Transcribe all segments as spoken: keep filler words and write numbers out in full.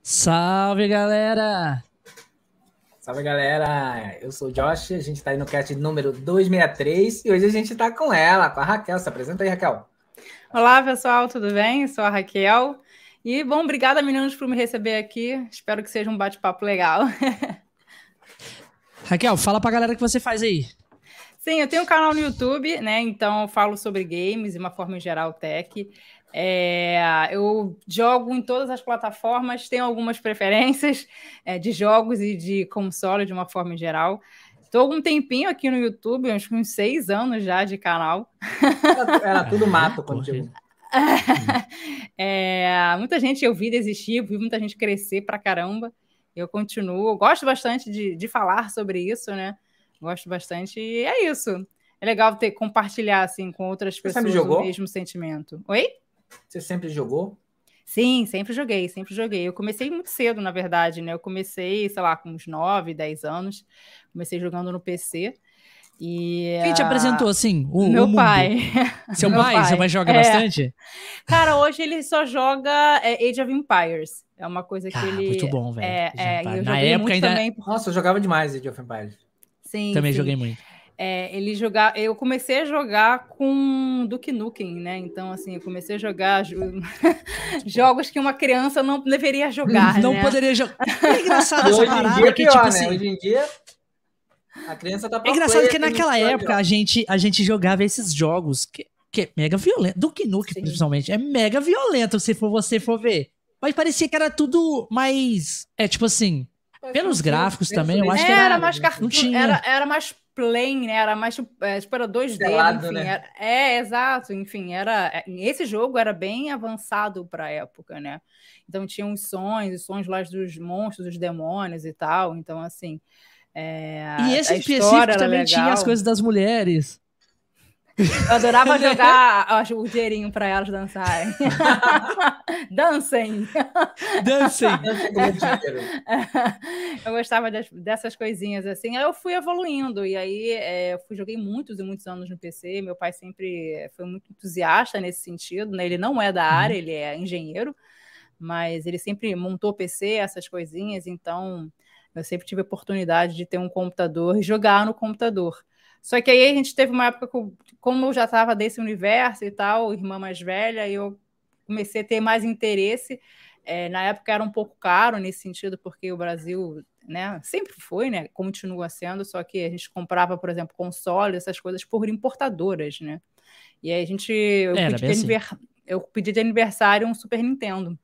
Salve, galera! Salve, galera! Eu sou o Josh, a gente tá aí no cast número duzentos e sessenta e três e hoje a gente tá com ela, com a Raquel. Se apresenta aí, Raquel. Olá, pessoal, tudo bem? Eu sou a Raquel. E, bom, obrigada, meninos, por me receber aqui. Espero que seja um bate-papo legal. Raquel, fala pra galera o que você faz aí. Sim, eu tenho um canal no YouTube, né? Então eu falo sobre games de uma forma em geral, tech. É, eu jogo em todas as plataformas, tenho algumas preferências é, de jogos e de console de uma forma em geral. Estou algum tempinho aqui no YouTube, acho que uns seis anos já de canal. Era, era tudo mato contigo. É, muita gente eu vi desistir, vi muita gente crescer pra caramba. Eu continuo, eu gosto bastante de, de falar sobre isso, né? Gosto bastante e é isso. É legal ter, compartilhar assim, com outras Você pessoas o mesmo sentimento. Oi? Você sempre jogou? Sim, sempre joguei, sempre joguei. Eu comecei muito cedo, na verdade, né? Eu comecei, sei lá, com uns nove, dez anos. Comecei jogando no P C. E, Quem te apresentou assim? O, meu o mundo? pai. Seu meu pai? pai? Seu pai joga é. bastante? Cara, hoje ele só joga é, Age of Empires. É uma coisa que ah, ele... muito bom, velho. É, é, eu Na época ainda... também. Nossa, eu jogava demais Age of Empires. Sim, Também sim. joguei muito. É, ele jogar, eu comecei a jogar com Duke Nukem, né? Então, assim, eu comecei a jogar jo... jogos que uma criança não deveria jogar, Não né? poderia jogar. É engraçado essa hoje parada em dia é que, pior, tipo né? assim... Hoje em dia, a criança tá pra É engraçado play, que naquela época a gente, a gente jogava esses jogos que, que é mega violento. Duke Nukem, Sim. principalmente, é mega violento se for você for ver. Mas parecia que era tudo mais... É, tipo assim... Pelos gráficos também, eu acho que era, era, mais cartoon, não tinha. Era, era mais plain, né? Era mais é, tipo, era dois D, Pelado, enfim. né? Era, é, exato, enfim, era. Esse jogo era bem avançado para a época, né? Então tinha os sons, os sons lá dos monstros, dos demônios e tal. Então, assim. É, e esse a específico era também legal. tinha as coisas das mulheres. Eu adorava jogar o dinheirinho para elas dançarem. Dancem! Dancem! Eu gostava de, dessas coisinhas assim. Aí eu fui evoluindo. E aí é, eu fui, joguei muitos e muitos anos no P C. Meu pai sempre foi muito entusiasta nesse sentido, né? Ele não é da área, uhum. Ele é engenheiro, mas ele sempre montou P C, essas coisinhas. Então eu sempre tive a oportunidade de ter um computador e jogar no computador. Só que aí a gente teve uma época que, como eu já estava desse universo e tal, irmã mais velha, eu comecei a ter mais interesse. É, na época era um pouco caro nesse sentido, porque o Brasil, né, sempre foi, né, continua sendo, só que a gente comprava, por exemplo, console, essas coisas por importadoras, né? E aí a gente... Eu, Era, pedi, de aniver... assim. eu pedi de aniversário um Super Nintendo.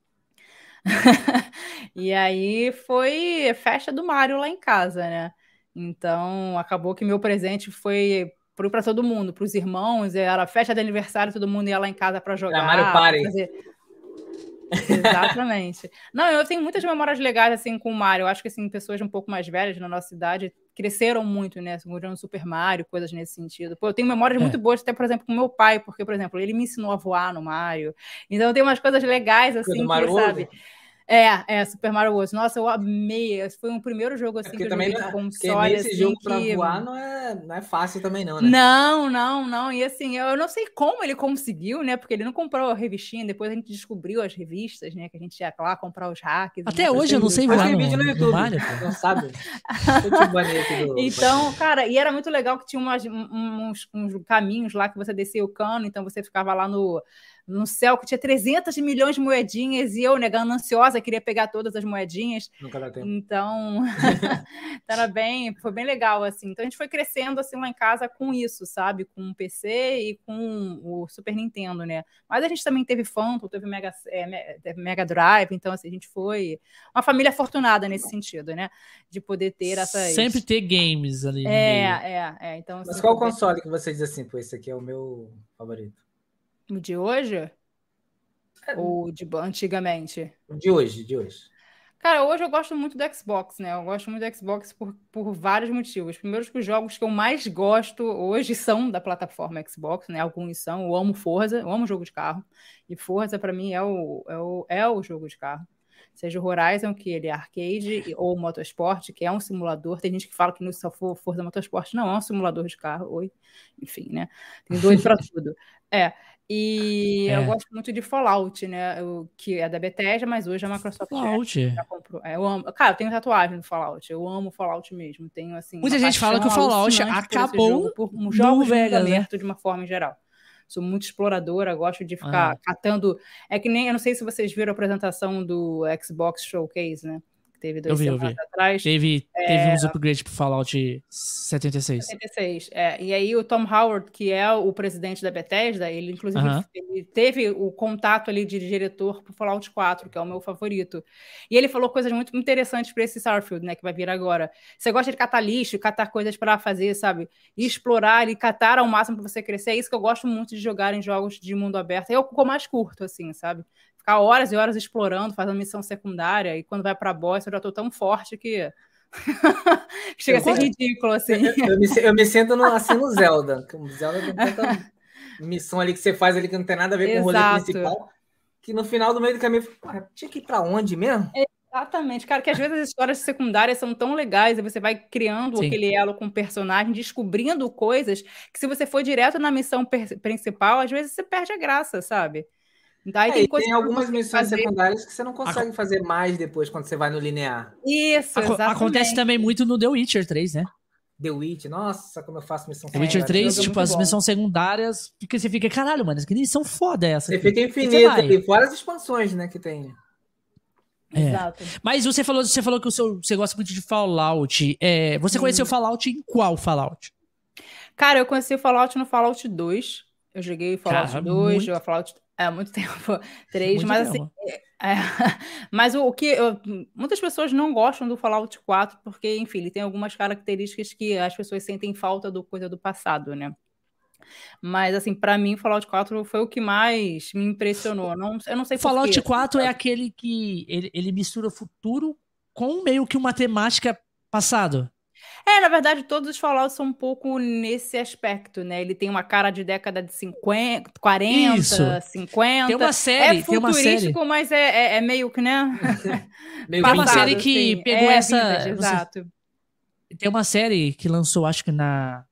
E aí foi festa do Mario lá em casa, né? Então, acabou que meu presente foi para todo mundo, para os irmãos, era festa de aniversário, todo mundo ia lá em casa para jogar. Era Mario Party. Fazer... Exatamente. Não, eu tenho muitas memórias legais assim com o Mario. Eu acho que assim, pessoas um pouco mais velhas na nossa idade cresceram muito, né? Jogando Super Mario, coisas nesse sentido. Pô, eu tenho memórias é. muito boas, até, por exemplo, com meu pai, porque, por exemplo, ele me ensinou a voar no Mario. Então, tem umas coisas legais, assim, que, sabe... É, é, Super Mario Bros. Nossa, eu amei. Esse foi um primeiro jogo assim é que eu joguei de console. Nesse assim, jogo que... pra voar não é, não é fácil também, não, né? Não, não, não. E assim, eu não sei como ele conseguiu, né? Porque ele não comprou a revistinha, depois a gente descobriu as revistas, né? Que a gente ia lá comprar os hacks. Até hoje eu não sei voar no, vídeo no YouTube, no Mario, não sabe? do... Então, cara, e era muito legal que tinha umas, uns, uns caminhos lá que você descia o cano, então você ficava lá no... no céu, que tinha trezentos milhões de moedinhas, e eu, né, gananciosa, queria pegar todas as moedinhas. Nunca dá tempo. Então, era bem, foi bem legal, assim. Então, a gente foi crescendo, assim, lá em casa com isso, sabe? Com o P C e com o Super Nintendo, né? Mas a gente também teve Phantom, teve Mega, é, teve Mega Drive, então, assim, a gente foi uma família afortunada nesse sentido, né? De poder ter essas... Sempre ter games ali no é, meio. É, é. Então, Mas assim, qual console bem... que você diz assim, pô, esse aqui é o meu favorito? O de hoje? É. Ou de antigamente? De hoje, de hoje. Cara, hoje eu gosto muito do Xbox, né? Eu gosto muito do Xbox por, por vários motivos. Primeiro, que os jogos que eu mais gosto hoje são da plataforma Xbox, né? Alguns são. Eu amo Forza, eu amo jogo de carro. E Forza, para mim, é o, é, o, é o jogo de carro. Seja o Horizon, que ele é arcade, ou o Motorsport, que é um simulador. Tem gente que fala que no Forza Motorsport não é um simulador de carro. Oi. Enfim, né? Tem doido para tudo. É. E eu É. gosto muito de Fallout, né? Eu, que é da Bethesda, mas hoje a Microsoft Fallout. já comprou. É, eu amo. Cara, eu tenho tatuagem do Fallout. Eu amo Fallout mesmo. Tenho, assim, Muita uma gente fala que o paixão Fallout alucinante por esse acabou jogo, por um no jogos de mundo Vegas, né? aberto de uma forma em geral. Sou muito exploradora, gosto de ficar Ah. catando. É que nem, eu não sei se vocês viram a apresentação do Xbox Showcase, né? Que teve Eu duas vi, eu semanas vi. atrás. Teve, teve uns upgrades pro Fallout setenta e seis. setenta e seis, é. E aí o Tom Howard, que é o presidente da Bethesda, ele inclusive Aham. ele teve o contato ali de diretor pro Fallout quatro, que é o meu favorito. E ele falou coisas muito interessantes para esse Starfield, né, que vai vir agora. Você gosta de catar lixo, catar coisas para fazer, sabe? E explorar e catar ao máximo para você crescer. É isso que eu gosto muito de jogar em jogos de mundo aberto. É o que eu mais curto, assim, sabe? Ficar horas e horas explorando, fazendo missão secundária, e quando vai pra boss eu já tô tão forte que chega a ser ridículo, assim. Eu, eu, me, eu me sinto no, assim no Zelda. O Zelda tem tanta missão ali que você faz ali que não tem nada a ver com o rolê Exato. principal, que no final do meio do caminho, ah, tinha que ir pra onde mesmo? Exatamente, cara, que às vezes as histórias secundárias são tão legais e você vai criando Sim. aquele elo com o personagem, descobrindo coisas que se você for direto na missão per- principal, às vezes você perde a graça, sabe? Daí É, tem e coisas tem que algumas você missões fazer. secundárias que você não consegue fazer mais depois quando você vai no linear. Isso, Aco- exatamente. acontece também muito no The Witcher três, né? The Witch, nossa, como eu faço missão The Witcher É, secundária. três, jogo é tipo, muito as bom. missões secundárias, fica, você fica, caralho, mano, que missão foda é essa Você aqui? fica E você infinito vai. ali, fora as expansões, né, que tem. É. Exato. Mas você falou, você falou que o seu, você gosta muito de Fallout. É, você Hum. conheceu Fallout em qual Fallout? Cara, eu conheci o Fallout no Fallout dois. Eu joguei Fallout Cara, dois, muito- joguei Fallout há muito tempo, três, Muito mas assim, tempo. é, mas o, o que eu- muitas pessoas não gostam do Fallout quatro porque, enfim, ele tem algumas características que as pessoas sentem falta do coisa do passado, né? Mas assim, pra mim, Fallout quatro foi o que mais me impressionou. Não, eu não sei por Fallout quê. quatro é aquele que ele, ele mistura o futuro com meio que uma temática passado. É, na verdade, todos os Fallouts são um pouco nesse aspecto, né? Ele tem uma cara de década de cinquenta, quarenta, Isso. cinquenta. Tem uma série, É tem uma série. futurístico, mas é, é- é meio que, né? Meio Tem uma Passado, série que assim. pegou É, essa- vintage, você- exato. Tem uma série que lançou, acho que na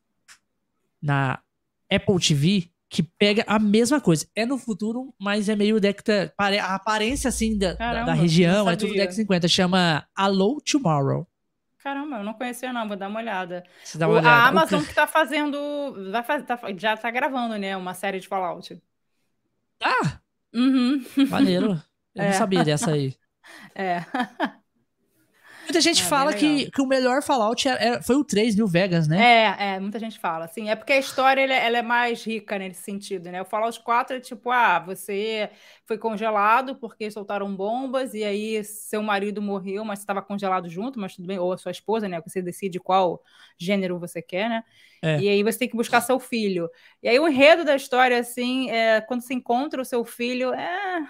na Apple T V, que pega a mesma coisa. É no futuro, mas é meio década, pare- a aparência assim da, da- Caramba, da região, não é tudo sabia. década de cinquenta. Chama Hello Tomorrow. Caramba, eu não conhecia, não. Vou dar uma olhada. Você dá uma O- olhada. a O Amazon ca- que tá fazendo. Vai faz- tá- já tá gravando, né? Uma série de Fallout. Ah, Uhum. maneiro. Eu É. não sabia dessa aí. É. Muita gente É, bem fala que, legal. que o melhor Fallout é- é- foi o três, New Vegas, né? É, é, muita gente fala, assim, é porque a história ela, é- ela é mais rica nesse sentido, né? O Fallout quatro é tipo, ah, você foi congelado porque soltaram bombas e aí seu marido morreu, mas você estava congelado junto, mas tudo bem, ou a sua esposa, né? Você decide qual gênero você quer, né? É. E aí você tem que buscar seu filho. E aí o enredo da história, assim, é quando você encontra o seu filho, é...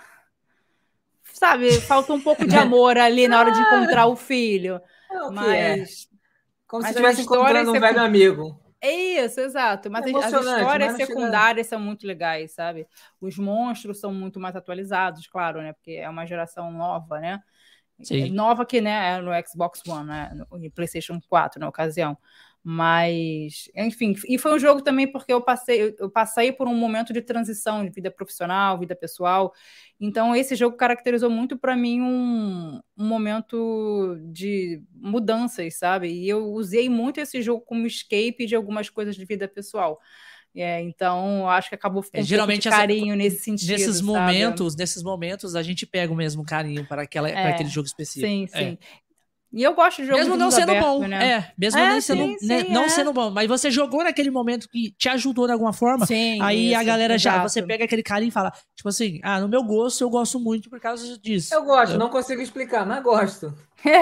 Sabe, falta um pouco de amor ali na hora de encontrar o filho. É o que é. Mas... Como mas se as estivesse histórias encontrando um secu- velho amigo. É isso, exato. Mas É as- as emocionante, histórias mas não chega- secundárias são muito legais, sabe? Os monstros são muito mais atualizados, claro, né? Porque é uma geração nova, né? Sim. Nova que, né, é no Xbox One, né? No PlayStation quatro, na ocasião. Mas, enfim, e foi um jogo também porque eu passei, eu passei por um momento de transição de vida profissional, vida pessoal. Então, esse jogo caracterizou muito para mim um, um momento de mudanças, sabe? E eu usei muito esse jogo como escape de algumas coisas de vida pessoal. É, então, eu acho que acabou ficando É, um geralmente pouco de essa- carinho nesse sentido, Nesses sabe? momentos, nesses momentos, a gente pega o mesmo carinho para, aquela, para É, aquele jogo específico. Sim, É. sim. E eu gosto de jogos Mesmo de não mundo sendo aberto, bom, né? é, mesmo É, nem sendo, sim, né, sim, não é. sendo bom, mas você jogou naquele momento que te ajudou de alguma forma, Sim, aí a isso, galera já, exato. você pega aquele carinho e fala, tipo assim, ah, no meu gosto eu gosto muito por causa disso. Eu gosto, não consigo explicar, mas gosto.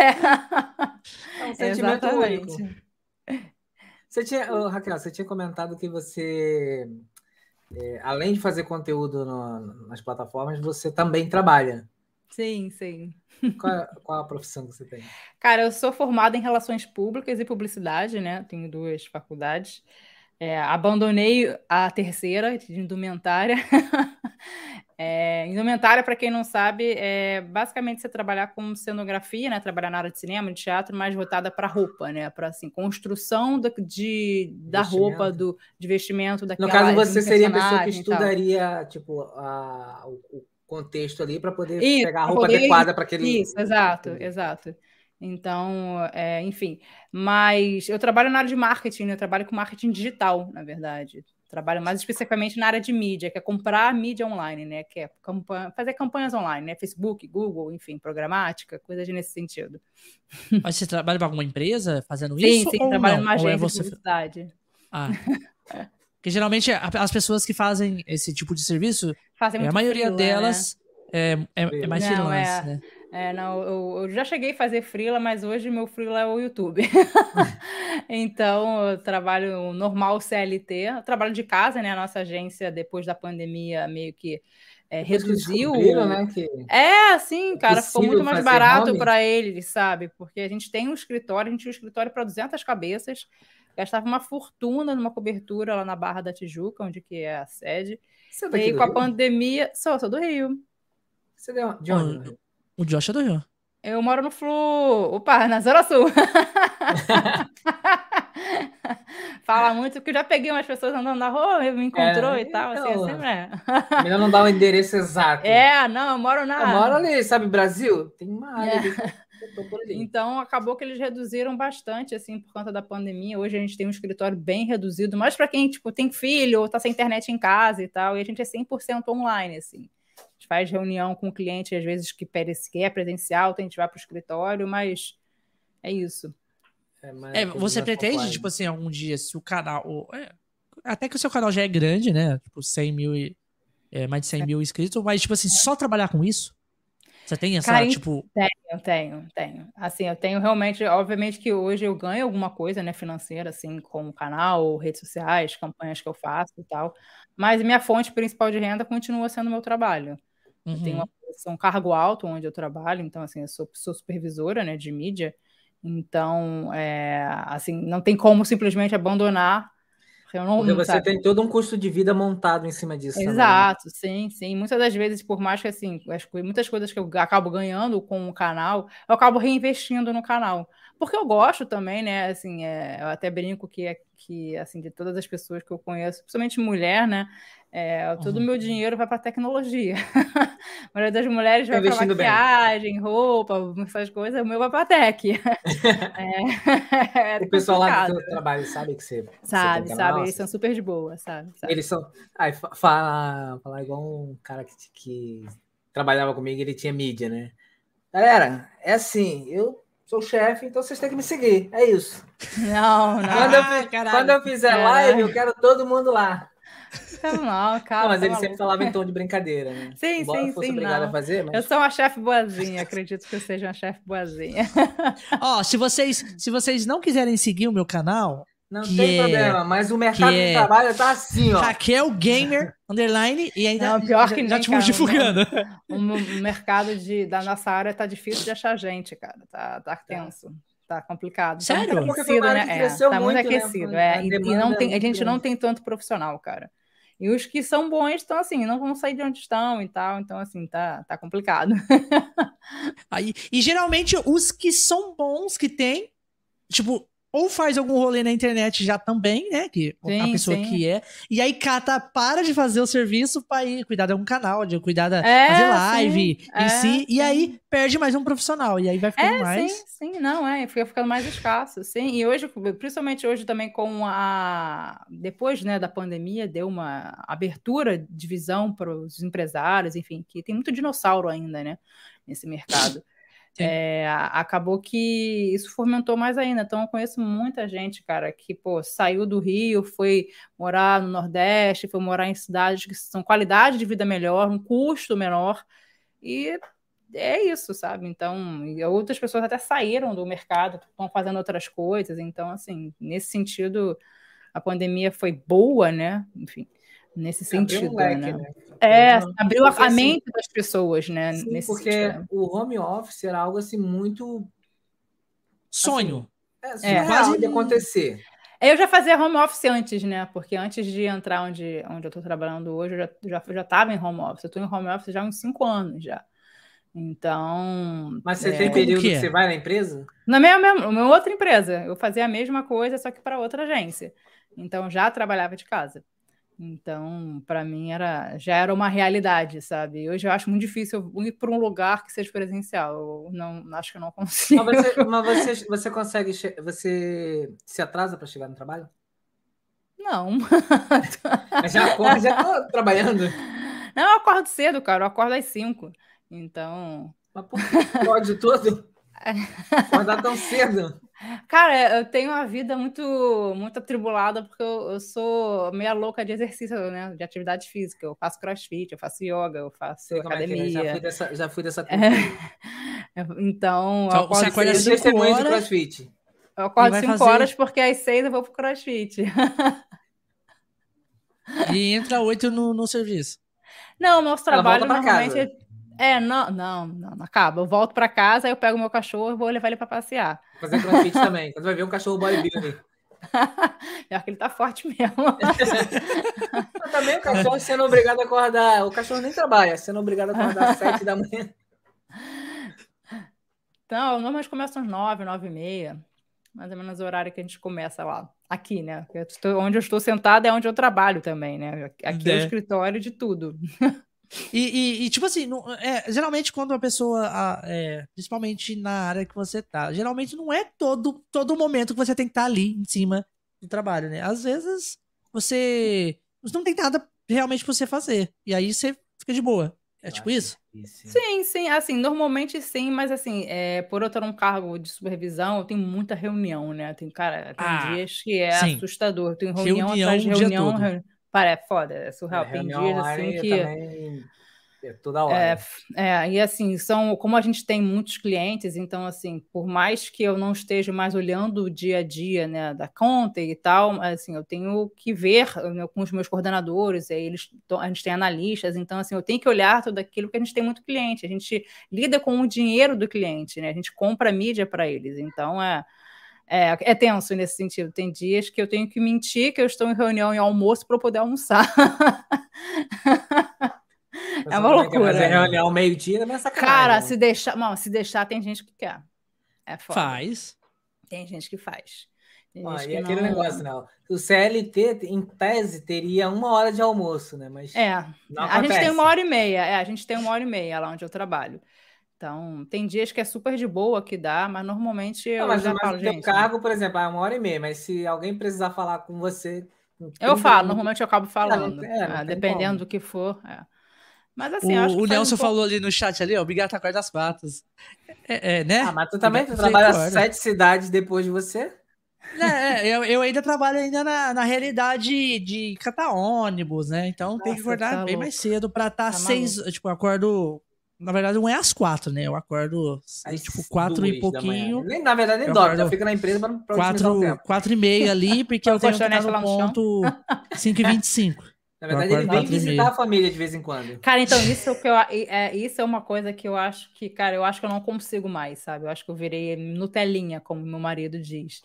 É. É um sentimento Exatamente. único. Você tinha, ô, Raquel, você tinha comentado que você, é, além de fazer conteúdo no- nas plataformas, você também trabalha. Sim, sim. Qual, é- qual a profissão que você tem? Cara, eu sou formada em Relações Públicas e Publicidade, né? Tenho duas faculdades. É, abandonei a terceira de indumentária. É, indumentária, para quem não sabe, é basicamente você trabalhar com cenografia, né? Trabalhar na área de cinema, de teatro, mais voltada para roupa, né? Para assim, construção do, de, da roupa, do, de vestimento daquela. No caso, você um seria a pessoa que estudaria tipo, a, o contexto ali para poder isso, pegar a roupa poder... adequada para aquele. Isso, exato, exato. Então, é, enfim. Mas eu trabalho na área de marketing, né? Eu trabalho com marketing digital, na verdade. Trabalho mais especificamente na área de mídia, que é comprar mídia online, né? Que é campanha, fazer campanhas online, né? Facebook, Google, enfim, programática, coisas nesse sentido. Mas você trabalha para alguma empresa fazendo sim, isso? Sim, ou trabalho não? numa agência ou é você... de publicidade. Ah. Porque geralmente as pessoas que fazem esse tipo de serviço, fazem muito a maioria freela, delas né? é, é, é mais não, freelance, é... né? É, não, eu, eu já cheguei a fazer freela, mas hoje meu freela é o YouTube. Então, eu trabalho normal C L T, eu trabalho de casa, né? A nossa agência, depois da pandemia, meio que é, reduziu. Que né, que é, assim, cara, ficou muito mais barato para eles, sabe? Porque a gente tem um escritório, a gente tinha um escritório para duzentas cabeças, gastava uma fortuna numa cobertura lá na Barra da Tijuca, onde que é a sede. Você é e daqui aí, do com Rio? a pandemia... Sou, sou do Rio. Você é de onde? O, o Josh é do Rio. Eu moro no Flu... Opa, na Zona Sul. Fala muito, porque eu já peguei umas pessoas andando na rua, me encontrou é, e tal, então, assim, sempre é. Melhor não dar o endereço exato. É, não, eu moro na... Eu moro ali, sabe, Brasil? Tem uma área é. ali que eu tô por ali. Então, acabou que eles reduziram bastante, assim, por conta da pandemia. Hoje a gente tem um escritório bem reduzido, mas para quem, tipo, tem filho ou tá sem internet em casa e tal, e a gente é cem por cento online, assim. A gente faz reunião com o cliente, às vezes que quer presencial, a gente vai para o escritório, mas é isso. É, é, você pretende, tipo assim, algum dia, se o canal... É, até que o seu canal já é grande, né? Tipo, cem mil e... É, mais de cem mil inscritos, mas, tipo assim, só trabalhar com isso? Você tem essa, Cara, tipo... Tenho, tenho, tenho. Assim, eu tenho realmente... Obviamente que hoje eu ganho alguma coisa, né, financeira, assim, com o canal, redes sociais, campanhas que eu faço e tal, mas minha fonte principal de renda continua sendo o meu trabalho. Uhum. Eu tenho uma posição, um cargo alto onde eu trabalho, então, assim, eu sou, sou supervisora, né, de mídia, então, é, assim, não tem como simplesmente abandonar. Eu não, Porque você sabe? Tem todo um custo de vida montado em cima disso. Exato, também, né? sim, sim. Muitas das vezes, por mais que assim, as, muitas coisas que eu acabo ganhando com o canal, eu acabo reinvestindo no canal. Porque eu gosto também, né? Assim, é, eu até brinco que, que assim, de todas as pessoas que eu conheço, principalmente mulher, né? É, todo o uhum. meu dinheiro vai para tecnologia. A maioria das mulheres vai para maquiagem, bem. roupa, essas coisas, o meu vai para tech. é, é o pessoal lá do seu trabalho sabe que você sabe, você sabe, eles são super de boa, sabe? sabe. Eles são. Ai, fala, fala igual um cara que, que trabalhava comigo, ele tinha mídia, né? Galera, é assim, eu sou chefe, então vocês têm que me seguir. É isso. Não, não. Quando eu, quando eu fizer caralho. live, eu quero todo mundo lá. Não, cara, não, mas tá ele maluco. sempre falava em tom de brincadeira, né? Sim, Embora sim, eu fosse sim. obrigado não. a fazer, mas... Eu sou uma chefe boazinha, acredito que eu seja uma chefe boazinha. Ó, oh, se vocês, se vocês não quiserem seguir o meu canal... Não tem é, problema, mas o mercado de é trabalho tá assim, ó. Raquel Gamer, underline, e ainda não, pior que já estamos divulgando. O, o mercado de, da nossa área tá difícil de achar gente, cara. Tá, tá tenso. Tá complicado. Sério? Tá muito aquecido, né? É, tá muito, muito aquecido. Né? É, e, e não tem, a gente não tem tanto profissional, cara. E os que são bons estão assim, não vão sair de onde estão e tal. Então, assim, tá, tá complicado. Aí, e geralmente os que são bons, que tem, tipo, ou faz algum rolê na internet já também, né? Que sim, a pessoa sim. que é. E aí cata, para de fazer o serviço pra ir cuidar de um canal, de cuidar da é, fazer live sim, em é, si. E sim. aí perde mais um profissional. E aí vai ficando é, mais. Sim, sim, não, é. Fica ficando mais escasso, sim. E hoje, principalmente hoje também com a. Depois, né, da pandemia, deu uma abertura de visão para os empresários, enfim, que tem muito dinossauro ainda, né? Nesse mercado. É, acabou que isso fomentou mais ainda. Então, eu conheço muita gente, cara, que, pô, saiu do Rio, foi morar no Nordeste, foi morar em cidades que são qualidade de vida melhor, um custo menor, e é isso, sabe? Então, outras pessoas até saíram do mercado, estão fazendo outras coisas. Então, assim, nesse sentido, a pandemia foi boa, né? Enfim, nesse sentido, um leque, né? né? É, não, abriu a, a mente assim, das pessoas, né? Sim, nesse porque sentido. o home office era algo assim muito sonho. Assim, é, é quase de acontecer. Eu já fazia home office antes, né? Porque antes de entrar onde, onde eu tô trabalhando hoje, eu já, já, já tava em home office. Eu tô em home office já há uns cinco anos já. Então. Mas você é, tem Como período que que é? você vai na empresa? Na minha, minha, minha outra empresa, eu fazia a mesma coisa, só que para outra agência. Então já trabalhava de casa. Então, para mim, era, já era uma realidade, sabe? Hoje eu acho muito difícil eu ir para um lugar que seja presencial. Eu não, acho que eu não consigo. Mas você, mas você, você consegue. che- Você se atrasa para chegar no trabalho? Não. Mas já acorda, já tô trabalhando. Não, eu acordo cedo, cara. Eu acordo às cinco. Então. Mas por que esse ódio todo? Acordar tão cedo? Cara, eu tenho uma vida muito, muito atribulada porque eu, eu sou meia louca de exercício, né? De atividade física. Eu faço crossfit, eu faço yoga, eu faço Sei como é que é. Já fui academia. dessa, já fui dessa É, cultura. então, eu Então, você acordo acorda Eu às cedo. cinco testemunho de horas CrossFit. Eu e acordo vai cinco fazer. horas porque às seis eu vou pro crossfit. E entra oito no, no serviço. Não, meus Ela volta trabalhos para normalmente. casa. É, não, não, não, não acaba. Eu volto para casa, aí eu pego meu cachorro e vou levar ele para passear. Fazer CrossFit também. Quando vai ver um cachorro bodybuilder. Pior que ele tá forte mesmo. Mas também o cachorro sendo obrigado a acordar. O cachorro nem trabalha, sendo obrigado a acordar às sete da manhã. Então, eu normalmente começo às nove, nove e meia. Mais ou menos o horário que a gente começa lá. Aqui, né? Eu estou- onde eu estou sentada é onde eu trabalho também, né? Aqui é o É. escritório de tudo. E, e- e, tipo assim, não- é, geralmente quando a pessoa, a- é, principalmente na área que você tá, geralmente não é todo, todo momento que você tem que estar ali em cima do trabalho, né? Às vezes você não tem nada realmente pra você fazer. E aí você fica de boa. É tipo isso? Sim, sim, assim, normalmente sim, mas assim, é, por eu ter um cargo de supervisão, eu tenho muita reunião, né? Tem, cara, tem Ah, dias que é sim. assustador. Tem reunião Reunião atrás de o dia reunião, todo. reunião. Para, é foda, é É, surreal. Tem reunião dias assim online eu que. também é toda É, hora. f- é, e assim, são, como a gente tem muitos clientes, então assim, por mais que eu não esteja mais olhando o dia a dia, né, da conta e tal, assim, eu tenho que ver, né, com os meus coordenadores, aí eles, to- a gente tem analistas, então assim, eu tenho que olhar tudo aquilo que a gente tem muito cliente, a gente lida com o dinheiro do cliente, né, a gente compra mídia para eles, então é, é, é tenso nesse sentido. Tem dias que eu tenho que mentir que eu estou em reunião e almoço para eu poder almoçar. É uma Também quer fazer loucura. reunião ao meio-dia, também é Cara, sacanagem. se deixar, não, se deixar, tem gente que quer. É foda. Faz. Tem gente que faz. Tem Ah, gente e que aquele não. negócio, não. O C L T, em tese, teria uma hora de almoço, né? Mas É, não a gente tem acontece. uma hora e meia. É, a gente tem uma hora e meia lá onde eu trabalho. Então, tem dias que é super de boa que dá, mas normalmente eu Não, mas, já mas falo, o teu gente. cargo, por exemplo, é uma hora e meia, mas se alguém precisar falar com você com Eu trinta falo, minutos, normalmente eu acabo ah, não, falando. tem- é, não É, tem dependendo como. do que for. É. Mas assim, eu acho O, que o faz um Nelson pouco. falou ali no chat ali, ó, obrigado a corda das patas. É, é, né? Ah, mas tu também tu Obrigado, trabalha concordo. sete cidades depois de você? É, é, eu, eu ainda trabalho ainda na, na realidade de catar ônibus, né? Então tem que Nossa, acordar tá bem louco. mais cedo pra estar Tá seis. Tipo, eu acordo. Na verdade, não é às quatro, né? Eu acordo Às tipo quatro e duas da manhã. pouquinho. Nem, na verdade, nem Eu dorme, já acordo fica na empresa para otimizar o quatro, tempo. quatro e meia ali, porque Põe eu o tenho que estar colchonete no lá no chão. ponto cinco e vinte e cinco. Na Eu verdade, ele acordo vem quatro e visitar meia. a família de vez em quando. Cara, então isso é o que eu, é, isso é uma coisa que eu acho que, cara, eu acho que eu não consigo mais, sabe? Eu acho que eu virei Nutelinha, como meu marido diz.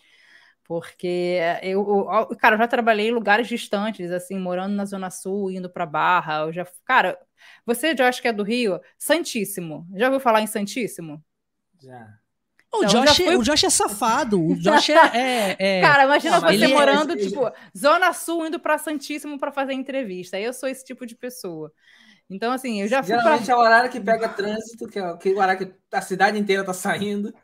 Porque eu, eu- cara, eu já trabalhei em lugares distantes, assim, morando na Zona Sul, indo para Barra. Eu já, cara, você já acho que é do Rio? Santíssimo. Já ouviu falar em Santíssimo? Já. O, Então, eu já Josh, fui- o Josh é safado. O Josh é. é- é- Cara, imagina Não, mas você ele é- morando, ele- tipo, Zona Sul, indo para Santíssimo para fazer entrevista. Eu sou esse tipo de pessoa. Então, assim, eu já fui pra... Geralmente é o horário que pega trânsito, que é que é o horário que a cidade inteira tá saindo.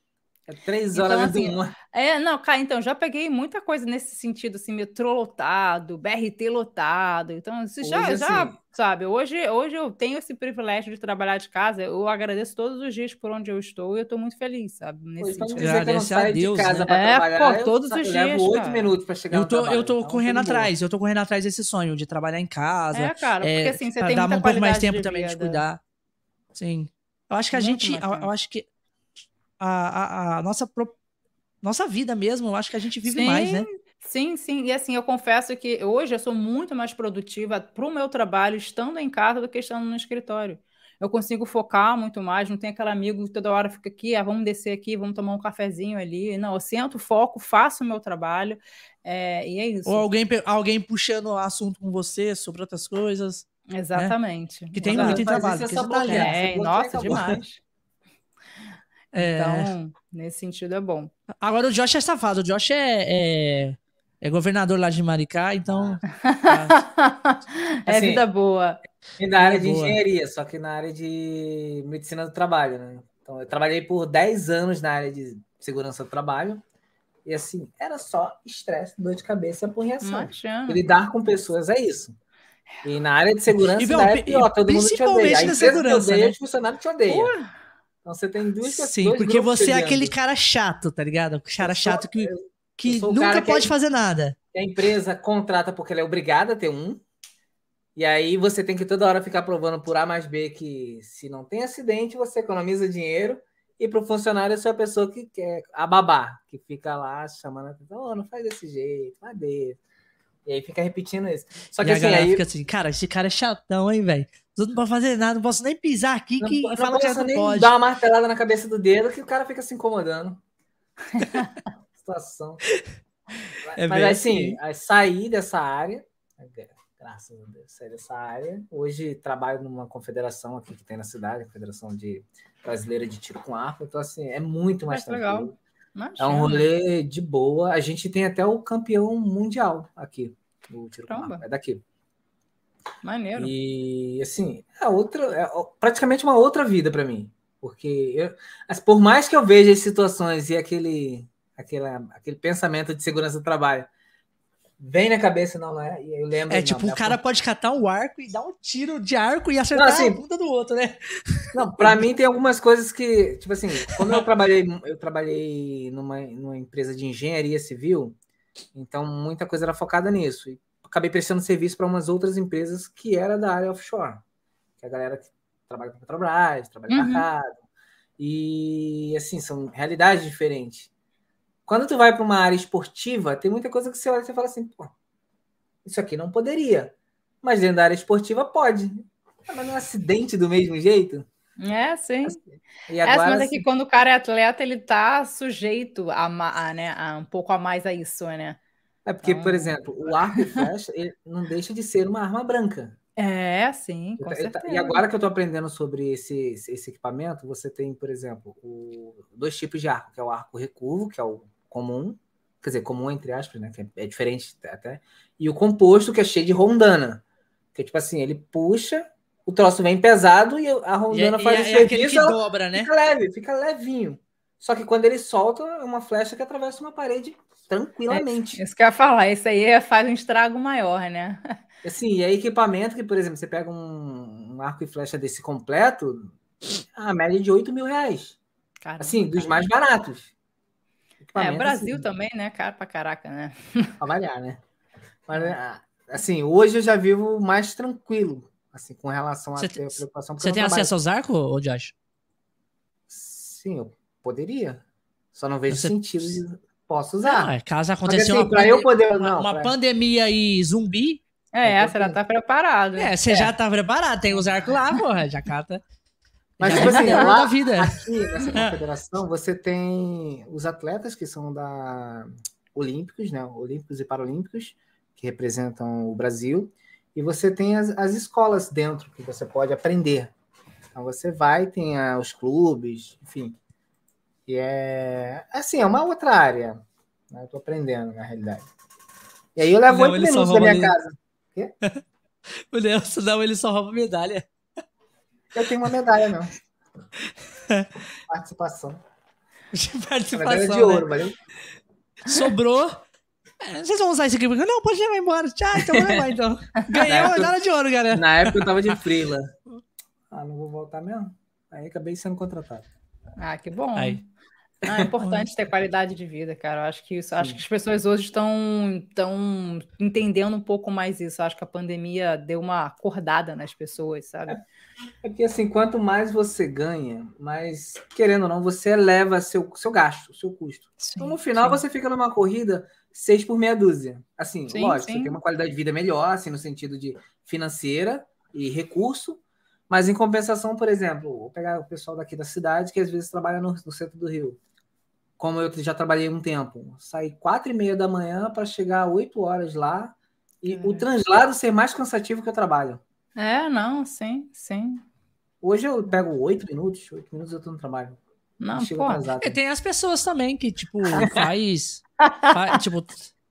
É três horas Então, dentro assim, de uma. é, não, cara, então, já peguei muita coisa nesse sentido, assim, metrô lotado, B R T lotado, então, isso já, Hoje, já, assim- sabe, hoje, hoje eu tenho esse privilégio de trabalhar de casa, eu agradeço todos os dias por onde eu estou e eu estou muito feliz, sabe, nesse Hoje, pra não sentido. dizer que eu não Agradece a saio de Deus, casa né? para É, trabalhar, pô, eu, todos sa- os eu levo dias, oito cara. minutos para chegar Eu no tô, trabalho. eu tô então, correndo tô de boa. atrás, eu tô correndo atrás desse sonho de trabalhar em casa. É, cara, porque é, assim, você pra tem dar muita um pouco mais qualidade tempo de também de vida. cuidar. Sim. Eu acho que a Muito gente. mais Eu, tempo. eu acho que a, a, a nossa, pro- nossa vida mesmo, eu acho que a gente vive Sim, mais, né? sim, sim. E assim, eu confesso que hoje eu sou muito mais produtiva para o meu trabalho estando em casa do que estando no escritório. eu consigo focar muito mais, não tem aquele amigo que toda hora fica aqui, ah, vamos descer aqui, vamos tomar um cafezinho ali. Não, eu sento, foco, faço o meu trabalho, é, e é isso. Ou alguém, alguém puxando assunto com você sobre outras coisas. Exatamente. Né? Que tem Exato. muito em trabalho. Porque você tá ali. É, nossa, demais. É... Então, nesse sentido é bom. Agora o Josh é safado. O Josh é, é, é governador lá de Maricá, então... é assim, vida boa. E na área de engenharia, só que na área de medicina do trabalho, né? Então, eu trabalhei por dez anos na área de segurança do trabalho. E assim, era só estresse, dor de cabeça e apurreação. Lidar com pessoas é isso. E na área de segurança e, meu, é pior, todo mundo te odeia. A empresa segurança, te odeia, né? o funcionário te odeia. Uh! Então você tem duas pessoas. Sim, porque você é aquele cara chato, tá ligado? O cara sou, chato que, que nunca pode que fazer nada. A empresa contrata porque ela é obrigada a ter um. E aí você tem que toda hora ficar provando por A mais B que se não tem acidente, você economiza dinheiro. E para o funcionário, eu sou a pessoa que quer a babá, que fica lá chamando a atenção, oh, não faz desse jeito, vai desse. E aí fica repetindo isso. Só que e assim, a galera aí... fica assim, cara, esse cara é chatão, hein, velho? Não pode fazer nada, não posso nem pisar aqui não, que não fala que não nem pode. Dar uma martelada na cabeça do dedo que o cara fica se incomodando. Situação. É Mas assim, assim, sair dessa área, graças a Deus, sair dessa área. Hoje trabalho numa confederação aqui que tem na cidade, a Confederação de Brasileira de Tiro com Arco. Então, assim, é muito mais é legal. Imagina. É um rolê de boa. A gente tem até o campeão mundial aqui, o tiro Caramba. com arco. É daqui. Maneiro. E, assim, é, outra, é praticamente uma outra vida para mim. Porque, eu, por mais que eu veja as situações e aquele, aquele, aquele pensamento de segurança do trabalho vem na cabeça, não, não é? E eu lembro, é, tipo, não, o cara forma. pode catar um arco e dar um tiro de arco e acertar não, assim, a bunda do outro, né? Não, pra mim tem algumas coisas que, tipo assim, quando eu trabalhei, eu trabalhei numa, numa empresa de engenharia civil, então muita coisa era focada nisso. E acabei prestando serviço para umas outras empresas que era da área offshore, que é a galera que trabalha com a Petrobras, trabalha com uhum. mercado. E, assim, são realidades diferentes. Quando tu vai para uma área esportiva, tem muita coisa que você olha e você fala assim, pô, isso aqui não poderia. Mas dentro da área esportiva pode. Mas não é acidente do mesmo jeito? É, sim. E agora, é, mas é que quando o cara é atleta, ele tá sujeito a, a, né, a um pouco a mais a isso, né? É porque, então... por exemplo, o arco e flecha ele não deixa de ser uma arma branca. É, sim, com certeza. E agora que eu tô aprendendo sobre esse, esse equipamento, você tem, por exemplo, o, dois tipos de arco, que é o arco recurvo, que é o comum, quer dizer, comum entre aspas, né, que é, é diferente até, e o composto, que é cheio de rondana, que é tipo assim, ele puxa, o troço vem pesado e a rondana e, faz e, o serviço, é aquele que dobra, né? Fica leve, fica levinho. Só que quando ele solta, é uma flecha que atravessa uma parede tranquilamente. É, isso que eu ia falar, isso aí faz um estrago maior, né? Assim, é equipamento que, por exemplo, você pega um, um arco e flecha desse completo, a média de oito mil reais. Caramba, assim, dos mais baratos. É, o Brasil assim, também, né? Caro pra caraca, né? Pra variar, né? Mas, assim, hoje eu já vivo mais tranquilo, assim, com relação a ter preocupação. Você tem acesso aos arcos, ou Josh? Sim, eu poderia. Só não vejo você... sentido de... Posso usar. Não, é, caso aconteça assim, uma, pande... eu poder, uma, não, uma pra... pandemia e zumbi... É, você já tá preparado. É, você é. já tá preparado. Tem os arcos lá, porra, já cata... Mas, tipo assim, lá, da vida. Aqui nessa confederação, você tem os atletas que são da Olímpicos, né? Olímpicos e Paralímpicos, que representam o Brasil, e você tem as, as escolas dentro que você pode aprender. Então você vai, tem a, os clubes, enfim. E é assim, é uma outra área. Né? Eu tô aprendendo, na realidade. E aí eu levo oito minutos da minha ele... casa. Quê? O Nelson, não, ele só rouba medalha. Eu tenho uma medalha, não. Participação. Participação, medalha de ouro, né? Valeu? Sobrou. É, vocês vão usar isso aqui? Não, pode levar embora. Tchau, então vou levar, então. Ganhou a medalha de ouro, galera. Na época eu tava de frila. Ah, não vou voltar mesmo? Aí acabei sendo contratado. Ah, que bom. Aí. Ah, é importante ter qualidade de vida, cara. Eu acho que isso, acho que as pessoas hoje estão estão entendendo um pouco mais isso. Eu acho que a pandemia deu uma acordada nas pessoas, sabe? É, é porque assim, quanto mais você ganha, mais, querendo ou não, você eleva seu, seu gasto, seu custo. Sim, então, no final, sim. você fica numa corrida seis por meia dúzia. Assim, sim, lógico, sim. Você tem uma qualidade de vida melhor, assim, no sentido de financeira e recurso, Mas em compensação, por exemplo, vou pegar o pessoal daqui da cidade que às vezes trabalha no, no centro do Rio. Como eu já trabalhei um tempo, saí quatro e meia da manhã para chegar oito horas lá e é. o translado ser mais cansativo que o trabalho. É, não, sim, sim. Hoje eu pego oito minutos, oito minutos eu tô no trabalho. Não, pô. E tem as pessoas também que, tipo, faz, faz, tipo,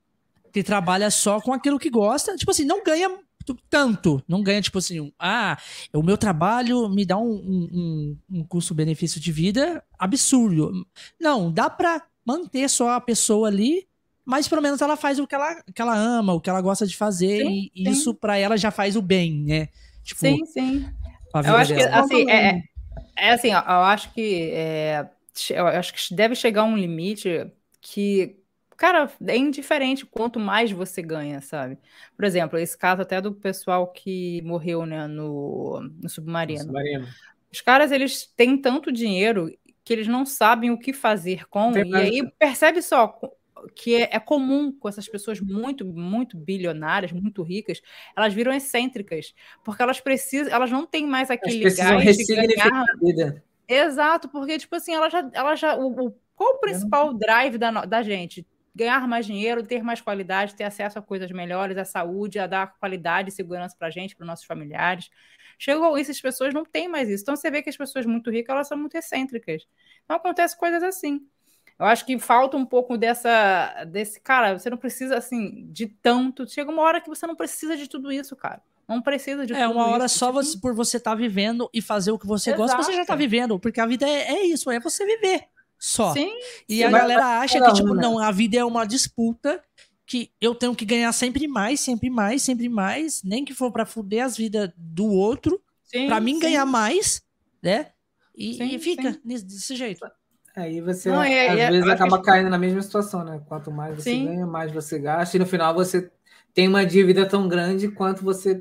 que trabalha só com aquilo que gosta, tipo assim, não ganha tanto, não ganha, tipo assim, ah, o meu trabalho me dá um, um, um custo-benefício de vida absurdo. Não, dá pra manter só a pessoa ali, mas pelo menos ela faz o que ela, que ela ama, o que ela gosta de fazer, sim, e sim. isso pra ela já faz o bem, né? Tipo, sim, sim. Eu acho dela. que, assim, é, é assim, ó, eu acho que é, eu acho que deve chegar um limite que, cara, é indiferente quanto mais você ganha, sabe? Por exemplo, esse caso até do pessoal que morreu, né, no, no submarino. No submarino. Os caras, eles têm tanto dinheiro que eles não sabem o que fazer com, e aí percebe só que é, é comum com essas pessoas muito, muito bilionárias, muito ricas, elas viram excêntricas, porque elas precisam, elas não têm mais aquele elas precisam ressignificar ganhar... a vida. Exato, porque, tipo assim, ela já, ela já o, o, qual o principal drive da, da gente? Ganhar mais dinheiro, ter mais qualidade, ter acesso a coisas melhores, a saúde, a dar qualidade e segurança pra gente, para nossos familiares. Chegou isso, as pessoas não têm mais isso. Então, você vê que as pessoas muito ricas, elas são muito excêntricas. Então, acontece coisas assim. Eu acho que falta um pouco dessa, desse, cara, você não precisa, assim, de tanto. Chega uma hora que você não precisa de tudo isso, cara. Não precisa de é, tudo isso. É, uma hora só você, por você estar tá vivendo e fazer o que você Exato. gosta, você já tá vivendo. Porque a vida é, é isso, é você viver só. Sim. E sim, a galera acha que, tipo, né? não, a vida é uma disputa que eu tenho que ganhar sempre mais, sempre mais, sempre mais, nem que for pra fuder as vidas do outro, sim, pra mim sim. ganhar mais, né? E, sim, e fica sim. desse jeito. Aí você, não, é, às é, vezes, acaba que... caindo na mesma situação, né? Quanto mais você Sim. ganha, mais você gasta. E no final você tem uma dívida tão grande quanto você...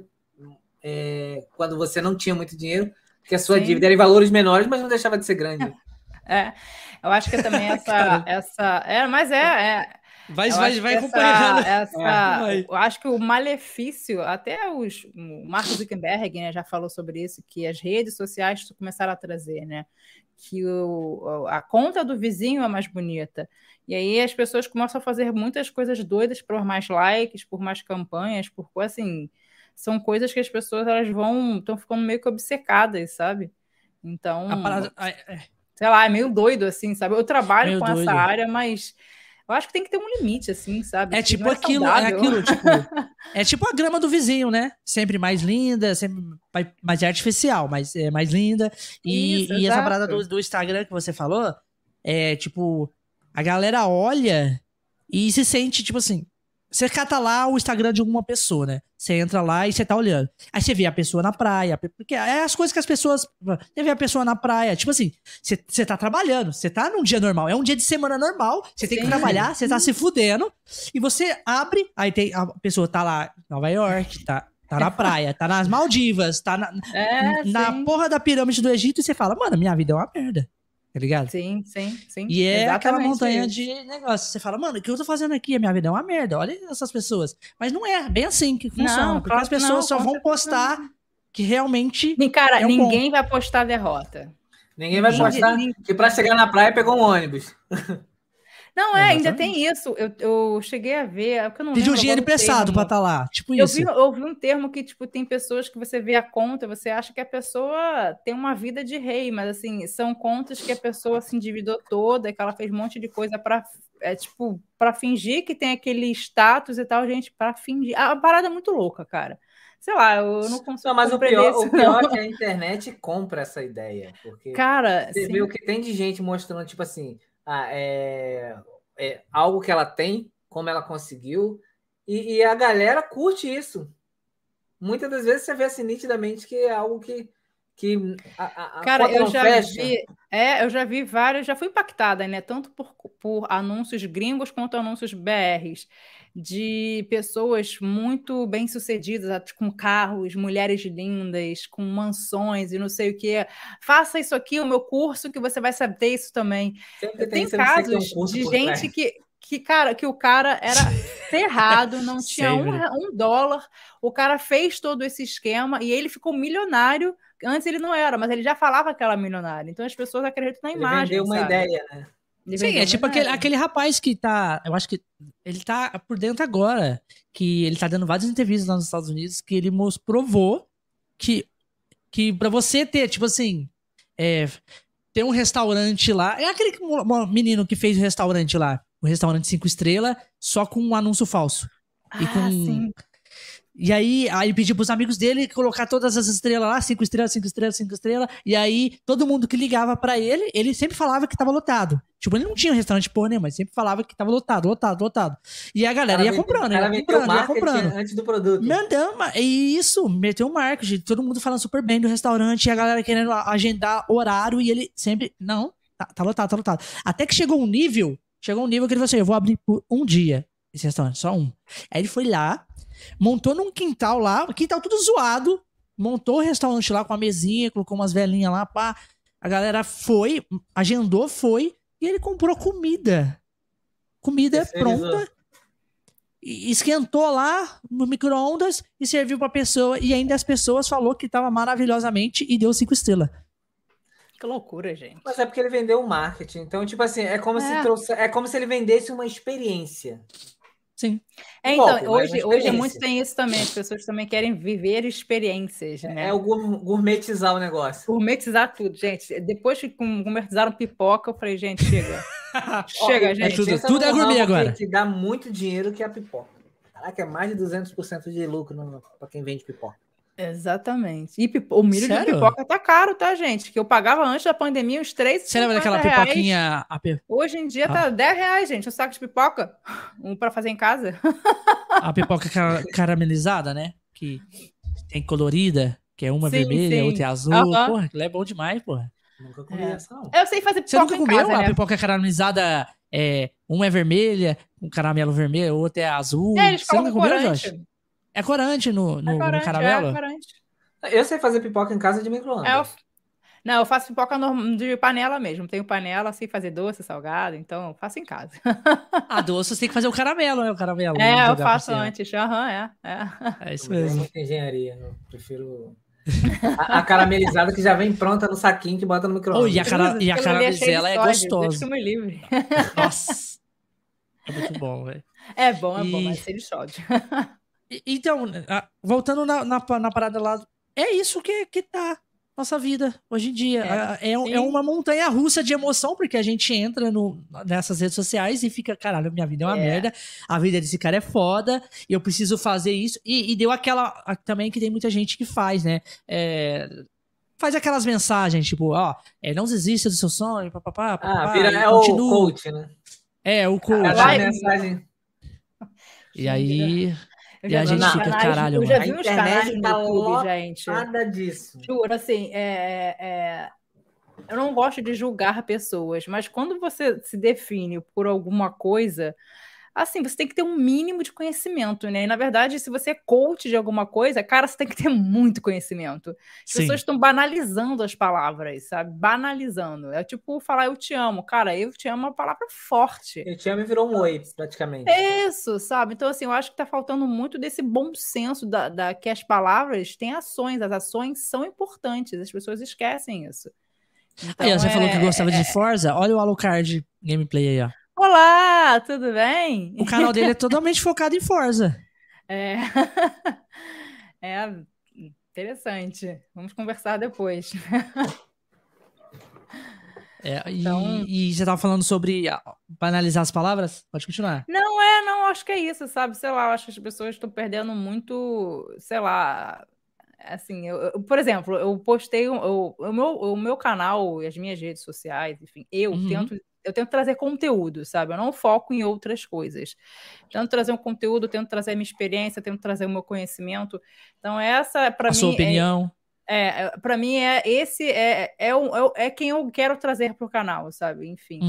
É, quando você não tinha muito dinheiro, porque a sua Sim. dívida era em valores menores, mas não deixava de ser grande. É, eu acho que também essa... essa é, mas é... é vai vai, vai acompanhando. Essa, essa, é. Eu acho que o malefício, até os, o Mark Zuckerberg, né, já falou sobre isso, que as redes sociais começaram a trazer, né? Que o, a conta do vizinho é mais bonita. E aí as pessoas começam a fazer muitas coisas doidas por mais likes, por mais campanhas, por assim, são coisas que as pessoas elas vão, estão ficando meio que obcecadas, sabe? Então, a parada, é. sei lá, é meio doido assim, sabe? Eu trabalho meio com doido. essa área, mas eu acho que tem que ter um limite, assim, sabe? É que tipo é aquilo, saudável. é aquilo, tipo, é tipo a grama do vizinho, né? Sempre mais linda, sempre mais é artificial, mas é mais linda. E, Isso, e essa parada do, do Instagram que você falou, é tipo, a galera olha e se sente, tipo assim, você cata lá o Instagram de alguma pessoa, né? Você entra lá e você tá olhando. Aí você vê a pessoa na praia, porque é as coisas que as pessoas... Você vê a pessoa na praia, tipo assim, você, você tá trabalhando, você tá num dia normal, é um dia de semana normal, você tem que trabalhar, você tá se fudendo, e você abre, aí tem a pessoa tá lá em Nova York, tá, tá na praia, tá nas Maldivas, tá na, é, na porra da pirâmide do Egito, e você fala, mano, minha vida é uma merda. Tá ligado? Sim, sim, sim. E é Exatamente aquela montanha isso. de negócio. Você fala, mano, o que eu tô fazendo aqui? A minha vida é uma merda. Olha essas pessoas. Mas não é bem assim que funciona. Não, porque claro as pessoas não, só vão postar não. que realmente. Cara, é um ninguém bom. vai postar derrota. Ninguém vai ninguém, postar ninguém... que pra chegar na praia pegou um ônibus. Não, é, Exatamente. ainda tem isso. Eu, eu cheguei a ver. Eu não Pediu dinheiro emprestado pra estar tá lá. Tipo eu isso. Vi, eu vi um termo que, tipo, tem pessoas que você vê a conta, você acha que a pessoa tem uma vida de rei, mas assim, são contas que a pessoa se endividou toda, que ela fez um monte de coisa pra, é, tipo, pra fingir que tem aquele status e tal, gente, pra fingir. A parada é muito louca, cara. Sei lá, eu não consigo. Não, mas o pior, isso, o pior é que a internet compra essa ideia. Porque cara, você sim. vê o que tem de gente mostrando, tipo assim. Ah, é, é algo que ela tem, como ela conseguiu, e, e a galera curte isso. Muitas das vezes você vê assim nitidamente que é algo que, que a, a Cara, eu não já fecha. vi, é, eu já vi vários, já fui impactada, né? Tanto por, por anúncios gringos quanto anúncios B Rs de pessoas muito bem-sucedidas, com carros, mulheres lindas, com mansões e não sei o que. Faça isso aqui, o meu curso, que você vai saber isso também. Sempre tem tem, casos um de gente que, que, cara, que o cara era ferrado, não tinha um, um dólar. O cara fez todo esse esquema e ele ficou milionário. Antes ele não era, mas ele já falava que era milionário. Então as pessoas acreditam na Ele imagem. vendeu uma sabe? ideia, né? Ele Sim, vendeu é uma tipo ideia. aquele, aquele rapaz que tá. Eu acho que ele tá por dentro agora. Que ele tá dando várias entrevistas lá nos Estados Unidos. Que ele mos- provou que, que pra você ter, tipo assim. É, ter um restaurante lá. É aquele que- mo- menino que fez o restaurante lá. O restaurante cinco estrelas, só com um anúncio falso. E Ah, com. sim. E aí, aí pediu pros amigos dele colocar todas as estrelas lá, cinco estrelas, cinco estrelas, cinco estrelas. E aí, todo mundo que ligava pra ele, ele sempre falava que tava lotado. Tipo, ele não tinha um restaurante porra nenhuma, mas sempre falava que tava lotado, lotado, lotado. E a galera ia comprando, ia comprando, ia comprando. Antes do produto. Mandando, é isso, meteu um marketing, todo mundo falando super bem do restaurante, e a galera querendo agendar horário, e ele sempre, não, tá, tá lotado, tá lotado. Até que chegou um nível, chegou um nível que ele falou assim, eu vou abrir por um dia esse restaurante, só um. Aí ele foi lá, montou num quintal lá, o quintal tudo zoado, montou o restaurante lá com a mesinha, colocou umas velhinhas lá, pá. A galera foi, agendou, foi, e ele comprou comida. Comida pronta. E esquentou lá no micro-ondas e serviu pra pessoa. E ainda as pessoas falou que tava maravilhosamente e deu cinco estrelas. Que loucura, gente. Mas é porque ele vendeu o marketing. Então, tipo assim, é como, É. Se, trouxe, é como se ele vendesse uma experiência. Sim. É, Um então, golpe, mas uma hoje, hoje é experiência. muito tem isso também. As pessoas também querem viver experiências, né? É o gour- gourmetizar o negócio. Gourmetizar tudo, gente. Depois que com- gourmetizaram pipoca, eu falei, gente, chega. Chega, Ó, gente. tudo- pensa tudo num é gourmet ramo agora. Que, que dá muito dinheiro que é a pipoca. Caraca, é mais de duzentos por cento de lucro para quem vende pipoca. Exatamente. E pipo- o milho Sério? de pipoca tá caro, tá, gente? Que eu pagava antes da pandemia uns três Você lembra daquela reais. pipoquinha... A pe- Hoje em dia Ah. tá dez reais, gente, um saco de pipoca. Um pra fazer em casa. A pipoca cara- caramelizada, né? Que tem colorida, que é uma Sim, vermelha, sim. outra é azul. Aham. Porra, aquilo é bom demais, porra. Nunca comi É. essa, não. Eu sei fazer Você pipoca nunca em comeu casa, a né? pipoca caramelizada? É, uma é vermelha, com caramelo vermelho, outra é azul. É, eles Você nunca colocam comeu, corante. Josh? É corante no, no, É no corante, caramelo? é corante. Eu sei fazer pipoca em casa de micro-ondas. É, eu... Não, eu faço pipoca norm- de panela mesmo. Tenho panela, sei fazer doce, salgado, então eu faço em casa. A doce você tem que fazer o caramelo, né? O caramelo. É, eu jogar por faço cima. antes. Aham, é, é. É isso É mesmo. muita engenharia. Eu prefiro a, a caramelizada que já vem pronta no saquinho que bota no Oh, micro-ondas. e a, cara, e a Aquilo ali é cheio de caramizela é sódio, Deus gostosa. que me livre. Nossa. É muito bom, velho. É bom, é bom, E- mas cheio de sódio. E- Então, a- voltando na, na, na parada lá, é isso que, que tá nossa vida hoje em dia. É, A- É, sim. é uma montanha russa de emoção, porque a gente entra no, nessas redes sociais e fica, caralho, minha vida é uma É. merda, a vida desse cara é foda, e eu preciso fazer isso. E, e deu aquela a- também que tem muita gente que faz, né? É, faz aquelas mensagens, tipo, ó, é, não desista do seu sonho, papapá, Ah, papapá, vira, e é o continua. coach, né? É, o coach. Cada Vai- mensagem. E aí, Eu E a vi gente uns fica, canais- caralho, Eu já mano. vi A uns internet canais no tá YouTube, gente. Nada disso. Juro, assim, é, é- eu não gosto de julgar pessoas, mas quando você se define por alguma coisa, assim, você tem que ter um mínimo de conhecimento, né? E, na verdade, se você é coach de alguma coisa, cara, você tem que ter muito conhecimento. As sim. pessoas estão banalizando as palavras, sabe? Banalizando. É tipo falar eu te amo. Cara, eu te amo é uma palavra forte. Eu te amo e virou um oi, praticamente. Isso, sabe? Então, assim, eu acho que tá faltando muito desse bom senso da, da- que as palavras têm ações, as ações são importantes, as pessoas esquecem isso. Então, Aí, ó, você é- falou que gostava é- de Forza, olha o Alucard gameplay aí, ó. Olá, tudo bem? O canal dele é totalmente focado em Forza. É... é interessante. Vamos conversar depois. É, e, Então- e você tava falando sobre ah, banalizar as palavras? Pode continuar. Não é, não, acho que é isso, sabe? Sei lá, eu acho que as pessoas estão perdendo muito, sei lá, assim, eu, eu- por exemplo, eu postei um- eu- o meu, o meu canal, as minhas redes sociais, enfim, eu Uhum. tento, eu tento trazer conteúdo, sabe? Eu não foco em outras coisas. Tento trazer um conteúdo, tento trazer a minha experiência, tento trazer o meu conhecimento. Então, essa, para A mim, sua é- opinião. É, para mim é esse é, é, o- é, o- é quem eu quero trazer para o canal, sabe? Enfim. Uhum.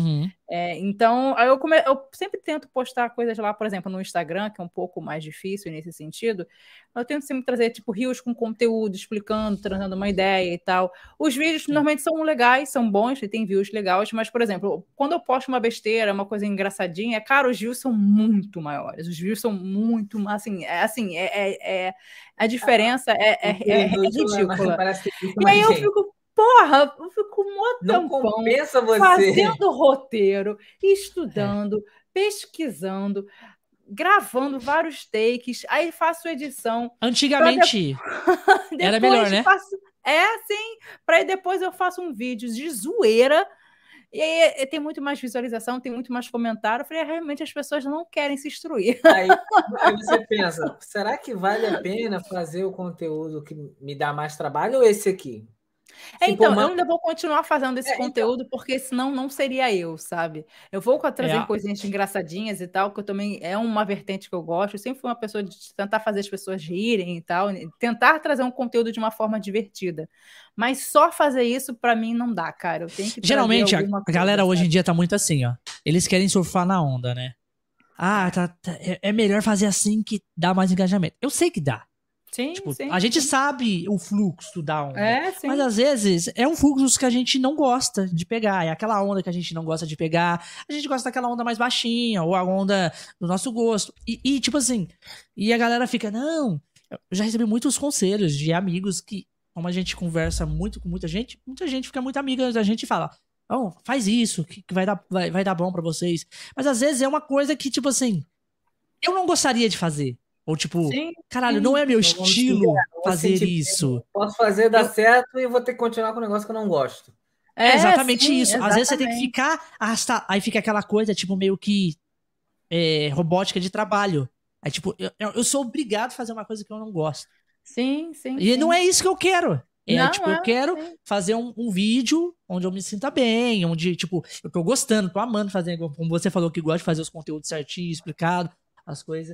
É, então, aí eu, come... eu sempre tento postar coisas lá, por exemplo, no Instagram, que é um pouco mais difícil nesse sentido. Eu tento sempre trazer, tipo, reels com conteúdo, explicando, trazendo uma ideia e tal. Os vídeos Sim. normalmente são legais, são bons, e tem views legais, mas, por exemplo, quando eu posto uma besteira, uma coisa engraçadinha, cara, os views são muito maiores. Os views são muito, assim, é, assim, é, é, é a diferença é, é, é, é ridícula. E aí eu fico... Porra, eu fico mó Não tampão, compensa você. fazendo roteiro, estudando, é. pesquisando, gravando vários takes, aí faço edição. Antigamente de... era melhor, né? Faço... É, sim. Para depois eu faço um vídeo de zoeira, e aí tem muito mais visualização, tem muito mais comentário. Eu falei, realmente as pessoas não querem se instruir. Aí, aí você pensa, será que vale a pena fazer o conteúdo que me dá mais trabalho ou esse aqui? É, então, uma... eu ainda vou continuar fazendo esse é, conteúdo, então... porque senão não seria eu, sabe? Eu vou trazer é. coisinhas engraçadinhas e tal, que eu também é uma vertente que eu gosto. Eu sempre fui uma pessoa de tentar fazer as pessoas rirem e tal, tentar trazer um conteúdo de uma forma divertida. Mas só fazer isso, pra mim, não dá, cara. Eu tenho que Geralmente, a coisa, galera sabe? hoje em dia tá muito assim, ó. Eles querem surfar na onda, né? Ah, tá, tá, é melhor fazer assim que dá mais engajamento. Eu sei que dá. Sim, tipo, sim, a gente sim. sabe o fluxo da onda. É, sim. Mas às vezes é um fluxo que a gente não gosta de pegar. É aquela onda que a gente não gosta de pegar. A gente gosta daquela onda mais baixinha, ou a onda do nosso gosto. E, e tipo assim, e a galera fica, não. Eu já recebi muitos conselhos de amigos que, como a gente conversa muito com muita gente, muita gente fica muito amiga da gente e fala, oh, faz isso, que vai dar, vai, vai dar bom pra vocês. Mas às vezes é uma coisa que, tipo assim, eu não gostaria de fazer. Ou tipo, sim, caralho, sim. não é meu estilo fazer isso. Posso fazer, dar eu... certo e vou ter que continuar com um negócio que eu não gosto. É, é exatamente sim, isso. Exatamente. Às vezes você tem que ficar, arrastar, aí fica aquela coisa, tipo, meio que é, robótica de trabalho. Aí, tipo, eu, eu sou obrigado a fazer uma coisa que eu não gosto. Sim, sim. E sim. não é isso que eu quero. É, não, tipo, é, eu quero sim. fazer um, um vídeo onde eu me sinta bem, onde, tipo, eu tô gostando, tô amando fazer, como você falou que gosta de fazer os conteúdos certinho, explicado, as coisas.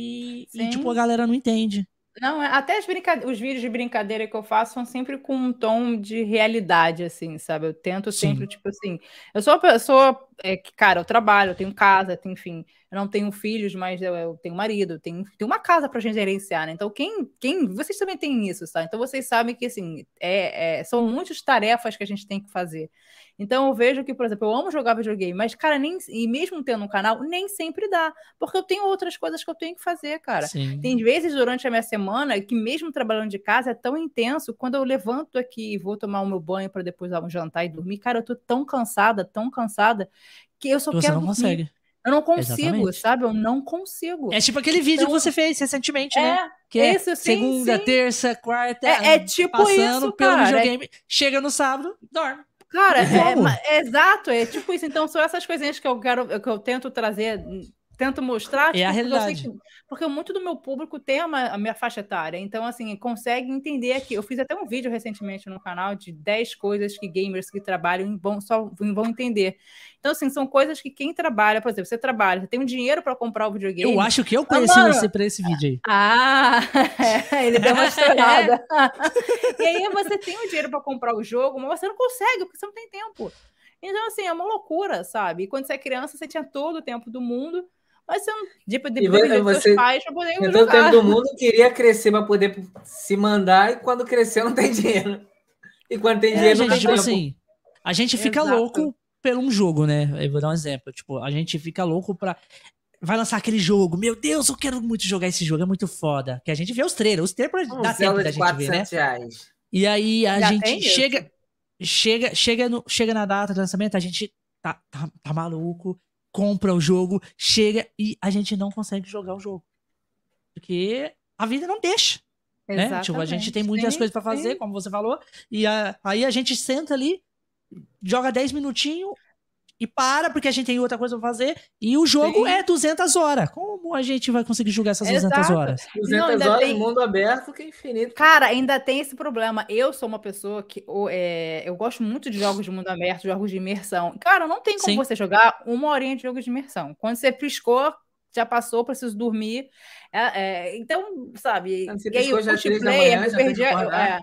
E, e, tipo, a galera não entende. Não, até as brincade... os vídeos de brincadeira que eu faço são sempre com um tom de realidade, assim, sabe? Eu tento sempre, Sim. tipo assim... Eu sou uma pessoa... É, que, cara, eu trabalho, eu tenho casa, tenho, enfim... Eu não tenho filhos, mas eu, eu tenho marido, eu tenho, tenho uma casa pra gente gerenciar, né? Então, quem, quem... Vocês também têm isso, sabe? Então, vocês sabem que, assim, é, é, são muitas tarefas que a gente tem que fazer. Então, eu vejo que, por exemplo, eu amo jogar videogame, mas, cara, nem... E mesmo tendo um canal, nem sempre dá. Porque eu tenho outras coisas que eu tenho que fazer, cara. Sim. Tem vezes durante a minha semana que, mesmo trabalhando de casa, é tão intenso. Quando eu levanto aqui e vou tomar o meu banho para depois dar um jantar e dormir, cara, eu tô tão cansada, tão cansada, que eu só Você quero não dormir. consegue. Eu não consigo, Exatamente. sabe? Eu não consigo. É tipo aquele então, vídeo que você fez recentemente, é, né? Que é isso, sim, segunda, sim. terça, quarta, é, é tipo passando isso, pelo cara. videogame. É... Chega no sábado, dorme. Cara, é, é, exato, é tipo isso. Então, são essas coisinhas que eu quero, que eu tento trazer, tento mostrar. Tipo, é a realidade. Porque, que, porque muito do meu público tem a, a minha faixa etária. Então, assim, consegue entender aqui. Eu fiz até um vídeo recentemente no canal de dez coisas que gamers que trabalham vão, só vão entender. Então, assim, são coisas que quem trabalha, por exemplo, você trabalha, você tem um dinheiro para comprar o videogame. Eu acho que eu conheci ah, você para esse vídeo aí. Ah, ele deu uma estourada. E aí você tem o dinheiro para comprar o jogo, mas você não consegue, porque você não tem tempo. Então, assim, é uma loucura, sabe? E quando você é criança, você tinha todo o tempo do mundo, mas você não... Tipo, depende dos seus pais para poder jogar. Todo o tempo do mundo, queria crescer para poder se mandar, e quando crescer não tem dinheiro. E quando tem dinheiro, é, não tem tipo tempo. Assim, a gente fica Exato. louco por um jogo, né? Eu vou dar um exemplo. Tipo, a gente fica louco pra... Vai lançar aquele jogo. Meu Deus, eu quero muito jogar esse jogo. É muito foda. Que a gente vê os trailers. Os trailers um dá tempo da gente ver, né? Reais. E aí a Já gente chega... Chega, chega, no, chega na data do lançamento, a gente tá, tá, tá maluco, compra o jogo, chega e a gente não consegue jogar o jogo. Porque a vida não deixa. Né? Tipo, a gente tem muitas sim, coisas pra fazer, sim. como você falou. E a, aí a gente senta ali, joga dez minutinhos e para, porque a gente tem outra coisa pra fazer. E o jogo sim. é duzentas horas. Como a gente vai conseguir jogar essas Exato. duzentas horas? duzentas não, horas, tem... mundo aberto, que é infinito. Cara, ainda tem esse problema. Eu sou uma pessoa que é, eu gosto muito de jogos de mundo aberto, jogos de imersão. Cara, não tem como sim. você jogar uma horinha de jogo de imersão. Quando você piscou, já passou, preciso dormir. É, é, então, sabe? Você e aí, o multiplayer, eu perdi... Eu, é,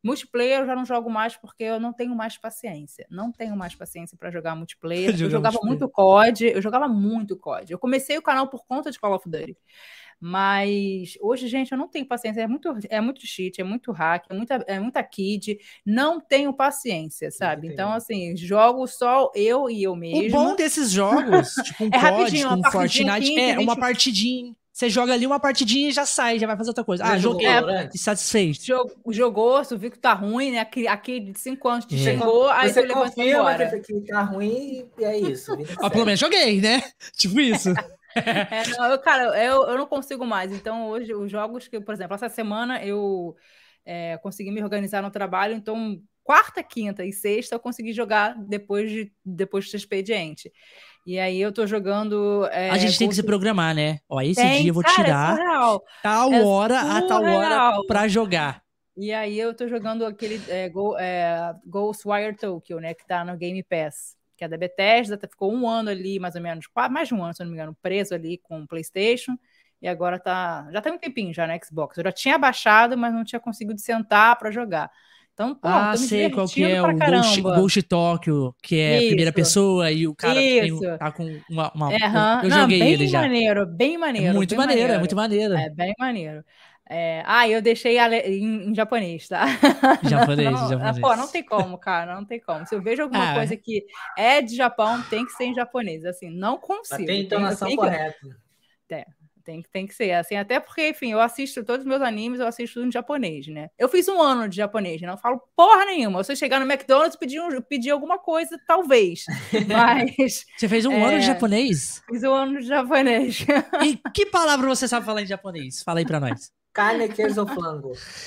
Multiplayer eu já não jogo mais porque eu não tenho mais paciência. Não tenho mais paciência para jogar multiplayer. Eu jogava muito C O D, eu jogava muito C O D. Eu comecei o canal por conta de Call of Duty. Mas hoje, gente, eu não tenho paciência. É muito, é muito cheat, é muito hack, é muita, é muita kid. Não tenho paciência, sabe? Então, assim, jogo só eu e eu mesma. O bom desses jogos, tipo um é C O D, rapidinho, com uma Fortnite, quinze, é vinte... uma partidinha. Você joga ali uma partidinha e já sai, já vai fazer outra coisa. Ah, joguei, é, e satisfeito. Jogou, jogou, tu viu que tá ruim, né? Aqui, aqui de cinco anos te É. chegou, aí você tu levanta confirma embora. que, que tá ruim e é isso. Ah, pelo menos joguei, né? Tipo isso. É, não, eu, cara, eu, eu não consigo mais. Então, hoje, os jogos que, por exemplo, essa semana eu é, consegui me organizar no trabalho, então quarta, quinta e sexta eu consegui jogar depois, de, depois do expediente. E aí eu tô jogando... É, a gente tem que se programar, né? Ó, esse tem, dia eu vou cara, tirar é tal é hora a tal hora pra jogar. E aí eu tô jogando aquele é, Go, é, Ghostwire Tokyo, né? Que tá no Game Pass, que é da Bethesda, ficou um ano ali, mais ou menos, mais de um ano, se eu não me engano, preso ali com o PlayStation, e agora tá... Já tem um tempinho já na Xbox. Eu já tinha baixado, mas não tinha conseguido sentar pra jogar. Então, pô, ah, tô me sei qual que é, o Ghost, Ghost Tokyo, que é Isso. primeira pessoa e o cara Isso. tem, tá com uma... uma uhum. Eu Não, joguei bem ele já. Maneiro, bem maneiro, é muito bem maneiro, maneiro, é muito maneiro. É bem maneiro. É... Ah, eu deixei em, em japonês, tá? Japonês, não, japonês. Pô, não tem como, cara, não tem como. Se eu vejo alguma ah. coisa que é de Japão, tem que ser em japonês. Assim, não consigo. Tem entonação tem, correta. Que... É. Tem, tem que ser, assim, até porque, enfim, eu assisto todos os meus animes, eu assisto tudo em japonês, né? Eu fiz um ano de japonês, né? Não falo porra nenhuma. Se eu chegar no McDonald's e pedir, um, pedir alguma coisa, talvez. Mas... Você fez um é... ano de japonês? Fiz um ano de japonês. E que palavra você sabe falar em japonês? Fala aí pra nós. Carne, queijo ou flango?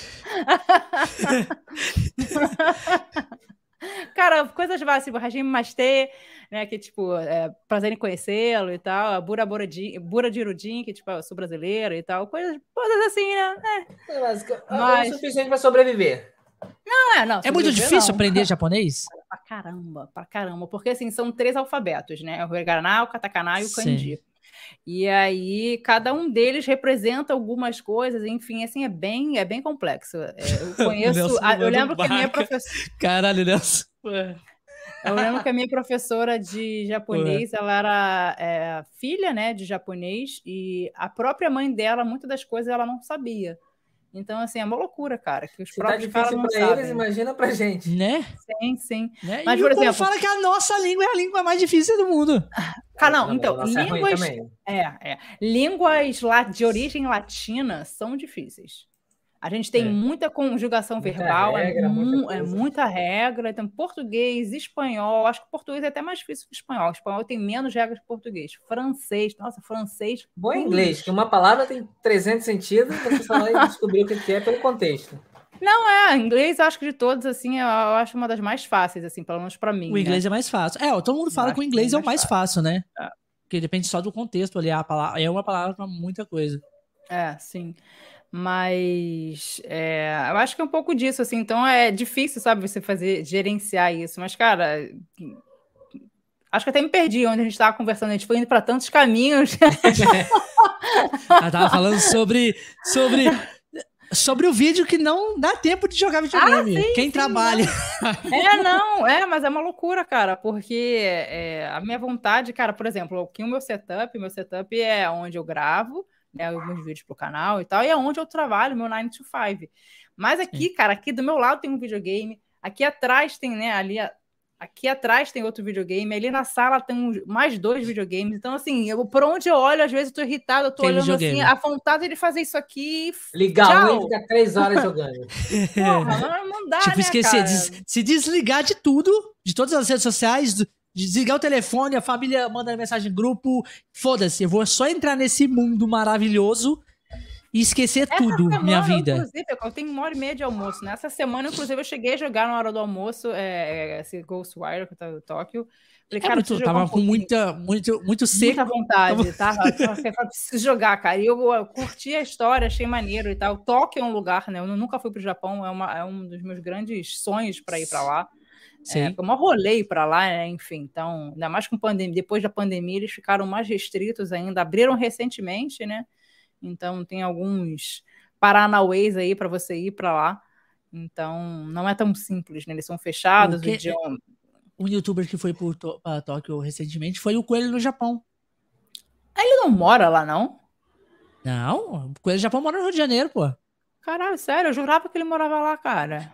Cara, coisas básicas, tipo, Hajime Mashite, né, que, tipo, é, prazer em conhecê-lo e tal, a Bura Bura Jirudin, que, tipo, eu sou brasileira e tal, coisas, coisas assim, né? É. Mas, Mas... é o suficiente pra sobreviver. Não, é, não. É muito difícil não. aprender japonês? Pra caramba, pra caramba, porque, assim, são três alfabetos, né, o hiragana, o katakana e o kanji. Sim. E aí, cada um deles representa algumas coisas, enfim, assim, é bem, é bem complexo. É, eu conheço... a, eu lembro que a minha professora... Caralho, Nelson. Eu lembro que a minha professora de japonês, Ué. ela era é, filha, né, de japonês, e a própria mãe dela, muitas das coisas ela não sabia. Então, assim, é uma loucura, cara, que os Se próprios tá caras não pra sabem. Eles, imagina pra gente. Né? Sim, sim. Né? Mas, e por o exemplo... povo fala que a nossa língua é a língua mais difícil do mundo. Ah, não, então, línguas... É, é. Línguas de origem latina são difíceis. A gente tem é. muita conjugação muita verbal, regra, é, muita, é muita regra. Então, português, espanhol, acho que português é até mais difícil que espanhol. O espanhol tem menos regras que português. Francês, nossa, francês... Bom em inglês, que uma palavra tem trezentos sentidos, você só vai descobrir o que é pelo contexto. Não, é, inglês, eu acho que de todos, assim, eu acho uma das mais fáceis, assim, pelo menos pra mim. O inglês né? é mais fácil. É, todo mundo fala que o inglês é o mais fácil, fácil né? É. Porque depende só do contexto ali, a palavra, é uma palavra pra muita coisa. É, sim. Mas é, eu acho que é um pouco disso, assim, então é difícil, sabe, você fazer, gerenciar isso, mas, cara, acho que até me perdi onde a gente estava conversando, a gente foi indo para tantos caminhos. Ela tava falando sobre, sobre, sobre o vídeo que não dá tempo de jogar videogame, ah, sim, quem sim, trabalha. Não. É, não, é, mas é uma loucura, cara, porque é, a minha vontade, cara, por exemplo, aqui o meu setup, meu setup é onde eu gravo, né, alguns vídeos pro canal e tal, e é onde eu trabalho, meu nine to five. Mas aqui, Sim. cara, aqui do meu lado tem um videogame, aqui atrás tem, né, ali, aqui atrás tem outro videogame, ali na sala tem um, mais dois videogames, então, assim, eu, por onde eu olho, às vezes eu tô irritada, eu tô tem olhando videogame. assim, a vontade de fazer isso aqui... Ligar um e ficar três horas jogando. Porra, não, não dá, tipo, né, esquecer, cara? Des, se desligar de tudo, de todas as redes sociais... Do... Desligar o telefone, a família manda mensagem no grupo, foda-se, eu vou só entrar nesse mundo maravilhoso e esquecer Essa tudo, semana, minha vida. Inclusive, eu tenho uma hora e meia de almoço. Nessa semana, inclusive, eu cheguei a jogar na hora do almoço é, esse Ghostwire, que tá no Tóquio. Falei, cara, é muito, tava um com muita, muito, muito seco. Muita vontade, tava, tava, tava preciso jogar, cara. E eu, eu curti a história, achei maneiro e tal. Tóquio é um lugar, né? Eu nunca fui pro Japão, é, uma, é um dos meus grandes sonhos para ir para lá. Sim. É, como eu rolei para lá, né? Enfim, então, ainda mais com pandemia, depois da pandemia, eles ficaram mais restritos ainda, abriram recentemente, né? Então, tem alguns paranauês aí para você ir para lá. Então, não é tão simples, né? Eles são fechados, o, que, o idioma... Um youtuber que foi para Tóquio recentemente foi o Coelho no Japão. Ele não mora lá, não? Não, o Coelho no Japão mora no Rio de Janeiro, pô. Caralho, sério, eu jurava que ele morava lá, cara.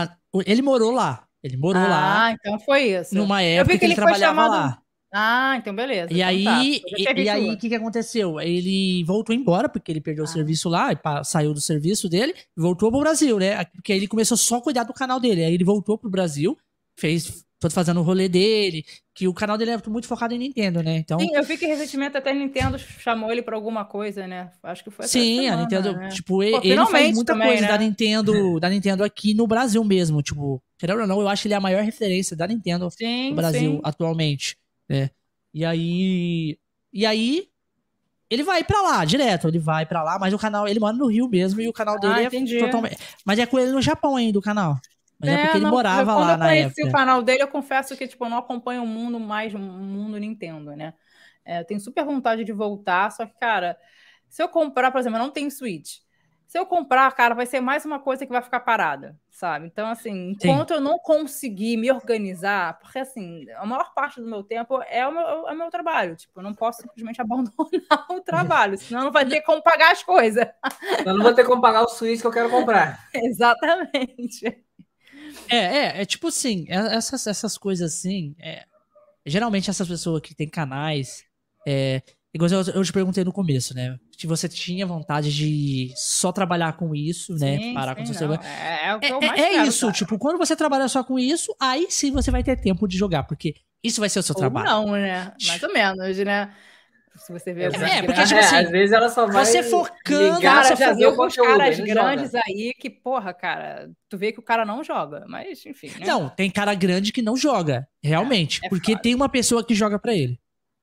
Ele morou lá. Ele morou ah, lá. Ah, então foi isso. Numa época que, que ele, ele trabalhava chamado... lá. Ah, então beleza. E então aí, tá. e, e aí o que, que aconteceu? Ele voltou embora, porque ele perdeu ah. o serviço lá, saiu do serviço dele, e voltou pro Brasil, né? Porque aí ele começou só a cuidar do canal dele. Aí ele voltou pro Brasil, fez, foi fazendo o rolê dele, que o canal dele é muito focado em Nintendo, né? Então, sim, eu vi que recentemente até a Nintendo chamou ele pra alguma coisa, né? Acho que foi essa Sim, semana, a Nintendo, né? tipo, Pô, ele faz muita também, coisa né? da Nintendo, da Nintendo aqui no Brasil mesmo, tipo, querendo ou não, eu acho que ele é a maior referência da Nintendo sim, no Brasil sim. atualmente, né? E aí, e aí ele vai pra lá, direto, ele vai pra lá, mas o canal, ele mora no Rio mesmo e o canal dele ah, é entendi. totalmente, mas é com ele no Japão ainda o canal. Mas é, é porque ele não, morava lá na época. Quando eu conheci o canal dele, eu confesso que tipo, eu não acompanho o mundo mais, o mundo Nintendo, né? É, eu tenho super vontade de voltar, só que, cara, se eu comprar, por exemplo, eu não tenho Switch. Se eu comprar, cara, vai ser mais uma coisa que vai ficar parada, sabe? Então, assim, enquanto Sim. eu não conseguir me organizar, porque, assim, a maior parte do meu tempo é o meu, é o meu trabalho. Tipo, eu não posso simplesmente abandonar o trabalho, senão não vai ter como pagar as coisas. Eu não vou ter como pagar o Switch que eu quero comprar. Exatamente. É, é, é tipo assim, essas, essas coisas assim, é, geralmente essas pessoas que têm canais, é, igual eu, eu te perguntei no começo, né? Se você tinha vontade de só trabalhar com isso, sim, né? Parar sim, com o seu trabalho. É, é, o que eu mais é, é quero, isso, cara. Tipo, quando você trabalha só com isso, aí sim você vai ter tempo de jogar, porque isso vai ser o seu Ou trabalho. Não, né? Mais ou menos, né? Se você vê é, porque, tipo assim, é, às vezes ela só vai você focando, cara, você já viu os caras grandes joga. aí que, porra, cara, tu vê que o cara não joga, mas enfim, né? Não, tem cara grande que não joga, realmente, é, é porque foda. tem uma pessoa que joga pra ele.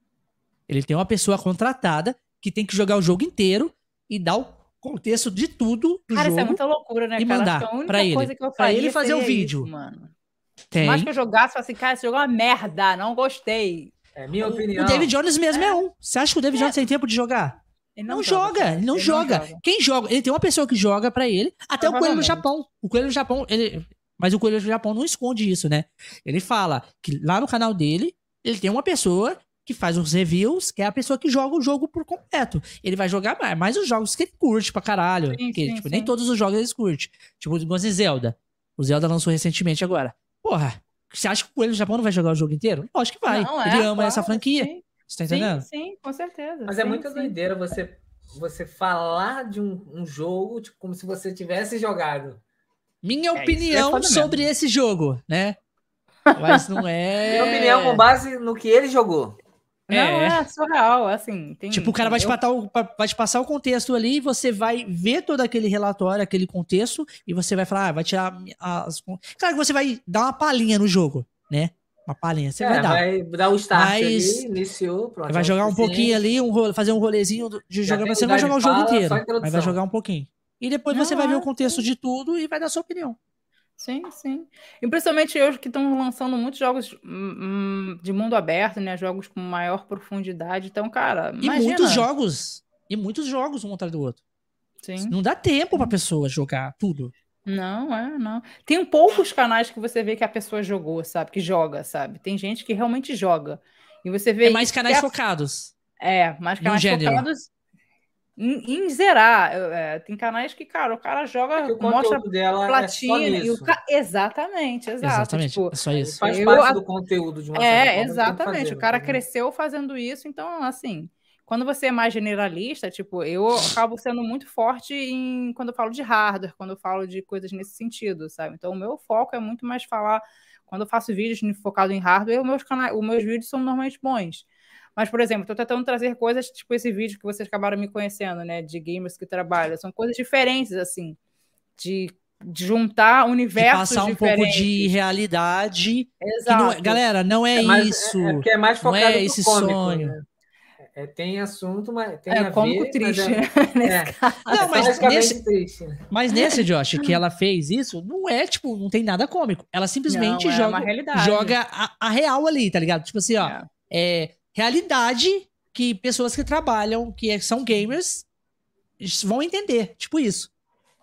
Ele tem uma pessoa contratada que tem que jogar o jogo inteiro e dar o contexto de tudo do cara, jogo. Cara, isso é muita loucura, né, e cara? mandar Acho que a única pra ele, coisa que eu pra ele fazer o vídeo. Isso, mano. Tem. Mas que eu jogasse, eu assim, cara, esse jogo é uma merda, não gostei. É minha o, opinião. O David Jones mesmo é, é um. Você acha que o David é. Jones tem tempo de jogar? Ele não, não joga, joga, ele não ele joga. não joga. Quem joga? Ele tem uma pessoa que joga pra ele, até o Coelho no Japão. O Coelho no Japão, ele... mas o Coelho no Japão não esconde isso, né? Ele fala que lá no canal dele, ele tem uma pessoa que faz os reviews, que é a pessoa que joga o jogo por completo. Ele vai jogar mais, mais os jogos que ele curte pra caralho. Sim, que, sim, tipo, sim. Nem todos os jogos ele curte. Tipo, igual assim, Zelda. O Zelda lançou recentemente agora. Porra, você acha que o Coelho no Japão não vai jogar o jogo inteiro? Lógico que vai. Não, é, ele ama claro, essa franquia. Sim. Você tá entendendo? Sim, sim, com certeza. Mas sim, é muita sim. doideira você, você falar de um, um jogo tipo, como se você tivesse jogado. Minha é, opinião é sobre mesmo. esse jogo, né? Mas não é... Minha opinião com base no que ele jogou. Não, é, é surreal, assim. Tem, tipo, o cara vai te, o, vai te passar o contexto ali, você vai ver todo aquele relatório, aquele contexto, e você vai falar, ah, vai tirar as... Claro que você vai dar uma palhinha no jogo, né? Uma palhinha, você é, vai dar. Vai dar o start Mas... ali, iniciou, pronto. Vai jogar um pouquinho ali, um role, fazer um rolezinho de jogar, mas você não vai jogar o jogo fala, inteiro, mas vai jogar um pouquinho. E depois não, você vai é, ver o contexto sim. de tudo e vai dar sua opinião. Sim, sim. E principalmente hoje que estão lançando muitos jogos hum, de mundo aberto, né? Jogos com maior profundidade. Então, cara, imagina. E muitos jogos. E muitos jogos um atrás do outro. Sim. Não dá tempo pra pessoa jogar tudo. Não, é, não. Tem poucos canais que você vê que a pessoa jogou, sabe? Que joga, sabe? Tem gente que realmente joga. E você vê... É mais canais é... focados. É, mais canais focados em, em zerar. É, tem canais que, cara, o cara joga, é o mostra dela platina. É e o ca... Exatamente, exato. Exatamente, tipo, é só isso. Faz eu... parte do conteúdo de uma É, exatamente. fazer, o cara né? cresceu fazendo isso, então, assim... Quando você é mais generalista, tipo, eu acabo sendo muito forte em quando eu falo de hardware, quando eu falo de coisas nesse sentido, sabe? Então, o meu foco é muito mais falar... Quando eu faço vídeos focados em hardware, os meus, cana... os meus vídeos são normalmente bons. Mas, por exemplo, estou tentando trazer coisas tipo esse vídeo que vocês acabaram me conhecendo, né? De gamers que trabalham. São coisas diferentes, assim. De, de juntar universos de passar um diferentes. pouco de realidade. Exato. Não é... Galera, não é, é mais, isso. É, é porque é mais focado não é no esse cômico, sonho. Né? É, tem assunto, mas tem é, a cômico ver, triste, é, né? Nesse é, caso. Não, mas nesse, triste, né? mas nesse, Josh, que ela fez isso, não é, tipo, não tem nada cômico. Ela simplesmente não, é joga, uma realidade. joga a, a real ali, tá ligado? Tipo assim, ó, É. é realidade que pessoas que trabalham, que são gamers, vão entender. Tipo isso.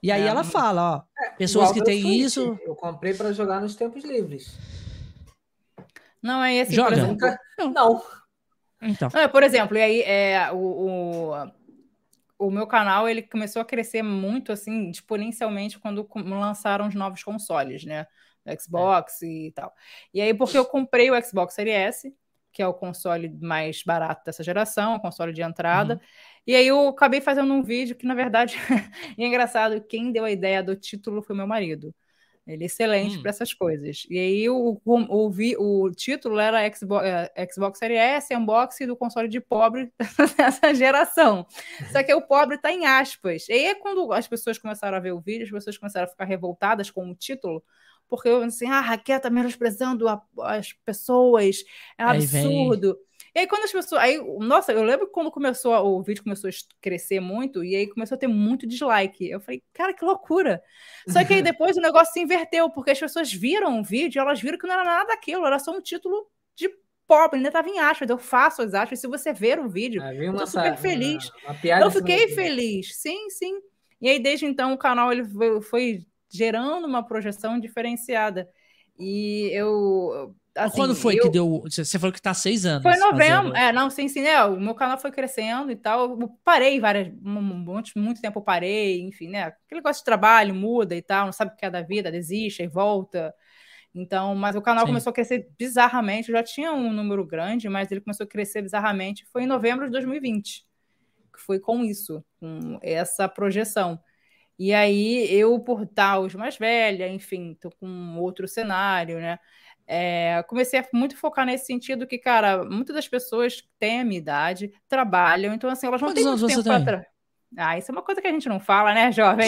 E aí É, ela mas- fala, ó, pessoas Igual que meu têm Switch, isso... Eu comprei para jogar nos tempos livres. Não, é esse, Joga? por exemplo. Nunca. Não. Não. Então, Não, por exemplo, e aí é, o, o, o meu canal ele começou a crescer muito assim, exponencialmente quando com- lançaram os novos consoles, né? O Xbox e tal. E aí, porque eu comprei o Xbox Series S, que é o console mais barato dessa geração, o console de entrada. Uhum. E aí eu acabei fazendo um vídeo que, na verdade, é engraçado, quem deu a ideia do título foi meu marido. Ele é excelente Hum. para essas coisas. E aí o, o, o, vi- o título era Xbox, eh, Xbox Series S, unboxing do console de pobre dessa geração. Só que o pobre está em aspas. E aí é quando as pessoas começaram a ver o vídeo, as pessoas começaram a ficar revoltadas com o título, porque eu assim, ah, a Raquel tá menosprezando a- as pessoas, é um Aí vem- absurdo. E aí, quando as pessoas. Aí, nossa, eu lembro que quando começou a- o vídeo começou a est- crescer muito, e aí começou a ter muito dislike. Eu falei, cara, que loucura. Só que aí depois o negócio se inverteu, porque as pessoas viram o vídeo e elas viram que não era nada daquilo, era só um título de pobre, ainda estava em aspas. Eu faço as aspas. Se você ver o vídeo, Ah, vi eu uma, tô super uma- feliz. uma piada Eu em cima fiquei daquilo. feliz, sim, sim. E aí, desde então, o canal ele foi, foi gerando uma projeção diferenciada. E eu. Assim, quando foi eu... que deu... Você falou que tá há seis anos. Foi em novembro. fazendo- É, não, sim, sim, né? O meu canal foi crescendo e tal. Eu parei várias. um- Muito, muito tempo eu parei, enfim, né? Aquele negócio de trabalho muda e tal, não sabe o que é da vida, desiste e volta. Então, mas o canal Sim. começou a crescer bizarramente. Eu já tinha um número grande, mas ele começou a crescer bizarramente. Foi em novembro de dois mil e vinte, que foi com isso, com essa projeção. E aí, eu, por estar os mais velha, enfim, tô com outro cenário, né? É, comecei a muito focar nesse sentido que, cara, muitas das pessoas que têm a minha idade trabalham, então, assim, elas não Quantos têm anos muito você tempo para tem? tra... Ah, isso é uma coisa que a gente não fala, né, jovem?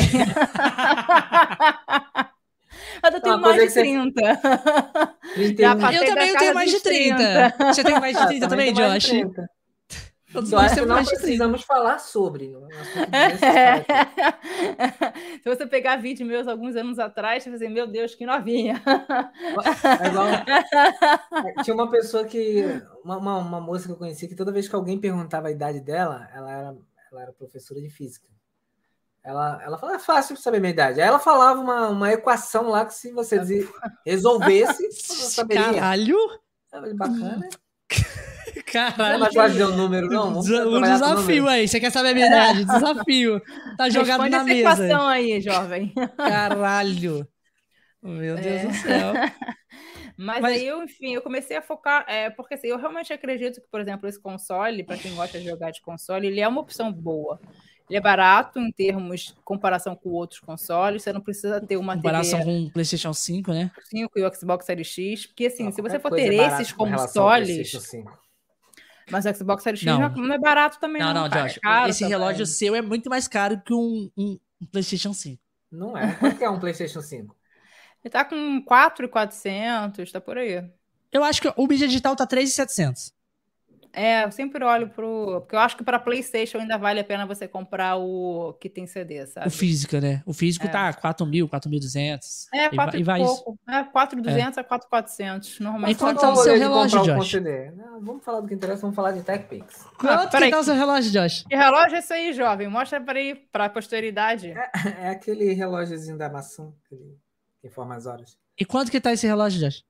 Mas eu tenho Uma coisa mais de que você- trinta. trinta e Já um. passei Eu da também casa tenho mais dos de trinta. Você tem mais de Ah, trinta também, tem mais de Josh? trinta. Todos Eu nós acho que temos não mais de trinta. precisamos falar sobre. um assunto desnecessário aqui. Se você pegar vídeo meus alguns anos atrás, você vai dizer, meu Deus, que novinha. É igual- Tinha uma pessoa que. Uma, uma, uma moça que eu conheci que toda vez que alguém perguntava a idade dela, ela era, ela era professora de física. Ela, ela falava, é fácil saber a minha idade. Aí ela falava uma, uma equação lá que se você dizer- resolvesse, você saberia. Caralho! Ah, bacana. Não é Caralho! mais fácil dizer um número, não? Vamos Desa- O trabalhar com desafio número. aí, você quer saber a minha idade? Desafio. Tá jogado Responde na essa mesa. equação aí, jovem. Caralho! Meu Deus É. do céu. Mas, Mas- aí eu, enfim, eu comecei a focar, é, porque assim, eu realmente acredito que, por exemplo, esse console, para quem gosta de jogar de console, ele é uma opção boa. Ele é barato em termos de comparação com outros consoles, você não precisa ter uma Comparação T V com o PlayStation cinco, né? cinco e o Xbox Series X, porque assim, Não, se você qualquer for coisa ter é barato esses com relação ao consoles, PlayStation cinco. mas o Xbox Series X Não. não, não é barato também Não, não, não, cara. Josh. É caro Esse também. relógio seu é muito mais caro que um, um- um PlayStation cinco. Não é. Quanto que é um PlayStation cinco? Ele tá com quatro mil e quatrocentos, tá por aí. Eu acho que o mídia digital tá três mil e setecentos. É, eu sempre olho pro... Porque eu acho que para PlayStation ainda vale a pena você comprar o que tem C D, sabe? O físico, né? O físico É. tá quatro mil, quatro mil e duzentos. É, E quatro vai- e e vai- pouco. É, quatro mil e duzentos a quatro mil e quatrocentos, E normalmente. quanto Qual tá é o o seu rolê de relógio, comprar um Josh? C D? Não, vamos falar do que interessa, vamos falar de TechPix. Quanto que peraí. tá o seu relógio, Josh? Que relógio é esse aí, jovem? Mostra para aí, para a posteridade. É aquele relógiozinho da maçã aquele que informa as horas. E quanto que tá esse relógio, Josh?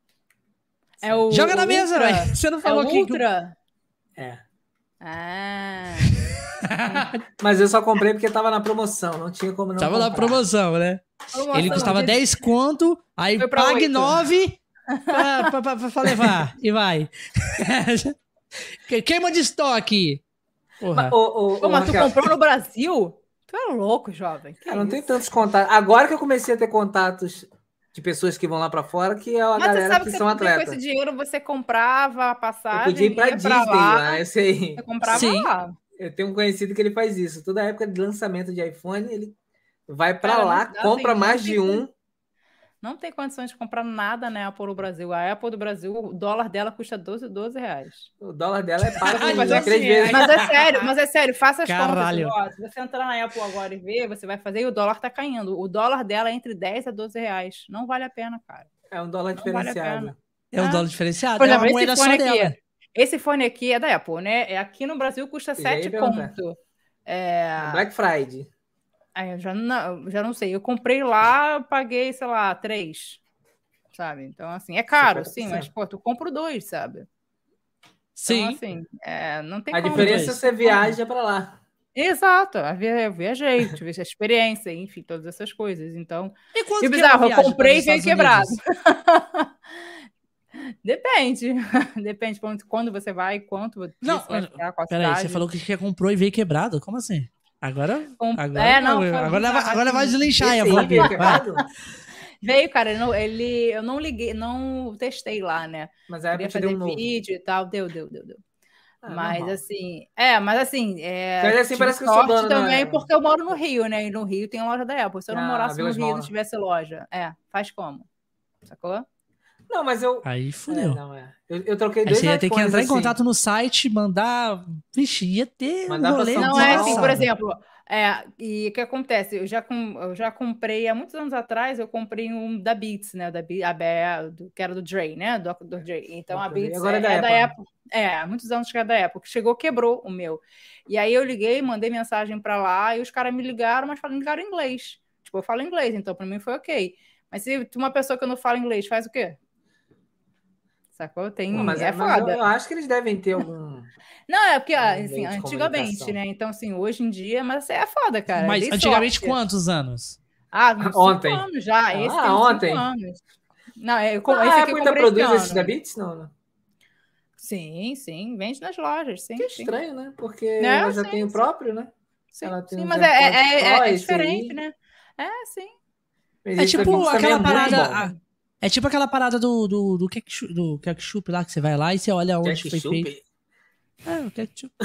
É o Joga na o mesa, Ultra? velho. Você não É falou o que... Ultra? É. Ah. Mas eu só comprei porque tava na promoção, não tinha como não Tava na comprar. promoção, né? Promoção Ele custava de- dez conto, aí Foi pra pague oito. nove pra, pra, pra, pra levar. E vai. Queima de estoque. Porra. Ô, ô, Pô, ô, mas tu Raquel, comprou no Brasil? Tu é louco, jovem. Que cara, não tem isso? tantos contatos. Agora que eu comecei a ter contatos de pessoas que vão lá pra fora, que é a Mas você galera sabe que que são você, com atletas. esse dinheiro você comprava a Eu passagem, podia ir pra ia Disney, pra lá, lá, esse aí. você comprava Sim. lá. Eu tenho um conhecido que ele faz isso. Toda época de lançamento de iPhone, ele vai pra Cara, lá, não- compra assim, mais não de tem um. Não tem condições de comprar nada na Apple no Brasil. A Apple do Brasil, o dólar dela custa doze, doze reais. O dólar dela é pago Caralho, em mas três assim, vezes. Mas é sério, mas é sério, faça as Caralho. contas. Ó, se você entrar na Apple agora e ver, você vai fazer e o dólar tá caindo. O dólar dela é entre dez a doze reais. Não vale a pena, cara. É um dólar Não vale a diferenciado. pena. É um Ah. dólar diferenciado. Por é uma exemplo, moeda esse só fone dela. aqui, esse fone aqui é da Apple, né? É aqui no Brasil custa Eu já ia sete perguntar. conto. É... Black Friday. Aí eu já não, já não sei. Eu comprei lá, eu paguei, sei lá, três. Sabe? Então, assim, é caro, sim, mas, pô, tu compra dois, sabe? Sim. Então, assim, é, não tem A como. diferença é dois. você viaja para lá. Exato, eu viajei, tive essa experiência, enfim, todas essas coisas. Então, E quanto e o que é uma bizarro, eu viagem para comprei os e veio Estados quebrado. Unidos? Depende. Depende quando, quando você vai, quanto você Não, vai ficar, qual peraí, cidade. você falou que comprou e veio quebrado? Como assim? Agora, Com... agora, É, não, foi agora, bizarro, agora, agora assim. vai deslinchar aí a Esse aí veio Vogue. quebrado? Veio, cara, ele, não- ele, eu não liguei, não testei lá, né? Mas a Queria Apple te deu fazer um novo. vídeo e tal, deu, deu, deu, deu. Ah, Mas normal. assim, é, mas assim, é, Mas assim, tive parece que eu sou sorte dono também da- porque eu moro no Rio, né? E no Rio tem loja da Apple. Se eu não Ah, morasse no Village Rio e Mall, não né? tivesse loja, é, faz como? Sacou? Não, mas eu. Aí É, fudeu. não, é. Eu, eu troquei Aí dois você ia ter que iPhones entrar em assim. contato no site, mandar. Vixe, ia ter um Mandar pra rolê São Não é assim, por Paulo. desgraçado. exemplo, é, e o que acontece? Eu já, com, eu já comprei, há muitos anos atrás, eu comprei um da Beats, né? Da Be- a Be- do, que era do Dre, né? Do, do Dre. Então a doutor Dre. Beats Agora é, é é da da Apple. Apple. É, há muitos anos que é da Apple. Que chegou, quebrou o meu. E aí eu liguei, mandei mensagem pra lá e os caras me ligaram, mas falaram, ligaram em inglês. Tipo, eu falo inglês, então pra mim foi ok. Mas se uma pessoa que não fala inglês faz o quê? Sacou? Tem, Não, mas, é mas eu, foda. eu acho que eles devem ter algum, Não, é porque, algum assim, meio de antigamente, comunicação. né? Então, assim, hoje em dia, mas é foda, cara. Mas Dei antigamente sorte. quantos anos? Ah, uns cinco Ontem. anos já. Esse tem Ah, uns cinco ontem. anos. Não, é, eu com- Ah, esse a aqui eu Apple ainda comprei esse produz esses da ano. Beats? Não, não. Sim, sim. Vende nas lojas, sim, Que sim. estranho, né? Porque É, ela já sim, tem o sim. próprio, né? Sim, Ela tem sim, os mas é, AirPods é, Pro, é, é esse diferente, aí. né? É, sim. Mas É esse da tipo Beats também é aquela muito parada. bom. ah, É tipo aquela parada do, do, do, ketchup, do ketchup lá, que você vai lá e você olha onde foi feito. Ketchup? É, o ketchup.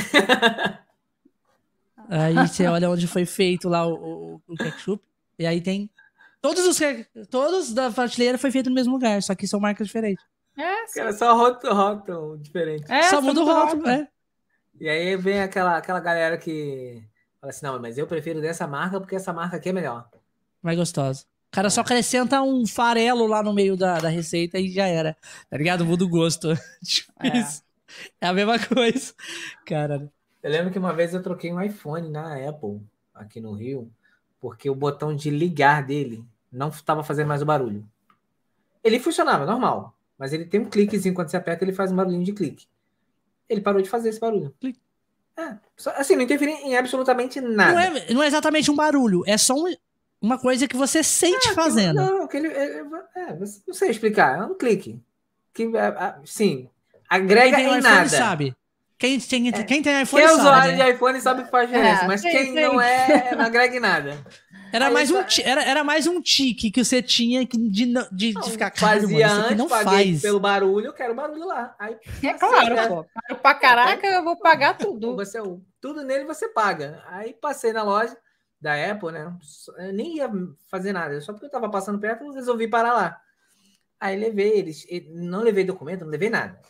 Aí você olha onde foi feito lá o, o, o ketchup. E aí tem. Todos os que- todos da prateleira foi feito no mesmo lugar, só que são marcas diferentes. É, sim. Cara, só rótulo, rótulo diferente. É, Só só muda o muda o rótulo, rótulo. é. E aí vem aquela, aquela galera que fala assim, não, mas eu prefiro dessa marca porque essa marca aqui é melhor. Mais gostosa. O cara É. só acrescenta um farelo lá no meio da, da receita e já era. Tá ligado? Muda o gosto. Tipo É. isso. É a mesma coisa. Cara. Eu lembro que uma vez eu troquei um iPhone na Apple, aqui no Rio, porque o botão de ligar dele não estava fazendo mais o barulho. Ele funcionava, normal, mas ele tem um cliquezinho, quando você aperta, ele faz um barulhinho de clique. Ele parou de fazer esse barulho. Clique. É, só- assim, não interfere em absolutamente nada. Não é, não é exatamente um barulho, é só um- uma coisa que você sente Ah, fazendo. Não, não, que ele, é, é, não sei explicar, é um clique. Que, é, é, sim, agrega Quem tem em iPhone nada. sabe. Quem tem, quem tem iPhone Quem é sabe, usuário né? de iPhone sabe que faz diferença, É, mas sim, quem sim. não é, não agrega em nada. Era Aí mais, só- um, ti- era, era mais um tique que você tinha que de, não- de, de ficar, caralho, mano, Fazia isso aqui antes, não paguei faz. pelo barulho, eu quero barulho lá. Aí, É passei, claro, né? pô. Caro pra caraca, eu vou pagar tudo. Você, tudo nele você paga. Aí passei na loja da Apple, né? Eu nem ia fazer nada, só porque eu tava passando perto, eu resolvi parar lá. Aí levei eles, não levei documento, não levei nada.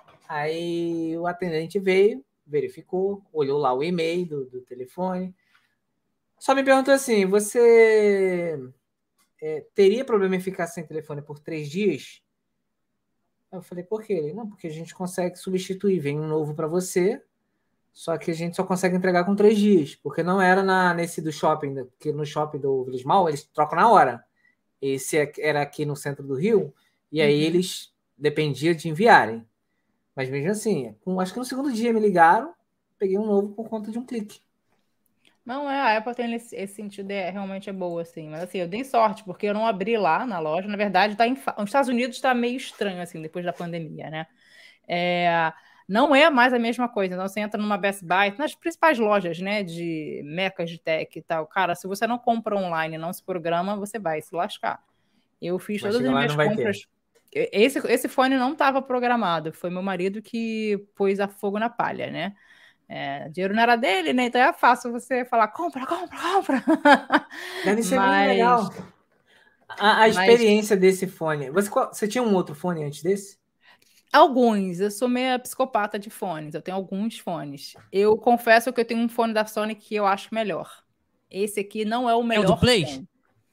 Aí o atendente veio, verificou, olhou lá o e-mail do, do telefone. Só me perguntou assim: você é, teria problema em ficar sem telefone por três dias? Eu falei, por quê? Ele, não, porque a gente consegue substituir, vem um novo para você, só que a gente só consegue entregar com três dias, porque não era na, nesse do shopping, porque no shopping do Village Mall eles trocam na hora. Esse era aqui no centro do Rio, e aí Uhum. eles dependiam de enviarem. Mas mesmo assim, com, acho que no segundo dia me ligaram, peguei um novo por conta de um clique. Não, é, a Apple tem esse, esse sentido, é, realmente é boa, assim. Mas assim, eu dei sorte, porque eu não abri lá na loja. Na verdade, tá em, fa- os Estados Unidos está meio estranho, assim, depois da pandemia, né? É, não é mais a mesma coisa. Então, você entra numa Best Buy, nas principais lojas, né, de mecas de tech e tal. Cara, se você não compra online, não se programa, você vai se lascar. Eu fiz Mas todas chega as lá, minhas não vai compras. Esse, esse fone não estava programado. Foi meu marido que pôs a fogo na palha, né? É, dinheiro não era dele, né? Então é fácil você falar, compra, compra, compra. Deve ser Mas- bem legal. A, a mas- experiência desse fone. Você, qual- você tinha um outro fone antes desse? Alguns, eu sou meio psicopata de fones, eu tenho alguns fones. Eu confesso que eu tenho um fone da Sony que eu acho melhor. Esse aqui não é o melhor. do Play? fone.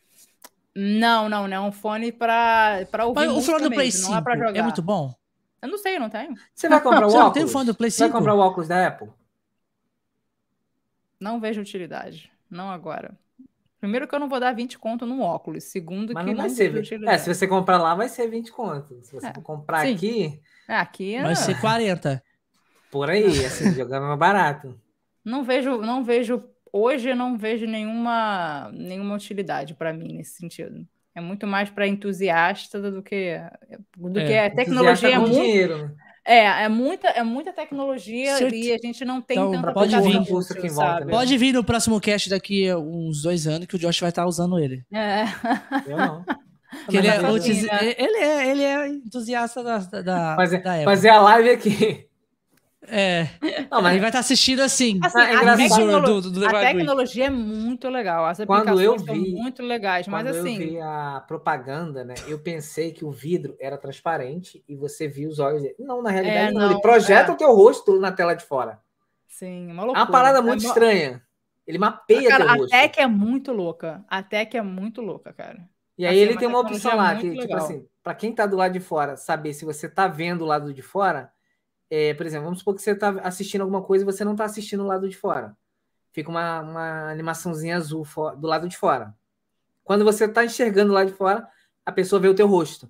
Não, não, não. É um fone para ouvir Mas o música fone do Play mesmo, não é cinco para jogar. é muito bom? Eu não sei, eu não tenho. Você vai comprar o Você óculos? não tem o fone do Play Você vai cinco? comprar o óculos da Apple? Não vejo utilidade. Não agora. Primeiro que eu não vou dar vinte conto num óculos. Segundo Mas que não vai não ser. vejo vi- É, utilidade. se você comprar lá, vai ser vinte conto. Se você É, for comprar sim. aqui, É, Aqui Vai ah, ser quarenta. por aí, assim, jogando mais barato. não vejo, não vejo, hoje eu não vejo nenhuma, nenhuma utilidade para mim nesse sentido. É muito mais para entusiasta do que do que É, a Entusiasta tecnologia é com muito, dinheiro, né? é, é muita, é muita tecnologia Cert- e a gente não tem Então, tanta Pra pode pouco vir. aplicação recurso aqui útil, em volta, sabe? né? Pode vir no próximo cast daqui a uns dois anos que o Josh vai estar usando ele. É. Eu não. Que ele, Mas é, Mas beleza. assim, utis- né? ele, é, ele é entusiasta da, da, fazer, da Apple. fazer a live aqui. É. Não, Ele mas vai estar assistindo assim, Assim, Ah, é a, no engraçado. visor tecnolo- do, do a bagulho. tecnologia é muito legal, as Quando eu aplicações são vi- muito legais, mas quando eu assim, vi a propaganda, né? Eu pensei que o vidro era transparente e você via os olhos dele. Não, na realidade, É, não. Ele não, projeta é. o teu rosto na tela de fora. sim, uma É loucura. uma parada muito É mo- estranha. Ele mapeia Cara, teu a rosto. tech é muito louca. A tech é muito louca, cara. E aí Assim, é ele uma tem uma opção tecnologia lá, muito que, tipo legal. assim, para quem tá do lado de fora, saber se você tá vendo o lado de fora, é, por exemplo, vamos supor que você tá assistindo alguma coisa e você não tá assistindo o lado de fora. Fica uma, uma animaçãozinha azul fo- do lado de fora. Quando você tá enxergando lá de fora, a pessoa vê o teu rosto.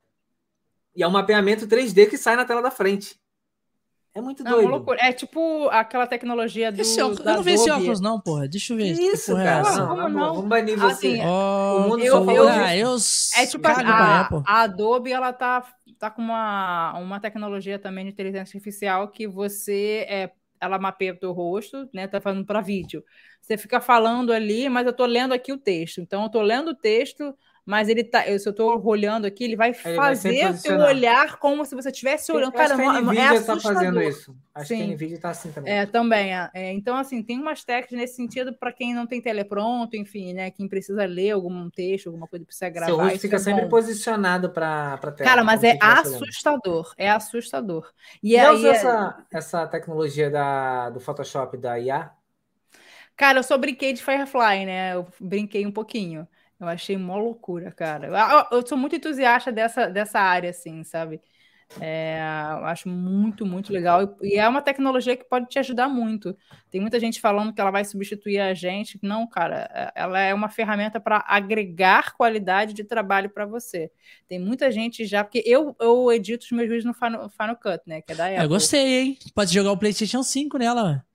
E é um mapeamento três D que sai na tela da frente. É muito Não, é uma doido. loucura. É tipo aquela tecnologia do Esse óculos, da eu não vi esse Adobe. óculos, não, porra. Deixa eu Que ver. isso, porra é cara? essa? Não, Como na boa, não? vamos banir você. Assim, Ó, O mundo eu- só falou ah, disso. eu É tipo cago pra a, Apple. a Adobe, ela tá, tá com uma, uma tecnologia também de inteligência artificial que você é, ela mapeia o teu rosto, né? Tá falando para vídeo. Você fica falando ali, mas eu tô lendo aqui o texto. Então eu tô lendo o texto, mas ele tá, eu, se eu tô olhando aqui, ele vai Ele vai sempre fazer o teu posicionar. olhar como se você estivesse olhando. Eu acho Cara, que a é Nvidia tá fazendo assustador. isso. Acho que a Sim. Nvidia tá assim também. É, também. é. É, então, assim, tem umas técnicas nesse sentido para quem não tem telepronto, enfim, né? Quem precisa ler algum texto, alguma coisa precisa gravar. Seu rosto isso fica é sempre bom. posicionado para a tela. Cara, mas como se é estivesse olhando. assustador. É assustador. E Já aí, usou é- essa, essa tecnologia da, do Photoshop da I A? cara, eu só brinquei de Firefly, né? Eu brinquei um pouquinho. Eu achei mó loucura, cara. Eu, eu sou muito entusiasta dessa, dessa área, assim, sabe? É, eu acho muito, muito legal. E, e é uma tecnologia que pode te ajudar muito. Tem muita gente falando que ela vai substituir a gente. Não, cara, é- ela é uma ferramenta para agregar qualidade de trabalho para você. Tem muita gente já, porque eu, eu edito os meus vídeos no Final, Final Cut, né? Que é da É, eu Apple. gostei, hein? Pode jogar o PlayStation cinco nela.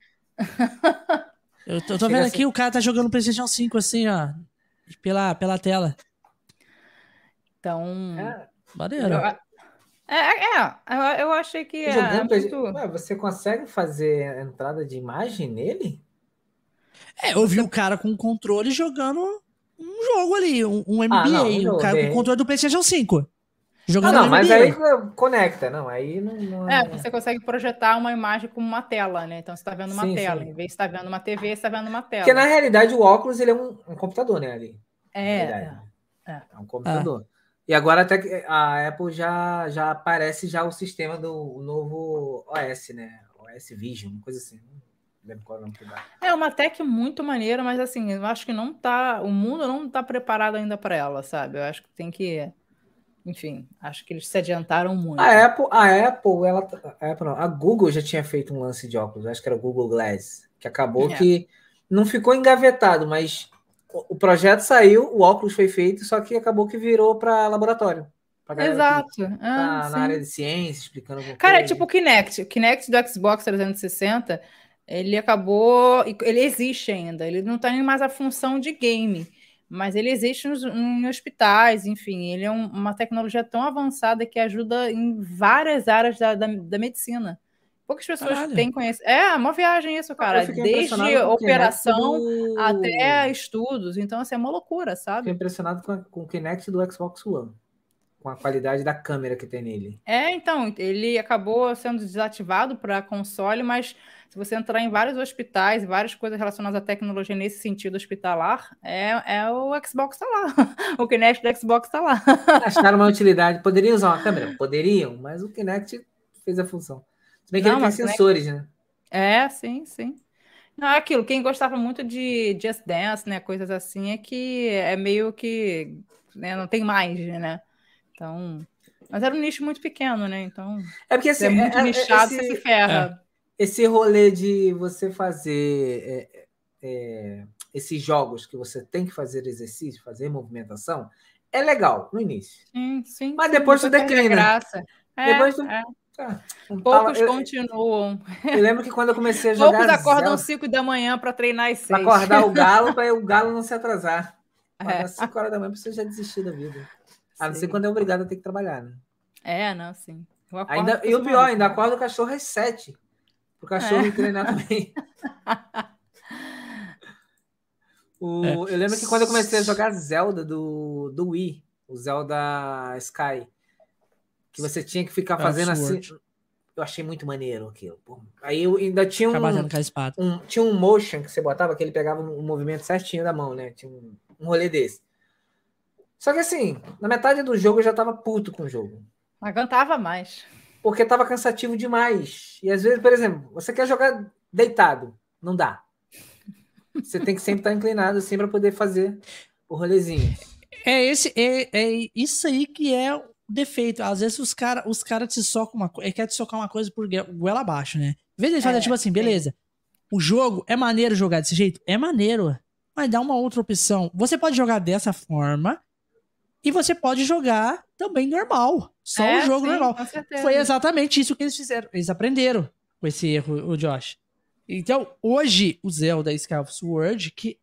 Eu tô, tô Chega vendo a aqui, ser- o cara tá jogando o PlayStation cinco assim, ó. Pela, pela tela. Então, É, Maneiro. eu, é, é, é, eu, eu achei que é, jogando pra- muito... Ué, você consegue fazer entrada de imagem nele? É, eu vi o cara com o controle jogando um jogo ali, um, um Ah, não, N B A. um o jogo, cara com de- o controle do PlayStation cinco. Ah, Jogando não, um mas N B A. aí conecta. Não, aí não, não É, você consegue projetar uma imagem como uma tela, né? Então você está vendo uma Sim, tela. sim. Em vez de estar vendo uma T V, você está vendo uma tela. Porque na realidade o óculos ele é um, um computador, né? Ali. Na É, verdade. é, é. É um computador. E agora até que a Apple já, já aparece já o sistema do o novo O S, né? O S Vision, uma coisa assim. Não lembro qual é o nome que dá. É uma tech muito maneira, mas assim, eu acho que não tá, o mundo não está preparado ainda para ela, sabe? Eu acho que tem que, enfim, acho que eles se adiantaram muito. A Apple, a Apple, ela, a Apple não, a Google já tinha feito um lance de óculos, acho que era o Google Glass, que acabou É. que não ficou engavetado, mas o, o projeto saiu, o óculos foi feito, só que acabou que virou para laboratório. Pra galera Exato. que É, tá sim. na área de ciência, explicando alguma Cara, é coisa. tipo o Kinect. O Kinect do Xbox trezentos e sessenta, ele acabou. Ele existe ainda. Ele não tem mais a função de game, mas ele existe nos, em hospitais, enfim. Ele é um- uma tecnologia tão avançada que ajuda em várias áreas da, da, da medicina. Poucas pessoas Caralho. têm conhecimento. É uma viagem isso, cara. Eu fiquei impressionado Desde com o Kinect operação do- até estudos. Então, assim, é uma loucura, Fiquei sabe? impressionado com, a- com o Kinect do Xbox One, com a qualidade da câmera que tem nele. É, então, ele acabou sendo desativado para console, mas se você entrar em vários hospitais, várias coisas relacionadas à tecnologia nesse sentido hospitalar, é, é o Xbox tá lá. O Kinect do Xbox tá lá. Acharam uma utilidade. Poderiam usar uma câmera? Poderiam, mas o Kinect fez a função. Se bem que Não, ele tem mas o Kinect- sensores, né? É, sim, sim. Não, é aquilo, quem gostava muito de Just Dance, né, coisas assim, é que é meio que, né, não tem mais, né? Então, mas era um nicho muito pequeno, né? Então, É porque se assim, é muito é- é- nichado, esse, você se ferra. esse rolê de você fazer é, é, esses jogos que você tem que fazer exercício, fazer movimentação, é legal no início. Sim, sim. Mas sim, depois tu declina. Graça. É, Depois tu... é. Ah, Poucos eu, continuam. Eu lembro que quando eu comecei a jogar... Poucos acordam Zelda, cinco da manhã para treinar às seis. Para acordar o galo, para o galo não se atrasar. Acordar É. cinco horas da manhã para você já desistir da vida. A não Sim. ser quando é obrigado a ter que trabalhar, né? É, não, sim. Eu acordo Ainda, porque e eu o sou pior, maluca. ainda acorda o cachorro às sete. Para o cachorro É. ir treinar também. O, É. Eu lembro que quando eu comecei a jogar Zelda do, do Wii, o Zelda Sky, que você tinha que ficar fazendo assim... Eu achei muito maneiro aquilo. Pô. Aí eu ainda tinha um, com a espada. um... Tinha um motion que você botava, que ele pegava um movimento certinho da mão, né? Tinha um, um rolê desse. Só que assim, na metade do jogo eu já tava puto com o jogo. Não aguentava mais. Porque tava cansativo demais. E às vezes, por exemplo, você quer jogar deitado. Não dá. Você tem que sempre estar inclinado assim para poder fazer o rolezinho. É, esse, é, é isso aí que é o defeito. Às vezes os caras os cara te socam uma coisa. Quer te socar uma coisa por goela abaixo, né? Em vez de fazer É, tipo assim, sim. beleza. O jogo é maneiro jogar desse jeito? É maneiro. Mas dá uma outra opção. Você pode jogar dessa forma. E você pode jogar também normal. Só É, o jogo sim, normal. com certeza. Foi exatamente isso que eles fizeram. Eles aprenderam com esse erro, o Josh. Então, hoje, o Zelda Skyward Sword, que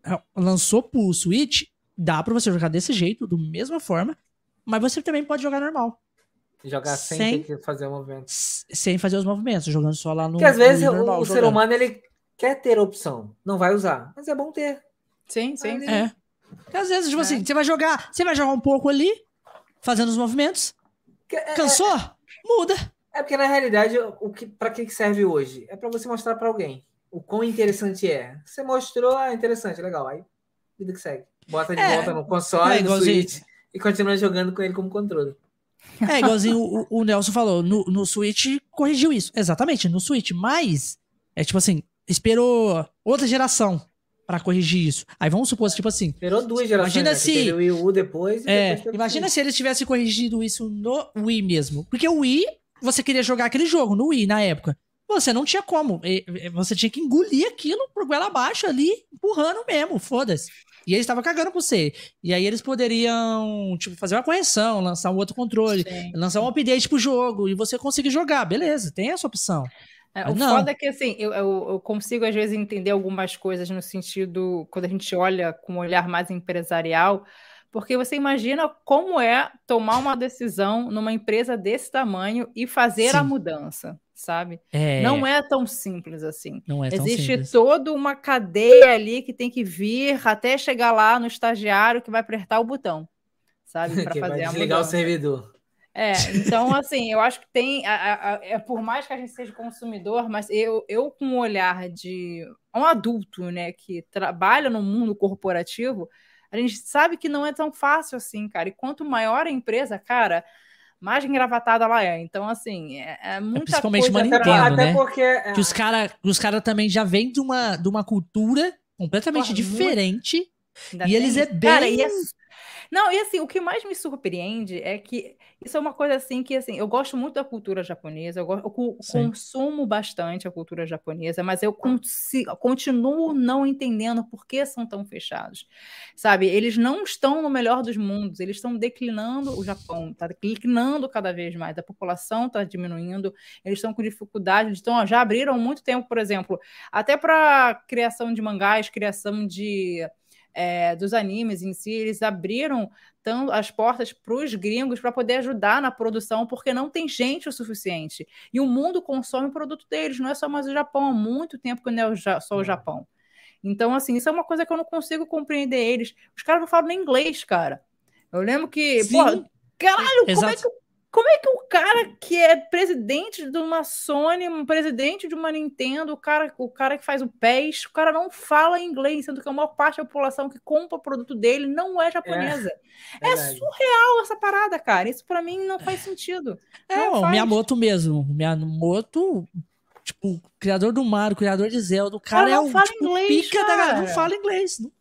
lançou pro Switch, dá pra você jogar desse jeito, da mesma forma, mas você também pode jogar normal. Jogar sem, Sem- ter que fazer o movimento. S- Sem fazer os movimentos, jogando só lá no Porque às vezes no o, normal, o ser jogando. humano ele quer ter opção. Não vai usar. Mas é bom ter. Sim, sim, Ali. sim. É. Às vezes, tipo É. assim, você vai jogar, você vai jogar um pouco ali, fazendo os movimentos, Que- É, cansou? Muda. é porque na realidade, o que, para que que serve hoje? É para você mostrar para alguém o quão interessante é. Você mostrou, ah, interessante, legal. Aí, vida que segue. Bota de É, volta no console, é no igualzinho. Switch e continua jogando com ele como controle. É, igualzinho o, o Nelson falou, no, no Switch corrigiu isso. Exatamente, no Switch, mas é tipo assim, esperou outra geração pra corrigir isso. Aí vamos supor, tipo assim, Esperou duas gerações. Imagina né? Que se- teve o Wii U depois e é, depois teve o imagina Switch. se eles tivessem corrigido isso no Wii mesmo. Porque o Wii, você queria jogar aquele jogo no Wii na época. Você não tinha como. E- e- Você tinha que engolir aquilo por goela abaixo ali, empurrando mesmo, foda-se. E eles estavam cagando com você. E aí eles poderiam, tipo, fazer uma correção, lançar um outro controle, Sim. lançar um update pro jogo e você conseguir jogar. Beleza, tem essa opção. É, Mas o não. foda é que, assim, eu, eu, eu consigo, às vezes, entender algumas coisas no sentido, quando a gente olha com um olhar mais empresarial, porque você imagina como é tomar uma decisão numa empresa desse tamanho e fazer a Sim. mudança, sabe? É, Não é tão simples assim. não é tão Existe simples. toda uma cadeia ali que tem que vir até chegar lá no estagiário que vai apertar o botão, sabe? Para Que vai fazer a desligar o mudança. servidor. É, então, assim, eu acho que tem. A, a, a, é, por mais que a gente seja consumidor, mas eu, eu com um olhar de um adulto, né, que trabalha no mundo corporativo, a gente sabe que não é tão fácil assim, cara. E quanto maior a empresa, cara, mais engravatada ela é. Então, assim, é, é muita principalmente coisa. uma Até, Nintendo, até né? porque... é, Que os caras os cara também já vêm de uma, de uma cultura completamente Porra, diferente. Ainda E eles tem é isso. bem- Cara, e é... Não, e assim, o que mais me surpreende é que isso é uma coisa assim que, assim, eu gosto muito da cultura japonesa, eu, go- eu co- Sim. consumo bastante a cultura japonesa, mas eu consi- continuo não entendendo por que são tão fechados, sabe? Eles não estão no melhor dos mundos, eles estão declinando, o Japão está declinando cada vez mais, a população está diminuindo, eles estão com dificuldade, então ó, já abriram há muito tempo, por exemplo, até para criação de mangás, criação de... é, dos animes em si, eles abriram tanto as portas para os gringos para poder ajudar na produção, porque não tem gente o suficiente. E o mundo consome o produto deles, não é só mais o Japão, há muito tempo que não é o Ja- só o Japão. Então, assim, isso é uma coisa que eu não consigo compreender eles. Os caras não falam nem inglês, cara. Eu lembro que, Sim. porra, caralho, como é Exato. que como é que o cara que é presidente de uma Sony, um presidente de uma Nintendo, o cara, o cara que faz o P E S, o cara não fala inglês, sendo que a maior parte da população que compra o produto dele não é japonesa. É, verdade. surreal essa parada, cara. Isso pra mim não faz sentido. É, Não o faz. Miyamoto mesmo. O Miyamoto, tipo, criador do Mario, criador de Zelda, o cara Ela é não o fala tipo, inglês, pica da galera. Não cara. fala inglês. Não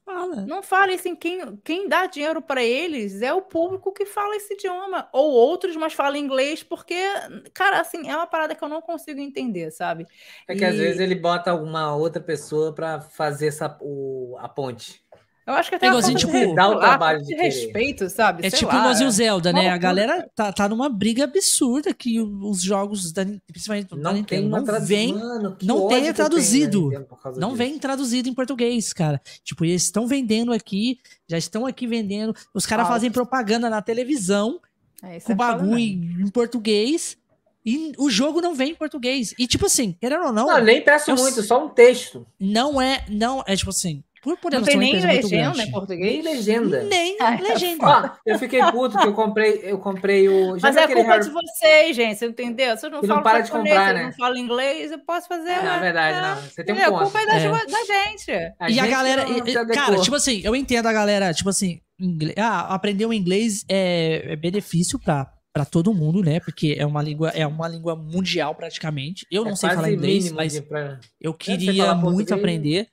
fala. Não fala assim, quem, quem dá dinheiro para eles é o público que fala esse idioma, ou outros, mas fala inglês, porque, cara, assim, é uma parada que eu não consigo entender, sabe? É que E às vezes ele bota uma outra pessoa para fazer essa, o, a ponte. eu acho que até É uma igualzinho, falta tipo, de, dá o sei lá, trabalho falta de de querer. respeito, sabe? É Sei tipo lá, igualzinho o Zelda, uma né? A loucura, galera cara. tá, tá numa briga absurda que os jogos, da, principalmente da Não tem Nintendo, uma não tradução. vem, Mano, que não ódio tem que eu tenho da traduzido. Nintendo por causa Não disso. vem traduzido em português, cara. Tipo, eles estão vendendo aqui, já estão aqui vendendo. Os caras Alto. fazem propaganda na televisão É, isso com é foda bagulho mesmo. em português e o jogo não vem em português. E tipo assim, querendo ou não, Não, nem peço eu muito, s- só um texto. não é, não, é tipo assim, por Não podermos tem ser uma nem empresa muito legenda em grande, Nem português? legenda. nem Ah, é legenda. foda. Ó, eu fiquei puto que eu comprei, eu comprei o. Já Mas viu é aquele culpa Harry de vocês, gente, você entendeu? Vocês não que não falam para de japonês, comprar, vocês não né? falam inglês, eu posso fazer, É, na ué. verdade, É, não. Você tem um entendeu? A ponto. culpa é da, É. da gente. A E gente a que galera, não e- se e- cara, adequou. tipo assim, eu entendo a galera, tipo assim, ingle- ah, aprender o inglês é, é benefício pra, pra todo mundo, né? Porque é uma língua, é uma língua mundial praticamente. Eu É não sei falar quase inglês, mínimo mas de pra... eu Deve ser queria falar muito português. aprender.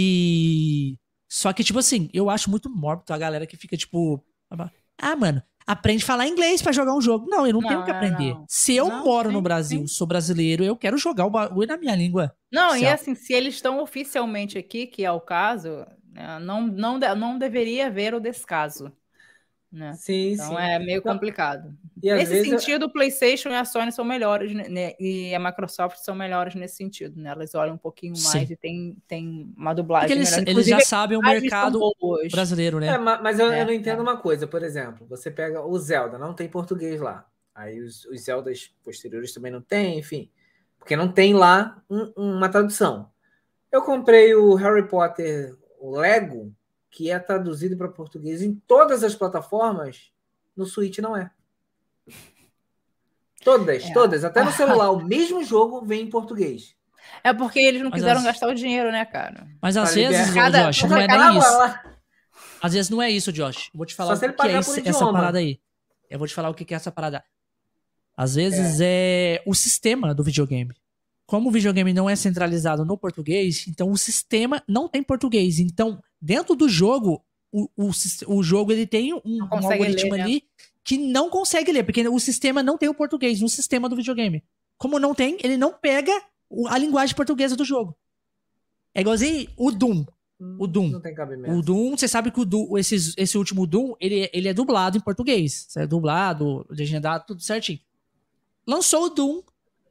E só que tipo assim, eu acho muito mórbido a galera que fica tipo, ah, mano, aprende a falar inglês pra jogar um jogo. Não, eu não, Não, tenho que é, aprender. não. Se eu Não, moro no sim, Brasil, sim. sou brasileiro, eu quero jogar o bagulho na minha língua. Não, e oficial. assim, se eles estão oficialmente aqui, que é o caso, né, não, não, de- não deveria haver o descaso, né? Sim, Então sim. é meio Não, complicado. e às Nesse vezes eu- sentido, o PlayStation e a Sony são melhores, né, e a Microsoft são melhores nesse sentido, né? Elas olham um pouquinho mais Sim. e tem, tem uma Porque dublagem eles, melhor. eles já Inclusive, sabem o as dublagens são mercado boas. brasileiro, né? É, ma- mas eu, É, eu não entendo é. uma coisa, por exemplo, você pega o Zelda, não tem português lá. Aí os, os Zeldas posteriores também não tem, enfim. Porque não tem lá um- uma tradução. Eu comprei o Harry Potter, o Lego, que é traduzido para português em todas as plataformas, no Switch não é. Todas, É. todas. Até no celular, o mesmo jogo vem em português. É porque eles não Mas quiseram as- gastar o dinheiro, né, cara? Mas às Pra vezes, liberar. ô, Cada- Josh, não é Cada nem isso. lá. Às vezes não é isso, Josh. Vou te falar Só o se ele que, que é pagar por esse- essa idioma. parada aí. Eu vou te falar o que, que é essa parada. Às vezes é. o sistema do videogame. Como o videogame não é centralizado no português, então o sistema não tem português. Então, dentro do jogo, o, o, sis- o jogo ele tem um, Não um consegue algoritmo ler, né? ali que não consegue ler, porque o sistema não tem o português no sistema do videogame. Como não tem, ele não pega o- a linguagem portuguesa do jogo. É igualzinho o Doom. O Doom. Não tem cabimento. O Doom, você sabe que o Doom, esse, esse último Doom, ele, ele é dublado em português. É dublado, legendado, tudo certinho. Lançou o Doom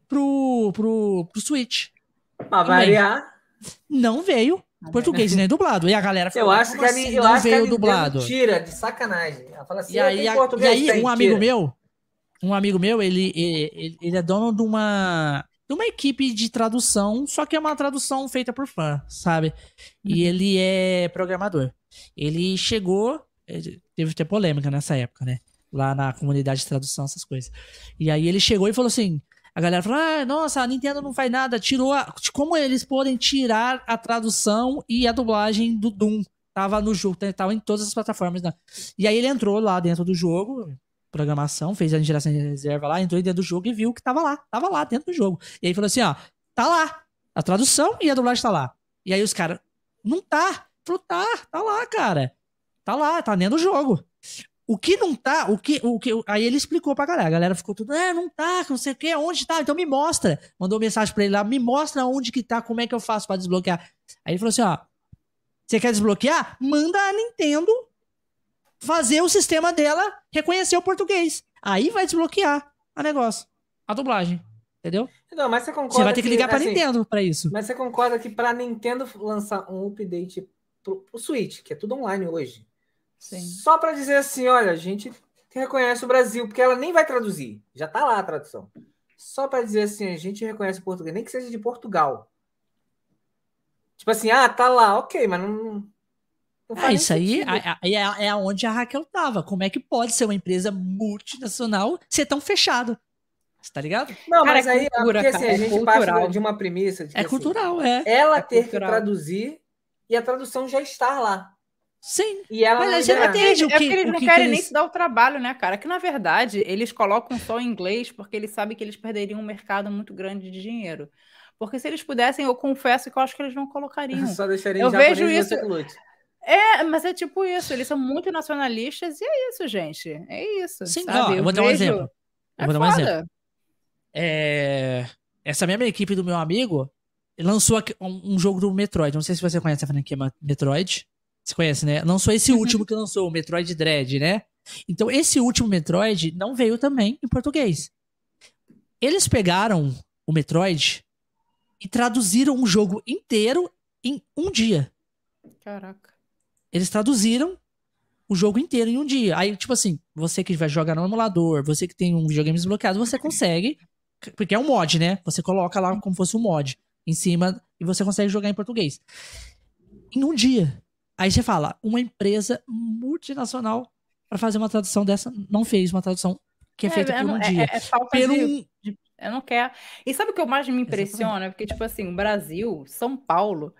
pro, pro, pro Switch. Pra variar, Não veio português nem dublado. E a galera eu acho como que a, assim Ni- eu não acho que a veio Nintendo dublado? tira de sacanagem. Ela fala assim, E aí, tem a- português, e aí tem, um amigo tira. meu, um amigo meu, ele, ele, ele é dono de uma, de uma equipe de tradução, só que é uma tradução feita por fã, sabe? E ele é programador. Ele chegou, ele- teve até polêmica nessa época, né? Lá na comunidade de tradução, essas coisas. E aí ele chegou e falou assim, a galera falou, ah, nossa, a Nintendo não faz nada, tirou a... Como eles podem tirar a tradução e a dublagem do Doom? Tava no jogo, tava em todas as plataformas. Né? E aí ele entrou lá dentro do jogo, programação, fez a geração de reserva lá, entrou dentro do jogo e viu que tava lá, tava lá dentro do jogo. E aí falou assim, ó, tá lá, a tradução e a dublagem tá lá. E aí os caras, não tá. Falou, tá, tá lá, cara. Tá lá, tá dentro do jogo. O que não tá, o que, o que, aí ele explicou pra galera, a galera ficou tudo, é, não tá, não sei o que, onde tá, então me mostra. Mandou mensagem pra ele lá, me mostra onde que tá, como é que eu faço pra desbloquear. Aí ele falou assim, ó, você quer desbloquear? Manda a Nintendo fazer o sistema dela reconhecer o português. Aí vai desbloquear a negócio, a dublagem, entendeu? Não, mas você concorda Você vai ter que ligar pra assim, Nintendo pra isso. Mas você concorda que pra Nintendo lançar um update pro, pro Switch, que é tudo online hoje, Sim. só pra dizer assim, olha, a gente reconhece o Brasil, porque ela nem vai traduzir, já tá lá a tradução. Só pra dizer assim, a gente reconhece o português, nem que seja de Portugal. Tipo assim, ah, tá lá, ok, mas não... não faz Ah, nem isso aí sentido. é, é, é onde a Raquel tava. Como é que pode ser uma empresa multinacional ser tão fechado? Você tá ligado? Não, Cara, mas é aí, cultura, porque assim, cara, a é gente passa cultural. de uma premissa de que, É assim, cultural, é. ela É ter cultural. que traduzir e a tradução já está lá. Sim. E ela Mas não a gente liberar. entende o É que, porque eles o não que querem que nem eles... se dar o trabalho, né, cara? Que na verdade eles colocam só em inglês porque eles sabem que eles perderiam um mercado muito grande de dinheiro. Porque se eles pudessem, eu confesso que eu acho que eles não colocariam. Só deixaria em Eu japonês vejo e isso- você que lute. É, mas é tipo isso, eles são muito nacionalistas e é isso, gente. É isso. Sim, sabe? ó, eu vou dar um vejo... exemplo. Eu É vou dar um foda. exemplo. É, essa mesma equipe do meu amigo lançou aqui um, um jogo do Metroid. Não sei se você conhece a franquia Metroid. Você conhece, né? Lançou esse Uhum. último que lançou, o Metroid Dread, né? Então, esse último Metroid não veio também em português. Eles pegaram o Metroid e traduziram um jogo inteiro em um dia. Caraca. Eles traduziram o jogo inteiro em um dia. Aí, tipo assim, você que vai jogar no emulador, você que tem um videogame desbloqueado, você consegue, porque é um mod, né? Você coloca lá como fosse um mod em cima e você consegue jogar em português. Em um dia. Aí você fala, uma empresa multinacional para fazer uma tradução dessa não fez uma tradução que é, É, feita é, por um é, dia. é falta Pelo de, um... de- Eu não quero. E sabe o que eu mais me impressiona? Porque, tipo assim, o Brasil, São Paulo,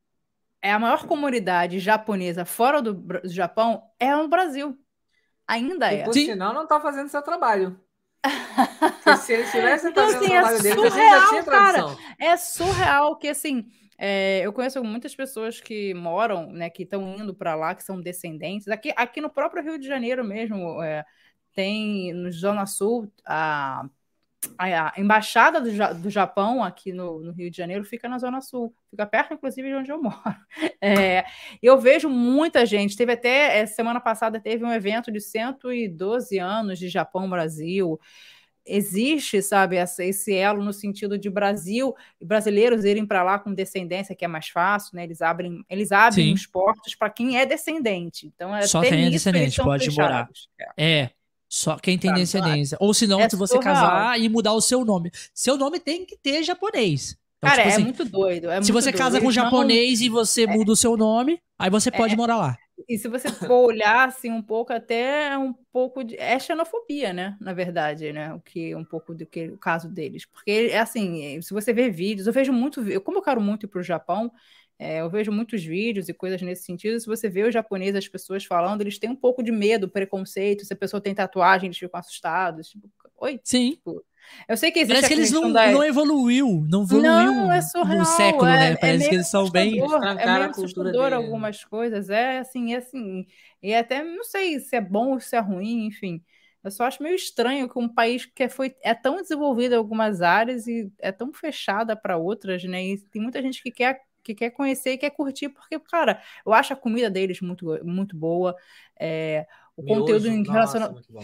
é a maior comunidade japonesa fora do, Bra- do Japão, é no Brasil. Ainda E é. por Sim. sinal não tá fazendo seu trabalho. Porque se eles estivessem Então, fazendo assim, o é trabalho deles, a gente já tinha surreal, cara. tradução. É surreal que, assim, é, eu conheço muitas pessoas que moram, né, que estão indo para lá, que são descendentes. Aqui, aqui no próprio Rio de Janeiro mesmo, é, tem no Zona Sul, a, a, a embaixada do, Ja- do Japão aqui no, no Rio de Janeiro fica na Zona Sul, fica perto, inclusive, de onde eu moro. É, eu vejo muita gente, teve até, é, semana passada teve um evento de cento e doze anos de Japão-Brasil. Existe, sabe, essa, esse elo no sentido de Brasil e brasileiros irem para lá com descendência, que é mais fácil, né? Eles abrem, eles abrem Sim. os portos para quem é descendente. Então, Só até quem é nisso eles descendente são pode morar. fechados. É, É, só quem tem sabe? descendência. Ou se não, É se você surreal. casar e mudar o seu nome. Seu nome tem que ter japonês. Então, Cara, tipo é assim, muito doido. É se muito você doido. casa com um Eles não- japonês e você muda o seu nome, aí você pode morar lá. E se você for olhar assim um pouco, até é um pouco de é xenofobia, né? Na verdade, né? O que um pouco do que o caso deles, porque é assim, se você vê vídeos, eu vejo muito, vi- como eu quero muito ir para o Japão, é, eu vejo muitos vídeos e coisas nesse sentido. Se você vê os japoneses, as pessoas falando, eles têm um pouco de medo, preconceito. Se a pessoa tem tatuagem, eles ficam assustados. Tipo, oi, Sim. tipo, eu sei que existe Parece a que eles questão não, da não evoluiu. Não evoluiu não, é no surreal, século, é, né? é Parece meio que eles são bem. assustador, é Estancaram meio a cultura assustador dele, né? algumas coisas, é assim, é assim, e até não sei se é bom ou se é ruim, enfim. Eu só acho meio estranho que um país que é, foi, é tão desenvolvido em algumas áreas e é tão fechada para outras, né? E tem muita gente que quer, que quer conhecer e quer curtir, porque, cara, eu acho a comida deles muito, muito boa, é, o conteúdo Miojo, em nossa, relação muito bom.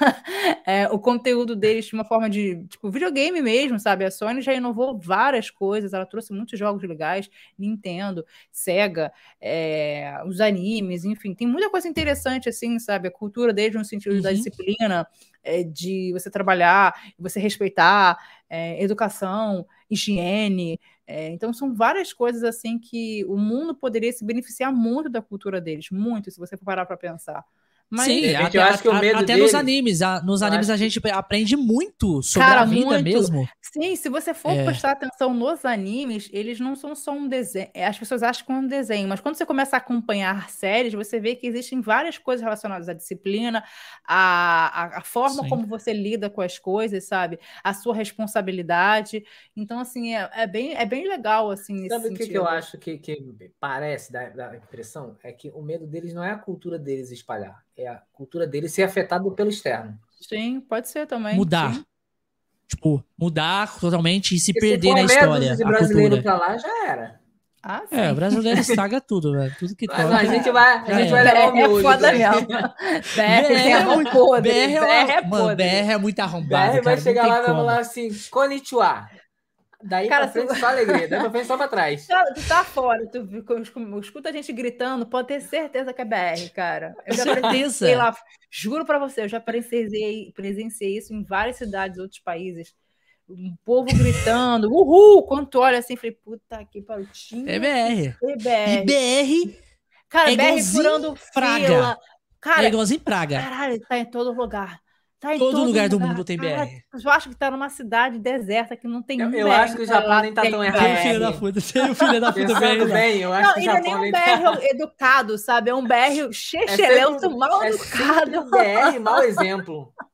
é, o conteúdo deles de uma forma de, tipo, videogame mesmo, sabe? A Sony já inovou várias coisas, ela trouxe muitos jogos legais, Nintendo, Sega, é, os animes, enfim, tem muita coisa interessante, assim, sabe? A cultura deles no sentido da Uhum. disciplina, é, de você trabalhar, você respeitar, é, educação, higiene, é, então são várias coisas, assim, que o mundo poderia se beneficiar muito da cultura deles, muito, se você for parar para pensar. Mas, Sim, De repente, até, eu acho que o a- medo até nos deles- animes. a- nos eu animes acho a que- gente aprende muito sobre Cara, a vida muito. mesmo. Sim, se você for É. prestar atenção nos animes, eles não são só um desenho. é, As pessoas acham que é um desenho, mas quando você começa a acompanhar séries, você vê que existem várias coisas relacionadas à disciplina, à, à, à forma Sim. como você lida com as coisas, sabe? A sua responsabilidade. Então, assim, é, é bem, é bem legal, assim, nesse Sabe o que, sentido. que eu acho que, que parece, da, da impressão? É que o medo deles não é a cultura deles espalhar, é a cultura deles ser afetada pelo externo. Sim, pode ser também. Mudar. Sim. Tipo, mudar totalmente e se Porque se perder for na meia história, dúzia de a brasileiro cultura. pra lá, já era. Ah, sim. É, o brasileiro estraga tudo, velho. Tudo que Mas toca. a gente vai, a já gente era. vai levar o B R é miojo foda daí. mesmo. B R B R tem a é mão muito- podre. B R é, uma- B R é mano, podre. B R é muito B arrombado, R vai cara. Não chegar tem lá e vai como. falar assim, konnichiwa. Daí Cara, pra frente se- só alegria, daí pra frente só pra trás. Tu tu tá fora, tu viu- escuta a gente gritando, pode ter certeza que é B R, cara. Eu já Certeza. presenciei lá, juro pra você, eu já presenciei, presenciei isso em várias cidades, outros países. Um povo gritando, uhul! Quando tu olha assim, falei, puta que pariu, tinha É B R. que ser B E R. B R Cara, é B R igualzinho furando Praga. fila. Cara, é igualzinho Praga. caralho, tá em todo lugar. Tá em Todo lugar do mundo tem Cara, B R. eu acho que tá numa cidade deserta que não tem Eu, um eu B R. acho que o Japão lá nem tá tem tão B R. errado. Tem o filho da puta, tem o filho da puta Pensando bem. bem, eu acho Não, que o e não é Japão nem nem um tá... B R educado, sabe? É um B R É chechelento sempre, mal é educado. sempre um B R mau exemplo.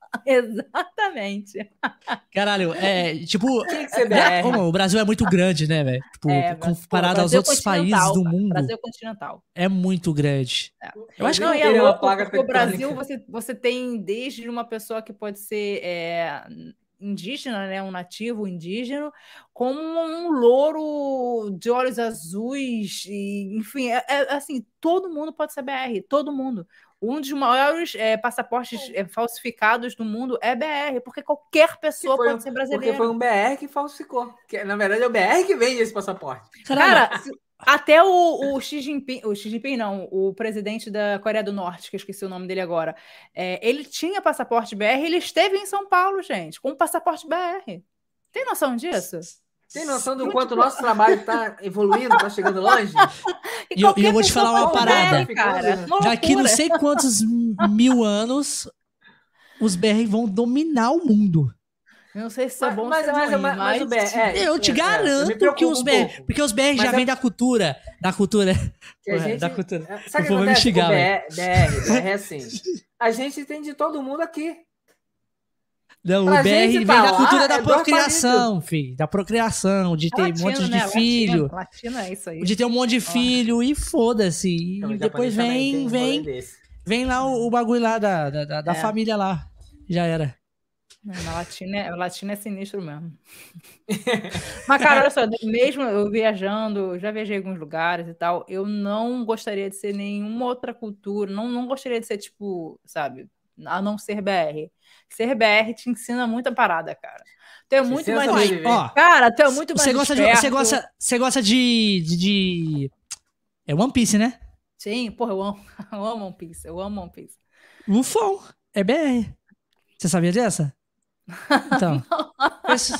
Exatamente. Caralho, é, tipo... Tinha que ser B R. Ô, o Brasil é muito grande, né, velho? Tipo, É, mas, comparado pô, aos Brasil outros países continental, do cara. mundo, Brasil continental. é muito grande. É. Eu acho Não, que e é teria uma louco, placa porque o Brasil, tectônica. você, você tem desde uma pessoa que pode ser é, indígena, né, um nativo indígena, como um louro de olhos azuis, e, enfim, é, é, assim, todo mundo pode ser B R, todo mundo. Um dos maiores é, passaportes é, falsificados do mundo é B R, porque qualquer pessoa foi, pode ser brasileira. Porque foi um B R que falsificou. Que, na verdade, é o B R que vende esse passaporte. Caralho, Cara, se- até o, o Xi Jinping, o Xi Jinping não, o presidente da Coreia do Norte, que eu esqueci o nome dele agora, é, ele tinha passaporte B R, ele esteve em São Paulo, gente, com passaporte B R. Tem noção disso? Tem noção do Tipo, quanto o nosso trabalho está evoluindo, está chegando longe? E eu- e eu qualquer vou te pessoa falar uma pode ser B R, parada. cara. Uma daqui não loucura. sei quantos mil anos, os B R vão dominar o mundo. Eu não sei se são Mas- bons mas- ou mas- ruins, mas- mas o B R mas... é, Eu te é, é, eu me garanto preocupo que os um B R... pouco. Porque os B R Mas já é- vem da cultura. Da cultura. Que a Ué, gente, da cultura. é, O sabe o que povo vai me acontece? xingar, O B R, B R, B R é assim. A gente tem de todo mundo aqui. Não, Pra o B R gente vem tá da lá, cultura é da dois procriação, filho. Da procriação, de ter um monte de né? filho. Latino, latino é isso aí. De ter um monte de filho e foda-se. E Então, o depois japonês também vem, tem um vem, rolê desse. vem lá o, o bagulho lá da, da, da- da É. família lá. Já era. Na latina, é- latina é sinistro mesmo. Mas, cara, olha só, mesmo eu viajando, já viajei em alguns lugares e tal, eu não gostaria de ser nenhuma outra cultura, não, não gostaria de ser, tipo, sabe, a não ser B R. Ser B R te ensina muita parada, cara. Tu é Te muito ensina mais. a sobreviver. Ó, Cara, tu é muito mais. você gosta de, esperto. você gosta, você gosta de, de, de- é One Piece, né? Sim, porra, eu amo, eu amo One Piece, eu amo One Piece. Lufão, é B R. Você sabia dessa? Então. esse-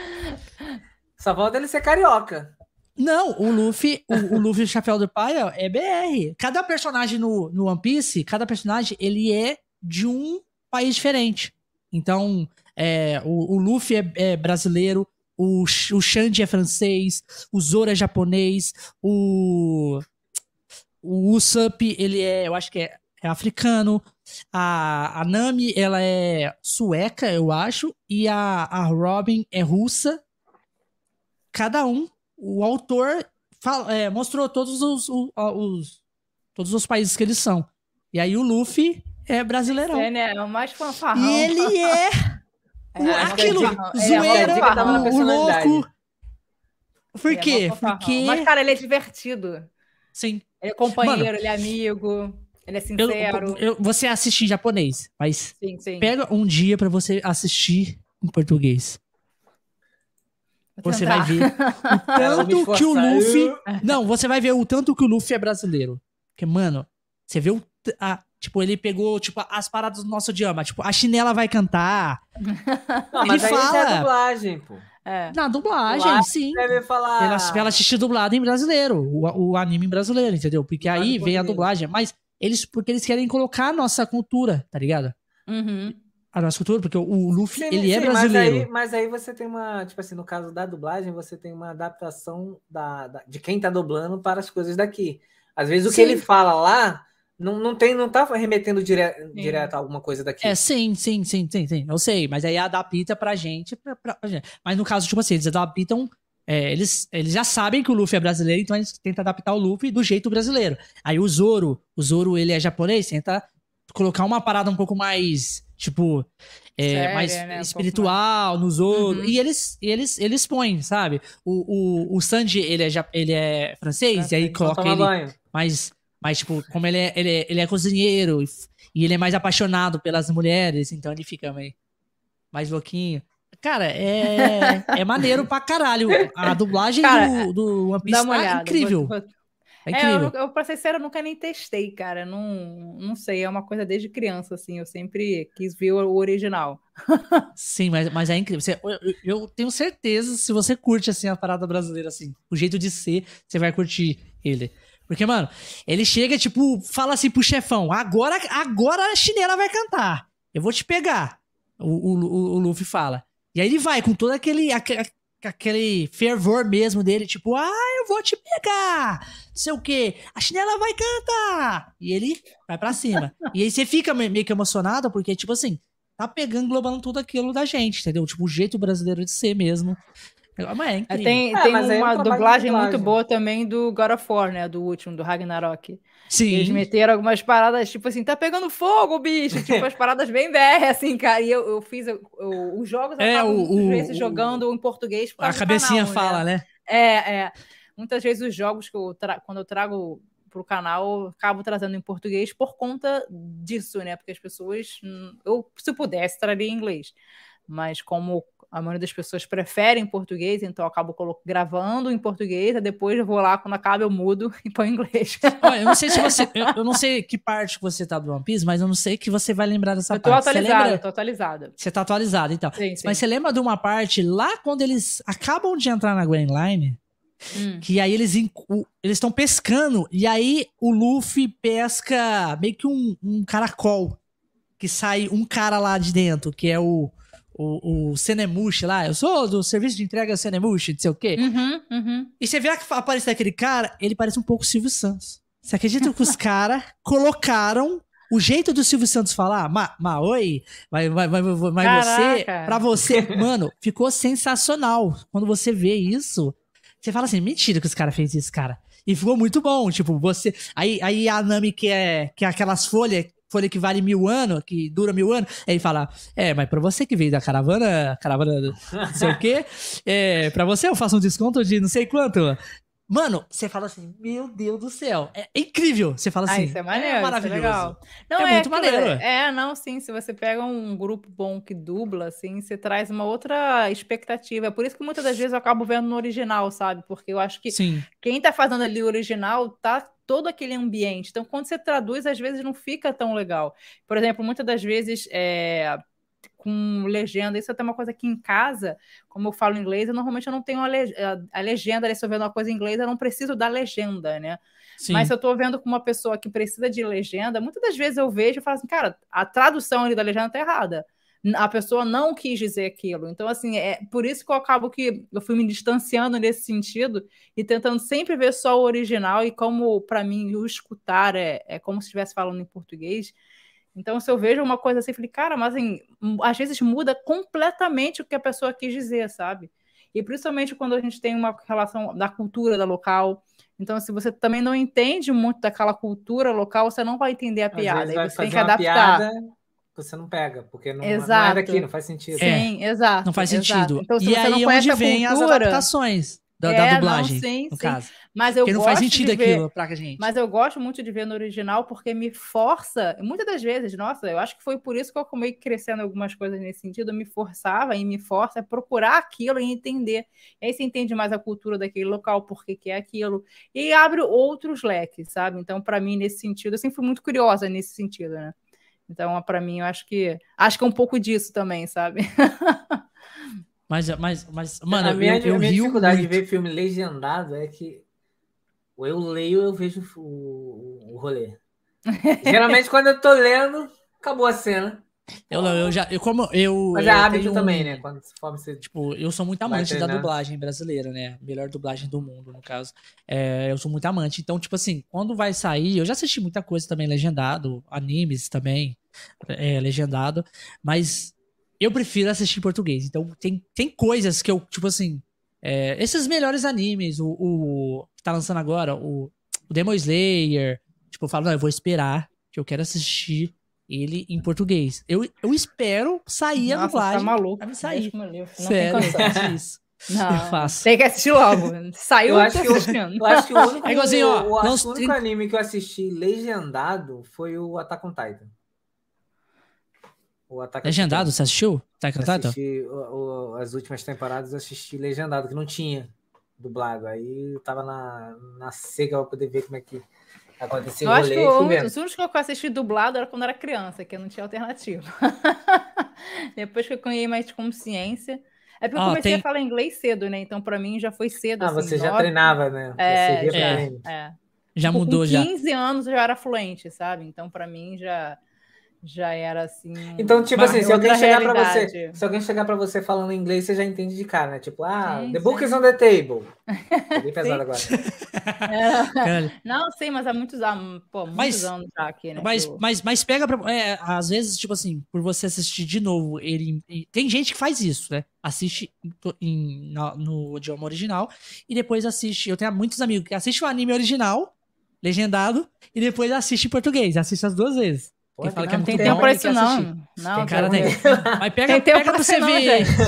Só falta ele ser carioca. Não, o Luffy, o, o Luffy e o Chapéu do Pai é B R. Cada personagem no, no One Piece, cada personagem, ele é de um país diferente. Então, é, o, o Luffy é, é brasileiro, o, Sh- o Shanji é francês, o Zoro é japonês, o, o Usopp, ele é, eu acho que é, é africano, a, a Nami, ela é sueca, eu acho, e a, a Robin é russa. Cada um, o autor fala- é, mostrou todos os, o- os- todos os países que eles são. E aí o Luffy é brasileirão. É, né? É o mais fanfarrão. E ele é, É, o- é aquilo, fanfarrão. Ele é zoeira, fanfarrão. Tava na o, o personalidade. louco. Por Ele é quê? mó fanfarrão. Porque, Mas, cara, ele é divertido. sim, Ele é companheiro, ele é amigo, ele é eu, sincero. eu- você assiste em japonês, mas Sim, sim. pega um dia pra você assistir em português. Vou Você tentar. vai ver o Cara, eu vou me tanto que o esforçar. Luffy... Eu- Não, você vai ver o tanto que o Luffy é brasileiro. Porque, mano, você vê o... t- a- tipo, ele pegou, tipo, as paradas do nosso idioma. Tipo, a chinela vai cantar. Não, Ele mas aí já fala. é dublagem, pô. É. Na dublagem, Dublagem, sim. Deve falar. Ela, ela assistir dublado em brasileiro. O, o anime em brasileiro, entendeu? Porque Dublado aí em vem a português. dublagem. Mas eles... Porque eles querem colocar a nossa cultura, tá ligado? Uhum. A nossa cultura, porque o, o Luffy, Sim, ele é sim, brasileiro. Mas aí, mas aí você tem uma, tipo assim, no caso da dublagem, você tem uma adaptação da, da- de quem tá dublando para as coisas daqui. Às vezes o que Sim. ele fala lá não, não, tem, não tá remetendo dire, Sim. direto a alguma coisa daqui. É, sim, sim, sim, sim, sim. Eu sei, mas aí adapta pra gente, pra, pra, pra gente. Mas no caso, tipo assim, eles adaptam. é, eles, eles já sabem que o Luffy é brasileiro, então eles tentam adaptar o Luffy do jeito brasileiro. Aí o Zoro, o Zoro ele é japonês, tenta colocar uma parada um pouco mais, tipo, é, Séria, mais né? Um pouco espiritual no Zoro. Uhum. E eles, e eles, eles põem, sabe? O, o, o Sanji, ele é, ja- ele é francês, e aí Francês. Não coloca toma ele banho. mais, mais tipo, como ele é, ele é, ele é cozinheiro e, f- e ele é mais apaixonado pelas mulheres, então ele fica meio, mais louquinho. Cara, é, é maneiro pra caralho. A dublagem Cara, do, do One Piece Dá uma tá olhada. incrível. Vou- vou- É É, eu, incrível. nu- eu, pra ser sincera, eu nunca nem testei, cara. Não, não sei, é uma coisa desde criança, assim. Eu sempre quis ver o original. Sim, mas, mas é incrível. Você- eu, eu- eu tenho certeza, se você curte assim a parada brasileira, assim, o jeito de ser, você vai curtir ele. Porque, mano, ele chega, tipo, fala assim pro chefão: agora, agora a chinela vai cantar. Eu vou te pegar. O, o, o, o Luffy fala. E aí ele vai com todo aquele, aquele, aquele fervor mesmo dele, tipo, ah, eu vou te pegar. Não sei o quê. A chinela vai cantar. E ele vai pra cima. E aí você fica me- meio que emocionado, porque, tipo assim, tá pegando, englobando tudo aquilo da gente, entendeu? Tipo, o jeito brasileiro de ser mesmo. Mas é incrível. Tem, É, tem mas aí é um uma trabalho de dublagem muito dublagem. boa também do God of War, né? Do último, do Ragnarok. Sim. Eles meteram algumas paradas, tipo assim, tá pegando fogo, bicho! Tipo, as paradas bem B R, assim, cara. E eu, eu fiz... Eu, eu- os jogos eu É, acabo o- muitas o- vezes o- jogando em português por A causa do cabecinha canal, fala, né? né? É, é. Muitas vezes os jogos que eu tra... quando eu trago pro canal, eu acabo trazendo em português por conta disso, né? Porque as pessoas... Eu, se eu pudesse, traria em inglês. Mas como a maioria das pessoas prefere em português, então eu acabo colo- gravando em português, aí depois eu vou lá, quando acaba eu mudo e põe em inglês. Olha, eu não sei se você... Eu, eu não sei que parte que você tá do One Piece, mas eu não sei que você vai lembrar dessa Eu tô parte. Você atualizada, lembra... eu tô atualizada. Você tá atualizado, então. Sim, sim. Mas você lembra de uma parte lá quando eles acabam de entrar na Grand Line, Hum. que aí eles incu- eles estão pescando, e aí o Luffy pesca meio que um, um caracol, que sai um cara lá de dentro, que é o, o, o Senemushi lá. Eu sou do serviço de entrega Senemushi, não sei o quê. Uhum, uhum. E você vê que aparece aquele cara, ele parece um pouco o Silvio Santos. Você acredita que os caras colocaram o jeito do Silvio Santos falar? Ma, ma oi, mas, mas, mas, mas você, Caraca. pra você, mano, ficou sensacional. Quando você vê isso, você fala assim, mentira que os caras fez isso, cara. E ficou muito bom, tipo, você... Aí, aí a Nami, que é, que é aquelas folhas, folha que vale mil anos, que dura mil anos, aí fala, é, mas pra você que veio da caravana, caravana do não sei o quê, é, pra você eu faço um desconto de não sei quanto. Mano, você fala assim, meu Deus do céu, é incrível. Você fala assim, Ah, isso é maneiro, é isso é maravilhoso. legal. Não, É é, muito aquilo, maneiro. É, não, sim, se você pega um grupo bom que dubla, assim, você traz uma outra expectativa. É por isso que muitas das vezes eu acabo vendo no original, sabe? Porque eu acho que Sim, quem tá fazendo ali o original tá todo aquele ambiente. Então, quando você traduz, às vezes não fica tão legal. Por exemplo, muitas das vezes é, com legenda, isso é até uma coisa que em casa, como eu falo inglês, eu normalmente eu não tenho a, le a, a legenda, se eu vendo uma coisa em inglês, eu não preciso da legenda, né? sim. Mas se eu tô vendo com uma pessoa que precisa de legenda, muitas das vezes eu vejo e falo assim, cara, a tradução ali da legenda tá errada. A pessoa não quis dizer aquilo. Então, assim, é por isso que eu acabo que eu fui me distanciando nesse sentido e tentando sempre ver só o original e como, para mim, o escutar é, é como se estivesse falando em português. Então, se eu vejo uma coisa assim, eu falei, cara, mas assim, às vezes muda completamente o que a pessoa quis dizer, sabe? E principalmente quando a gente tem uma relação da cultura da local. Então, se você também não entende muito daquela cultura local, você não vai entender a Às piada. vezes Aí vai você tem que fazer uma adaptar. piada, você não pega, porque não, não é Exato. daqui, não faz sentido. Sim, exato. Não faz exato. sentido. Então, se E você aí não é conhece onde a vem as cultura, adaptações da, é, da não, dublagem, sim, no sim. caso. Mas eu Porque não gosto faz sentido de ver, aquilo pra gente. mas eu gosto muito de ver no original porque me força, muitas das vezes, nossa, eu acho que foi por isso que eu acabei crescendo algumas coisas nesse sentido, me forçava e me força a procurar aquilo e entender. E aí você entende mais a cultura daquele local, por que que é aquilo, e abre outros leques, sabe? Então, para mim, nesse sentido, eu sempre fui muito curiosa nesse sentido, né? Então, para mim, eu acho que acho que é um pouco disso também, sabe? Mas, mas, mas mano, a minha, eu, eu a minha rio dificuldade muito. de ver filme legendado é que ou eu leio ou eu vejo o, o rolê. Geralmente, quando eu tô lendo, acabou a cena. Eu, eu já, eu como eu, Mas é eu hábito tenho também, um, né? Quando conforme você tipo, eu sou muito vai amante da treinando. dublagem brasileira, né? Melhor dublagem do mundo, no caso. É, eu sou muito amante. Então, tipo assim, quando vai sair, eu já assisti muita coisa também legendado, animes também, é, legendado, mas eu prefiro assistir em português. Então, tem, tem coisas que eu, tipo assim, é, esses melhores animes, o, o que tá lançando agora, o, o Demon Slayer, tipo, eu falo, não, eu vou esperar, que eu quero assistir ele em português. Eu, eu espero sair a Nossa, dublagem tá maluco. pra me sair. Deus me livre. Não Sério, tem eu cansaço. faço isso. Não, Eu faço. tem que assistir logo. Saiu, Eu acho, tô que eu, assistindo. eu acho que o único, É igualzinho, ó, o, acho lança que o único trinta anime que eu assisti legendado foi o Attack on Titan. O Attack on Legendado, Titan. você assistiu? Tá encantado? Assisti o, o, as últimas temporadas, eu assisti legendado, que não tinha dublado. Aí eu tava na, na seca pra poder ver como é que aconteceu Eu o acho que rolê. e fui o- vendo. os únicos que eu assisti dublado era quando era criança, que eu não tinha alternativa. Depois que eu ganhei mais consciência. É porque eu Ó, comecei tem- a falar inglês cedo, né? Então, pra mim, já foi cedo. Ah, assim, você já nove- treinava, né? Já É, servia pra já, treino. é. Já Tipo, mudou com já. quinze anos eu já era fluente, sabe? Então, pra mim, já. já era assim. Então, tipo uma assim, se alguém outra chegar pra realidade. você, se alguém chegar para você falando inglês, você já entende de cara, né? Tipo, ah, Sim, the book sim. is on the table. Peguei pesado Sim. agora. É. Cara, Não, sim, mas há muitos anos, pô, muitos Mas, anos já aqui, né? que mas, eu- mas, mas pega pra. É, às vezes, tipo assim, por você assistir de novo, ele. e tem gente que faz isso, né? Assiste em to- em- na- no idioma original e depois assiste. Eu tenho muitos amigos que assistem o anime original, legendado, e depois assiste em português. Assiste as duas vezes. Pô, Quem tem fala que que- é Não tem muito tempo bom. pra tem isso, que assistir. não. Não, Tem Cara, que- tem. Mas pega, Tem tempo pega pra pra você isso não, ver. gente.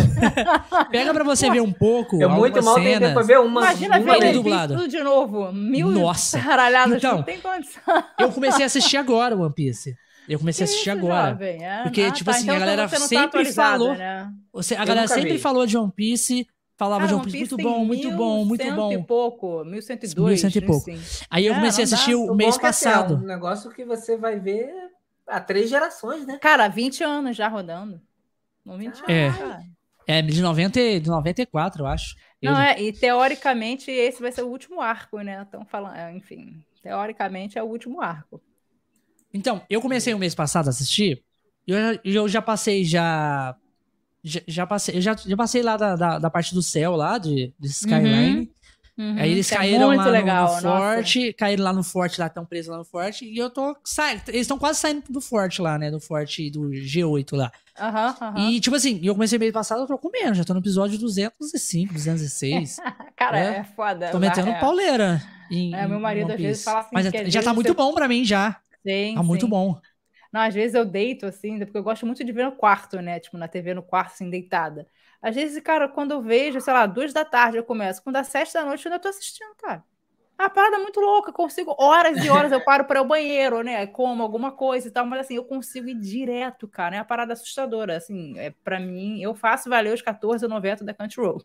Pega pra você ver um pouco. Eu muito algumas mal tenho tempo pra cenas. ver uma, Imagina uma ver Ele é vez. One Piece dublado. tudo de novo. Mil Nossa. caralhadas, Então, não tem condição. Eu comecei a assistir agora One Piece. Eu comecei Que a assistir isso, agora. jovem? É, Porque, ah, tipo tá, assim, então a galera você não tá sempre atualizada, falou. né? Você, a Eu galera nunca sempre vi. falou de One Piece, falava Cara, de One One Piece Piece muito tem bom, muito bom, muito mil e bom. pouco, mil cento e Mil dois, cento e pouco. sim. Aí eu É, comecei a não dá. assistir o O mês bom é que assim, é passado. um negócio que você vai ver há três gerações, né? Cara, vinte anos já rodando. Não vinte É. anos, cara. É, de, noventa, e- de noventa e quatro, eu acho. Não, Ele. é, e teoricamente esse vai ser o último arco, né? Estão falando, é, enfim, teoricamente é o último arco. Então, eu comecei o mês passado a assistir. E eu, já- eu já passei já. Já, já passei, eu já, já passei lá da, da, da parte do céu, lá, de, de Skyline. Uhum, Aí eles que é caíram muito lá no- legal, no, nossa. forte, caíram lá no forte, lá estão presos lá no forte, e eu tô saindo, eles estão quase saindo do forte lá, né, do forte do G oito lá. Aham, aham. E tipo assim, eu comecei mês passado, eu tô comendo, já tô no episódio duzentos e cinco, duzentos e seis. Cara, é. é, foda. Tô metendo é. pauleira em, É, meu em marido One às vezes Piece. fala assim Mas que às já tá vezes muito você- bom pra mim já, Sim, tá muito sim. bom. Não, às vezes eu deito assim, porque eu gosto muito de ver no quarto, né? Tipo, na T V no quarto, assim, deitada. Às vezes, cara, quando eu vejo, sei lá, duas da tarde eu começo, quando dá sete da noite eu ainda tô assistindo, cara. É uma parada muito louca, eu consigo horas e horas, eu paro para o banheiro, né? Como alguma coisa e tal, mas assim, eu consigo ir direto, cara. É uma parada assustadora, assim, é, para mim, eu faço valer os quatorze e noventa da Crunchyroll.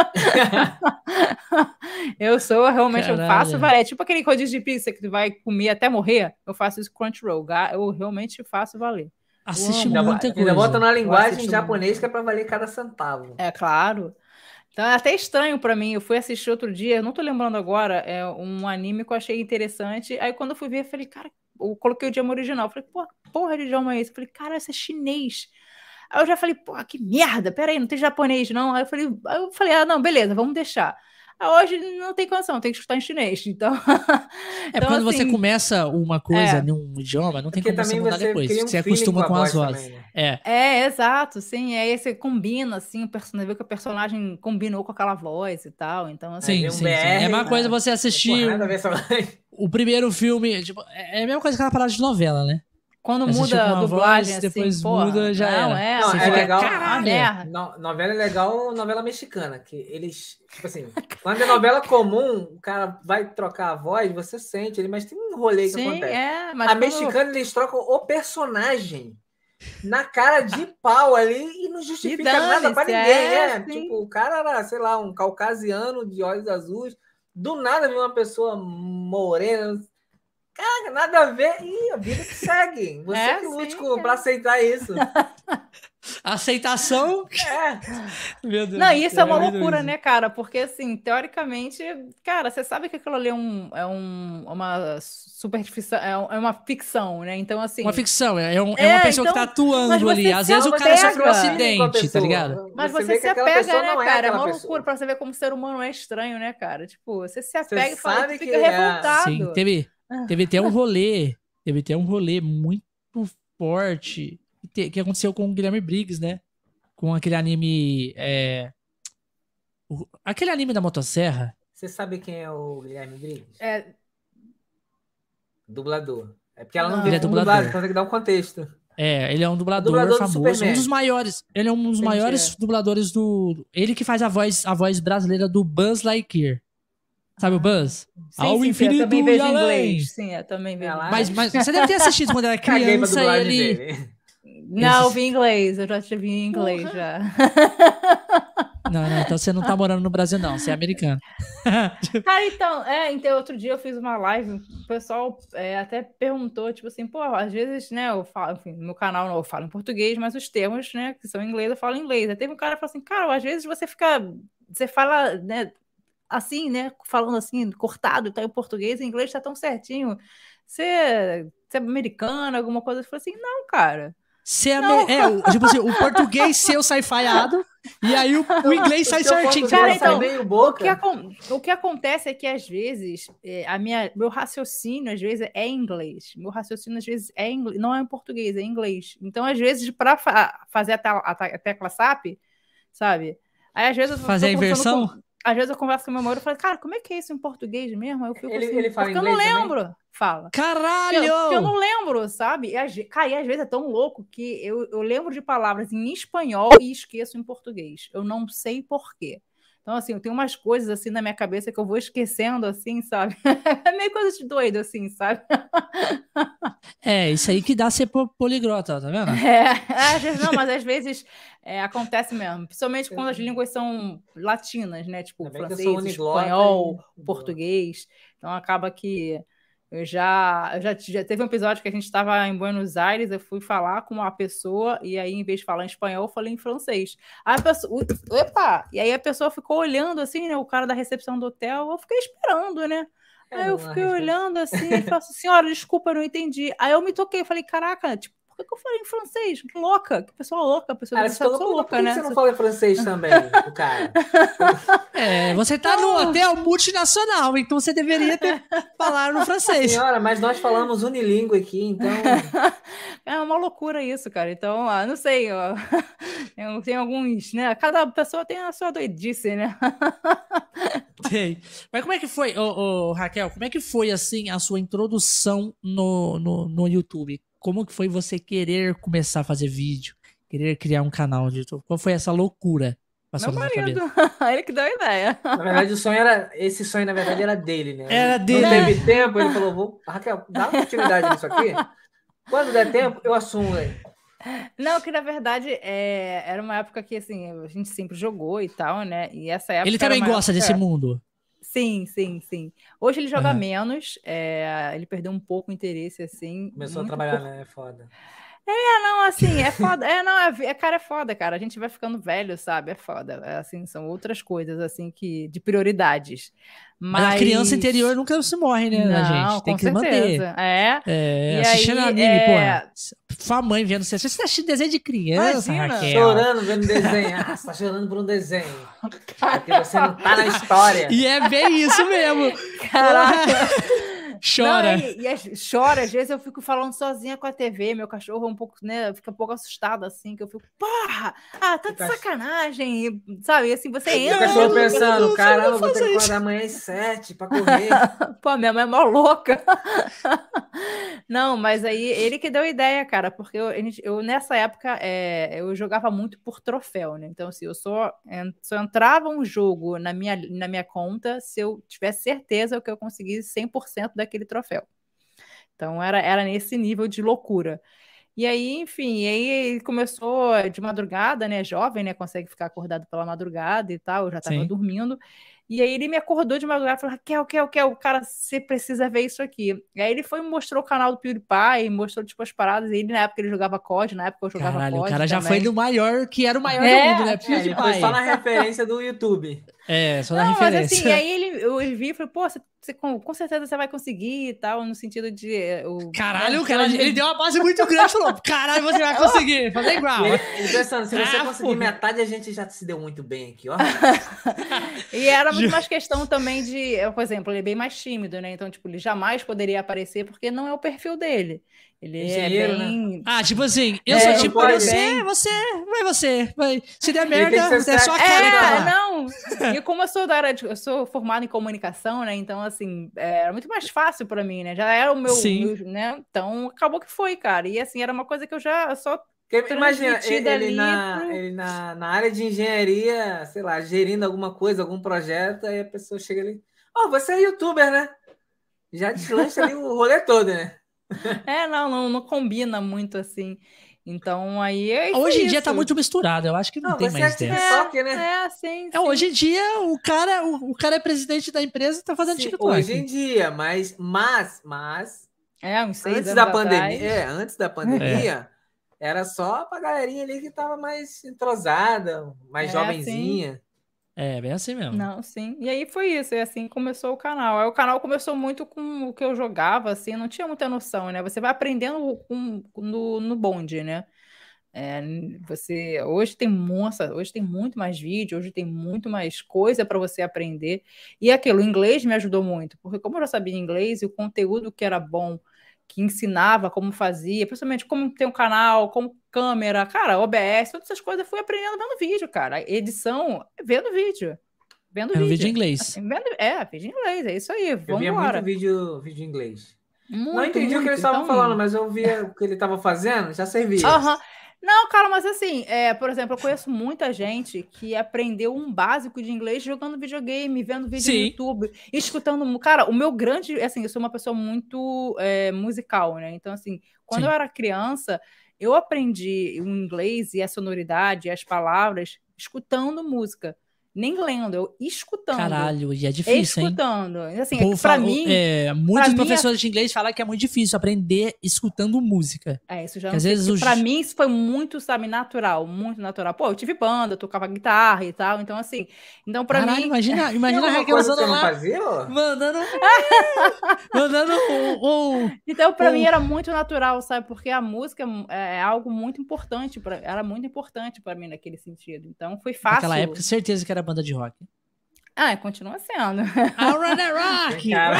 Eu sou realmente, eu faço Caralho. valer. É tipo aquele rodízio de pizza que tu vai comer até morrer, eu faço isso com Crunchyroll. ga- Eu realmente faço valer. Assiste amo, Ainda, muita ainda coisa. bota na linguagem assisto japonês muito. que é pra valer cada centavo. É claro. Então é até estranho pra mim. Eu fui assistir outro dia, eu não tô lembrando agora, é um anime que eu achei interessante. Aí quando eu fui ver, eu falei, cara, eu coloquei o idioma original. Eu falei, pô, porra de idioma é esse? Eu falei, cara, esse é chinês. Aí eu já falei, pô, que merda, peraí, não tem japonês, não. Aí eu falei, aí eu falei, ah, não, beleza, vamos deixar. Aí hoje não tem condição, tem que escutar em chinês. Então, É então quando você assim, começa uma coisa é. num idioma, não tem Porque como você também mudar você depois. cria um Você feeling acostuma com a com as voz vozes. também, né? É. É, exato, sim. Aí você combina, assim, o personagem, vê que o personagem combinou com aquela voz e tal. Então, assim, Sim, Aí sim, vem um sim. B R, É a mesma coisa é. você assistir Porra, nada a ver essa voz. o primeiro filme. Tipo, é a mesma coisa que aquela parada de novela, né? Quando Assistiu muda com a uma dublagem, voz, depois assim, porra, muda, já não, era. é, Não, Você é fica, legal. uma caralho. merda. No- novela é legal, novela mexicana, que eles, tipo assim, quando é novela comum, o cara vai trocar a voz, você sente ele, mas tem um rolê que Sim, acontece. é, mas A quando... mexicana, eles trocam o personagem na cara de pau ali e não justifica nada pra dane-se, ninguém. é, É, sim. tipo, o cara era, sei lá, um caucasiano de olhos azuis, do nada viu uma pessoa morena. Cara, nada a ver. E a vida que segue. Você É, que lute sim, com- é. pra aceitar isso. Aceitação. É. Meu Deus Não, do isso céu, é uma muito loucura, isso. né, cara? Porque, assim, teoricamente, cara, você sabe que aquilo ali é, um, é um, uma superfície, é um- é uma ficção, né? Então, assim... Uma ficção, é, um- é É, uma pessoa então, que tá atuando mas ali. você Às se vezes o Você cara apega. sofreu um tem um feeling com a acidente, tá pessoa. ligado? Mas Você você, vê que se aquela apega, pessoa né, não é cara? É aquela uma pessoa. loucura pra você ver como o ser humano é estranho, né, cara? Tipo, você se Você apega e fala, sabe tu que fica é- revoltado. Sim, teve, teve até um rolê. Teve até um rolê muito forte que, te- que aconteceu com o Guilherme Briggs, né? Com aquele anime. é, o- aquele anime da motosserra. Você sabe quem é o Guilherme Briggs? É, Dublador. É porque ela não, Não. vê Ele é como dublador. dublado, então tem que dar um contexto. É, ele é um dublador, dublador do famoso, Superman. um dos maiores. Ele é um dos Entendi. maiores dubladores do. Ele que faz a voz, a voz brasileira do Buzz Lightyear. Sabe o Buzz? sim, Ao sim, sim, infinito eu também e vejo além. inglês. Sim, eu também vejo. É lá. Mas, mas você deve ter assistido quando era Caguei pra criança e dublagem ele. dele. Não, eu Esses- vi em inglês, eu já te vi em inglês Porra. já. Não, não, então você não tá morando no Brasil, não. Você é americano. Cara, então, é, então, outro dia eu fiz uma live, o pessoal é, até perguntou, tipo assim, pô, às vezes, né, eu falo, enfim, no meu canal eu falo em português, mas os termos, né, que são em inglês, eu falo em inglês. Aí teve um cara que falou assim, cara, às vezes você fica, você fala, né, assim, né? Falando assim, cortado, tá em português, em inglês tá tão certinho. Você, você é americano, alguma coisa? Eu falei assim, não, cara. Ser ame- é, o, tipo assim, o português seu sai falhado e aí o, o inglês sai certinho. Cara, então, meio o, boca. que acon- o que acontece é que, às vezes, é, a minha, meu raciocínio, às vezes, é em inglês. Meu raciocínio, às vezes, é em inglês. Não é em português, é em inglês. Então, às vezes, para fa- fazer a, ta- a, ta- a tecla S A P, sabe? Aí, às vezes, eu tô Fazer a conversando inversão? com- Às vezes eu converso com meu marido e falo, cara, como é que é isso em português mesmo? Aí eu fico Ele- assim, ele fala porque eu não inglês também? lembro. Fala. Caralho! Porque eu, porque eu não lembro, sabe? E, às ve- cara, e às vezes é tão louco que eu, eu lembro de palavras em espanhol e esqueço em português. Eu não sei por quê. Então, assim, eu tenho umas coisas assim na minha cabeça que eu vou esquecendo, assim, sabe? É meio coisa de doido, assim, sabe? É, isso aí que dá ser po- poliglota, tá vendo? É, às vezes não, mas às vezes é, acontece mesmo. Principalmente quando as línguas são latinas, né? Tipo, Ainda bem que eu francês, sou uniglota espanhol, e- português. Então acaba que eu já, eu já, já teve um episódio que a gente estava em Buenos Aires, eu fui falar com uma pessoa, e aí, em vez de falar em espanhol, eu falei em francês. Aí a pessoa. Epa! E aí a pessoa ficou olhando assim, né? O cara da recepção do hotel, eu fiquei esperando, né? É, Aí eu não, a fiquei resposta- olhando assim, e falei assim, senhora, desculpa, eu não entendi. Aí eu me toquei, falei, caraca, tipo, por que que eu falei em francês? Que louca, que pessoa louca, pessoa, Cara, essa você falou, pessoa "Pô, louca, por que né? que você não fala francês também, o cara? É, você tá num hotel multinacional, então você deveria ter falado no francês. Senhora, mas nós falamos unilíngua aqui, então... É uma loucura isso, cara. Então, ah, não sei, ó. Tem, tem alguns, né? Cada pessoa tem a sua doidice, né? Tem. Mas como é que foi, ô, ô, Raquel, como é que foi, assim, a sua introdução no, no, no YouTube? Como que foi você querer começar a fazer vídeo, querer criar um canal de YouTube? Qual foi essa loucura que passou Meu na sua marido, cabeça? ele que deu a ideia. Na verdade, o sonho era... Esse sonho, na verdade, era dele, né? Era Não dele. teve tempo, ele falou, vou... Raquel, dá uma continuidade nisso aqui. Quando der tempo, eu assumo, né? Não, que na verdade é, era uma época que assim, a gente sempre jogou e tal, né? E essa época. Ele também era uma gosta época... desse mundo. Sim, sim, sim. Hoje ele joga Aham. menos, é, ele perdeu um pouco o interesse, assim. Começou a muito trabalhar, por- né? É foda. É, não, assim, é foda. É, não, é, é, cara, é foda, cara. A gente vai ficando velho, sabe? É foda. É, assim, são outras coisas, assim, que de prioridades. Mas Mas a criança interior nunca se morre, né, Não, gente? Tem com que manter. certeza. É. É, E assistindo aí, anime, é, porra. Sua mãe vendo você. Você tá assistindo desenho de criança, Imagina. Raquel. Chorando vendo desenho. Ah, você tá chorando por um desenho. Porque você não tá na história. E é bem isso mesmo. Caraca. Chora. Não, e, e as- chora, às vezes eu fico falando sozinha com a T V, meu cachorro é um pouco, né, fica um pouco assustado, assim, que eu fico, porra, ah, tá de cachorro- sacanagem, e, sabe, e assim, você E o entra... cachorro Deus, pensando, Deus, caramba, eu vou ter faço que isso. acordar amanhã às sete pra correr. Pô, minha mãe é mó louca. Não, mas aí ele que deu a ideia, cara, porque eu, a gente- eu, nessa época é, eu jogava muito por troféu, né? Então, assim, eu só, en- só entrava um jogo na minha, na minha conta se eu tivesse certeza que eu conseguisse cem por cento daquele troféu. Então, era, era nesse nível de loucura. E aí, enfim, e aí ele começou de madrugada, né? Jovem, né? Consegue ficar acordado pela madrugada e tal. Eu já estava Sim. dormindo. E aí ele me acordou de madrugada e falou: Raquel, Raquel, Raquel, cara, você precisa ver isso aqui. E aí ele foi e mostrou o canal do PewDiePie, mostrou, tipo, as paradas. E ele, na época, ele jogava C O D, na época eu jogava Caralho, C O D o cara já também. foi do maior, que era o maior É, do mundo, né? É, ele foi só na referência do YouTube. É, só na Não, mas referência. assim, e aí ele, eu vi e falei, pô, você, você com, com certeza você vai conseguir e tal, no sentido de... eh, O, Caralho, né, o cara, pela- ele deu uma base muito grande e falou: caralho, você vai conseguir fazer igual. E ele, ele pensando, se você Ah, conseguir porra. metade, a gente já se deu muito bem aqui, ó. E era muito mais questão também de, eu, por exemplo, ele é bem mais tímido, né? Então, tipo, ele jamais poderia aparecer porque não é o perfil dele. Ele Engenheiro, é bem... Ah, tipo assim, eu É, sou não tipo pode, você, hein? você, vai você. Vai. Se der Ele tem merda, que ser é só a certo. cara que tá É, lá. não. E como eu sou da área de, eu sou formada em comunicação, né? Então, assim, é, era muito mais fácil para mim, né? Já era o meu, Sim. meu, né? Então, acabou que foi, cara. E assim, era uma coisa que eu já só Porque, imagina, transmitida ele, ali na, pro- ele na, na área de engenharia, sei lá, gerindo alguma coisa, algum projeto, aí a pessoa chega ali, ó, você é youtuber, né? Já deslancha ali o rolê todo, né? É, não, não, não combina muito assim. Então, aí é isso. Hoje em dia isso. tá muito misturado, eu acho que não, Não, tem você mais é dessa. TikTok, né? É, sim, É, hoje em dia, o cara, o, o cara é presidente da empresa e tá fazendo Sim, TikTok. hoje em dia, mas, mas, mas É, uns seis antes anos da pandemia, atrás. é, antes da pandemia, era só pra galerinha ali que tava mais entrosada, mais É, jovenzinha. É, bem assim mesmo. Não, sim. E aí foi isso, e assim começou o canal. Aí o canal começou muito com o que eu jogava, assim, não tinha muita noção, né? Você vai aprendendo com, no, no bonde, né? É, você hoje tem moça, hoje tem muito mais vídeo, hoje tem muito mais coisa para você aprender. E aquilo, o inglês me ajudou muito, porque como eu já sabia inglês e o conteúdo que era bom, que ensinava como fazia, principalmente como ter um canal, como câmera, cara, O B S, todas essas coisas eu fui aprendendo vendo vídeo, cara. Edição, vendo vídeo. Vendo É um vídeo em vídeo. inglês. Assim, vendo, é, vídeo em inglês, é isso aí, Eu vamos via muito embora. vídeo, vídeo em inglês. Não Muito, entendi o que muito. eles estavam Então, falando, mas eu via o que ele estava fazendo, já servia. aham. Não, cara, mas assim, é, por exemplo, eu conheço muita gente que aprendeu um básico de inglês jogando videogame, vendo vídeo no Sim. YouTube, escutando. mu- Cara, o meu grande. Assim, eu sou uma pessoa muito é, musical, né? Então, assim, quando Sim. eu era criança, eu aprendi o inglês e a sonoridade e as palavras escutando música. Nem lendo, eu escutando. Caralho, e é difícil, hein? Escutando. Assim, O é povo que pra fala- mim. é, muitos mim, professores de inglês falam que é muito difícil aprender escutando música. É, isso já Que não às sei, vezes porque os- pra mim isso foi muito, sabe, natural, muito natural. Pô, eu tive banda, eu tocava guitarra e tal, então assim, então pra Caralho, mim, imagina, Tem imagina a alguma Raquel coisa que usando você não lá, fazia, ó? mandando, mandando um, um- então pra um- mim era muito natural, sabe? Porque a música é é algo muito importante para, era muito importante pra mim naquele sentido. Então foi fácil. Naquela época, certeza que era banda de rock. Ah, continua sendo. I wanna rock! Cara,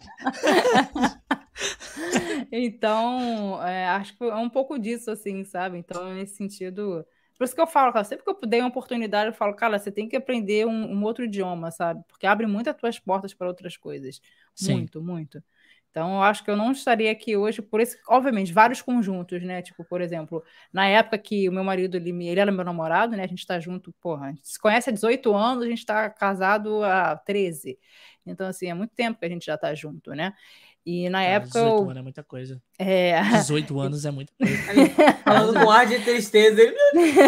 Então, é, acho que é um pouco disso, assim, sabe? Então, nesse sentido. Por isso que eu falo, cara, sempre que eu puder uma oportunidade, eu falo, cara, você tem que aprender um, um outro idioma, sabe? Porque abre muito as tuas portas para outras coisas. Sim. Muito, muito. Então, eu acho que eu não estaria aqui hoje por esse, obviamente, vários conjuntos, né? Tipo, por exemplo, na época que o meu marido, ele, me- ele era meu namorado, né? A gente tá junto, porra, a gente se conhece há dezoito anos, a gente tá casado há treze. Então, assim, é muito tempo que a gente já tá junto, né? E na Cara, época dezoito eu. anos é muita coisa. É, dezoito anos é muita coisa. falando com ar de tristeza, ele.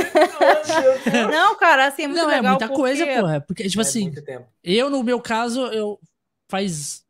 não, cara, assim, é muito Não, é legal muita porque... coisa, porra. Porque, tipo É assim, muito tempo. eu, no meu caso, eu faz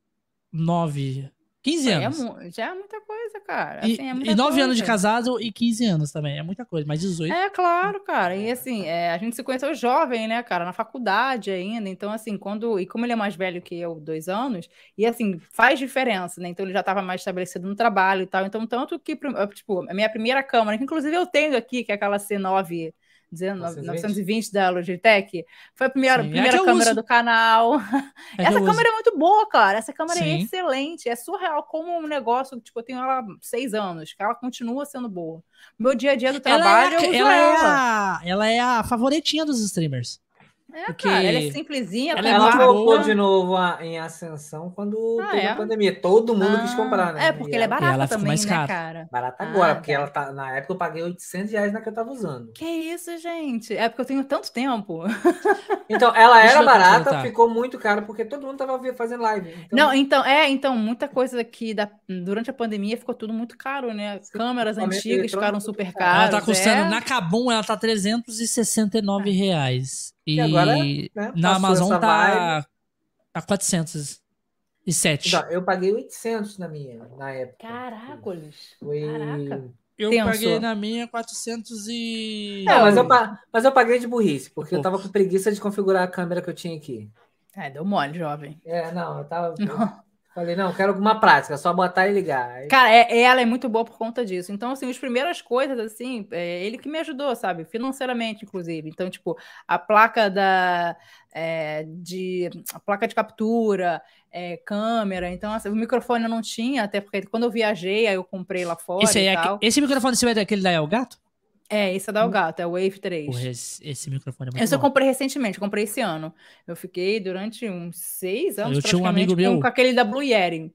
nove, quinze É anos. mu- já é muita coisa, cara. E, Assim, é muita e nove coisa. anos de casado e quinze anos também. É muita coisa, mas dezoito. É, claro, cara. E assim, é, a gente se conheceu jovem, né, cara, na faculdade ainda. Então, assim, quando. E como ele é mais velho que eu, dois anos, e assim, faz diferença, né? Então ele já estava mais estabelecido no trabalho e tal. Então, tanto que, tipo, a minha primeira câmera, que inclusive eu tenho aqui, que é aquela C nove. novecentos e vinte da Logitech, foi a primeira, Sim, é primeira que eu câmera uso. do canal. É que Essa eu câmera é muito boa, cara. Essa câmera é Sim. excelente. É surreal como um negócio, tipo, eu tenho ela há seis anos, que ela continua sendo boa. Meu dia a dia do Ela, é trabalho, a, eu uso ela, ela. é a, ela é a favoritinha dos streamers. É, porque cara, ela é simplesinha, ela é Ela muito voltou boa. de novo a- em ascensão quando Ah, teve é? a pandemia. Todo mundo quis Ah, comprar, né? É, porque E ela é ela- barata ela ficou também, mais né, cara. cara? Barata agora, Ah, porque tá. ela tá, na época eu paguei oitocentos reais na que eu tava usando. Que isso, gente? É porque eu tenho tanto tempo. Então, ela Deixa eu era ver quanto ela barata, tá. ficou muito caro, porque todo mundo tava vi- fazendo live. Então, Não, então, é, então, muita coisa que da, durante a pandemia ficou tudo muito caro, né? Sim, Câmeras equipamento antigas eletrônico ficaram tudo super caro. Ela caras. tá custando, é. na Kabum, ela tá trezentos e sessenta e nove reais. E, E agora, né, na passou Amazon essa tá, tá quatrocentos e sete. Então, eu paguei oitocentos na minha, na época. Caracoles. Foi... Caraca. Eu tenso. paguei na minha quatrocentos e... É, mas eu, eu- pa- mas eu paguei de burrice, porque eu Pouco. tava com preguiça de configurar a câmera que eu tinha aqui. É, deu mole, jovem. É, não, eu tava... eu falei, não, eu quero alguma prática, só botar e ligar. Aí, Cara, é- ela é muito boa por conta disso. Então, assim, as primeiras coisas, assim, é ele que me ajudou, sabe? Financeiramente, inclusive. Então, tipo, a placa da... é, de, a placa de captura, é, câmera. Então, assim, o microfone eu não tinha, até porque quando eu viajei, aí eu comprei lá fora Esse, aí e é tal. aque- esse microfone você vai daquele da Elgato? É, esse é da Elgato, é o Wave três. Porra, esse, esse microfone é muito Esse eu bom. comprei recentemente, eu comprei esse ano. Eu fiquei durante uns seis anos, Eu tinha um praticamente, amigo meu- com, com aquele da Blue Yeti.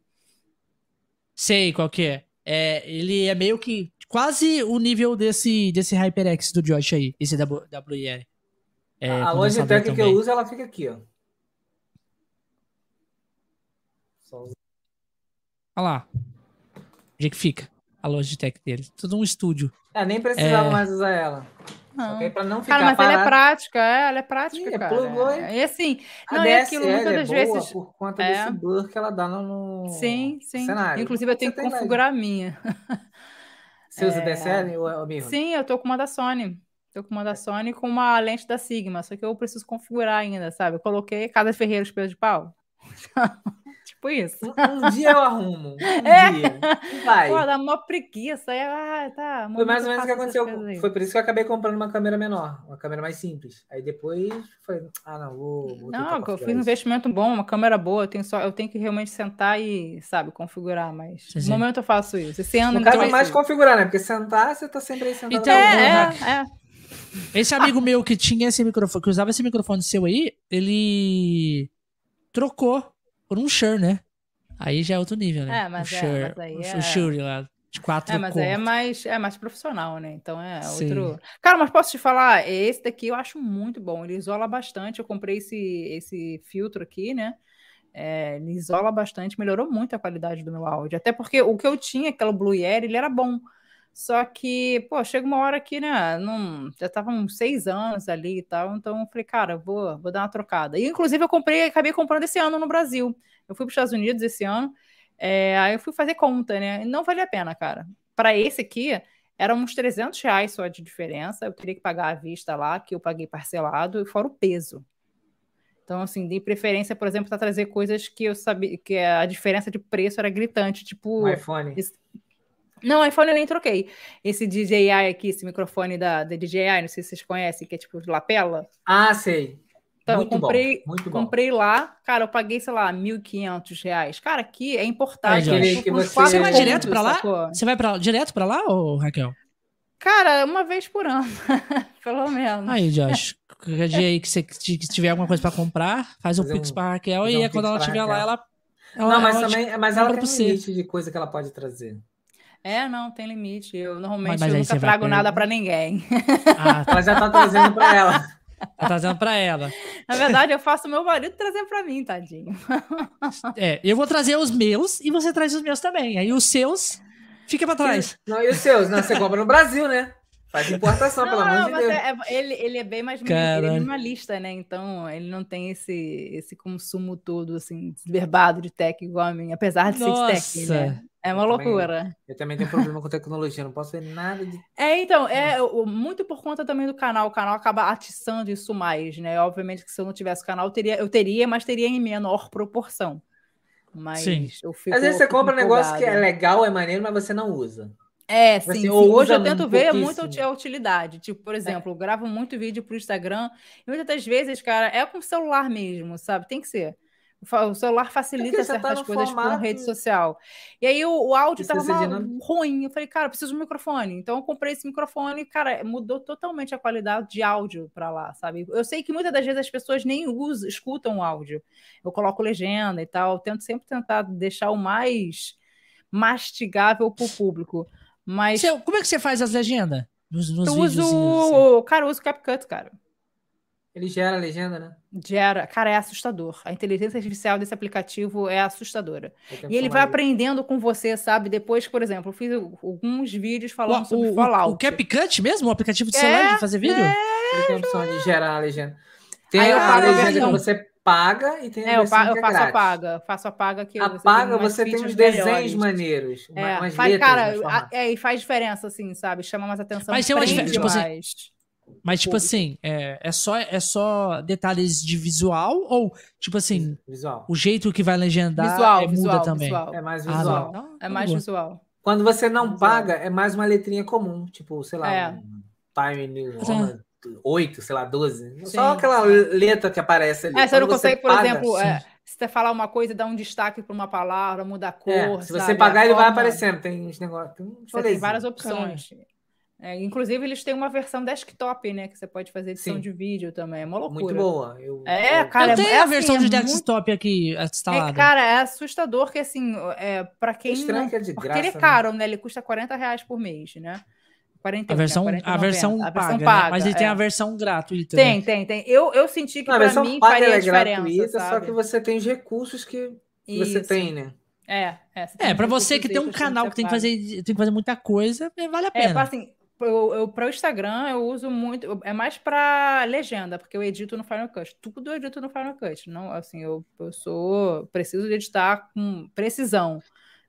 Sei qual que é. É, ele é meio que quase o nível desse, desse HyperX do Josh aí. Esse da, Bu- da Blue Yeti. É, a condensador Logitech que eu também. uso, ela fica aqui, ó. Só usar. Olha lá. Onde é que fica a Logitech dele? Tudo um estúdio. É, nem precisava É. mais usar ela. Não. Só que aí pra não ficar Cara, mas ela é parado, prática, é, ela é prática, Sim, é cara. plug and- E assim, a não, e aquilo, D S L muitas é das boa vezes. por conta é. desse blur que ela dá no, no Sim, sim. cenário. Inclusive, eu Você tenho que tem live. configurar a minha. Você usa É. D S L ou ou Mirror? Sim, eu tô com uma da Sony. Tô com uma da Sony com uma lente da Sigma, só que eu preciso configurar ainda, sabe? Eu coloquei Casa Ferreira Espelho de Pau. Tipo isso. Um, um dia eu arrumo. Um É. dia. E vai. Pô, dá uma preguiça. Aí, ah, tá. Foi mais ou eu menos o que faço essas aconteceu. coisas aí. Foi por isso que eu acabei comprando uma câmera menor, uma câmera mais simples. Aí depois foi, ah, não, vou, vou tentar Não, que eu configurar fiz um isso. investimento bom, uma câmera boa. Eu tenho, só, eu tenho que realmente sentar e, sabe, configurar. Mas Sim, no sim. momento eu faço isso. Esse ano No ainda caso, vai é mais ser. configurar, né? Porque sentar, você tá sempre aí sentado. Então, É, o- é, é. Esse amigo meu que tinha esse microfone, que usava esse microfone seu aí, ele trocou por um Shure, né? Aí já é outro nível, né? É, mas o é, Shure, mas aí o, é- o Shure lá, de quatro É, mas aí é conto. mais, é mais profissional, né? Então é Sim. outro. Cara, mas posso te falar, esse daqui eu acho muito bom. Ele isola bastante. Eu comprei esse, esse filtro aqui, né? É, ele isola bastante, melhorou muito a qualidade do meu áudio. Até porque o que eu tinha, aquele Blue Yeti, ele era bom. Só que, pô, chega uma hora que, né, não, já estavam uns seis anos ali e tal, então eu falei, cara, vou, vou dar uma trocada. E, inclusive, eu comprei, acabei comprando esse ano no Brasil. Eu fui para os Estados Unidos esse ano, é, aí eu fui fazer conta, né? E não valia a pena, cara. Para esse aqui, eram uns trezentos reais só de diferença. Eu teria que pagar à vista lá, que eu paguei parcelado, e fora o peso. Então, assim, dei preferência, por exemplo, para trazer coisas que eu sabia que a diferença de preço era gritante, tipo. Um iPhone. esse- Não, iPhone eu nem troquei. Esse D J I aqui, esse microfone da, da D J I, não sei se vocês conhecem, que é tipo de lapela. Ah, sei. Então, Muito eu comprei, bom, muito bom. comprei lá, cara, eu paguei, sei lá, mil e quinhentos reais. Cara, aqui é importado. Aí, Josh. Aquele que por uns você- quatro Você vai Você- direto pra lá? sacou? Você vai pra, direto pra lá, ô Raquel? Cara, uma vez por ano, pelo menos. Aí, Josh, qualquer dia aí que você que tiver alguma coisa pra comprar, faz um Fazer pix um- pra Raquel fazer e um aí quando pix ela pra estiver lá, Raquel. ela, ela Não, mas ela te também, mas ela compra tem pra um você. limite de coisa que ela pode trazer. É, não, tem limite. Eu normalmente mas eu aí nunca você vai trago nada perguntar. pra ninguém. Ah, Ela já tá trazendo pra ela. tá trazendo pra ela. Na verdade, eu faço o meu marido trazer pra mim, tadinho. É, eu vou trazer os meus e você traz os meus também. Aí os seus fica pra trás. Não, e os seus? Não, você compra no Brasil, né? Faz importação, Não, pelo amor não, de mas Deus. é- é- ele, ele é bem mais mini- ele é Caralho. minimalista, né? Então ele não tem esse, esse consumo todo assim, desverbado de tech igual a mim, apesar de ser de tech, né? Nossa. É uma Eu também- loucura. Eu também tenho problema com tecnologia, não posso ver nada de. É, então, é o- muito por conta também do canal. O canal acaba atiçando isso mais, né? Obviamente que se eu não tivesse o canal, eu teria, eu teria, mas teria em menor proporção. Mas Sim. eu fico. Às vezes você fico compra um negócio que é empolgada. legal, é maneiro, mas você não usa. É, Tipo sim, assim, sim. ou Hoje eu usa tento ver muito pouquíssimo. a utilidade. Tipo, por exemplo, eu gravo muito vídeo pro Instagram e muitas das vezes, cara, é com o celular mesmo, sabe? Tem que ser. O fa- O celular facilita você tá certas no coisas por formato- rede social. E aí o, o áudio Precisa tava ser mal- dinâmico. ruim. Eu falei, cara, eu preciso de um microfone. Então eu comprei esse microfone e, cara, mudou totalmente a qualidade de áudio pra lá, sabe? Eu sei que muitas das vezes as pessoas nem usam, escutam o áudio. Eu coloco legenda e tal. Eu tento sempre tentar deixar o mais mastigável pro público. Mas Você- como é que você faz as legendas? Nos, nos eu videozinhos, assim? uso. Cara, eu uso CapCut, cara. Ele gera a legenda, né? Gera. Cara, é assustador. A inteligência artificial desse aplicativo é assustadora. Eu tenho E ele que vai tomar- aprendendo com você, sabe? Depois, por exemplo, eu fiz alguns vídeos falando O, sobre o, o, Fallout. o CapCut mesmo? O aplicativo de É, celular de fazer vídeo? Ele tem a opção de gerar a legenda. Tem Aí eu a pago a legenda versão. que você paga e tem a É, eu, versão pa- eu que é faço a grátis. paga. Faço a paga que A você paga tem umas você tem features uns desenhos melhores. maneiros, uma- É, umas faz, letras cara, mais a- formato. é, e faz diferença, assim, sabe? Chama mais atenção. Mas tem uma prende diferença, tipo assim, mais. Mas, tipo público. assim, é, é, só, é só detalhes de visual ou, tipo assim, Visual. o jeito que vai legendar Visual, é, muda visual, também? visual. É mais Ah, não. visual. Então, É tá mais boa. visual. Quando você não Visual. paga, é mais uma letrinha comum. Tipo, sei lá, É. um Time New Tá. Roman oito, sei lá, doze. Sim, Só aquela sim. letra que aparece ali. É, você não Quando consegue, por paga, exemplo, é, sim. se você falar uma coisa e dar um destaque para uma palavra, mudar a cor, É, se você sabe? pagar, A ele vai forma- aparecendo. Tem uns negócios. Tem, uns Você tem rolezinhos. várias opções. É, inclusive, eles têm uma versão desktop, né? Que você pode fazer edição Sim. de vídeo também. É uma loucura. Muito boa. Eu, É, eu- cara, Eu tenho é a assim, versão é de muito- desktop aqui É, instalada. cara, é assustador que, assim, é, para quem É estranho não... que é de Porque graça, ele é né? caro, né? Ele custa quarenta reais por mês, né? quarenta, a versão, né? quarenta e a versão noventa. paga, A versão né? paga, Mas ele tem é. a versão gratuita. Tem, né? tem, tem. Eu, eu senti que Não, a para versão mim paga faria ela é diferença, gratuita, sabe? só que você tem os recursos que que você Isso. tem, né? É, é. você tem É, uns pra você que tem um recursos canal que você tem que paga. fazer, tem que fazer muita coisa, é, vale a É, pena. assim, eu, eu, para o Instagram eu uso muito, é mais para legenda, porque eu edito no Final Cut. Tudo eu edito no Final Cut. Não, assim, eu, eu sou, preciso de editar com precisão.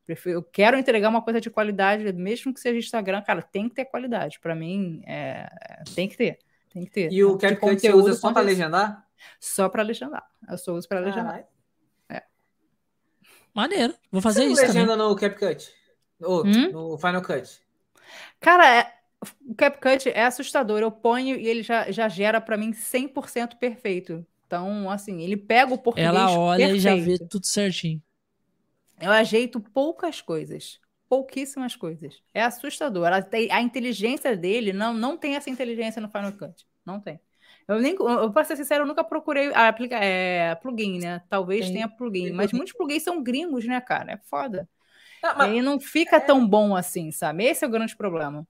Eu quero entregar uma coisa de qualidade, mesmo que seja Instagram, cara, tem que ter qualidade. Para mim, é... tem que ter. Tem que ter. E o CapCut você usa só para legendar? Só para legendar. Eu só uso para legendar. É. Maneiro. Vou fazer você isso legenda também. no CapCut? Ou hum? no Final Cut? Cara, é... o CapCut é assustador. Eu ponho e ele já, já gera para mim cem por cento perfeito. Então, assim, ele pega o português Ela olha perfeito. e já vê tudo certinho. Eu ajeito poucas coisas. Pouquíssimas coisas. É assustador. Ela tem, a inteligência dele não, não tem essa inteligência no Final Cut. Não tem. Eu, nem, eu para ser sincero, eu nunca procurei aplicar é, plugin, né? Talvez tem, tenha plugin. Mas muitos plugins são gringos, né, cara? É foda. Ah, mas, e aí não fica é... tão bom assim, sabe? Esse é o grande problema.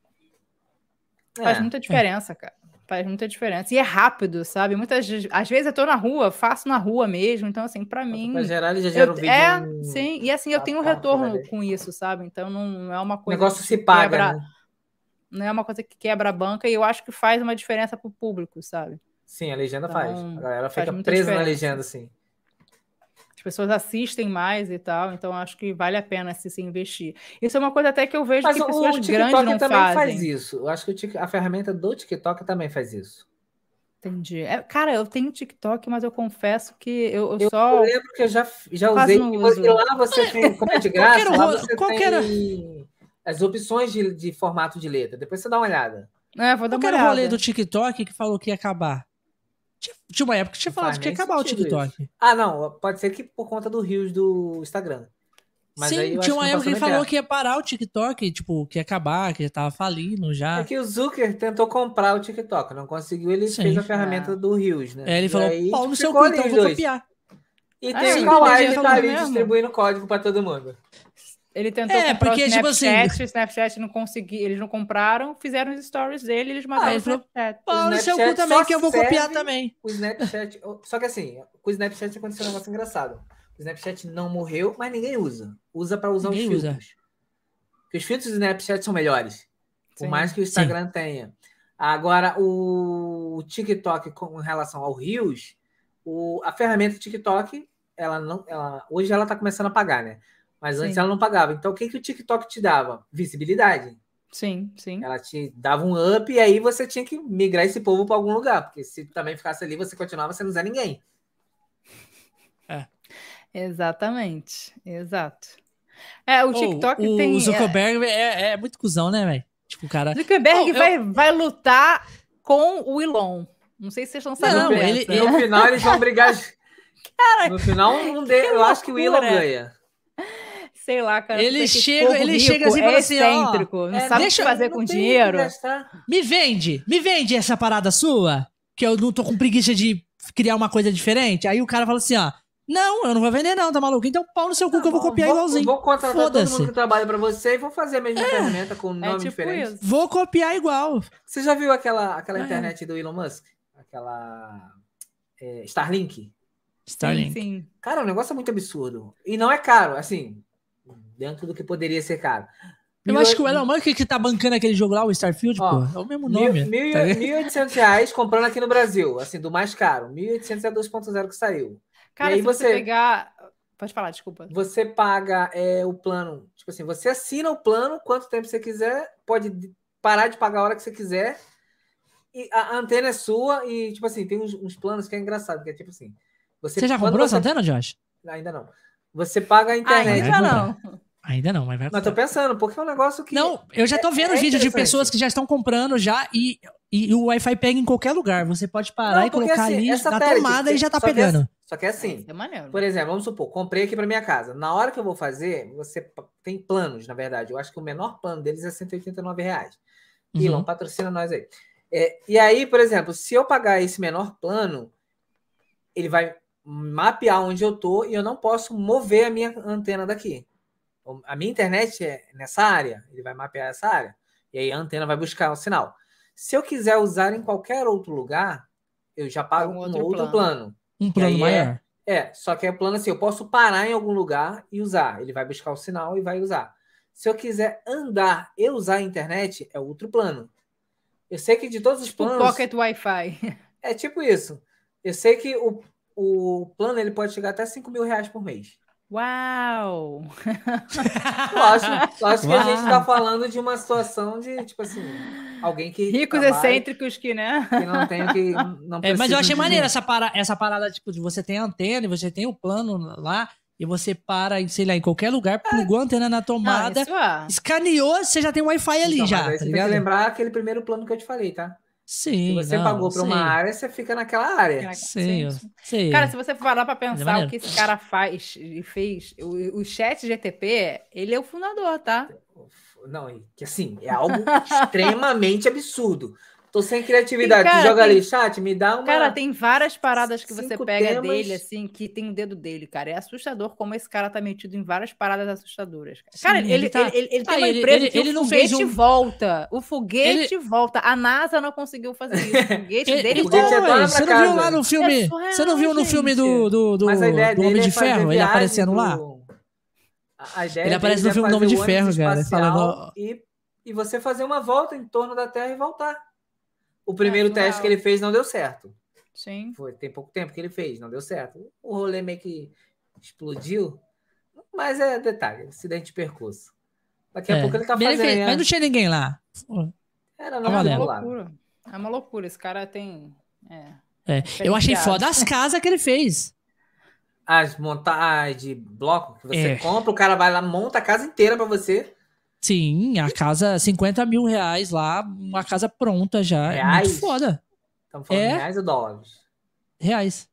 É. Faz muita diferença, cara. Faz muita diferença. E é rápido, sabe? Muitas às vezes eu tô na rua, faço na rua mesmo. Então, assim, pra mim. Pra gerar, ele já gera eu, um vídeo. É, um... sim. E assim, eu tenho um retorno com isso, sabe? Então não é uma coisa. O negócio que se paga, quebra, né? Não é uma coisa que quebra a banca e eu acho que faz uma diferença pro público, sabe? Sim, a legenda então, faz. A galera faz fica presa diferença. na legenda, assim. As pessoas assistem mais e tal, então acho que vale a pena se, se investir. Isso é uma coisa até que eu vejo Mas que o, pessoas o grandes não também fazem. faz isso. Eu acho que o, a ferramenta do TikTok também faz isso. Entendi. É, cara, eu tenho TikTok, mas eu confesso que eu, eu, eu só... Eu lembro que eu já, já usei. E lá você tem, como é de graça, qual lá era, você qual tem era... as opções de, de formato de letra. Depois você dá uma olhada. É, vou dar qual uma era o rolê olhada. do TikTok que falou que ia acabar? Tinha uma época que tinha falado que ia acabar o TikTok. Isso. Ah, não. Pode ser que por conta do Reels do Instagram. Mas Sim, aí eu tinha acho uma que época que ele falou perto. que ia parar o TikTok, tipo, que ia acabar, que já tava falindo já. É que o Zucker tentou comprar o TikTok, não conseguiu, ele Sim. fez a ferramenta é. do Reels, né? É, ele e falou, aí, pau tipo, no seu cu, então eu vou dois. copiar. E ah, tem sim, o Kawaii, ele tá ali mesmo. distribuindo código pra todo mundo. Ele tentou é, comprar porque, o Snapchat, tipo assim, o Snapchat não conseguiu, eles não compraram, fizeram os stories dele, eles mataram ah, o Snapchat. Pau no seu cu também, que eu vou copiar também. O Snapchat, só que assim, com o Snapchat aconteceu um negócio engraçado. O Snapchat não morreu, mas ninguém usa. Usa pra usar ninguém os filtros. Usa. Porque os filtros do Snapchat são melhores. Por sim, mais que o Instagram sim. tenha. Agora, o TikTok, com relação ao Reels, o, a ferramenta TikTok, ela não, ela, hoje ela está começando a pagar, né? Mas antes sim. ela não pagava. Então, o que, que o TikTok te dava? Visibilidade. Sim, sim. Ela te dava um up e aí você tinha que migrar esse povo para algum lugar. Porque se também ficasse ali, você continuava sem usar ninguém. É. Exatamente. Exato. É, o TikTok oh, o tem... O Zuckerberg é, é, é muito cuzão, né, velho? Tipo, o cara... Zuckerberg oh, vai, eu... vai lutar com o Elon. Não sei se vocês estão sabendo. Não, ele, ele... No final, eles vão brigar... Cara, no final, um de... eu acho que o Elon ganha. Sei lá, cara. Ele chega, ele chega assim e é fala assim, excêntrico, ó... Não é, sabe o que fazer com dinheiro. Me vende, me vende essa parada sua, que eu não tô com preguiça de criar uma coisa diferente. Aí o cara fala assim, ó... Não, eu não vou vender não, tá maluco? Então pau no seu cu não, que eu vou copiar vou, igualzinho. Vou contratar todo mundo que trabalha pra você e vou fazer a mesma é, ferramenta com um nome é tipo diferente. Isso. Vou copiar igual. Você já viu aquela, aquela é. internet do Elon Musk? Aquela... É, Starlink? Starlink. Sim, sim. Cara, o negócio é muito absurdo. E não é caro, assim, dentro do que poderia ser caro. Eu mil... acho que o Elon Musk que tá bancando aquele jogo lá, o Starfield, ó, pô, é o mesmo nome. Mil e oitocentos reais comprando aqui no Brasil, assim, do mais caro. mil e oitocentos é dois ponto zero que saiu. Cara, e aí se você, você pegar... Pode falar, desculpa. Você paga é, o plano, tipo assim, você assina o plano quanto tempo você quiser, pode parar de pagar a hora que você quiser, e a antena é sua, e tipo assim, tem uns, uns planos que é engraçado, que é tipo assim... Você, você já comprou você... essa antena, Josh? Ainda não. Você paga a internet. Ainda não. Ainda não, mas vai Mas tô pensando, porque é um negócio que... Não, eu já tô vendo é, é vídeo de pessoas que já estão comprando já e, e, e o Wi-Fi pega em qualquer lugar. Você pode parar não, e colocar assim, ali na tomada e já tá só pegando. Que é, só que é assim, é por exemplo, vamos supor, comprei aqui pra minha casa. Na hora que eu vou fazer, você tem planos, na verdade. Eu acho que o menor plano deles é cento e oitenta e nove reais. Uhum. Elon, patrocina nós aí. É, e aí, por exemplo, se eu pagar esse menor plano, ele vai mapear onde eu tô e eu não posso mover a minha antena daqui. A minha internet é nessa área, ele vai mapear essa área. E aí a antena vai buscar o sinal. Se eu quiser usar em qualquer outro lugar, eu já pago um outro, um outro plano. plano. Um plano maior. É, é, só que é plano assim, eu posso parar em algum lugar e usar. Ele vai buscar o sinal e vai usar. Se eu quiser andar e usar a internet, é outro plano. Eu sei que de todos os tipo planos... Pocket Wi-Fi. É tipo isso. Eu sei que o, o plano ele pode chegar até cinco mil reais por mês. Uau! Lógico, lógico que a gente Uau. tá falando de uma situação de, tipo assim, alguém que Ricos trabalha, excêntricos que, né? que não tem o que não É, mas eu precisam achei de maneiro dinheiro. essa, para, essa parada, tipo, de você tem a antena e você tem o plano lá e você para, em, sei lá, em qualquer lugar, plugou a antena na Não, tomada, isso é. escaneou, você já tem um Wi-Fi ali Então, já, mas aí tá você tem ligado? que lembrar aquele primeiro plano que eu te falei, tá? Se Sim, você não, pagou eu para uma sei. área, você fica naquela área. Sim, Sim, eu sim. sei. Cara, se você for parar pra Mas é pensar o maneiro. que esse cara faz e fez, o, o chat G T P, ele é o fundador, tá? Não, e que assim, é algo extremamente absurdo. Tô sem E, criatividade. Tu cara, joga ali, tem, chat, me dá uma. cara, tem várias paradas que você cinco pega temas. dele, assim, que tem o dedo dele, cara. É assustador como esse cara tá metido em várias paradas assustadoras. Cara, Sim, cara ele, ele ele, tá- ele, ele tem Ah, uma ele- empresa ele- que ele o não fez foguete um- volta. O foguete volta. A NASA não conseguiu fazer isso. O foguete Ele- dele o foguete então, é volta. dona ué, pra você não viu casa. lá no filme? É surreal, você não viu no filme do, gente. do, do, Mas a ideia do Homem dele de é fazer Ferro? Ele viagem aparecendo do... lá? A a ideia Ele aparece deles no é filme do fazer Homem de o ônibus Ferro, cara, espacial falando- e, e você fazer uma volta em torno da Terra e voltar. O primeiro É, surreal. teste que ele fez não deu certo. Sim. Foi, tem pouco tempo que ele fez, não deu certo. O rolê meio que explodiu, mas é detalhe, acidente de percurso. Daqui a É. pouco ele tá Ele fazendo. fez- né? Mas não tinha ninguém lá. Era Ah, não É uma valendo. lá. loucura. É uma loucura. Esse cara tem. É, É. Eu achei diferenciado. foda as casas que ele fez. As montagens de bloco que você É. compra, o cara vai lá, monta a casa inteira pra você. Sim, a casa, cinquenta mil reais lá, uma casa pronta já. É Reais? muito foda. Estamos falando É. de reais ou dólares? Reais.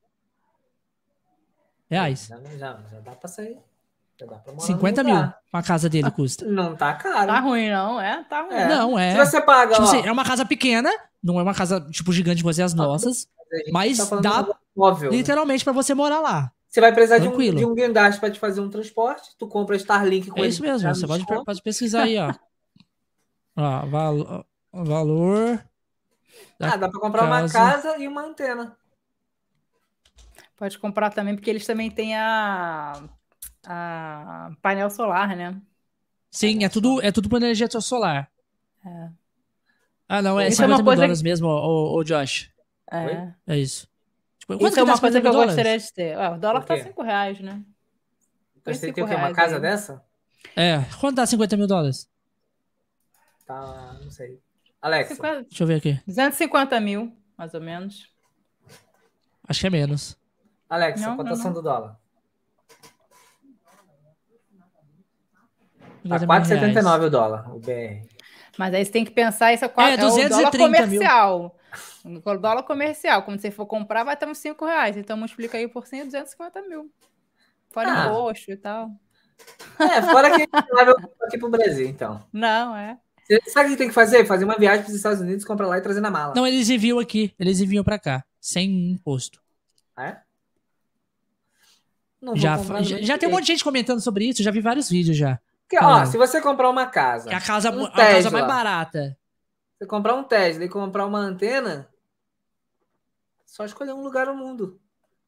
Reais. Já, já, já dá pra sair. Já dá pra morar cinquenta num mil lugar. a casa dele custa. Não tá caro. Tá ruim, não? É, tá ruim. É. Não, é. Se você paga, Tipo ó, assim, é uma casa pequena, não é uma casa, tipo, gigante igual as nossas, a gente mas tá falando dá de um móvel. literalmente pra você morar lá. Você vai precisar de um, Tranquilo. de um guindaste para te fazer um transporte. Tu compra Starlink com É ele isso mesmo, já no você pode, desconto. pode pesquisar aí, ó. Ó, val- valor da Ah, dá para comprar uma casa. casa e uma antena. Pode comprar também, porque eles também têm a, a painel solar, né? Sim, é tudo, é tudo por energia solar. É. Ah, não, é Isso é cinquenta uma mil coisa dólares mesmo, ô, ô, ô, Josh. É. É isso. Tipo, quanto Isso é que dá uma coisa cinquenta que eu mil dólares? gostaria de ter. Ah, o dólar Por tá quê? cinco reais, né? Põe Você tem cinco o quê? Uma reais casa aí. dessa? É, quanto dá cinquenta mil dólares? Tá, não sei. Alexa, cinquenta Deixa eu ver aqui. duzentos e cinquenta mil, mais ou menos. Acho que é menos. Alexa, Não, não, cotação não. do dólar. cinquenta Tá mil quatro e setenta e reais. nove o dólar, o B R. Mas aí você tem que pensar, isso é, quatro, É, é o dólar duzentos e trinta mil. comercial. O dólar comercial, quando você for comprar, vai estar uns cinco reais. Então multiplica aí por cem, duzentos e cinquenta mil. Fora Ah. imposto e tal. É, fora que leva aqui pro Brasil, então. Não, é. Você sabe o que tem que fazer? Fazer uma viagem para os Estados Unidos, comprar lá e trazer na mala. Não, eles enviam aqui. Eles enviam pra cá. Sem imposto. É? Não vou Já, comprar do já, mesmo já tem um jeito. monte de gente comentando sobre isso. Já vi vários vídeos já. Porque, ó, falando. se você comprar uma casa, Que é a casa, um a casa Tesla. mais barata. você comprar um Tesla e comprar uma antena, só escolher um lugar no mundo.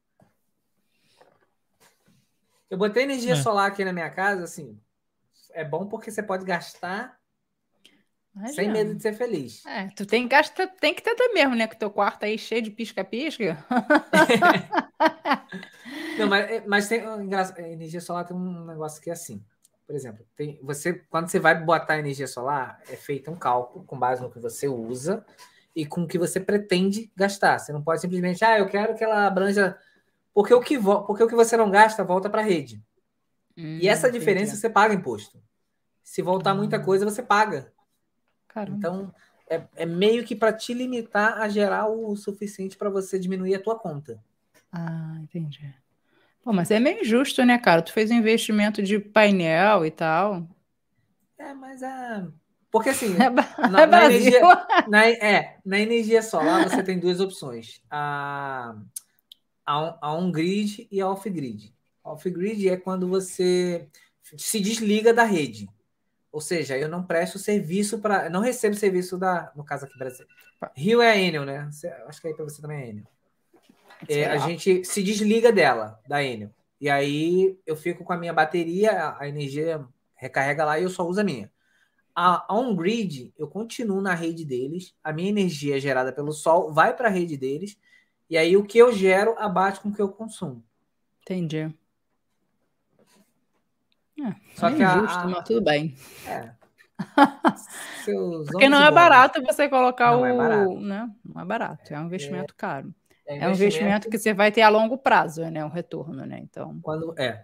Eu botei energia É. solar aqui na minha casa, assim, é bom porque você pode gastar Imagina. sem medo de ser feliz. É, tu tem que, gastar, tem que ter também mesmo, né? Que teu quarto aí cheio de pisca-pisca. Não, mas, mas tem, engraçado, energia solar tem um negócio que é assim. Por exemplo, tem, você, quando você vai botar energia solar, é feito um cálculo com base no que você usa e com o que você pretende gastar. Você não pode simplesmente, ah, eu quero que ela abranja. Porque o que, vo... porque o que você não gasta volta para a rede. Hum, E essa entendi. diferença você paga imposto. Se voltar muita coisa, você paga. Caramba. Então, é, é meio que para te limitar a gerar o suficiente para você diminuir a tua conta. Ah, entendi. Pô, mas é meio injusto, né, cara? Tu fez um investimento de painel e tal. É, mas é. Porque assim, É, ba- na, é na Brasil. energia, na, é, na energia solar você tem duas opções. A, a, on- a on-grid e a off-grid. Off-grid é quando você se desliga da rede. Ou seja, eu não presto serviço para. Não recebo serviço da. No caso aqui, Brasil. Rio é a Enel, né? Você- Acho que aí para você também é Enel. É, a gente se desliga dela, da Enel. E aí eu fico com a minha bateria, a- a energia recarrega lá e eu só uso a minha. A on-grid, eu continuo na rede deles, a minha energia gerada pelo sol vai para a rede deles, e aí o que eu gero abate com o que eu consumo. Entendi. É, Só é que a- injusto, a- mas tudo bem. É. Seus Porque não ônibus é bons. barato você colocar Não o. é barato. Né? Não é barato, é um investimento caro. É É um investimento que você vai ter a longo prazo, né? Um retorno, né? Então. Quando, é.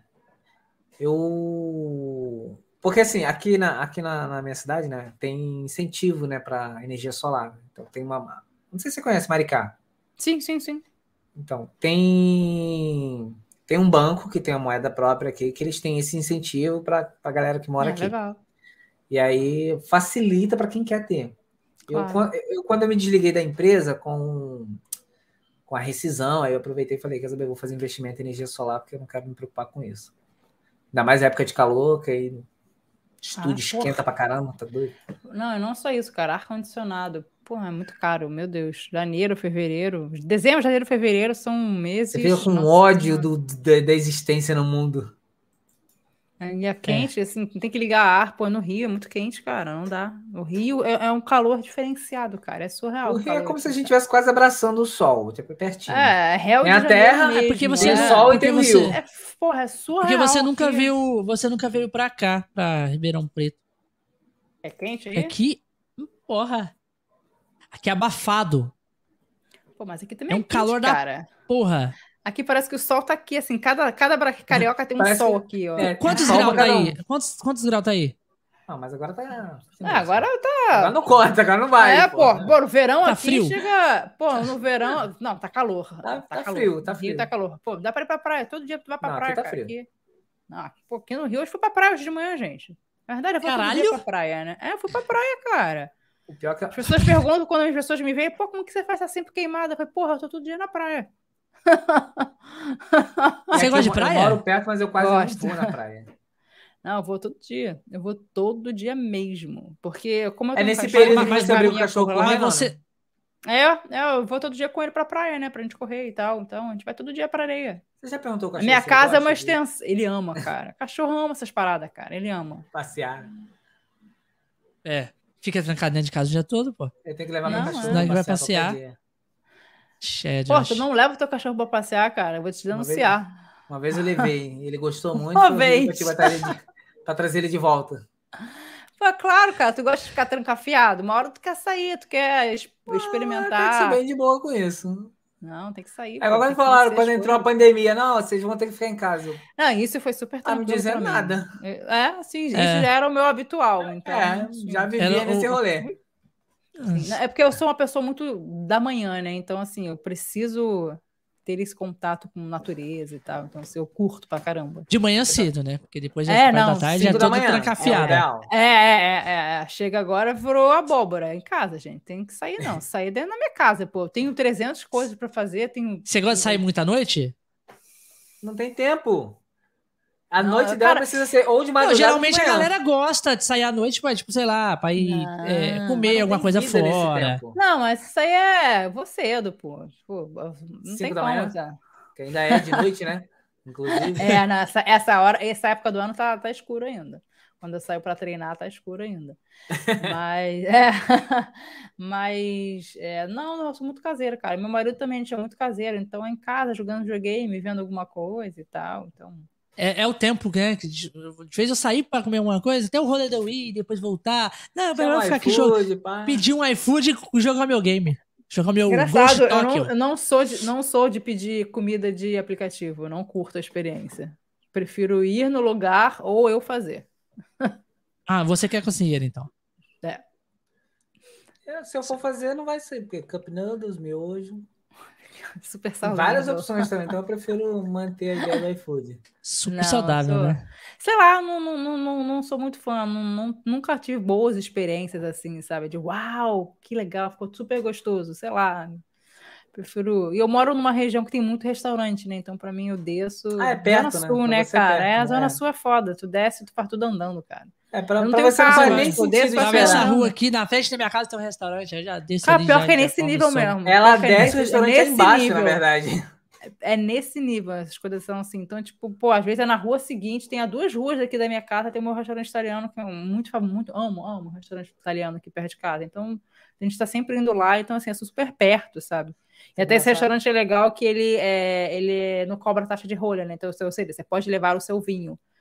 Eu. Porque assim, aqui na, aqui na, na minha cidade, né, tem incentivo, né, para energia solar. Então tem uma. Não sei se você conhece Maricá. Sim, sim, sim. Então, tem. Tem um banco que tem a moeda própria aqui, que eles têm esse incentivo para a galera que mora É, aqui. legal. E aí facilita para quem quer ter. Eu, Claro. quan- eu, quando eu me desliguei da empresa com, com a rescisão, aí eu aproveitei e falei, quer saber, eu vou fazer investimento em energia solar porque eu não quero me preocupar com isso. Ainda mais época de calor, que aí estúdio Ah, esquenta porra. pra caramba, tá doido? Não, e não só isso, cara. Ar-condicionado. Porra, é muito caro, meu Deus. Janeiro, fevereiro. Dezembro, janeiro, fevereiro são meses. Você fica com nossa ódio Senhora. do, da, da existência no mundo. E é quente, assim, tem que ligar ar, pô, no Rio é muito quente, cara, não dá. O Rio é, é um calor diferenciado, cara, é surreal. O o Rio é calor como se a aqui, gente cara. estivesse quase abraçando o sol, tipo, pertinho. É, é réu Tem de a janeiro terra, mesmo. É porque você, tem o é. sol e porque tem o você, rio. É, porra, é surreal. porque você nunca aqui. viu, você nunca veio pra cá, pra Ribeirão Preto. É quente aí? Aqui, porra, aqui é abafado. Pô, mas aqui também É é, um quente, calor da cara. porra. Aqui parece que o sol tá aqui, assim, cada, cada bra- carioca tem um Parece sol que- aqui, ó. é, Quantos sol graus pra tá cada aí? um. Quantos, quantos graus tá aí? Não, mas agora tá... Ah, agora Agora tá. não conta, agora não vai. É, pô, pô, no verão Tá aqui frio? chega. Pô, no verão. Não, tá calor. Tá- Tá, tá calor. frio, tá No Rio frio. tá calor. Pô, dá pra ir pra praia. Todo dia tu vai pra Não, aqui praia, tá cara. frio. Aqui. Não, aqui, pô, aqui no Rio hoje fui pra praia hoje de manhã, gente. Na verdade, eu vou todo Caralho! dia pra praia, né? É, eu fui pra praia, cara. O pior é que... As pessoas perguntam quando as pessoas me veem, pô, como que você faz tá sempre queimada? Eu falei, porra, eu tô todo dia na praia. E Você aqui gosta de eu, praia? Eu moro perto, mas eu quase Gosto. não vou na praia. Não, eu vou todo dia. Eu vou todo dia mesmo. Porque, como eu É tenho um nesse cachorro, período ele que você abriu o caminha cachorro por lá. correndo, Mas você, né? É, é, eu vou todo dia com ele pra praia, né? Pra gente correr e tal. Então, a gente vai todo dia pra areia. Você já perguntou o A cachorro minha se ele casa é uma gosta de extensão. Ele ama, cara. Cachorro ama essas paradas, cara. Ele ama. passear? é, fica trancado dentro de casa o dia todo, pô. Eu tenho que levar Não, meu é. cachorro Senão ele pra vai passear passear. qualquer dia. Xé, Pô, Josh. tu não leva o teu cachorro pra passear, cara. Eu vou te Uma vez- denunciar. Uma vez eu levei, ele gostou muito, Uma foi eu pra, vez. te botar ele de- pra trazer ele de volta. Pô, claro, cara. Tu gosta de ficar trancafiado. Uma hora tu quer sair, tu quer es- Eu experimentar. sou bem de boa com isso. Não, tem que sair. É pô, igual tem quando que falaram, conhecer quando as entrou a coisas. pandemia, não, vocês vão ter que ficar em casa. Eu, Não, isso foi super Tá me tranquilo dizendo pra mim. nada. É, assim, isso É. já era o meu habitual. Então, é, assim, já vivia Ela- nesse o- rolê. sim. É porque eu sou uma pessoa muito da manhã, né? Então, assim, eu preciso ter esse contato com natureza e tal. Então, assim, eu curto pra caramba. De manhã cedo, né? Porque depois já É, parte não, da tarde cinco já é Cinco da toda manhã, é o trancafiada. real. É, é, é, é. Chega agora, virou abóbora em casa, gente. Tem que sair, não. Sair dentro da minha casa, pô. Eu tenho trezentas coisas pra fazer. Tenho... Você gosta de sair muito à noite? Não tem tempo. A Não, noite eu- dela cara, precisa ser ou de Não, madrugada ou de geralmente a manhã. galera gosta de sair à noite, pra, tipo, sei lá, pra ir Não, é, mas comer Mas não alguma tem coisa vida nesse fora. tempo. Não, mas isso aí é. Vou cedo, pô. Tipo, não Cinco tem da como, manhã? tá? Que ainda é de noite, né? Inclusive. É, nessa essa hora, essa época do ano tá, tá escuro ainda. Quando eu saio para treinar, tá escuro ainda. Mas, é, mas é, não, não, eu sou muito caseira, cara. Meu marido também a gente é muito caseiro, então é em casa, jogando videogame, vendo alguma coisa e tal. Então, É, é o tempo, né? Que de de vez eu sair pra comer alguma coisa, até o rolê da Wii, depois voltar. Não, eu Chama vou um ficar aqui jogando. iFood, pá. Pedir um iFood e jogar meu game. Jogar meu engraçado, Ghost eu Tokyo. não, eu não sou de, não sou de pedir comida de aplicativo, eu não curto a experiência. Prefiro ir no lugar ou eu fazer. Ah, você quer cozinheiro, então. É. É, se eu for fazer, não vai ser, porque Cup Noodles, miojo. Super Tem saudável. várias opções também, então eu prefiro manter a ideia do iFood. Super Não, saudável, eu sou- né? Sei lá, não, não, não, não, não sou muito fã, não, não- nunca tive boas experiências assim, sabe? De uau, que legal, ficou super gostoso, sei lá. Prefiro. E eu moro numa região que tem muito restaurante, né? Então, pra mim, eu desço. Ah, é perto, Zona né? Sul, Pra né, você é cara? perto, É, a né? Zona É. Sul é foda. Tu desce, tu faz tudo andando, cara. É, pra, Eu não pra tenho você não carro, faz mas, nem tipo, sentido desço pra Tá nessa esperar. rua aqui, na frente da minha casa tem um restaurante, eu já desço Cara, ali. pior já, que é já nesse como nível some. mesmo. Ela Pior que é desce nesse- o restaurante é aí nesse embaixo, nível. na verdade. É nesse nível, essas coisas são assim. Então, tipo, pô, às vezes é na rua seguinte, tem a duas ruas daqui da minha casa, tem o meu restaurante italiano, que é um muito famoso, muito, amo, amo um restaurante italiano aqui perto de casa. Então, a gente tá sempre indo lá, então, assim, é super perto, sabe? E até esse Engraçado. restaurante é legal que ele, é, ele não cobra taxa de rolha, né? Então, ou seja, você pode levar o seu vinho.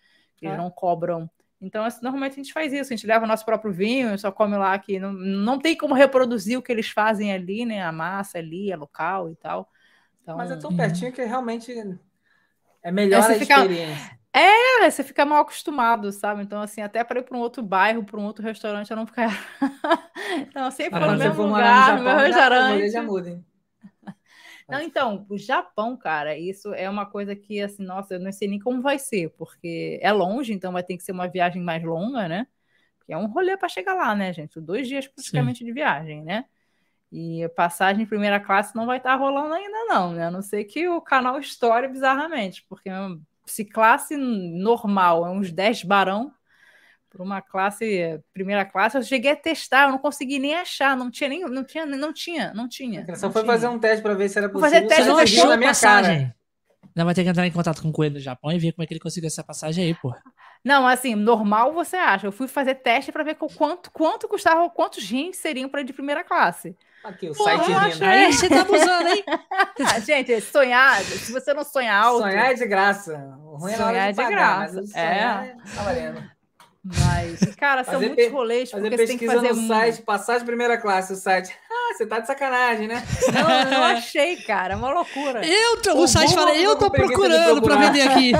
Eles Ah. não cobram. Então, assim, normalmente a gente faz isso. A gente leva o nosso próprio vinho, só come lá, que não, não tem como reproduzir o que eles fazem ali, né? A massa ali, é local e tal. Então, Mas é tão Uhum. pertinho que realmente é melhor Aí a você fica- experiência. é, você fica mal acostumado, sabe? Então, assim, até para ir para um outro bairro, para um outro restaurante, eu não ficar. Então, eu sempre Mas vou no quando você mesmo for morar no lugar, no meu Japão, já, o rolê restaurante. já muda, hein? Não, então, o Japão, cara, isso é uma coisa que, assim, nossa, eu não sei nem como vai ser, porque é longe, então vai ter que ser uma viagem mais longa, né? Porque é um rolê para chegar lá, né, gente? Dois dias praticamente de viagem, né? E a passagem em primeira classe não vai estar rolando ainda, não, né? A não ser que o canal estoure bizarramente, porque se classe normal é uns dez barão, para uma classe, primeira classe, eu cheguei a testar, eu não consegui nem achar, não tinha nem, não tinha, não tinha, não tinha. Só não foi tinha. fazer um teste para ver se era Vou fazer possível. teste, Você não só que você viu achou na a minha passagem? cara. Ainda vai ter que entrar em contato com o Coelho do Japão e ver como é que ele conseguiu essa passagem aí, pô. Não, assim, normal você acha. Eu fui fazer teste para ver quanto, quanto custava, quantos rins seriam para ir de primeira classe. Aqui, o Porra, site eu rindo. achei. Aí você tá abusando, hein? Ah, gente, sonhar, se você não sonha alto. Sonhar é de graça. O ruim é na hora Sonhar de é de pagar, graça, mas o sonhar é. é... tá valendo. Mas, cara, são Fazer muitos pe- rolês, Fazer porque você tem que pesquisa fazer. no um- site, passagem primeira classe, o site. Ah, você tá de sacanagem, né? Não, eu não achei, cara. É uma loucura. Eu tô, O o site Google fala, eu ficou tô com preguiça de procurando pra procurar. vender aqui.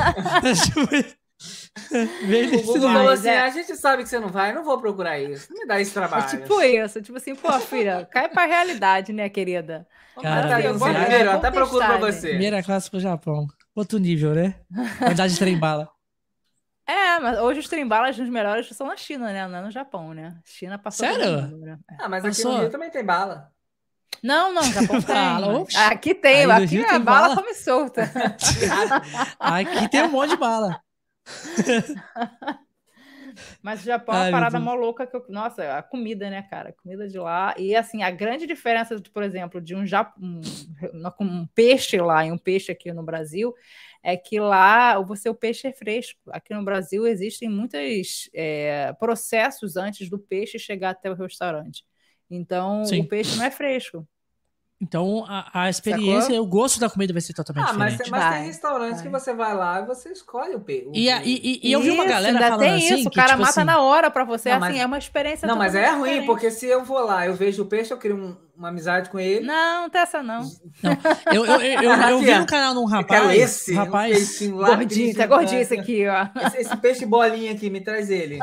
Vem O desse Google nível. falou Mas assim: é- a gente sabe que você não vai, eu não vou procurar isso. Não me dá esse É trabalho. tipo isso. Tipo assim, pô, filha, cai pra realidade, né, querida? Cara, Tá, assim, eu você gosto- primeiro, é eu bom até procuro pra testar, gente. você. Primeira classe pro Japão. Outro nível, né? Andar de trem bala. É, mas hoje os trem-balas os melhores são na China, né? Não é no Japão, né? China passou todo Sério? mundo, né? É. Ah, mas aqui Passou. no Rio também tem bala. Não, não, Japão tem. Fala, mas- oxe. Aqui tem, Aí no aqui Rio a tem bala bala. come solta. Aqui tem um monte de bala. Mas o Japão é uma Ai, meu parada Deus. mó louca que eu... Nossa, a comida, né, cara? A comida de lá. E assim, a grande diferença, por exemplo, de um, Jap... um... um peixe lá e um peixe aqui no Brasil é que lá você o peixe é fresco. Aqui no Brasil existem muitos é, processos antes do peixe chegar até o restaurante. Então, Sim. o peixe não é fresco. Então, a, a experiência, Sacou? o gosto da comida vai ser totalmente Ah, mas, diferente. mas Vai, tem restaurantes vai. que você vai lá e você escolhe o peixe. E, a- e, e- e eu vi uma Isso, galera ainda falando tem assim, isso. O que, cara tipo mata assim, na hora pra você. Não, assim, mas- é uma experiência Não, mas é totalmente ruim, diferente. porque se eu vou lá, eu vejo o peixe, eu crio um- uma amizade com ele. Não, não tem essa não. eu, eu, eu, eu, eu vi no canal de um Eu quero rapaz, esse, um um rapaz, peixinho lá. Gordinho, triste, tá gordinho esse né? aqui, ó. Esse, esse peixe bolinha aqui, me traz ele.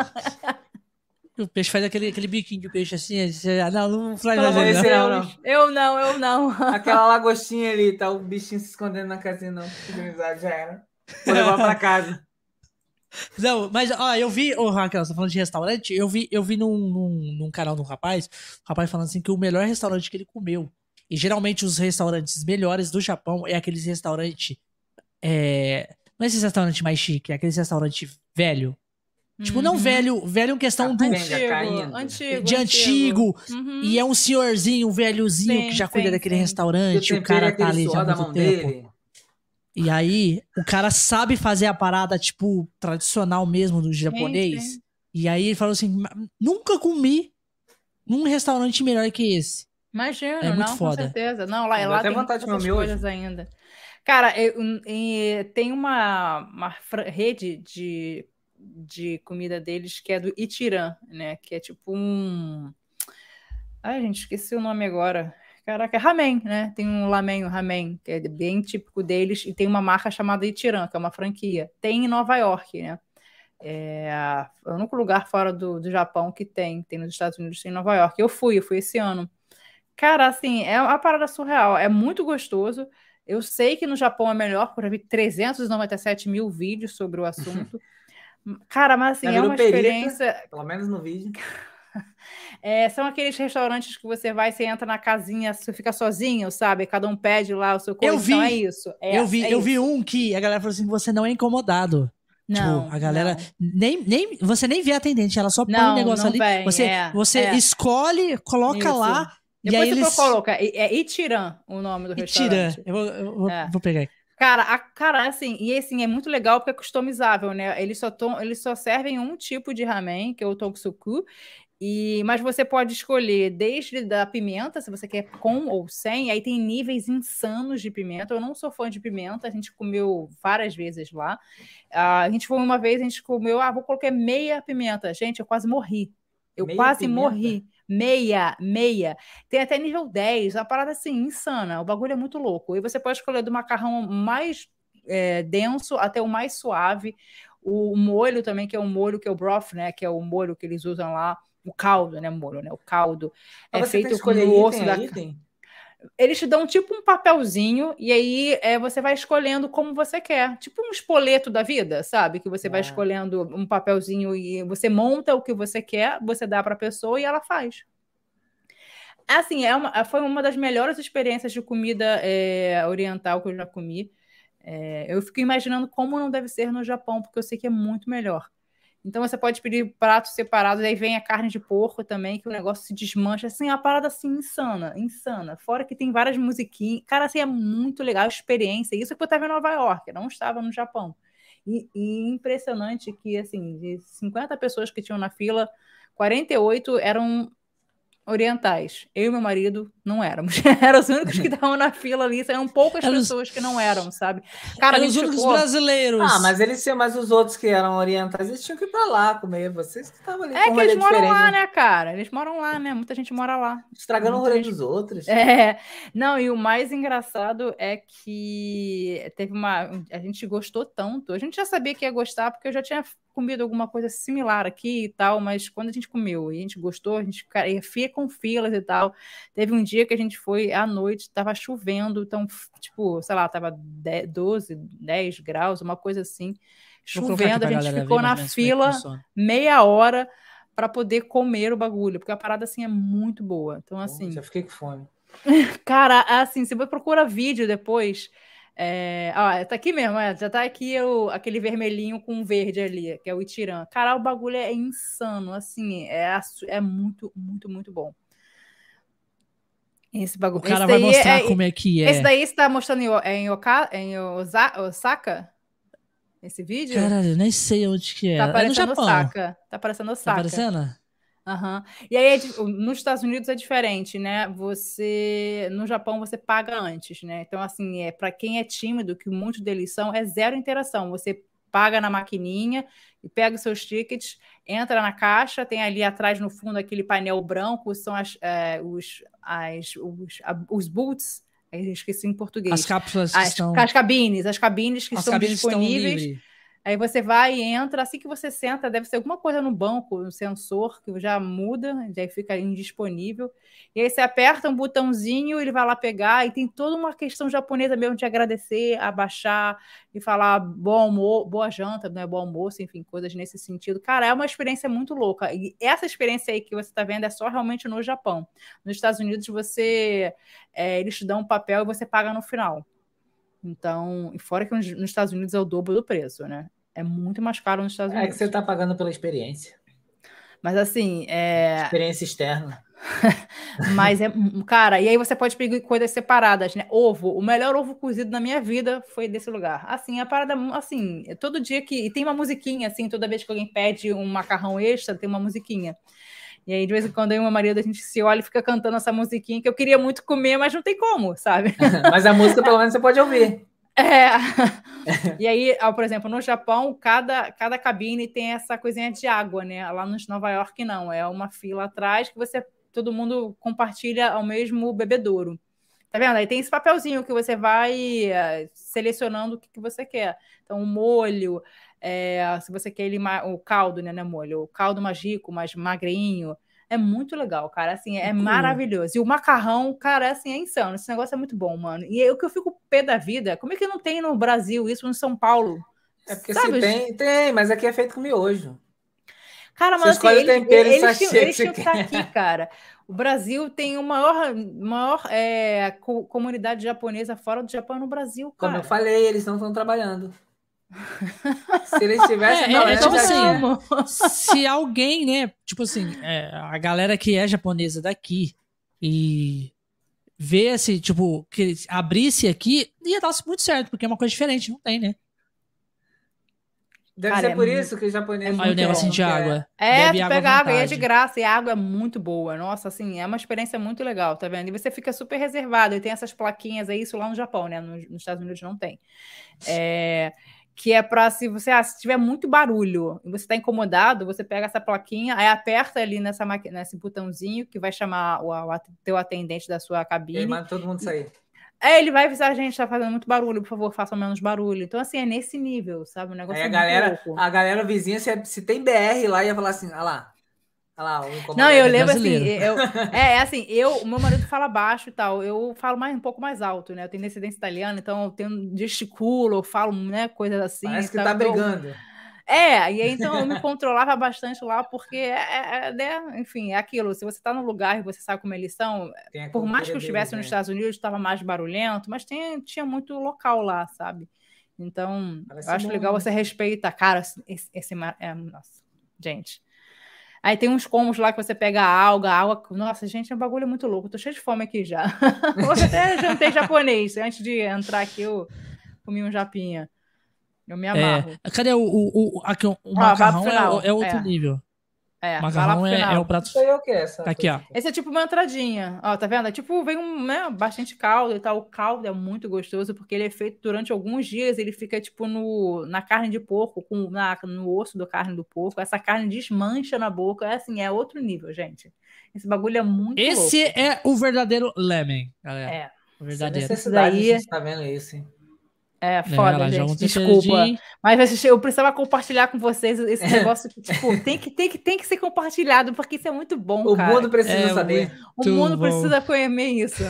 o peixe faz aquele, aquele biquinho de peixe assim, aí você, ah, não, não faz Pelo mais amor de ele, esse não. não, Deus. Eu não, eu não. Aquela lagostinha ali, tá o bichinho se escondendo na casinha, não. Que amizade, já era. Vou levar pra casa. Não, mas ó, eu vi, ô Raquel, você tá falando de restaurante, eu vi, eu vi num, num, num canal de um rapaz, o rapaz falando assim que o melhor restaurante que ele comeu, e geralmente os restaurantes melhores do Japão é aqueles restaurantes, é, não é esses restaurantes mais chiques, é aqueles restaurantes velho. Tipo, não Uhum. velho, velho em questão do, Capenga, Antigo, caindo. antigo, de antigo, Uhum. e é um senhorzinho, um velhozinho Sim, que já cuida sim, daquele sim. E o restaurante, o tempero é cara tá aquele ali já há suor da muito mão tempo. dele. E aí, o cara sabe fazer a parada, tipo, tradicional mesmo do japonês. sim. E aí ele falou assim: "Ma- nunca comi num restaurante melhor que esse. Imagino, É muito não, foda. com certeza. Não, lá, Dá lá até tem vontade de muitas comer coisas ainda. Cara, eu- e tem uma, uma fra- rede de, de comida deles que é do Itiran, né? Que é tipo um... Ai, gente, esqueci o nome agora. Caraca, é ramen, né? Tem um lamen, um ramen, que é bem típico deles, e tem uma marca chamada Itiran, que é uma franquia. Tem em Nova York, né? É, é o único lugar fora do, do Japão que tem. Tem nos Estados Unidos, tem em Nova York. Eu fui, eu fui esse ano. Cara, assim, é uma parada surreal. É muito gostoso. Eu sei que no Japão é melhor, porque eu já vi trezentos e noventa e sete mil vídeos sobre o assunto. Cara, mas assim, Já é virou uma perita, experiência... pelo menos no vídeo. É, são aqueles restaurantes que você vai, você entra na casinha, você fica sozinho, sabe? Cada um pede lá o seu coisa. Eu vi. Então é isso. É, eu vi, é eu vi isso. um que a galera falou assim: que você não é incomodado. Não, tipo, a galera. não. Nem, nem, você nem vê a atendente, ela só põe o Não, negócio não ali. vem, você é, você é. escolhe, coloca Isso. lá. E Depois aí você eles. coloca, é é Itiran o nome do E tira. restaurante. Eu, vou, eu vou, É. vou pegar aqui. Cara, a, cara, assim, e assim, é muito legal porque é customizável, né? Eles só, tom, eles só servem um tipo de ramen, que é o toksuku, E, mas você pode escolher desde da pimenta, se você quer com ou sem, aí tem níveis insanos de pimenta. Eu não sou fã de pimenta, a gente comeu várias vezes lá. Uh, a gente foi uma vez, a gente comeu, ah, vou colocar meia pimenta. Gente, eu quase morri. Eu Meia quase pimenta? morri. Meia, meia. Tem até nível dez, uma parada assim, insana. O bagulho é muito louco. E você pode escolher do macarrão mais é, denso até o mais suave. O molho também, que é um molho que é o broth, né? Que é o molho que eles usam lá. O caldo, né, molho, né? O caldo Mas é você feito tem que escolher no item osso a da... item? Eles te dão tipo um papelzinho e aí é, você vai escolhendo como você quer. Tipo um espoleto da vida, sabe? Que você Ah. vai escolhendo um papelzinho e você monta o que você quer, você dá para a pessoa e ela faz. Assim, é uma, foi uma das melhores experiências de comida é, oriental que eu já comi. É, eu fico imaginando como não deve ser no Japão, porque eu sei que é muito melhor. Então você pode pedir pratos separados, aí vem a carne de porco também, que o negócio se desmancha, assim, é uma parada assim insana, insana. Fora que tem várias musiquinhas, cara, assim, é muito legal a experiência. Isso que eu estava em Nova York, não estava no Japão. E, e impressionante que, assim, de cinquenta pessoas que tinham na fila, quarenta e oito eram orientais. Eu e meu marido não éramos. Eram os únicos que estavam na fila ali. Eram poucas Eram os- pessoas que não eram, sabe? Cara, a Eram os gente únicos ficou... brasileiros. Ah, mas eles tinham, mas os outros que eram orientais, eles tinham que ir pra lá comer. Vocês que estavam ali É com um que eles rolê moram diferente, lá, né, cara? Eles moram lá, né? Muita gente mora lá. estragando o Muita rolê gente... dos outros. É, não, e o mais engraçado é que teve uma. A gente gostou tanto. A gente já sabia que ia gostar, porque eu já tinha comido alguma coisa similar aqui e tal, mas quando a gente comeu e a gente gostou, a gente fica com filas e tal. Teve um dia que a gente foi à noite, tava chovendo, então, tipo, sei lá, tava doze, dez graus, uma coisa assim, Vou colocar aqui chovendo, a pra gente galera ficou ver mais na ou menos como é que fila funciona. meia hora para poder comer o bagulho, porque a parada assim é muito boa. Então, assim. Já fiquei com fome. Cara, assim, se você procura vídeo depois. É... Ah, tá aqui mesmo, é, já tá aqui o, aquele vermelhinho com verde ali, que é o Itiran. Cara, o bagulho é insano, assim, é, é muito, muito, muito bom. Esse bagulho. O cara esse vai daí mostrar é, como é que é. Esse daí você tá mostrando em, é em, Oka, em Osa, Osaka? Esse vídeo? Caralho, eu nem sei onde que é. Tá É no aparecendo Japão. Osaka. Tá aparecendo Tá Osaka. aparecendo? Uhum. E aí, é, nos Estados Unidos é diferente, né? Você, no Japão, você paga antes, né? Então, assim, é para quem é tímido, que muitos deles são, é zero interação. Você paga na maquininha e pega os seus tickets, entra na caixa, tem ali atrás no fundo aquele painel branco, são as, é, os, as, os, a, os booths, eu esqueci em português. As cápsulas que as, estão... as cabines, as cabines que As estão cabines disponíveis. estão livres. Aí você vai e entra, assim que você senta, deve ser alguma coisa no banco, no sensor, que já muda, já fica indisponível. E aí você aperta um botãozinho, ele vai lá pegar, e tem toda uma questão japonesa mesmo de agradecer, abaixar e falar bom almoço, boa janta, não é bom almoço, enfim, coisas nesse sentido. Cara, é uma experiência muito louca. E essa experiência aí que você está vendo é só realmente no Japão. Nos Estados Unidos, você é, eles te dão um papel e você paga no final. Então, e fora que nos Estados Unidos é o dobro do preço, né? É muito mais caro nos Estados É Unidos. que você está pagando pela experiência. Mas assim, é... Experiência externa. Mas é... Cara, e aí você pode pedir coisas separadas, né? Ovo. O melhor ovo cozido na minha vida foi desse lugar. Assim, a parada... Assim, todo dia que... E tem uma musiquinha, assim, toda vez que alguém pede um macarrão extra, tem uma musiquinha. E aí, de vez em quando, eu e meu marido, a gente se olha e fica cantando essa musiquinha que eu queria muito comer, mas não tem como, sabe? Mas a música, pelo menos, você pode ouvir. É. E aí, por exemplo, no Japão, cada, cada cabine tem essa coisinha de água, né? Lá no Nova York, não. É uma fila atrás que você todo mundo compartilha ao mesmo bebedouro. Tá vendo? Aí tem esse papelzinho que você vai uh, selecionando o que, que você quer. Então, o molho, é, se você quer ele, o caldo, né? Não é molho, o caldo mais rico, mais magrinho. É muito legal, cara. Assim, é Cool. maravilhoso. E o macarrão, cara, assim, é insano. Esse negócio é muito bom, mano. E é o que eu fico pé da vida. Como é que não tem no Brasil isso, em São Paulo? É porque se tem, tem, mas aqui é feito com miojo. Cara, mas assim, eles, eles, tinham, eles tinham que estar aqui, cara. O Brasil tem a maior, maior é, co comunidade japonesa fora do Japão no Brasil, cara. Como eu falei, eles não estão trabalhando. Se eles tivessem... É, não, é, é tipo assim, se alguém, né, tipo assim, é, a galera que é japonesa daqui e vê se, tipo, que abrisse aqui, ia dar muito certo, porque é uma coisa diferente, não tem, né? Deve Cara, ser é por muito- isso que o japonês... é não Aí o quer- negocinho não de quer- água. É, Bebe tu água à pega água e é de vontade. graça, e a água é muito boa. Nossa, assim, é uma experiência muito legal, tá vendo? E você fica super reservado. E tem essas plaquinhas aí, isso lá no Japão, né? Nos, nos Estados Unidos não tem. É, que é pra se você, ah, se tiver muito barulho e você tá incomodado, você pega essa plaquinha, aí aperta ali nessa maqui- nesse botãozinho que vai chamar o, o at- teu atendente da sua Ele cabine. manda todo mundo sair. É, ele vai avisar a gente, tá fazendo muito barulho, por favor, façam menos barulho. Então, assim, é nesse nível, sabe? O negócio Aí é a muito galera, louco. a galera vizinha, se, se tem B R lá, ia falar assim, olha lá, olha lá, o incomodante. Não, eu lembro assim, brasileiro. eu, é, é assim, eu, o meu marido fala baixo e tal, eu falo mais um pouco mais alto, né? Eu tenho descendência italiana, então eu tenho gesticulo, eu falo, né, coisas assim. Parece que sabe? tá Então, brigando. é, e aí então eu me controlava bastante lá, porque, é, é, é, né, enfim, é aquilo, se você tá no lugar e você sabe como eles são, Tem a por mais que eu cultura estivesse deles, nos né? Estados Unidos, estava mais barulhento, mas tem, tinha muito local lá, sabe? Então, Parece eu acho bom, legal né? você respeitar. Cara, esse, esse ma- é, nossa, gente. Aí tem uns combos lá que você pega a alga, a água. Nossa, gente, é um bagulho muito louco. Eu tô cheio de fome aqui já. Hoje até jantei japonês. Antes de entrar aqui, eu comi um japinha. Eu me amarro. É, cadê o, o, o, aqui, o Ó, vai pro macarrão? É, final. é outro É. nível. É, vai lá Macarrão pro é, final. é o prato. Isso aí é o que? Essa Tá aqui, ó. coisa? Esse é tipo uma entradinha, ó, tá vendo? É tipo, vem um, né, bastante caldo e tal. O caldo é muito gostoso porque ele é feito durante alguns dias, ele fica tipo no, na carne de porco, com, na, no osso da carne do porco. Essa carne desmancha na boca, é assim, é outro nível, gente. Esse bagulho é muito Esse louco. é o verdadeiro lemon, galera. É, O Sem verdadeiro. necessidade Isso de daí- você estar vendo isso, hein? é É, foda, lá, joga um gente. Desculpa. temperadinho. Mas eu precisava compartilhar com vocês esse negócio que, tipo, tem que, tem, que, tem que ser compartilhado, porque isso é muito bom, O cara. mundo precisa É saber. O muito mundo bom. precisa comer isso.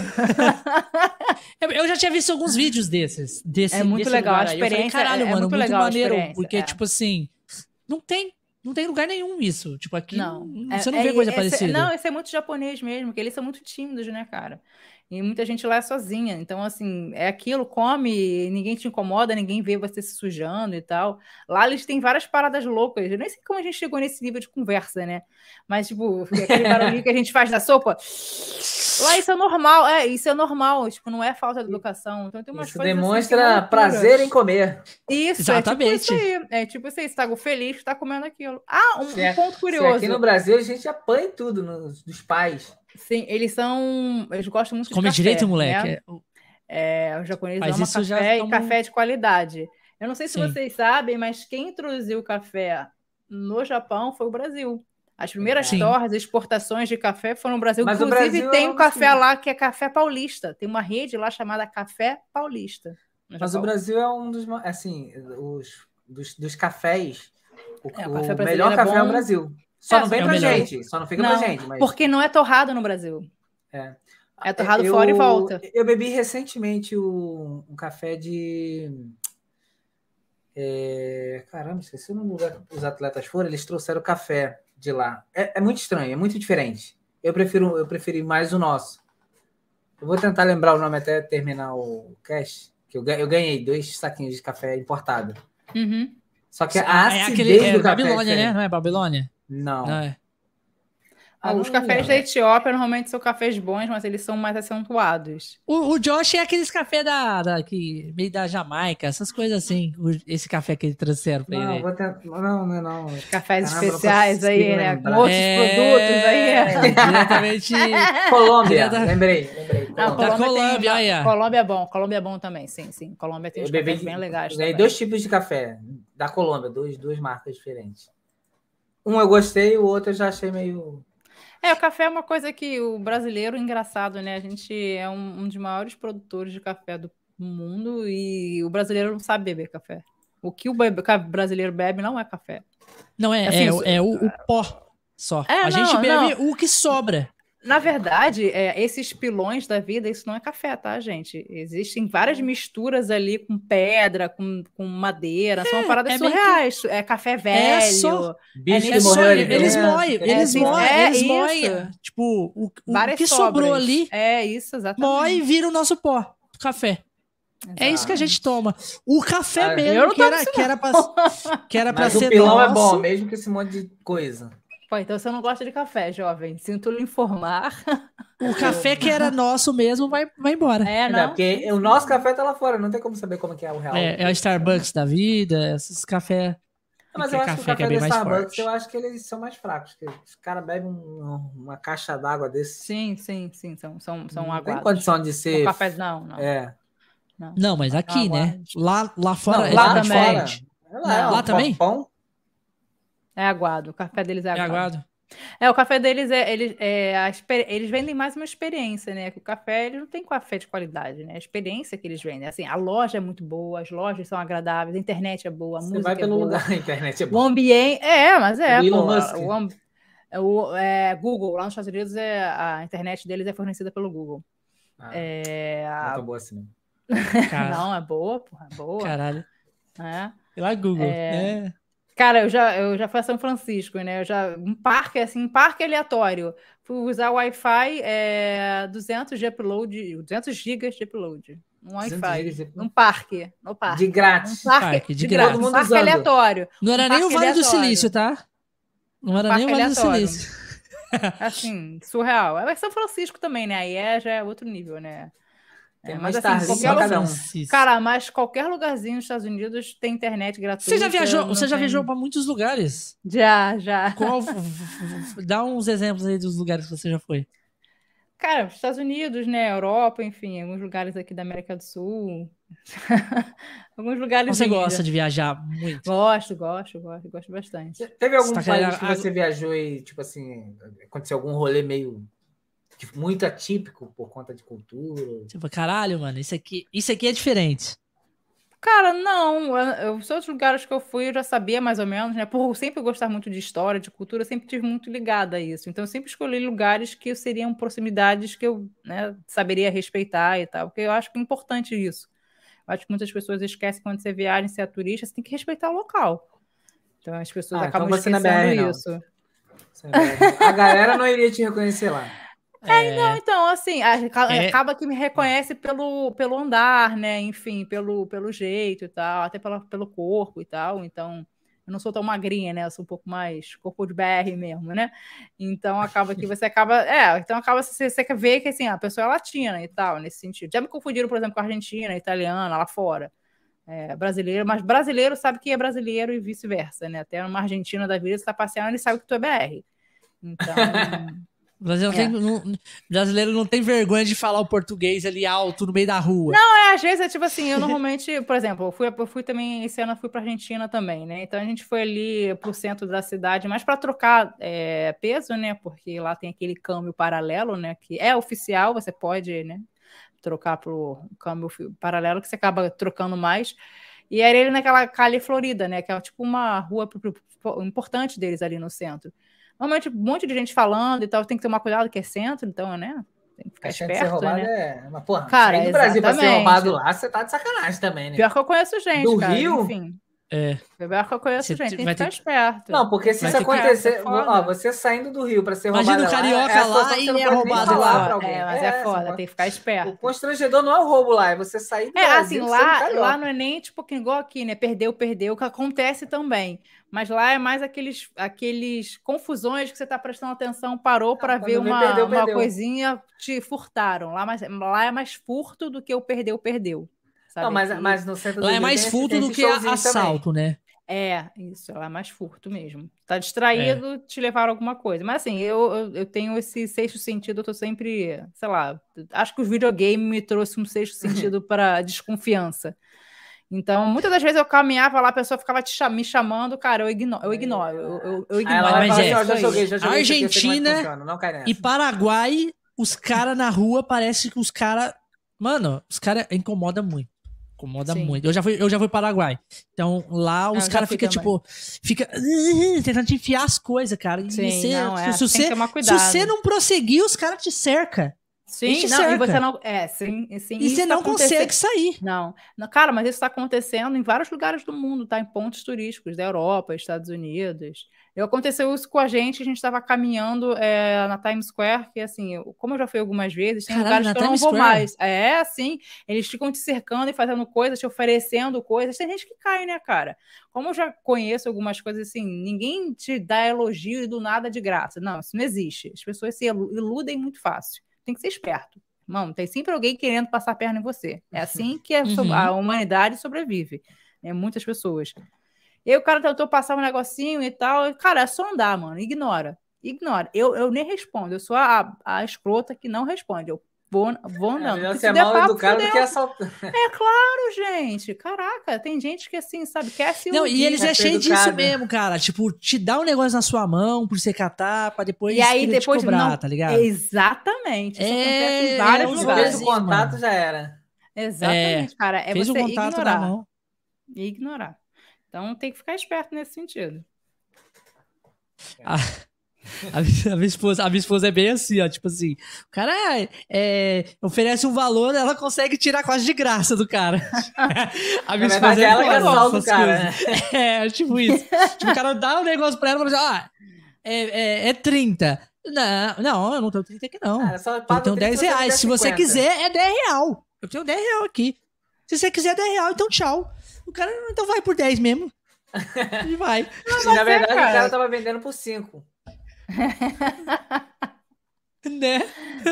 Eu, eu já tinha visto alguns vídeos desses. Desse, É muito desse legal, lugar a aí. Eu falei, experiência caralho, é- é mano, muito muito, legal a maneiro. experiência, Porque, é. tipo assim, não tem, não tem lugar nenhum isso. Tipo, aqui Não. não- É- você não é- vê coisa esse- parecida. Não, esse é muito japonês mesmo, que eles são muito tímidos, né, cara? E muita gente lá é sozinha. Então, assim, é aquilo, come, ninguém te incomoda, ninguém vê você se sujando e tal. Lá eles têm várias paradas loucas. Eu nem sei como a gente chegou nesse nível de conversa, né? Mas, tipo, aquele barulhinho que a gente faz da sopa. Lá isso é normal, é, isso é normal, tipo, não é falta de educação. Então tem umas Isso coisas assim, que é demonstra uma loucura. prazer em comer. Isso, Exatamente. é tipo isso aí. É tipo isso aí, você tá feliz, tá comendo aquilo. Ah, um, Se é- um ponto Se curioso. aqui no Brasil a gente apanha em tudo nos, dos pais. Sim, eles são. Eles gostam muito Come de café, direito, moleque. né? É, É, os japoneses Mas amam isso já café e tamo- café de qualidade. Eu não sei se Sim. vocês sabem, mas quem introduziu o café no Japão foi o Brasil. As primeiras Sim. torres, exportações de café foram no Brasil. Mas o Inclusive, Brasil tem é um um café sim. lá que é Café Paulista. Tem uma rede lá chamada Café Paulista. no Mas o Japão. Brasil é um dos, ma- assim, os, dos, dos cafés. O, É, o o café brasileiro melhor é café é o bom. Brasil. Só É, não vem é o pra melhor. gente. Só não fica Não, pra gente. Mas porque não é torrado no Brasil. é. É torrado Eu- fora e volta. Eu bebi recentemente um, um café de. é, caramba, esqueci o nome do lugar que os atletas foram. Eles trouxeram café de lá. É, é muito estranho, é muito diferente. Eu prefiro, eu preferi mais o nosso. Eu vou tentar lembrar o nome até terminar o cast. Que eu, ga- eu ganhei dois saquinhos de café importado. Uhum. Só que a é acidez aquele. É do café é Babilônia, né? diferente. Não é Babilônia? Não. Não é. Ah, os não cafés da lembro. Etiópia normalmente são cafés bons, mas eles são mais acentuados. O, o Josh é aqueles café da, da que, meio da Jamaica, essas coisas assim. O- esse café que eles trouxeram pra Não, ele. vou tentar. Não, não, é não. Cafés Caramba, não especiais aí, consigo né? lembrar. Com outros É, produtos aí. É. Diretamente. Colômbia, Direta- lembrei, lembrei. Não, Colômbia. Da Colômbia, Colômbia, tem, olha. Colômbia é bom, Colômbia é bom também, sim, sim. Colômbia tem uns Eu bebi cafés bem legais ganhei também. dois tipos de café da Colômbia, dois, duas marcas diferentes. Um eu gostei, o outro eu já achei meio. É, o café é uma coisa que o brasileiro, engraçado, né? A gente é um, um dos maiores produtores de café do mundo e o brasileiro não sabe beber café. O que o bebe- ca- brasileiro bebe não é café. Não, é, Assim, é, isso- é o, o pó só. É, a gente não, bebe o que sobra. Na verdade, é, esses pilões da vida, isso não é café, tá, gente? Existem várias misturas ali com pedra, com, com madeira, são paradas é bem surreais. É café velho. só- Bicho É que É só, morreu ali eles dentro. moem, eles sim, moem, é eles isso. moem. Tipo, o, o várias que sobrou sobras. ali, É isso, exatamente. moe e vira o nosso pó, o café. É isso que a gente toma. O café Ah, eu mesmo, não que tomo era, isso, que era pra, que era pra Mas o ser pilão nosso. é bom, mesmo com esse monte de coisa. Pô, então você não gosta de café, jovem. Sinto lhe informar. O café que era nosso mesmo vai, vai embora. É, Não, não? porque o nosso café tá lá fora, não tem como saber como que é o real. É, é o Starbucks da vida, esses café. Mas eu acho que o café que é café bem da mais Starbucks, forte. eu acho que eles são mais fracos. Que os caras bebem um- uma caixa d'água desse. Sim, sim, sim, são, são, são Não tem aguados. condição de No ser. café, não, não. É. Não, Não, mas são aqui, né? aguados. Lá, lá fora Não, é lá muito também. diferente. É lá, é Não. um Lá também? copão. É aguado, o café deles é É aguado. aguado? É, o café deles é, eles, é a exper- eles vendem mais uma experiência, né? Que o café, ele não tem café de qualidade, né? A experiência que eles vendem. Assim, a loja é muito boa, as lojas são agradáveis, a internet é boa, a Você música vai é pelo boa. lugar, a internet é O boa. ambiente. É, mas é, Do Elon pô. Musk. O, am- é o é, Google, lá nos Estados Unidos, é, a internet deles é fornecida pelo Google. Ah, É, não é a- tão boa assim, não. Cara, Não, é boa, porra, é boa. caralho. É. Lá Google. É. Cara, eu já, eu já fui a São Francisco, né? Eu já, um parque, assim, um parque aleatório. Fui usar o Wi-Fi, é, duzentos de upload, duzentos gigas de upload. Um duzentos Wi-Fi. gigas de- Num parque. No parque. De grátis. Um parque, Parque, de de graça. graça. Todo Um mundo parque usando. aleatório. Não era Um nem o parque Vale do aleatório. Silício, tá? Não era Um nem o parque Vale do aleatório. Silício. Assim, surreal. É São Francisco também, né? Aí é, já é outro nível, né? Tem É, uma mas assim, Starlink qualquer pra lugar. cada um. Francisco. Cara, mas qualquer lugarzinho nos Estados Unidos tem internet gratuita. Você já viajou, não você já tem- viajou para muitos lugares. Já, já. Qual, dá uns exemplos aí dos lugares que você já foi. Cara, os Estados Unidos, né? Europa, enfim, alguns lugares aqui da América do Sul. Alguns lugares. Você gosta de viajar muito? Gosto, gosto, gosto, gosto bastante. Teve algum Você tá país querendo- que você viajou e, tipo assim, aconteceu algum rolê meio tipo, muito atípico por conta de cultura? Tipo, caralho, mano, isso aqui, isso aqui é diferente. Cara, não. eu- Os outros lugares que eu fui eu já sabia mais ou menos, né? Por sempre gostar muito de história, de cultura, eu sempre tive muito ligada a isso. Então, eu sempre escolhi lugares que seriam proximidades que eu, né, saberia respeitar e tal, porque eu acho que é importante isso. Eu acho que muitas pessoas esquecem quando você viaja, você é turista, você tem que respeitar o local. Então, as pessoas Ah, então acabam você não é esquecendo B R, não. isso. Você não é B R. A galera não iria te reconhecer lá. É, Então, assim, a- É. acaba que me reconhece pelo, pelo andar, né? Enfim, pelo, pelo jeito e tal, até pela, pelo corpo e tal. Então, eu não sou tão magrinha, né? Eu sou um pouco mais corpo de B R mesmo, né? Então, acaba que você acaba. É, então acaba você, você quer ver que assim, a pessoa é latina e tal, nesse sentido. Já me confundiram, por exemplo, com a argentina, italiana, lá fora. É, brasileiro, mas brasileiro sabe que é brasileiro e vice-versa, né? Até numa Argentina da vida, você tá passeando e sabe que tu é B R. Então. o brasileiro, É. não tem, não- brasileiro não tem vergonha de falar o português ali alto no meio da rua. É, às vezes é tipo assim, eu normalmente, por exemplo, eu fui, eu fui também, esse ano eu fui pra Argentina também, né? Então a gente foi ali pro centro da cidade, mais para trocar é, peso, né? Porque lá tem aquele câmbio paralelo, né? Que é oficial, você pode, né? Trocar pro câmbio fi- paralelo, que você acaba trocando mais. E era ele naquela Cali Florida, né? Que é tipo uma rua pro- pro- importante deles ali no centro. Normalmente, um monte de gente falando e tal, tem que tomar cuidado que é centro, então, né? Tem que ficar A chance de ser esperto, roubado né? é. Mas, porra, Cara, sair do Brasil pra ser exatamente. roubado lá, você tá de sacanagem também, né? Pior que eu conheço gente, Do cara. Rio? Enfim. É. Pior que eu conheço Você gente. te- Tem vai que ficar ter que- esperto. Não, porque se Vai isso ter que- acontecer, É foda. ó, você saindo do Rio pra ser Imagina roubado o lá, carioca é a situação lá que e você não é pode nem roubado falar lá. pra alguém. É, mas é, você foda, pode- tem que ficar O esperto. constrangedor não é o roubo lá, é você sair do É, Brasil assim, sendo lá, carioca. lá não é nem tipo que igual aqui, né? Perdeu, perdeu, que acontece também. Mas lá é mais aqueles, aqueles confusões que você tá prestando atenção, parou para quando ver vê, uma, perdeu, uma perdeu. coisinha, te furtaram. Lá, mais, lá é mais furto do que o perdeu, perdeu. Sabe? Não, mas, Aqui- mas no centro do Lá é Rio mais tem esse- furto tem do esse que showzinho assalto, né? É, isso, ela é mais furto mesmo. Tá distraído, te levaram alguma coisa. Mas assim, eu, eu, eu tenho esse sexto sentido, eu tô sempre, sei lá, acho que os videogames me trouxe um sexto sentido para desconfiança. Então, muitas das vezes eu caminhava lá, a pessoa ficava te cha- me chamando, cara, eu ignoro, eu ignoro, eu, eu, eu Aí ignoro. ela vai Mas falar é. assim, ó, já isso joguei, aí. já joguei isso aqui, eu sei como é que Argentina funciona, não cai nessa. E Paraguai, os caras na rua, parece que os caras... Mano, os caras incomodam muito. Incomoda Sim. muito. Eu já fui, eu já fui para Paraguai. Então, lá os eu já caras fui ficam, também. tipo... Fica uh, tentando te enfiar as coisas, cara. E Sim, você- não, é, se, tem você, que tomar se cuidado. você não prosseguir, os caras te cercam. Sim, Eles te não, e cercam. você não. É, sim, sim. E isso você tá não acontecendo- consegue sair. Não. Não, cara, mas isso está acontecendo em vários lugares do mundo, tá? Em pontos turísticos da Europa, Estados Unidos. Eu aconteceu isso com a gente, a gente estava caminhando é, na Times Square, que assim, eu- como eu já fui algumas vezes, tem Caralho, lugares na que eu não Times vou Square? mais. É, assim, eles ficam te cercando e fazendo coisas, te oferecendo coisas. Tem gente que cai, né, cara? Como eu já conheço algumas coisas assim, ninguém te dá elogio do nada de graça. Não, isso não existe. As pessoas se ilu- iludem muito fácil. Tem que ser esperto. Mano, tem sempre alguém querendo passar a perna em você. É assim que a, so- Uhum. a humanidade sobrevive. Né? Muitas pessoas. E aí o cara tentou passar um negocinho e tal. Cara, é só andar, mano. Ignora. Ignora. Eu, eu nem respondo. Eu sou a, a escrota que não responde. Eu vou, vou andando. É melhor Porque ser se der mal papo, educado do fudeu. que assaltar. É claro, gente. Caraca, tem gente que assim, sabe, quer se Não, iludir. e eles né, é ser cheio disso educado. mesmo, cara. Tipo, te dá um negócio na sua mão pra você catar, pra depois E aí querer depois te cobrar, não. tá ligado? Exatamente. Isso É, acontece em é vários uns Fez lugares. o rolezinhos, contato, mano. já era. Exatamente, cara. É Fez o você contato na ignorar. mão. E ignorar. Então tem que ficar esperto nesse sentido. A, a minha- a minha esposa, a minha esposa é bem assim, ó. Tipo assim, o cara é, é, oferece um valor, ela consegue tirar quase de graça do cara. A minha Na esposa verdade, é ela que foda assalta o nessas cara, coisas. É, tipo isso. Tipo, o cara dá um negócio pra ela e fala assim, ah, é, é, é trinta. Não, não, eu não tenho trinta aqui, não. Cara, só Eu paga tenho trinta dez se você me reais. der Se você cinquenta. quiser, é dez real. Eu tenho dez real aqui. Se você quiser dez real, então tchau. O cara, então vai por dez mesmo. E vai. E, na verdade, cara. o cara tava vendendo por cinco. Né?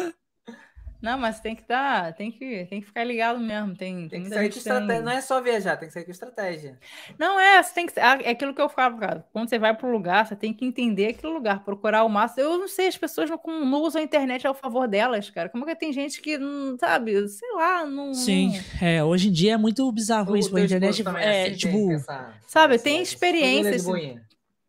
Não, mas tem que dar, tem que, tem que ficar ligado mesmo. Tem, tem Tem que muita sair com gente estratégia. tem... Não é só viajar, tem que sair com estratégia. Não é, você tem que é aquilo que eu falo, cara. Quando você vai para o lugar, você tem que entender aquele lugar, procurar o máximo. Eu não sei, as pessoas não, não usam a internet ao favor delas, cara. Como que tem gente que não sabe, sei lá, não. Sim, não... é, hoje em dia é muito bizarro O isso. A teu internet esposo também é, assim, tipo, tem essa Sabe, tem sagacidade. Ou ele é de experiências. boinha?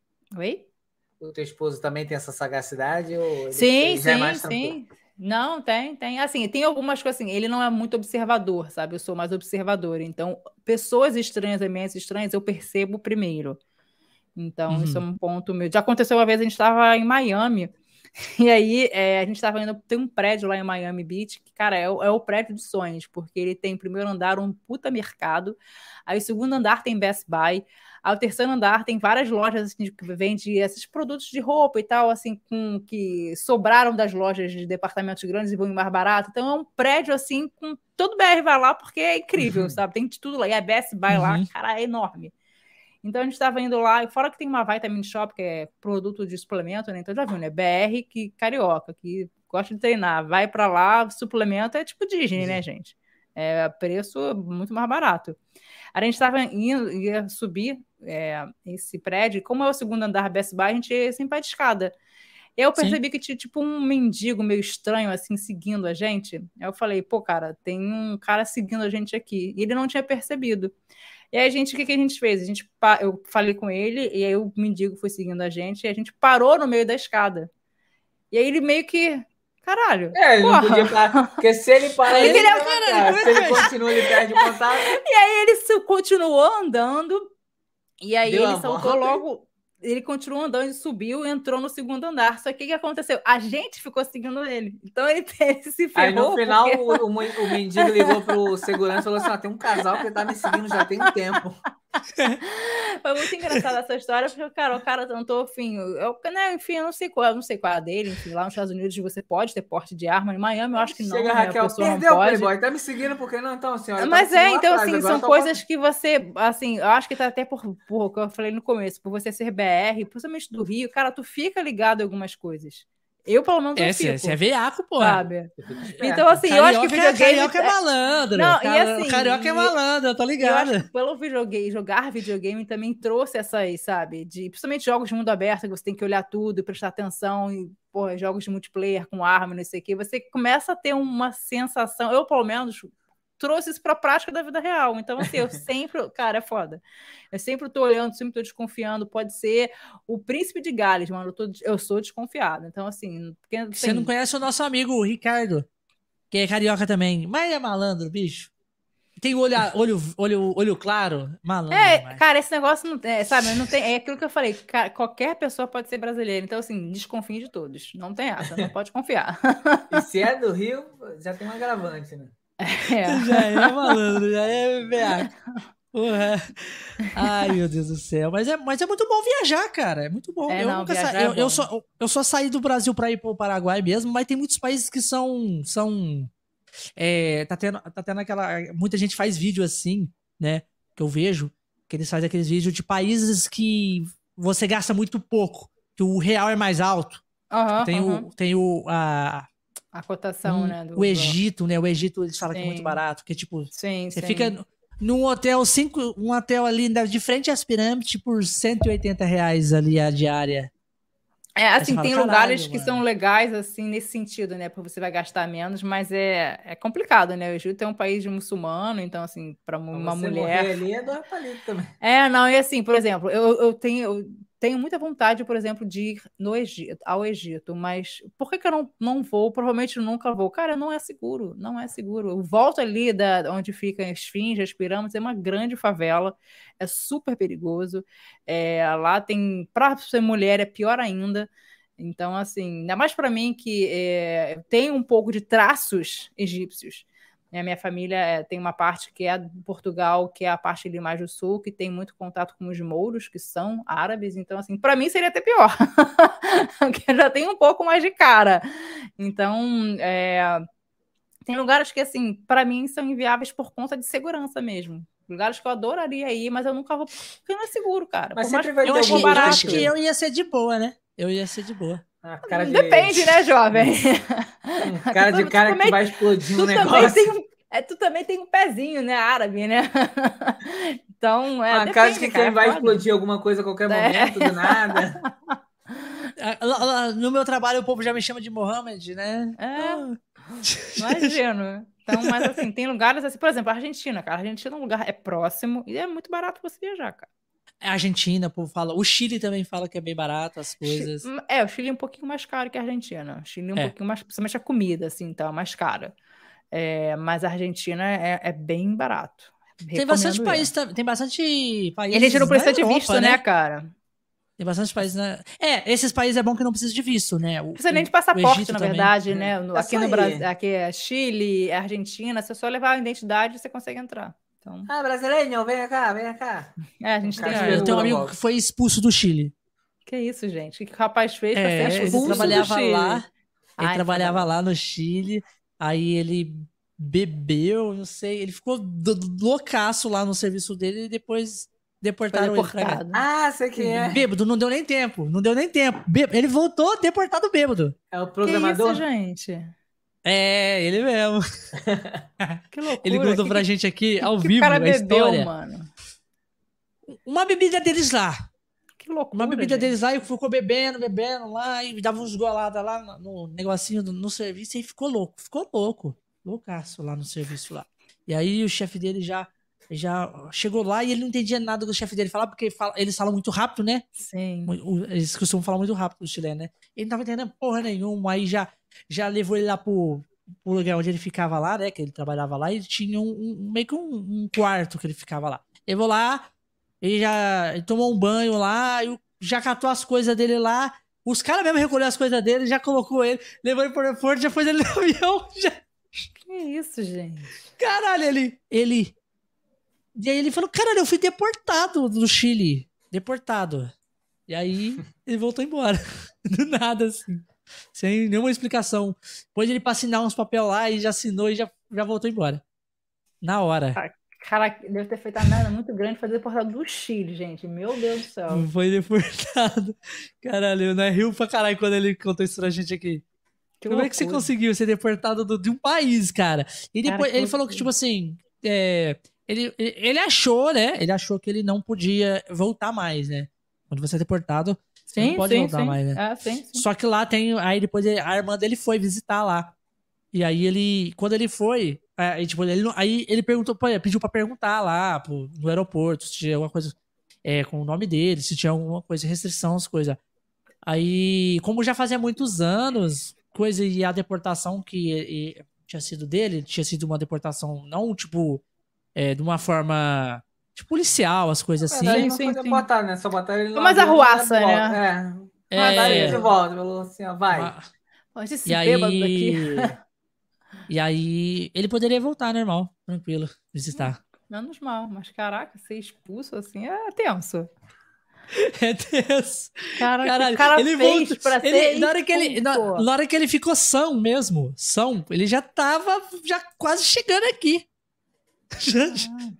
Oi? O teu esposo também tem essa sagacidade? Ou ele, Sim, ele já é sim, mais tranquilo? sim. Não, tem, tem. Assim, tem algumas coisas assim, ele não é muito observador, sabe? Eu sou mais observadora. Então, pessoas estranhas, ambientes estranhos, eu percebo primeiro. Então, Uhum. isso é um ponto meu. Já aconteceu uma vez, a gente estava em Miami, e aí é, a gente estava indo, tem um prédio lá em Miami Beach, que, cara, é o, é o prédio dos sonhos, porque ele tem, em primeiro andar, um puta mercado, aí o segundo andar tem Best Buy, aí o terceiro andar tem várias lojas assim, que vendem esses produtos de roupa e tal, assim, com, que sobraram das lojas de departamentos grandes e vão mais barato. Então, é um prédio, assim, com todo B R vai lá, porque é incrível, Uhum. sabe? Tem de tudo lá, e a Best Buy Uhum. lá, cara, é enorme. Então a gente estava indo lá, e fora que tem uma Vitamin Shop, que é produto de suplemento, né? Então já viu, né? B R que carioca, que gosta de treinar, vai para lá, suplemento é tipo Disney, né, gente? É preço muito mais barato. A gente estava indo, ia subir é, esse prédio, como é o segundo andar Best Buy, a gente ia sempre para escada. Eu percebi Sim. que tinha tipo um mendigo meio estranho, assim, seguindo a gente. Aí eu falei, pô, cara, tem um cara seguindo a gente aqui. E ele não tinha percebido. E aí a gente, o que, que a gente fez? A gente, eu falei com ele, e aí o mendigo foi seguindo a gente, e a gente parou no meio da escada. E aí ele meio que, caralho, É, ele porra. não podia parar, porque se ele parar, ele, ele, caralho, se ele continua, ele perde o contato. E aí ele continuou andando, e aí Deu ele saltou logo... Ele continuou andando, subiu e entrou no segundo andar. Só que o que aconteceu? A gente ficou seguindo ele. Então ele, ele se ferrou. Aí no final porque... o, o, o mendigo ligou pro segurança e falou assim: ah, tem um casal que tá me seguindo já tem um tempo. Foi muito engraçada essa história, porque cara, o cara tentou, enfim, eu, né, enfim, eu não sei qual, eu não sei qual é a dele, enfim, lá nos Estados Unidos você pode ter porte de arma, em Miami eu acho que não. Chega, né, Raquel, a pessoa perdeu não o pode. Playboy, tá me seguindo porque não, então, senhora. Mas é, então atrás, assim, são coisas que você, assim, eu acho que tá até por, por o que eu falei no começo, por você ser B R, principalmente do Rio, cara, tu fica ligado em algumas coisas. Eu, pelo menos, é, eu fico. Você é veiaco, pô. Sabe? Então, assim, carioca, eu acho que videogame... Carioca é malandro. Não, e assim, carioca é malandro, eu tô ligado. Eu acho que pelo videogame, jogar videogame também trouxe essas, sabe? De, principalmente jogos de mundo aberto, que você tem que olhar tudo e prestar atenção, e, porra, jogos de multiplayer com arma, não sei o quê. Você começa a ter uma sensação... Eu, pelo menos... trouxe isso para a prática da vida real. Então, assim, eu sempre... Cara, é foda. Eu sempre tô olhando, sempre tô desconfiando. Pode ser o príncipe de Gales, mano. Eu, tô, eu sou desconfiado. Então, assim... Porque, assim... Você não conhece o nosso amigo, o Ricardo, que é carioca também. Mas é malandro, bicho. Tem olho, olho, olho, olho claro, malandro. É, demais. cara, esse negócio não é, sabe, não tem, é aquilo que eu falei, cara, qualquer pessoa pode ser brasileira, então assim, desconfie de todos, não tem essa, não pode confiar. E se é do Rio, já tem um agravante, né? É. Já é malandro, já é veaco. Porra. Ai, meu Deus do céu. Mas é, mas é muito bom viajar, cara. É muito bom. É, eu, não, nunca sa... é eu, eu, só, eu só saí do Brasil pra ir pro Paraguai mesmo, mas tem muitos países que são... são é, tá, tendo, tá tendo aquela... Muita gente faz vídeo assim, né? Que eu vejo, que eles fazem aqueles vídeos de países que você gasta muito pouco, que o real é mais alto. Uhum, tem, uhum. O, tem o... A, a cotação, um, né? Do, o Egito, né? O Egito, eles falam sim. que é muito barato, que tipo... Sim, você sim. fica... num hotel, cinco, um hotel ali de frente às pirâmides por cento e oitenta reais ali a diária. É, assim, fala, tem caralho, lugares que mano. são legais, assim, nesse sentido, né? Porque você vai gastar menos, mas é, é complicado, né? O Egito é um país de muçulmano, então, assim, para uma você mulher... morrer ali é dois palitos também. É, não, e assim, por exemplo, eu, eu, tenho, eu tenho muita vontade, por exemplo, de ir no Egito, ao Egito, mas por que, que eu não, não vou? Provavelmente nunca vou. Cara, não é seguro, não é seguro. Eu volto ali da, onde ficam as esfinges, as pirâmides, é uma grande favela, é super perigoso. É, lá tem, para ser mulher, é pior ainda. Então, assim, ainda mais para mim que é, tem um pouco de traços egípcios. A minha família é, tem uma parte que é de Portugal, que é a parte ali mais do sul, que tem muito contato com os mouros, que são árabes. Então, assim, para mim seria até pior, porque já tem um pouco mais de cara. Então, é, tem lugares que, assim, para mim são inviáveis por conta de segurança mesmo. Lugares que eu adoraria ir, mas eu nunca vou, porque não é seguro, cara. Mas por mais sempre vai que Eu ter acho, algum que, eu lugar acho que- que eu ia ser de boa, né? Eu ia ser de boa. A cara de, Depende, né, jovem? um cara de Tu cara também- que vai explodir um Tu também, negócio. tem um, é, tu também tem um pezinho, né, árabe, né? Então, é, Uma depende, cara de que cara, quem é vai foda. explodir alguma coisa a qualquer É. momento, do nada. Ah, lá- lá No meu trabalho, o povo já me chama de Mohamed, né? É. Ah. Imagino. Então, mas assim, tem lugares assim, por exemplo, a Argentina, cara. A Argentina é um lugar, é próximo e é muito barato você viajar, cara. A Argentina, o povo fala. O Chile também fala que é bem barato as coisas. Chi- É, o Chile é um pouquinho mais caro que a Argentina. O Chile é um É. pouquinho mais, principalmente a comida, assim, então, é mais cara. É, mas a Argentina é, é bem barato. Tem bastante Recomendo país, ir. tam- tem bastante países. E a gente não na precisa de Europa, visto, né, cara? Tem bastante países na. É, esses países é bom que não precisa de visto, né? O, Não precisa nem de o- o passaporte, Egito na também. verdade, né? No- É aqui só no ir. Brasil, aqui é Chile, é Argentina, você só levar a identidade e você consegue entrar. Então, Ah, brasileiro, vem cá, vem cá. é, a gente tem. Cara, Ah, eu tenho um Segura, amigo volta. que foi expulso do Chile. Que isso, gente? O que que o rapaz fez pra ser É, ele expulso do trabalhava Chile? lá. Ele Ai, trabalhava trabalhava. lá no Chile. Aí ele bebeu, não sei. Ele ficou do- do- loucaço lá no serviço dele e depois Foi deportaram ele pra cá. deportado. Ah, sei quem é. Bêbado, não deu nem tempo. Não deu nem tempo. Bê- Ele voltou deportado bêbado. É o Que programador? isso, gente? É, ele mesmo. Que loucura. Ele contou que, pra que, gente aqui, que, ao que vivo, o cara a bebeu, história. mano? Uma bebida deles lá. Que loucura. Uma bebida gente. deles lá e ficou bebendo, bebendo lá e dava uns goladas lá no, no negocinho do- no serviço e ficou louco. Ficou louco. Loucaço lá no serviço lá. E aí o chefe dele já, já chegou lá e ele não entendia nada do chefe dele falar, porque fala- eles falam muito rápido, né? Sim. O- Eles costumam falar muito rápido, o chileno, né? Ele não tava entendendo porra nenhuma. Aí já, já levou ele lá pro, pro lugar onde ele ficava lá, né? Que ele trabalhava lá. E tinha um, um- meio que um, um quarto que ele ficava lá. Levou lá, ele já ele tomou um banho lá, e o- já catou as coisas dele lá. Os caras mesmo recolheram as coisas dele, já colocou ele, levou ele pro aeroporto, já pôs ele no avião. Já... Que isso, gente? Caralho, ele, ele... E aí ele falou, caralho, eu fui deportado do Chile. Deportado. E aí ele voltou embora. Do nada, assim. Sem nenhuma explicação. Pôs ele pra assinar uns papel lá e já assinou e já, já voltou embora. Na hora. Cara, deve ter feito uma merda muito grande fazer deportado do Chile, gente. Meu Deus do céu. Foi deportado. Caralho, né? Riu pra caralho quando ele contou isso pra gente aqui. Que Como é que você loucura. conseguiu ser deportado do- de um país, cara? E Cara, depois que ele falou que, loucura. tipo assim, é, ele, ele ele achou, né? Ele achou que ele não podia voltar mais, né? Quando você é deportado, você Sim, não pode sim, voltar sim. mais, né? É, sim, sim. Só que lá tem. Aí depois ele- a irmã dele foi visitar lá. E aí ele. Quando ele foi. Aí, tipo, ele, não- aí ele perguntou, pô, pediu pra perguntar lá pro, no aeroporto se tinha alguma coisa é, com o nome dele, se tinha alguma coisa, restrição, as coisas. Aí, como já fazia muitos anos, coisa e a deportação que e, tinha sido dele, tinha sido uma deportação não, tipo, é, de uma forma tipo, policial, as coisas assim. Sim, Sim, não sim, foi sim. deportado, né? Só botaram ele no Mas avião e arruaça, mandaram de né? volta. É. É. Mandaram ele de volta. Falou assim, ó, vai. Uma- Onde esse E bêbado daqui? aí. E aí ele poderia voltar normal, tranquilo, visitar. Menos mal, mas caraca, ser expulso assim é tenso. É tenso. Cara, Caralho, que o cara ele fez volta, pra ele- ser na hora que ele na, expulso? na hora que ele ficou são mesmo, são, ele já tava já quase chegando aqui. Já-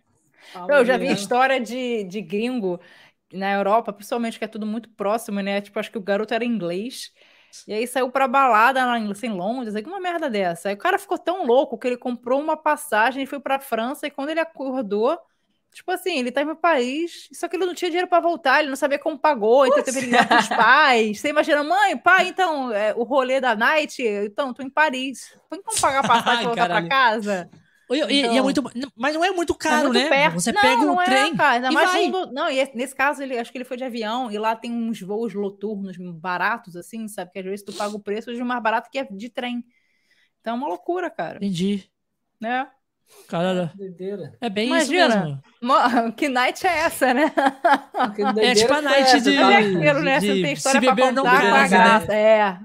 Eu já vi Né? história de, de gringo na Europa, principalmente que é tudo muito próximo, né? Tipo, acho que o garoto era inglês. E aí saiu pra balada lá em em Londres, aí uma merda dessa. Aí o cara ficou tão louco que ele comprou uma passagem e foi pra França. E quando ele acordou, Tipo assim, ele tá no país, só que ele não tinha dinheiro para voltar, ele não sabia como pagou, então teve que ligar pros pais. Você imagina, mãe, pai, então, é, o rolê da night, então, tô em Paris. Tem como pagar passagem pra voltar pra casa? E, Então, e é muito, mas não é muito caro, é muito né? perto. Você não, pega não um é, trem cara, ainda e mais vai. um do, não, e nesse caso, ele, acho que ele foi de avião, e lá tem uns voos noturnos baratos, assim, sabe? Que às vezes tu paga o preço de um mais barato que é de trem. Então é uma loucura, cara. Entendi. Né? Cara, Doideira. é bem Imagina, isso mesmo. que night é essa, né? Ah, que É doideira tipo a foi night essa, de, tá? É aquilo, né? Você não de tem se história pra beber não contar, com a case, graça. né? É.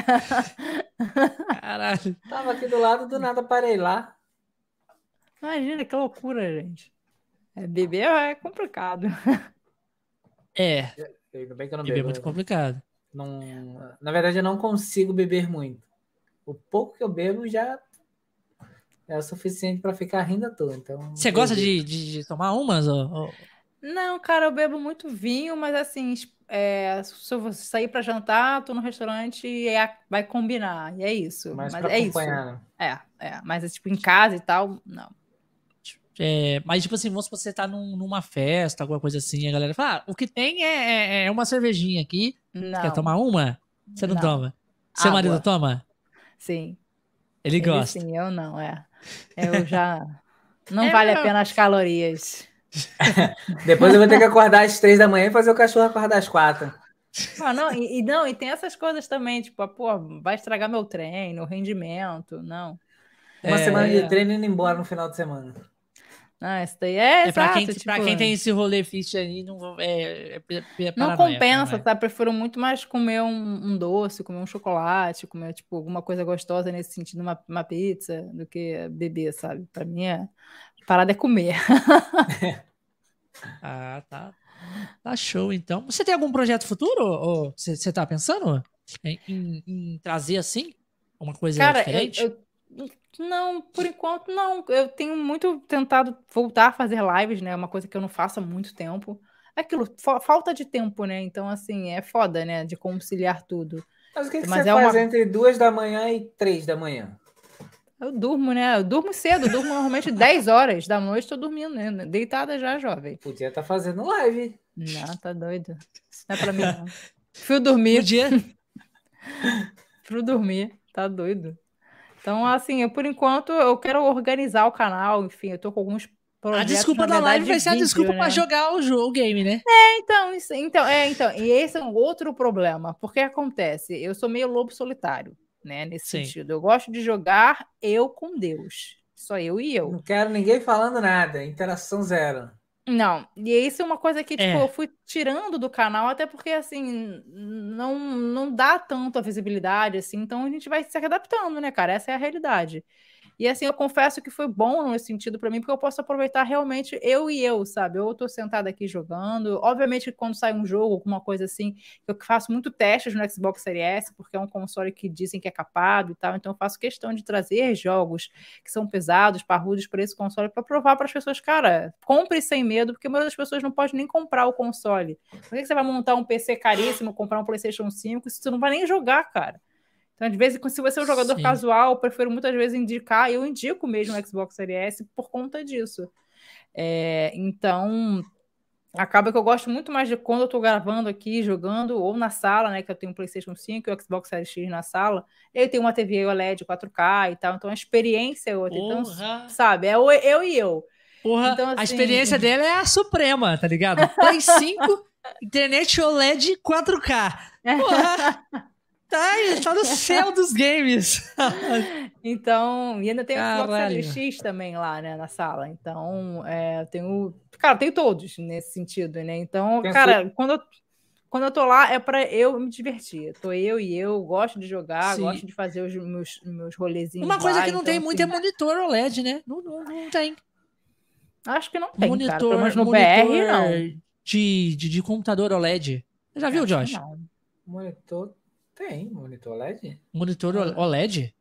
Caralho. Tava aqui do lado, do nada parei lá. Imagina que loucura, gente. É, beber é complicado. É, Ainda bem que eu não beber é bebo. muito complicado. Não, na verdade, eu não consigo beber muito. O pouco que eu bebo já é o suficiente para ficar rindo à toa. Então, Você gosta de, de, de tomar umas? Ou, ou... Não, cara, eu bebo muito vinho, mas assim, é, se eu sair para jantar, tô no restaurante e é, vai combinar. E é isso. mais Mas para é isso. acompanhar, né? É, é. Mas tipo, em casa e tal, não. É, mas, tipo assim, vamos supor que você tá num, numa festa, alguma coisa assim, a galera fala, ah, o que tem é, é, é uma cervejinha aqui. Você Não. quer tomar uma? Você não, Não. toma. Seu Água. marido toma? Sim. Ele, Ele gosta. sim, eu não, é. Eu já. Não É vale a melhor. pena as calorias. Depois eu vou ter que acordar às três da manhã e fazer o cachorro acordar às quatro. Ah, não, e, e não, e tem essas coisas também, tipo, ah, pô, vai estragar meu treino, o rendimento, não. Uma É, semana de É. treino e indo embora no final de semana. Ah, isso daí é, É pra exato, quem, tipo, pra quem tem esse rolê fit aí, não, é, é, é não paranoia, compensa, paranoia. tá? Prefiro muito mais comer um, um doce, comer um chocolate, comer, tipo, alguma coisa gostosa nesse sentido, uma, uma pizza, do que beber, sabe? Pra mim, é, a parada é comer. Ah, tá. Tá show, então. Você tem algum projeto futuro? Ou você você tá pensando em, em- em trazer assim? Uma coisa Cara, eu, diferente? eu- não, por enquanto não. Eu tenho muito tentado voltar a fazer lives, né? Uma coisa que eu não faço há muito tempo. É aquilo, fa- falta de tempo, né? Então, assim, é foda, né? De conciliar tudo. Mas o que, que Mas você é faz uma. entre duas da manhã e três da manhã? Eu durmo, né? Eu durmo cedo, eu durmo normalmente dez horas da noite, tô dormindo, né? Deitada já, jovem. Podia estar fazendo live. Não, tá doido. Isso não é pra mim, não. Fui dormir, Podia. fui dormir, tá doido. Então, assim, eu, por enquanto, eu quero organizar o canal, enfim, eu tô com alguns A projetos, desculpa na da verdade, live vai de ser a vídeo, desculpa pra né? jogar o jogo, o game, né? Então, isso- então, é, então, e esse é um outro problema, porque acontece, eu sou meio lobo solitário, né, nesse Sim. sentido. Eu gosto de jogar eu com Deus, só eu e eu. Não quero ninguém falando nada. Interação zero. Não, e isso é uma coisa que, tipo, É. eu fui tirando do canal, até porque, assim, não, não dá tanto a visibilidade, assim, então a gente vai se adaptando, né, cara? Essa é a realidade. E, assim, eu confesso que foi bom nesse sentido pra mim, porque eu posso aproveitar realmente eu e eu, sabe? Eu tô sentada aqui jogando. Obviamente, quando sai um jogo, alguma coisa assim, eu faço muito testes no Xbox Series S, porque é um console que dizem que é capado e tal, então eu faço questão de trazer jogos que são pesados, parrudos para esse console, para provar para as pessoas, cara, compre sem medo, porque a maioria das pessoas não pode nem comprar o console. Por que você vai montar um P C caríssimo, comprar um PlayStation cinco, se você não vai nem jogar, cara? Então, de vez em quando, se você é um jogador Sim. casual, eu prefiro muitas vezes indicar, eu indico mesmo o Xbox Series S por conta disso. É, então, acaba que eu gosto muito mais de quando eu tô gravando aqui, jogando, ou na sala, né, que eu tenho um PlayStation cinco e o Xbox Series X na sala, eu tenho uma T V O L E D quatro K e tal, então a experiência é outra. Então, Porra. sabe, é o- eu e eu. Porra, Então, a assim- experiência dele é a suprema, tá ligado? Play cinco, internet O L E D quatro K. Porra, tá, tá no céu dos games. Então, e ainda tem o Xbox Caralho. Series X também lá, né, na sala. Então, é, eu tenho. Cara, eu tenho todos nesse sentido, né? Então, Tem cara, quando eu, quando eu tô lá é pra eu me divertir. Tô eu e eu, gosto de jogar, Sim. gosto de fazer os meus, meus rolezinhos. Uma coisa lá, que não então, tem muito é assim, monitor O L E D, né? Não, não, não tem. acho que não tem, cara. Monitor, Pelo menos no monitor B R, não. De, de, de computador O L E D. Você já viu, Acho que Josh? não. Monitor tem, monitor L E D. Monitor O L E D?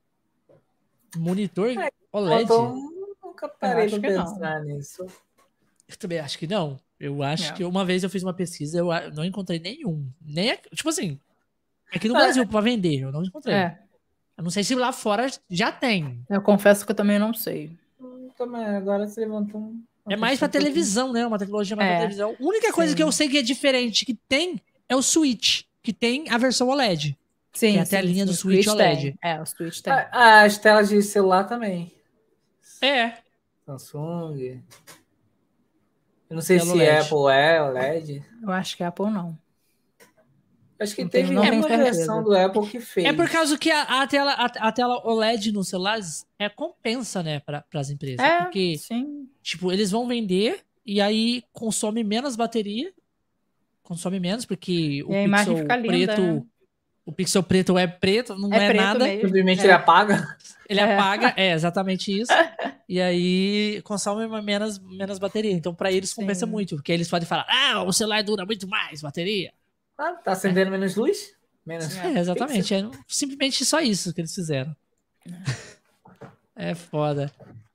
Monitor É, O L E D? Então, nunca parei acho pra que não. pensar nisso. Eu também acho que não. Eu acho É. que uma vez eu fiz uma pesquisa, eu a- não encontrei nenhum. Nem, a- tipo assim, aqui no Ah, Brasil pra vender, eu não encontrei. É, Eu não sei se lá fora já tem. eu confesso que eu também não sei. Hum, também, agora você levantou um. É mais pra televisão, né? Uma tecnologia mais é. pra televisão. A única coisa Sim. que eu sei que é diferente, que tem, é o Switch, que tem a versão O L E D. Sim, que é a telinha sim, do Switch, Switch O L E D. Tem. É, o Switch tem. Ah, as telas de celular também. É. Samsung. Eu não sei Pelo se L E D. Apple é O L E D. Eu acho que Apple não. Acho que não teve uma versão do Apple que fez. É por causa que a, a, tela, a, a tela O L E D nos celulares é compensa, né, para as empresas. É, porque, sim. tipo, eles vão vender e aí consome menos bateria. Consome menos, porque o pixel linda, preto... Né? O pixel preto é preto, não é, é preto nada. Mesmo. Simplesmente é. ele apaga. Ele é. apaga, é exatamente isso. E aí consome menos, menos bateria. Então, para eles, compensa Sim. muito. Porque eles podem falar, ah, o celular dura muito mais bateria. Ah, tá acendendo é. menos luz? Menos é, exatamente. É simplesmente só isso que eles fizeram. É foda.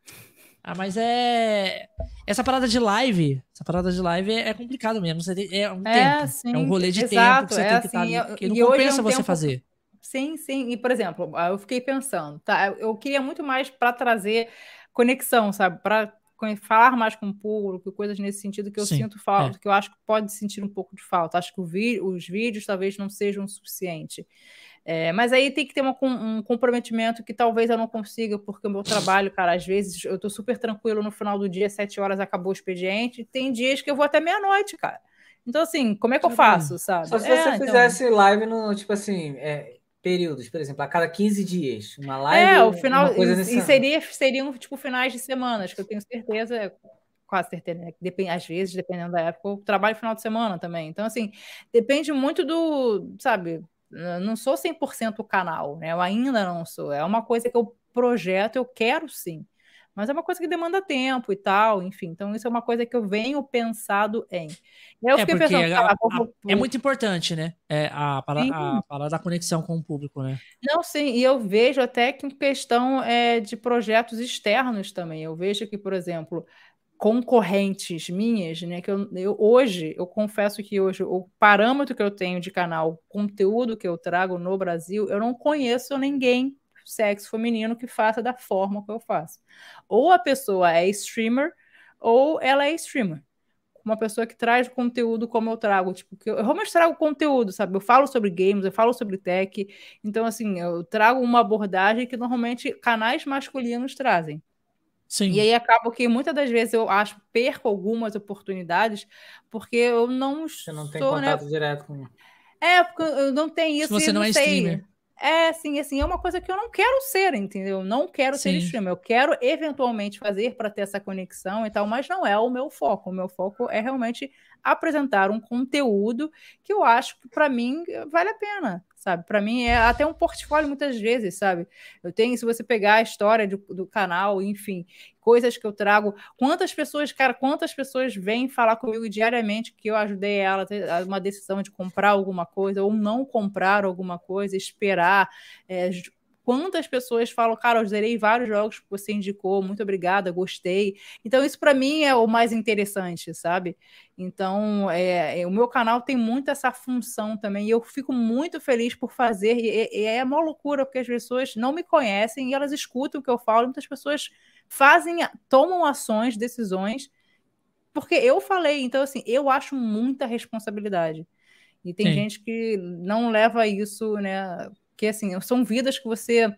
Ah, mas é... Essa parada de live, essa parada de live é, é complicado mesmo. Você tem, é um é, tempo. Sim, é um rolê de exato, tempo que você é tem que assim, estar ali. Porque não e compensa é um você tempo... fazer. Sim, sim. E, por exemplo, eu fiquei pensando, tá? Eu queria muito mais para trazer conexão, sabe? Para falar mais com o público, coisas nesse sentido que eu sim, sinto falta, é. que eu acho que pode sentir um pouco de falta. Acho que o vi, os vídeos talvez não sejam o suficiente. É, mas aí tem que ter uma, um comprometimento que talvez eu não consiga, porque o meu trabalho, cara, às vezes eu tô super tranquilo no final do dia, sete horas acabou o expediente, e tem dias que eu vou até meia-noite, cara. Então, assim, como é que eu faço, sabe? Só se é, você então... fizesse live no, tipo assim, é, períodos, por exemplo, a cada quinze dias, uma live, é, o final, uma coisa e, nesse e seria, seriam, tipo, finais de semanas, que eu tenho certeza... Quase certeza, né? Depende, às vezes, dependendo da época, eu trabalho final de semana também. Então, assim, depende muito do, sabe, não sou cem por cento o canal, né? Eu ainda não sou. É uma coisa que eu projeto, eu quero sim. Mas é uma coisa que demanda tempo e tal, enfim. Então, isso é uma coisa que eu venho pensado em. E aí eu é, fiquei porque pensando, a, ah, a, vou... é muito importante, né? É a parada da conexão com o público, né? Não, sim, e eu vejo até que em questão é, de projetos externos também. Eu vejo que, por exemplo, concorrentes minhas, né? Que eu, eu hoje, eu confesso que hoje o parâmetro que eu tenho de canal, conteúdo que eu trago no Brasil, eu não conheço ninguém sexo feminino que faça da forma que eu faço. Ou a pessoa é streamer, ou ela é streamer. Uma pessoa que traz conteúdo como eu trago, tipo, que eu, eu realmente trago conteúdo, sabe? Eu falo sobre games, eu falo sobre tech, então assim, eu trago uma abordagem que normalmente canais masculinos trazem. Sim. E aí acaba que muitas das vezes eu acho perco algumas oportunidades porque eu não Você não tem contato né? direto com... É, porque eu não tenho isso. Se você e não, não é sei. streamer. É, assim, assim, é uma coisa que eu não quero ser, entendeu? Não quero Sim. ser streamer. Eu quero eventualmente fazer para ter essa conexão e tal, mas não é o meu foco. O meu foco é realmente apresentar um conteúdo que eu acho que para mim vale a pena, sabe? Para mim é até um portfólio muitas vezes, sabe? Eu tenho, se você pegar a história do, do canal, enfim, coisas que eu trago, quantas pessoas, cara, quantas pessoas vêm falar comigo diariamente que eu ajudei ela a ter uma decisão de comprar alguma coisa ou não comprar alguma coisa, esperar, é, quantas pessoas falam, cara, eu zerei vários jogos que você indicou, muito obrigada, gostei. Então, isso para mim é o mais interessante, sabe? Então, é, é, o meu canal tem muito essa função também, e eu fico muito feliz por fazer, e, e é uma loucura, porque as pessoas não me conhecem e elas escutam o que eu falo, muitas pessoas fazem, tomam ações, decisões, porque eu falei. Então, assim, eu acho muita responsabilidade. E tem Sim. gente que não leva isso, né? Porque, assim, são vidas que você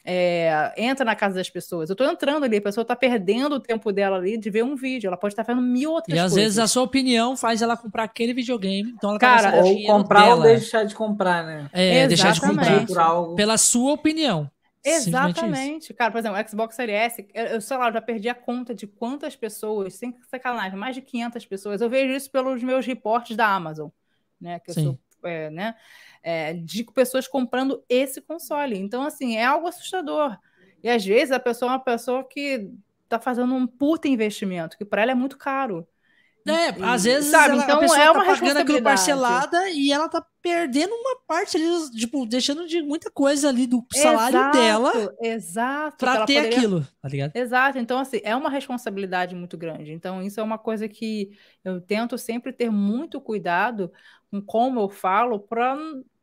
é, entra na casa das pessoas. Eu tô entrando ali, a pessoa tá perdendo o tempo dela ali de ver um vídeo. Ela pode estar fazendo mil outras coisas. E às coisas. vezes a sua opinião faz ela comprar aquele videogame. Então ela Cara, tá ou comprar dela. Ou deixar de comprar, né? É, deixar de comprar por algo. Pela sua opinião. Exatamente. Cara, por exemplo, o Xbox Series S, eu, eu sei lá, eu já perdi a conta de quantas pessoas, sem sacanagem, mais de quinhentas pessoas. Eu vejo isso pelos meus reportes da Amazon, né? Que eu Sim. sou, é, né? É, de pessoas comprando esse console. Então, assim, é algo assustador. E às vezes a pessoa é uma pessoa que tá fazendo um puta investimento, que para ela é muito caro. É, e, às vezes sabe? Ela, então, a pessoa é uma tá pagando aquilo responsabilidade. parcelada e ela tá perdendo uma parte ali, tipo, deixando de muita coisa ali do salário exato, dela exato, pra ter poderia... aquilo, tá ligado? Exato, então assim, é uma responsabilidade muito grande. Então isso é uma coisa que eu tento sempre ter muito cuidado com como eu falo para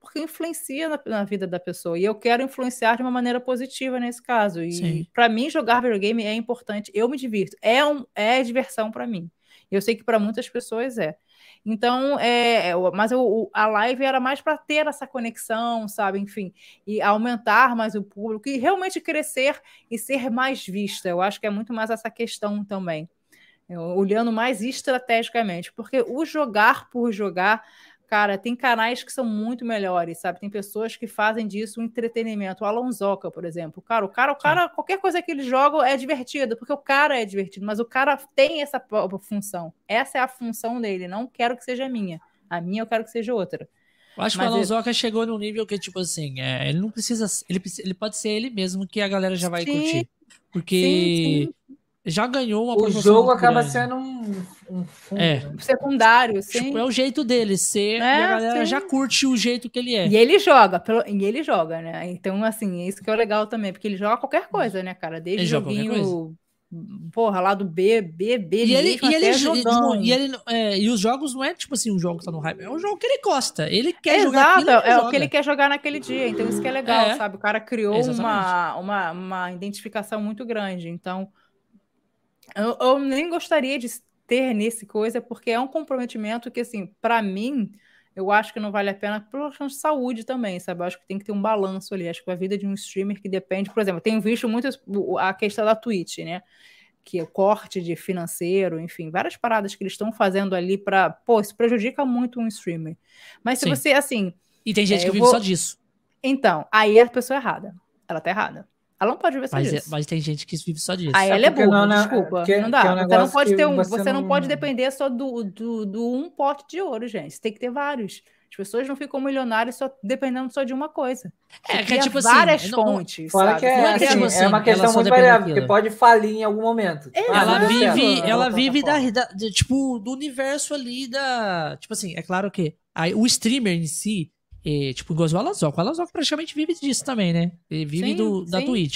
porque influencia na, na vida da pessoa. E eu quero influenciar de uma maneira positiva nesse caso. E para mim, jogar videogame é importante. Eu me divirto. É, um, é diversão para mim. Eu sei que para muitas pessoas é. Então, é, é, mas eu, a live era mais para ter essa conexão, sabe? Enfim, e aumentar mais o público e realmente crescer e ser mais vista. Eu acho que é muito mais essa questão também. Eu, olhando mais estrategicamente. Porque o jogar por jogar... Cara, tem canais que são muito melhores, sabe? Tem pessoas que fazem disso um entretenimento. O Alonsoca, por exemplo. Cara, o cara, o cara, qualquer coisa que ele joga é divertido, porque o cara é divertido, mas o cara tem essa função. Essa é a função dele. Não quero que seja a minha. A minha eu quero que seja outra. Eu acho mas que o Alonsoca ele... chegou num nível que, tipo assim, é, ele não precisa. Ele, ele pode ser ele mesmo que a galera já vai sim, curtir. Porque. Sim, sim. Já ganhou uma o jogo acaba grande. sendo um, um fundo, é. né? secundário, sim. Tipo, é o jeito dele ser é, e a galera sim. já curte o jeito que ele é. E ele joga, pelo, e ele joga, né? Então, assim, é isso que é legal também, porque ele joga qualquer coisa, né, cara? Desde joguinho, porra, lá do B, B, B, e ele, e ele, jogão. E, ele, é, e os jogos não é tipo assim, um jogo que tá no hype, é um jogo que ele gosta. Ele quer Exato, jogar aquilo, é joga. o que ele quer jogar naquele dia. Então, isso que é legal, é. sabe? O cara criou uma, uma, uma identificação muito grande. Então, Eu, eu nem gostaria de ter nesse coisa, porque é um comprometimento que, assim, para mim, eu acho que não vale a pena por questão de saúde também, sabe? Eu acho que tem que ter um balanço ali. Acho que a vida de um streamer que depende... Por exemplo, eu tenho visto muito a questão da Twitch, né? Que é o corte de financeiro, enfim, várias paradas que eles estão fazendo ali para... Pô, isso prejudica muito um streamer. Mas se Sim. você, assim... E tem gente é, que vive vou... só disso. Então, aí é a pessoa errada. Ela tá errada. Ela não pode viver só mas, disso. É, mas tem gente que vive só disso. Aí ela é burra, não, desculpa. Porque, não dá. é um você não pode ter um. Você, você não... não pode depender só do, do, do um pote de ouro, gente. Você tem que ter vários. As pessoas não ficam milionárias só dependendo só de uma coisa. Você é, que é tipo várias assim, fontes. Fora sabe? que é, não é, assim, tipo assim, é uma questão muito variável, porque pode falir em algum momento. É, ela ah, vive, certo. ela vive da, da, de, tipo, do universo ali da. Tipo assim, é claro que aí, o streamer em si. E, tipo, igual o Alonsoca. O Alonsoca praticamente vive disso também, né? Ele vive sim, do, da sim. Twitch.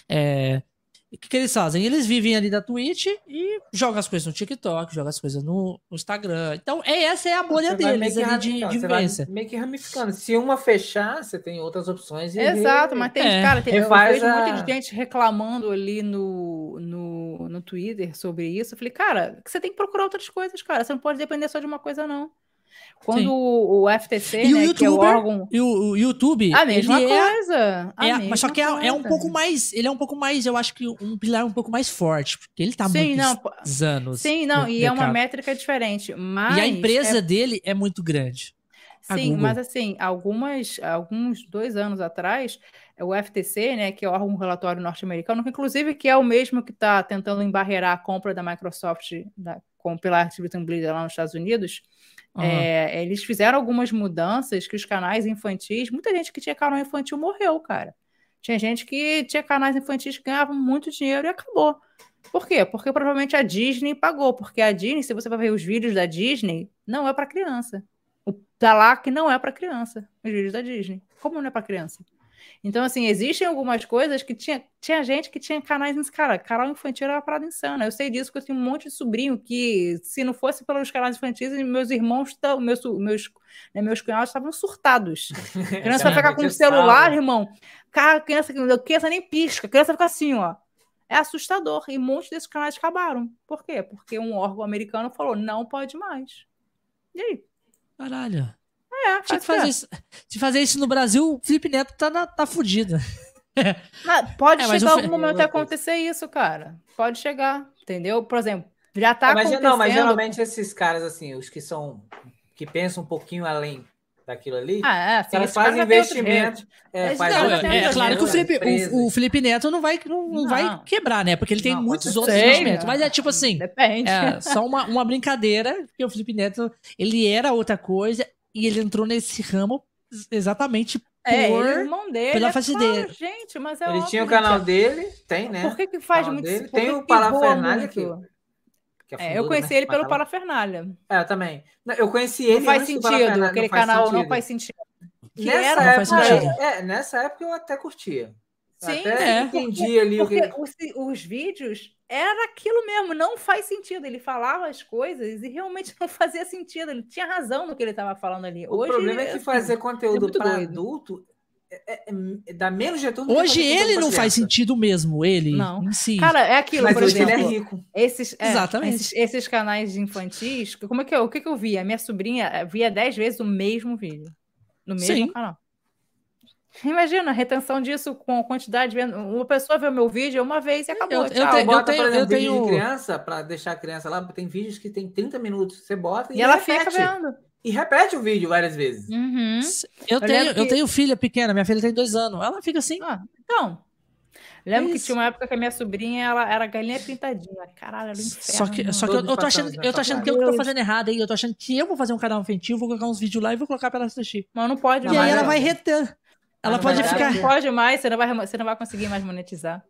É, o que, que eles fazem? Eles vivem ali da Twitch e jogam as coisas no TikTok, jogam as coisas no, no Instagram. Então, é, essa é a bolha você deles ali de, então, de vivência. Meio que ramificando. Se uma fechar, você tem outras opções. E Exato, mas tem, é. cara, tem, eu vejo a... muita gente reclamando ali no, no, no Twitter sobre isso. Eu falei, cara, você tem que procurar outras coisas, cara. Você não pode depender só de uma coisa, não. Quando Sim. o F T C, e né, o YouTuber, que é o órgão... E o, o YouTube... A mesma ele coisa. É, a é, mesma mas só que é, coisa. é um pouco mais... Ele é um pouco mais, eu acho que um pilar um pouco mais forte. Porque ele tá Sim, muitos não, anos. Sim, não, e mercado. É uma métrica diferente. Mas e a empresa é... dele é muito grande. Sim, mas assim, algumas, alguns dois anos atrás, o F T C, né, que é o órgão relatório norte-americano, que inclusive que é o mesmo que está tentando embarrear a compra da Microsoft da, com, pela Activision Blizzard lá nos Estados Unidos, uhum. é, eles fizeram algumas mudanças que os canais infantis, muita gente que tinha canal infantil morreu, cara. Tinha gente que tinha canais infantis que ganhavam muito dinheiro e acabou. Por quê? Porque provavelmente a Disney pagou, porque a Disney, se você vai ver os vídeos da Disney, não é para criança. Tá lá que não é para criança, os vídeos da Disney. Como não é para criança? Então, assim, existem algumas coisas que tinha, tinha gente que tinha canais nesse cara. Canal infantil era uma parada insana. Eu sei disso porque eu tenho um monte de sobrinho que, se não fosse pelos canais infantis, meus irmãos, meus, meus, né, meus cunhados estavam surtados. A criança vai ficar com o celular, sala. irmão. Cara, a criança, a criança nem pisca, a criança fica assim, ó. É assustador. E um monte desses canais acabaram. Por quê? Porque um órgão americano falou, não pode mais. E aí? Caralho. É, Tinha que fazer isso. Se fazer isso no Brasil, o Felipe Neto tá, na, tá fudido. Ah, pode é, chegar algum o... momento a acontecer isso, cara. Pode chegar, entendeu? Por exemplo, já tá é, mas, acontecendo... Não, mas geralmente esses caras, assim, os que são... que pensam um pouquinho além daquilo ali, ah, é, sim, elas fazem investimento. É, faz não, é, é claro que o Felipe, o, o Felipe Neto não vai, não, não, não vai quebrar, né? Porque ele tem não, muitos outros sei, investimentos. Mas é tipo assim... Depende. É só uma, uma brincadeira, porque o Felipe Neto, ele era outra coisa e ele entrou nesse ramo exatamente por... É, ele, o irmão dele, pela é facedeira. Claro, gente, mas é ele óbvio, tinha o canal gente. dele, tem, né? Por que que faz muito... Dele, tem o Parafernália aqui. É, eu conheci né? ele pelo Parafernália. É, eu também. Eu conheci ele Não faz sentido, aquele canal sentido. não faz sentido. Que nessa, era, época, é, nessa época eu até curtia. Sim, até é. entendi porque, ali porque o que... os, os vídeos era aquilo mesmo, não faz sentido. Ele falava as coisas e realmente não fazia sentido. Ele tinha razão no que ele estava falando ali. O Hoje, problema é que assim, fazer é conteúdo muito para doido. adulto é, é, é, dá menos retorno do que Hoje fazer conteúdo ele pra não faz criança. sentido mesmo, ele Não. em si. Cara, é aquilo, Mas por hoje ele é exemplo, rico. esses, é, Exatamente. esses, esses canais infantis, como é que eu, o que, que eu via? Minha sobrinha via dez vezes o mesmo vídeo, no mesmo Sim. canal. Imagina a retenção disso com a quantidade. de- Uma pessoa vê o meu vídeo uma vez e acabou. Eu- eu tchau. tenho- Bota, tenho- por exemplo, eu vídeo tenho- de criança, para deixar a criança lá, tem vídeos que tem trinta minutos. Você bota e, E ela repete. fica vendo. E repete o vídeo várias vezes. Uhum. Eu, Eu tenho, lembro eu que- tenho filha pequena, minha filha tem dois anos. Ela fica assim. Ah, então. Lembro É que isso. tinha uma época que a minha sobrinha ela era galinha pintadinha. Caralho, era um inferno. Só que, só que eu, eu tô Todos achando, passamos eu tô achando nessa que eu que tô fase. fazendo errado aí. Eu tô achando que eu vou fazer um canal infantil, vou colocar uns vídeos lá e vou colocar pra ela assistir. Mas não pode Não, e mais. aí ela não. vai reter. Ela não pode vai dar, ficar. Não pode mais, você não vai, você não vai conseguir mais monetizar.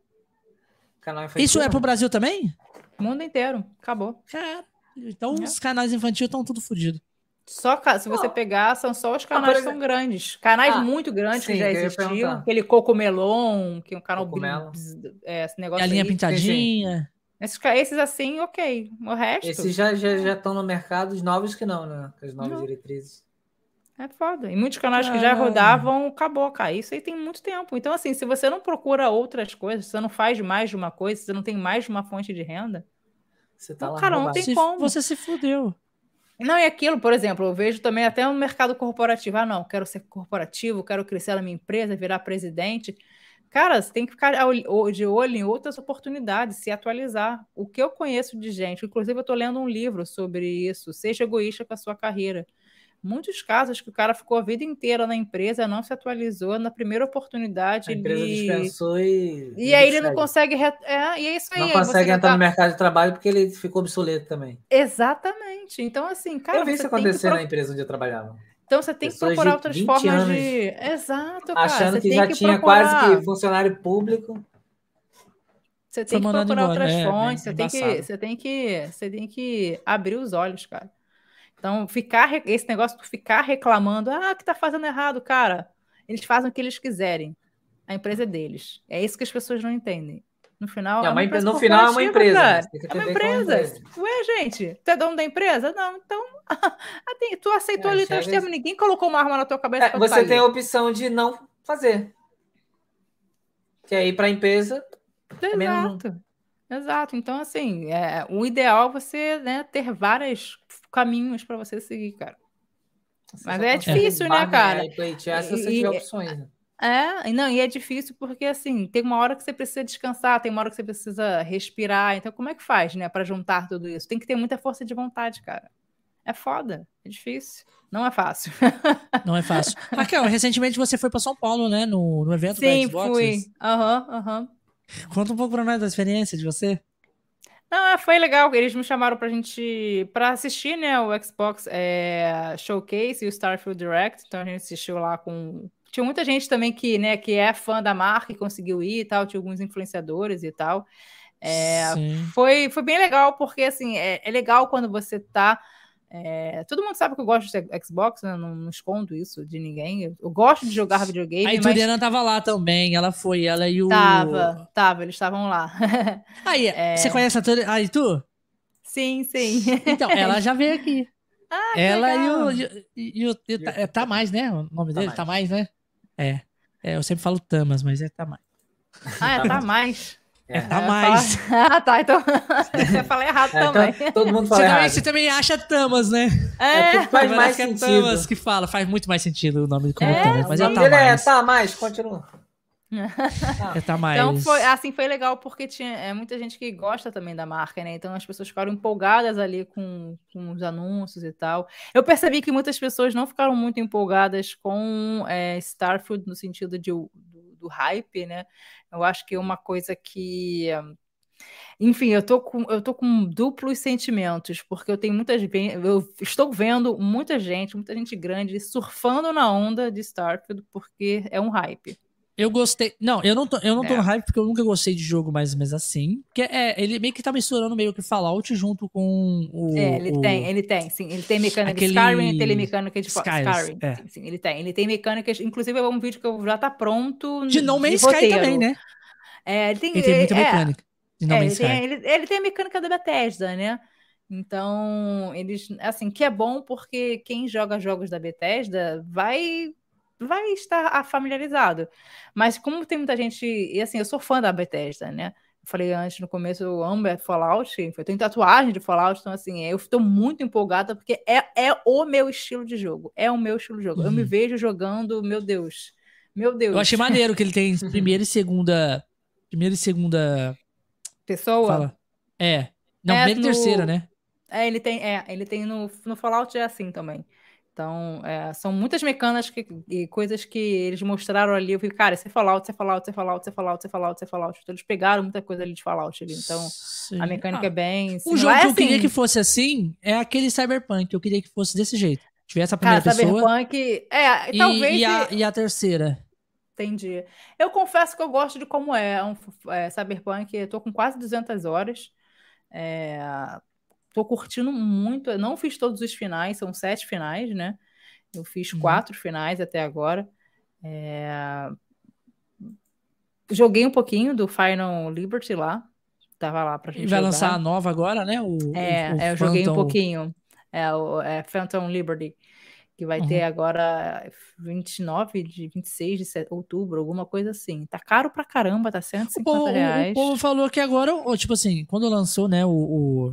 Canal infantil, Isso é não. pro Brasil também? O mundo inteiro. Acabou. Cara, então É. os canais infantis estão tudo fodidos. Só ca- se você Não. pegar, são só os Ah, canais por que são grandes. Canais Ah, muito grandes sim, que já que eu ia existiam. perguntar. Aquele Cocomelon, que é um canal Cocomelo. brin- é, esse negócio Galinha aí. pintadinha. Esses, ca- esses assim, ok. O resto Esses já já já estão no mercado, os novos que não, né? Com as novas Não. diretrizes. é foda. E muitos canais que já Caralho. rodavam, acabou, cara. Isso aí tem muito tempo. Então, assim, se você não procura outras coisas, se você não faz mais de uma coisa, se você não tem mais de uma fonte de renda, Você tá Não, lá cara, não roubado. tem Se- como. Você se fudeu. não, e aquilo, por exemplo, eu vejo também até no mercado corporativo. Ah, não, quero ser corporativo, quero crescer na minha empresa, virar presidente. Cara, você tem que ficar ao- de olho em outras oportunidades, se atualizar. O que eu conheço de gente, inclusive eu estou lendo um livro sobre isso, Seja Egoísta com a Sua Carreira. Muitos casos que o cara ficou a vida inteira na empresa, não se atualizou, na primeira oportunidade A empresa ele... dispensou e. E aí ele não segue. consegue... re- É, e é isso aí. Não aí consegue você entrar tá- no mercado de trabalho porque ele ficou obsoleto também. Exatamente. Então, assim, cara, eu vi você isso tem que acontecer pro- na empresa onde eu trabalhava. Então você tem que Pessoas procurar de outras vinte formas anos de. Exato, cara. Achando você que tem já que tinha procurar... quase que funcionário público. Você Foi tem que mandado procurar embora, outras é, fontes, é você, tem que, embaçado. você, tem que, você tem que abrir os olhos, cara. Então, ficar re- esse negócio de ficar reclamando, ah, que tá fazendo errado, cara. Eles fazem o que eles quiserem. A empresa é deles. É isso que as pessoas não entendem. No final, É é uma uma empre- empresa no final é uma corporativa, empresa, né? cara. Você tem que É uma entender que é uma empresa. empresa. Ué, gente, tu é dono da empresa? Não, então. ah, tem- tu aceitou É, ali teus chega- termos, ninguém colocou uma arma na tua cabeça. É, pra tu você tá tem a ali. opção de não fazer. Que aí para a empresa. também não- Exato. Exato. Então, assim, é, o ideal é você, né, ter vários caminhos para você seguir, cara. você Mas só é consegue difícil, né, barganhar cara? e pleitear se E- você e- tiver opções. Né? É, e não, e é difícil porque, assim, tem uma hora que você precisa descansar, tem uma hora que você precisa respirar. Então, como é que faz, né, para juntar tudo isso? Tem que ter muita força de vontade, cara. É foda, é difícil. Não é fácil. Não é fácil. Raquel, recentemente você foi pra São Paulo, né? No, no evento Sim, da Xbox. fui. Aham, aham. Conta um pouco pra nós da experiência de você. Não, é, foi legal. Eles me chamaram pra gente para assistir, né, o Xbox é, Showcase e o Starfield Direct. Então a gente assistiu lá com. Tinha muita gente também que, né, que é fã da marca e conseguiu ir e tal. Tinha alguns influenciadores e tal. É, Sim. foi, foi bem legal, porque assim, é, é legal quando você tá. é, todo mundo sabe que eu gosto de Xbox, né? Não, não escondo isso de ninguém. Eu, eu gosto de jogar videogame, A mas Ituriana tava lá também. Ela foi, ela e o. tava, tava, eles estavam lá. Aí, É. você conhece a Ituriana? A Itu? Sim, sim. Então, ela já veio aqui. Ah, que Ela e legal. o. E, o- e o e o Ta- é Tamás, né? O nome dele? Tamás. Tamás, né? É. É, eu sempre falo Tamas, mas é Tamás. Ah, é, tá mais. É. É Tamás. Ah, tá. Então eu falei errado É, também. então, todo mundo Você fala também, errado. você também acha Tamas, né? É, tudo faz Mas mais acho que é sentido. Tamas que fala. Faz muito mais sentido o nome como É, Tamas, mas O é nome dele é Tamás. tá mais, continua. É Tamás. então foi assim, foi legal porque tinha é, muita gente que gosta também da marca, né? Então as pessoas ficaram empolgadas ali com, com os anúncios e tal. Eu percebi que muitas pessoas não ficaram muito empolgadas com é, Starfield no sentido de, do, do hype, né? Eu acho que é uma coisa que enfim, eu tô com, eu tô com duplos sentimentos, porque eu tenho muitas ve- eu estou vendo muita gente, muita gente grande surfando na onda de Starfield porque é um hype. Eu gostei. Não, eu não tô, eu não tô É. no hype porque eu nunca gostei de jogo mais, mais assim. Porque é, ele meio que tá misturando meio que Fallout junto com o. É, ele o- tem, ele tem, sim. Ele tem mecânica Aquele- de Skyrim, ele tem mecânica de Fo- Skyrim, Skyrim. é. Sim, sim, ele tem. Ele tem mecânicas, inclusive é um vídeo que eu já tá pronto De No Man's Sky roteiro. também, né? É, ele tem, Ele tem muita é, mecânica. de No É, Man's ele tem, Sky. ele, ele tem a mecânica da Bethesda, né? Então, eles, assim, que é bom porque quem joga jogos da Bethesda vai, vai estar familiarizado. Mas como tem muita gente, e assim, eu sou fã da Bethesda, né? Eu falei antes, no começo, eu amo Fallout, eu tenho tatuagem de Fallout, então assim, eu estou muito empolgada porque é, é o meu estilo de jogo, é o meu estilo de jogo. Eu me Uhum. vejo jogando, meu Deus, meu Eu achei Deus, maneiro que ele tem primeira e segunda. Primeira e segunda. pessoa. Fala. É. Não, É, primeira e terceira, no, né? É, ele tem, é, ele tem no, no Fallout é assim também. Então, é, são muitas mecânicas que, e coisas que eles mostraram ali. Eu fiquei, cara, isso é Fallout, isso é Fallout, isso é Fallout, isso é Fallout, isso é Fallout, isso é Fallout. Então, eles pegaram muita coisa ali de Fallout ali. Então, a Sim. mecânica Ah, é bem um similar. jogo É que eu queria que assim, fosse assim é aquele Cyberpunk. Eu queria que fosse desse jeito. Tivesse a cara, primeira pessoa Cyberpunk. É, e e, talvez. e, a, e- e a terceira. Entendi. Eu confesso que eu gosto de como é. É um, é, Cyberpunk, eu tô com quase duzentas horas. É, tô curtindo muito. Eu não fiz todos os finais, são sete finais, né? Eu fiz Uhum. quatro finais até agora. É, joguei um pouquinho do Final Liberty lá. Tava lá pra E gente vai lançar a jogar. nova agora, né? O, o, É, o é, eu joguei um Phantom. pouquinho. É o é Phantom Liberty, que vai ter Uhum. agora vinte e nove de vinte e seis de set- outubro, alguma coisa assim. Tá caro pra caramba, tá cento e O povo, cinquenta o, o povo reais. falou que agora, ó, tipo assim, quando lançou, né, o, o,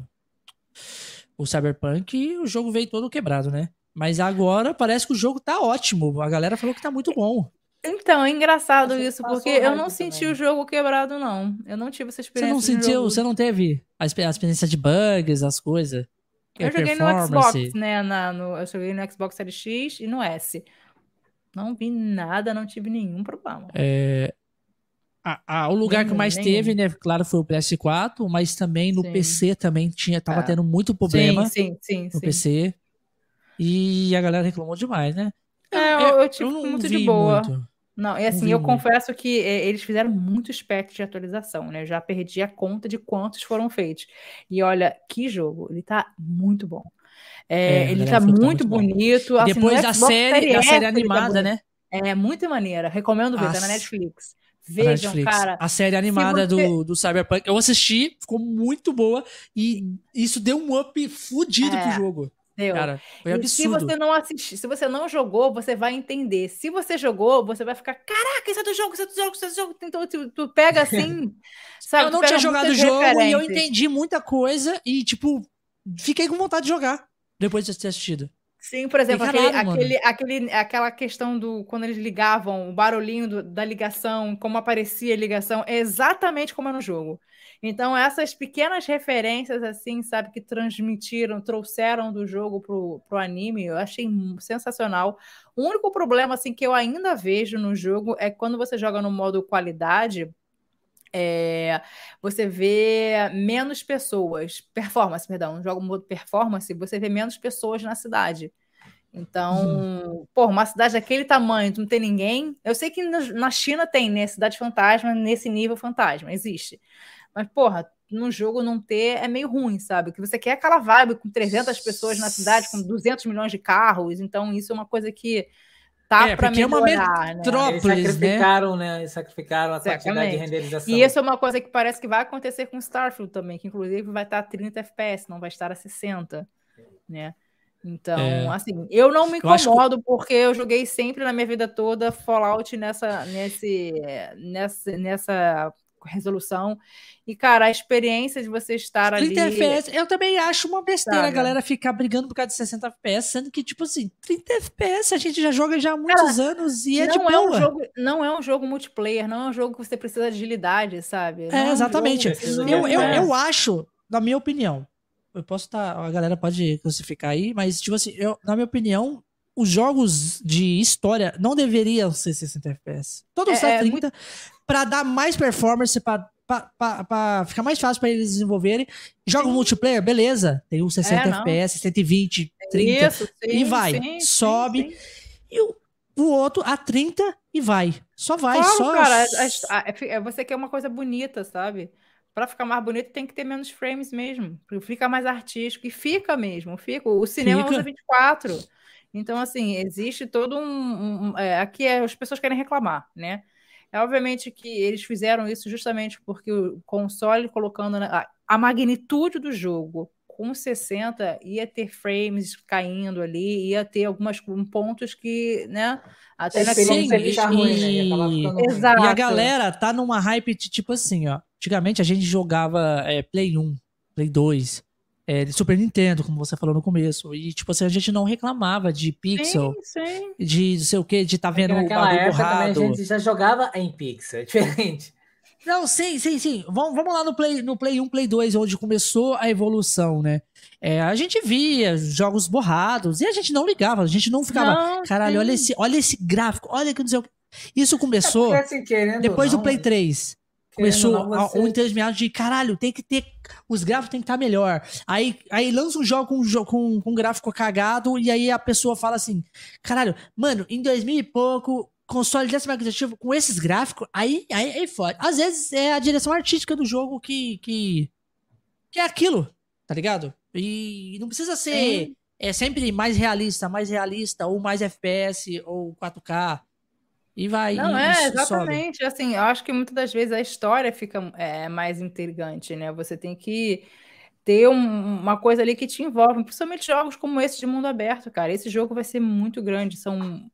o Cyberpunk, o jogo veio todo quebrado, né? Mas agora parece que o jogo tá ótimo. A galera falou que tá muito bom. Então, é engraçado Passou, isso, porque passou o eu não hype senti o também. jogo quebrado, não. Eu não tive essa Você não experiência de sentiu, jogo. você não teve a, expe- a experiência de bugs, as coisas, é, Eu joguei no Xbox, performance. né? Na, no, eu joguei no Xbox Series X e no S. Não vi nada, não tive nenhum problema. A- a- o lugar que Nenhum, mais teve, nenhum. né, claro, foi o P S quatro, mas também no Sim. P C também tinha, tava É. tendo muito Sim, problema sim, sim, no sim. P C e a galera reclamou demais, né? Eu, É, não- eu, é, eu eu tive não muito de vi boa. muito, Não, e não assim, vi eu muito. confesso que é, eles fizeram muitos packs de atualização, né? Eu já perdi a conta de quantos foram feitos. E olha, que jogo, ele tá muito bom. É, É, a ele galera tá falou que tá muito muito bom. bonito. E Assim, no depois da Xbox série, da Series série S ele tá animada, bonito. né? É muito maneira. Recomendo ver, tá na As, Netflix. a Vejam, Netflix. cara. A série Se animada você. do, do Cyberpunk. Eu assisti, ficou muito boa e isso deu um up fudido pro É, jogo. deu. Cara, foi E se absurdo. você não assistir, se você não jogou, você vai entender. Se você jogou, você vai ficar, caraca, isso é do jogo, isso é do jogo, isso é do jogo. Então tu, tu pega assim, sabe? Eu Tu não tinha pega jogado o muitas jogo e eu referências. entendi muita coisa e, tipo, fiquei com vontade de jogar depois de ter assistido. Sim, por Fiquei, exemplo, aquele, caralho, mano. aquele, aquele, aquela questão do quando eles ligavam, o barulhinho do- da ligação, como aparecia a ligação, é exatamente como é no jogo. Então, essas pequenas referências, assim, sabe, que transmitiram, trouxeram do jogo pro, pro anime, eu achei mu- sensacional. O único problema, assim, que eu ainda vejo no jogo é quando você joga no modo qualidade. É, você vê menos pessoas, performance, perdão, joga o modo performance, você vê menos pessoas na cidade. Uhum. Então, pô, uma cidade daquele tamanho, tu não tem ninguém. Eu sei que na na China tem, né? Cidade fantasma, nesse nível fantasma, existe. Mas, porra, no jogo não ter é meio ruim, sabe? Que você quer aquela vibe com trezentas pessoas na cidade, com duzentos milhões de carros. Então, isso é uma coisa que tá É, para porque é uma melhorar, né? Eles metrópolis, né? sacrificaram, né? Eles sacrificaram a quantidade de Exatamente. E renderização. isso é uma coisa que parece que vai acontecer com Starfield também, que inclusive vai estar a trinta F P S, não vai estar a sessenta, né? Então, É, assim, eu não me eu acho que. incomodo porque eu joguei sempre na minha vida toda Fallout nessa, nesse, nessa, nessa resolução. E, cara, a experiência de você estar trinta ali, F P S, eu também acho uma besteira a sabe? galera ficar brigando por causa de sessenta F P S, sendo que, tipo assim, trinta F P S a gente já joga já há muitos anos e é de Não é um boa. jogo, não é um jogo multiplayer, não é um jogo que você precisa de agilidade, sabe? Não É, é um exatamente. jogo, Precisa de não Eu, eu, é. eu acho, na minha opinião, eu posso estar, a galera pode crucificar aí, mas, tipo assim, eu, na minha opinião, os jogos de história não deveriam ser sessenta F P S. Todos É, é, é trinta, pra dar mais performance, pra, pra, pra, pra ficar mais fácil pra eles desenvolverem. Jogos Sim. multiplayer, beleza, tem um sessenta É, não. F P S, cento e vinte, trinta, Isso, sim, e vai, sim, sobe, sim, sim. e o, o outro a trinta e vai. Só vai, Claro, só... cara, a- a- a- é- você quer uma coisa bonita, sabe? Para ficar mais bonito tem que ter menos frames mesmo, fica mais artístico e fica mesmo, fica. O cinema usa Fica. vinte e quatro. Então, assim, existe todo um, um- um- é, aqui é, as pessoas querem reclamar, né? É obviamente que eles fizeram isso justamente porque o console colocando na, a magnitude do jogo com sessenta ia ter frames caindo ali, ia ter alguns pontos que, né? Até A experiência Sim, ia ficar e, ruim, né? Ia acabar ficando ruim. Exato. e a galera tá numa hype de, tipo assim, ó. Antigamente a gente jogava é, Play um, Play dois, é, de Super Nintendo, como você falou no começo. E, tipo assim, a gente não reclamava de pixel, Sim, sim. de não sei o que, de tá Porque vendo o naquela bagulho época também a borrado. gente já jogava em pixel, é diferente. Não, sim, sim, sim. Vamos, vamos lá no Play, no Play um, Play dois, onde começou a evolução, né? É, a gente via jogos borrados e a gente não ligava, a gente não ficava, Não, caralho, olha sim. esse, olha esse gráfico, olha que não sei o que. Isso É começou porque, assim, querendo depois ou do Play não, três. querendo ou Começou não, a- você... o intermediário de, caralho, tem que ter, os gráficos tem que estar melhor. Aí, aí lança um jogo com, jo- com, com gráfico cagado e aí a pessoa fala assim, caralho, mano, em dois mil e pouco, console dessa magnitude com esses gráficos, aí, aí, aí fode. Às vezes é a direção artística do jogo que, que, que é aquilo, tá ligado? E não precisa ser Sim. é sempre mais realista, mais realista, ou mais F P S, ou quatro K. E vai, Não, e, e é, sobe. exatamente. Assim, eu acho que muitas das vezes a história fica é, mais intrigante, né? Você tem que ter um- uma coisa ali que te envolve, principalmente jogos como esse de mundo aberto, cara. Esse jogo vai ser muito grande, são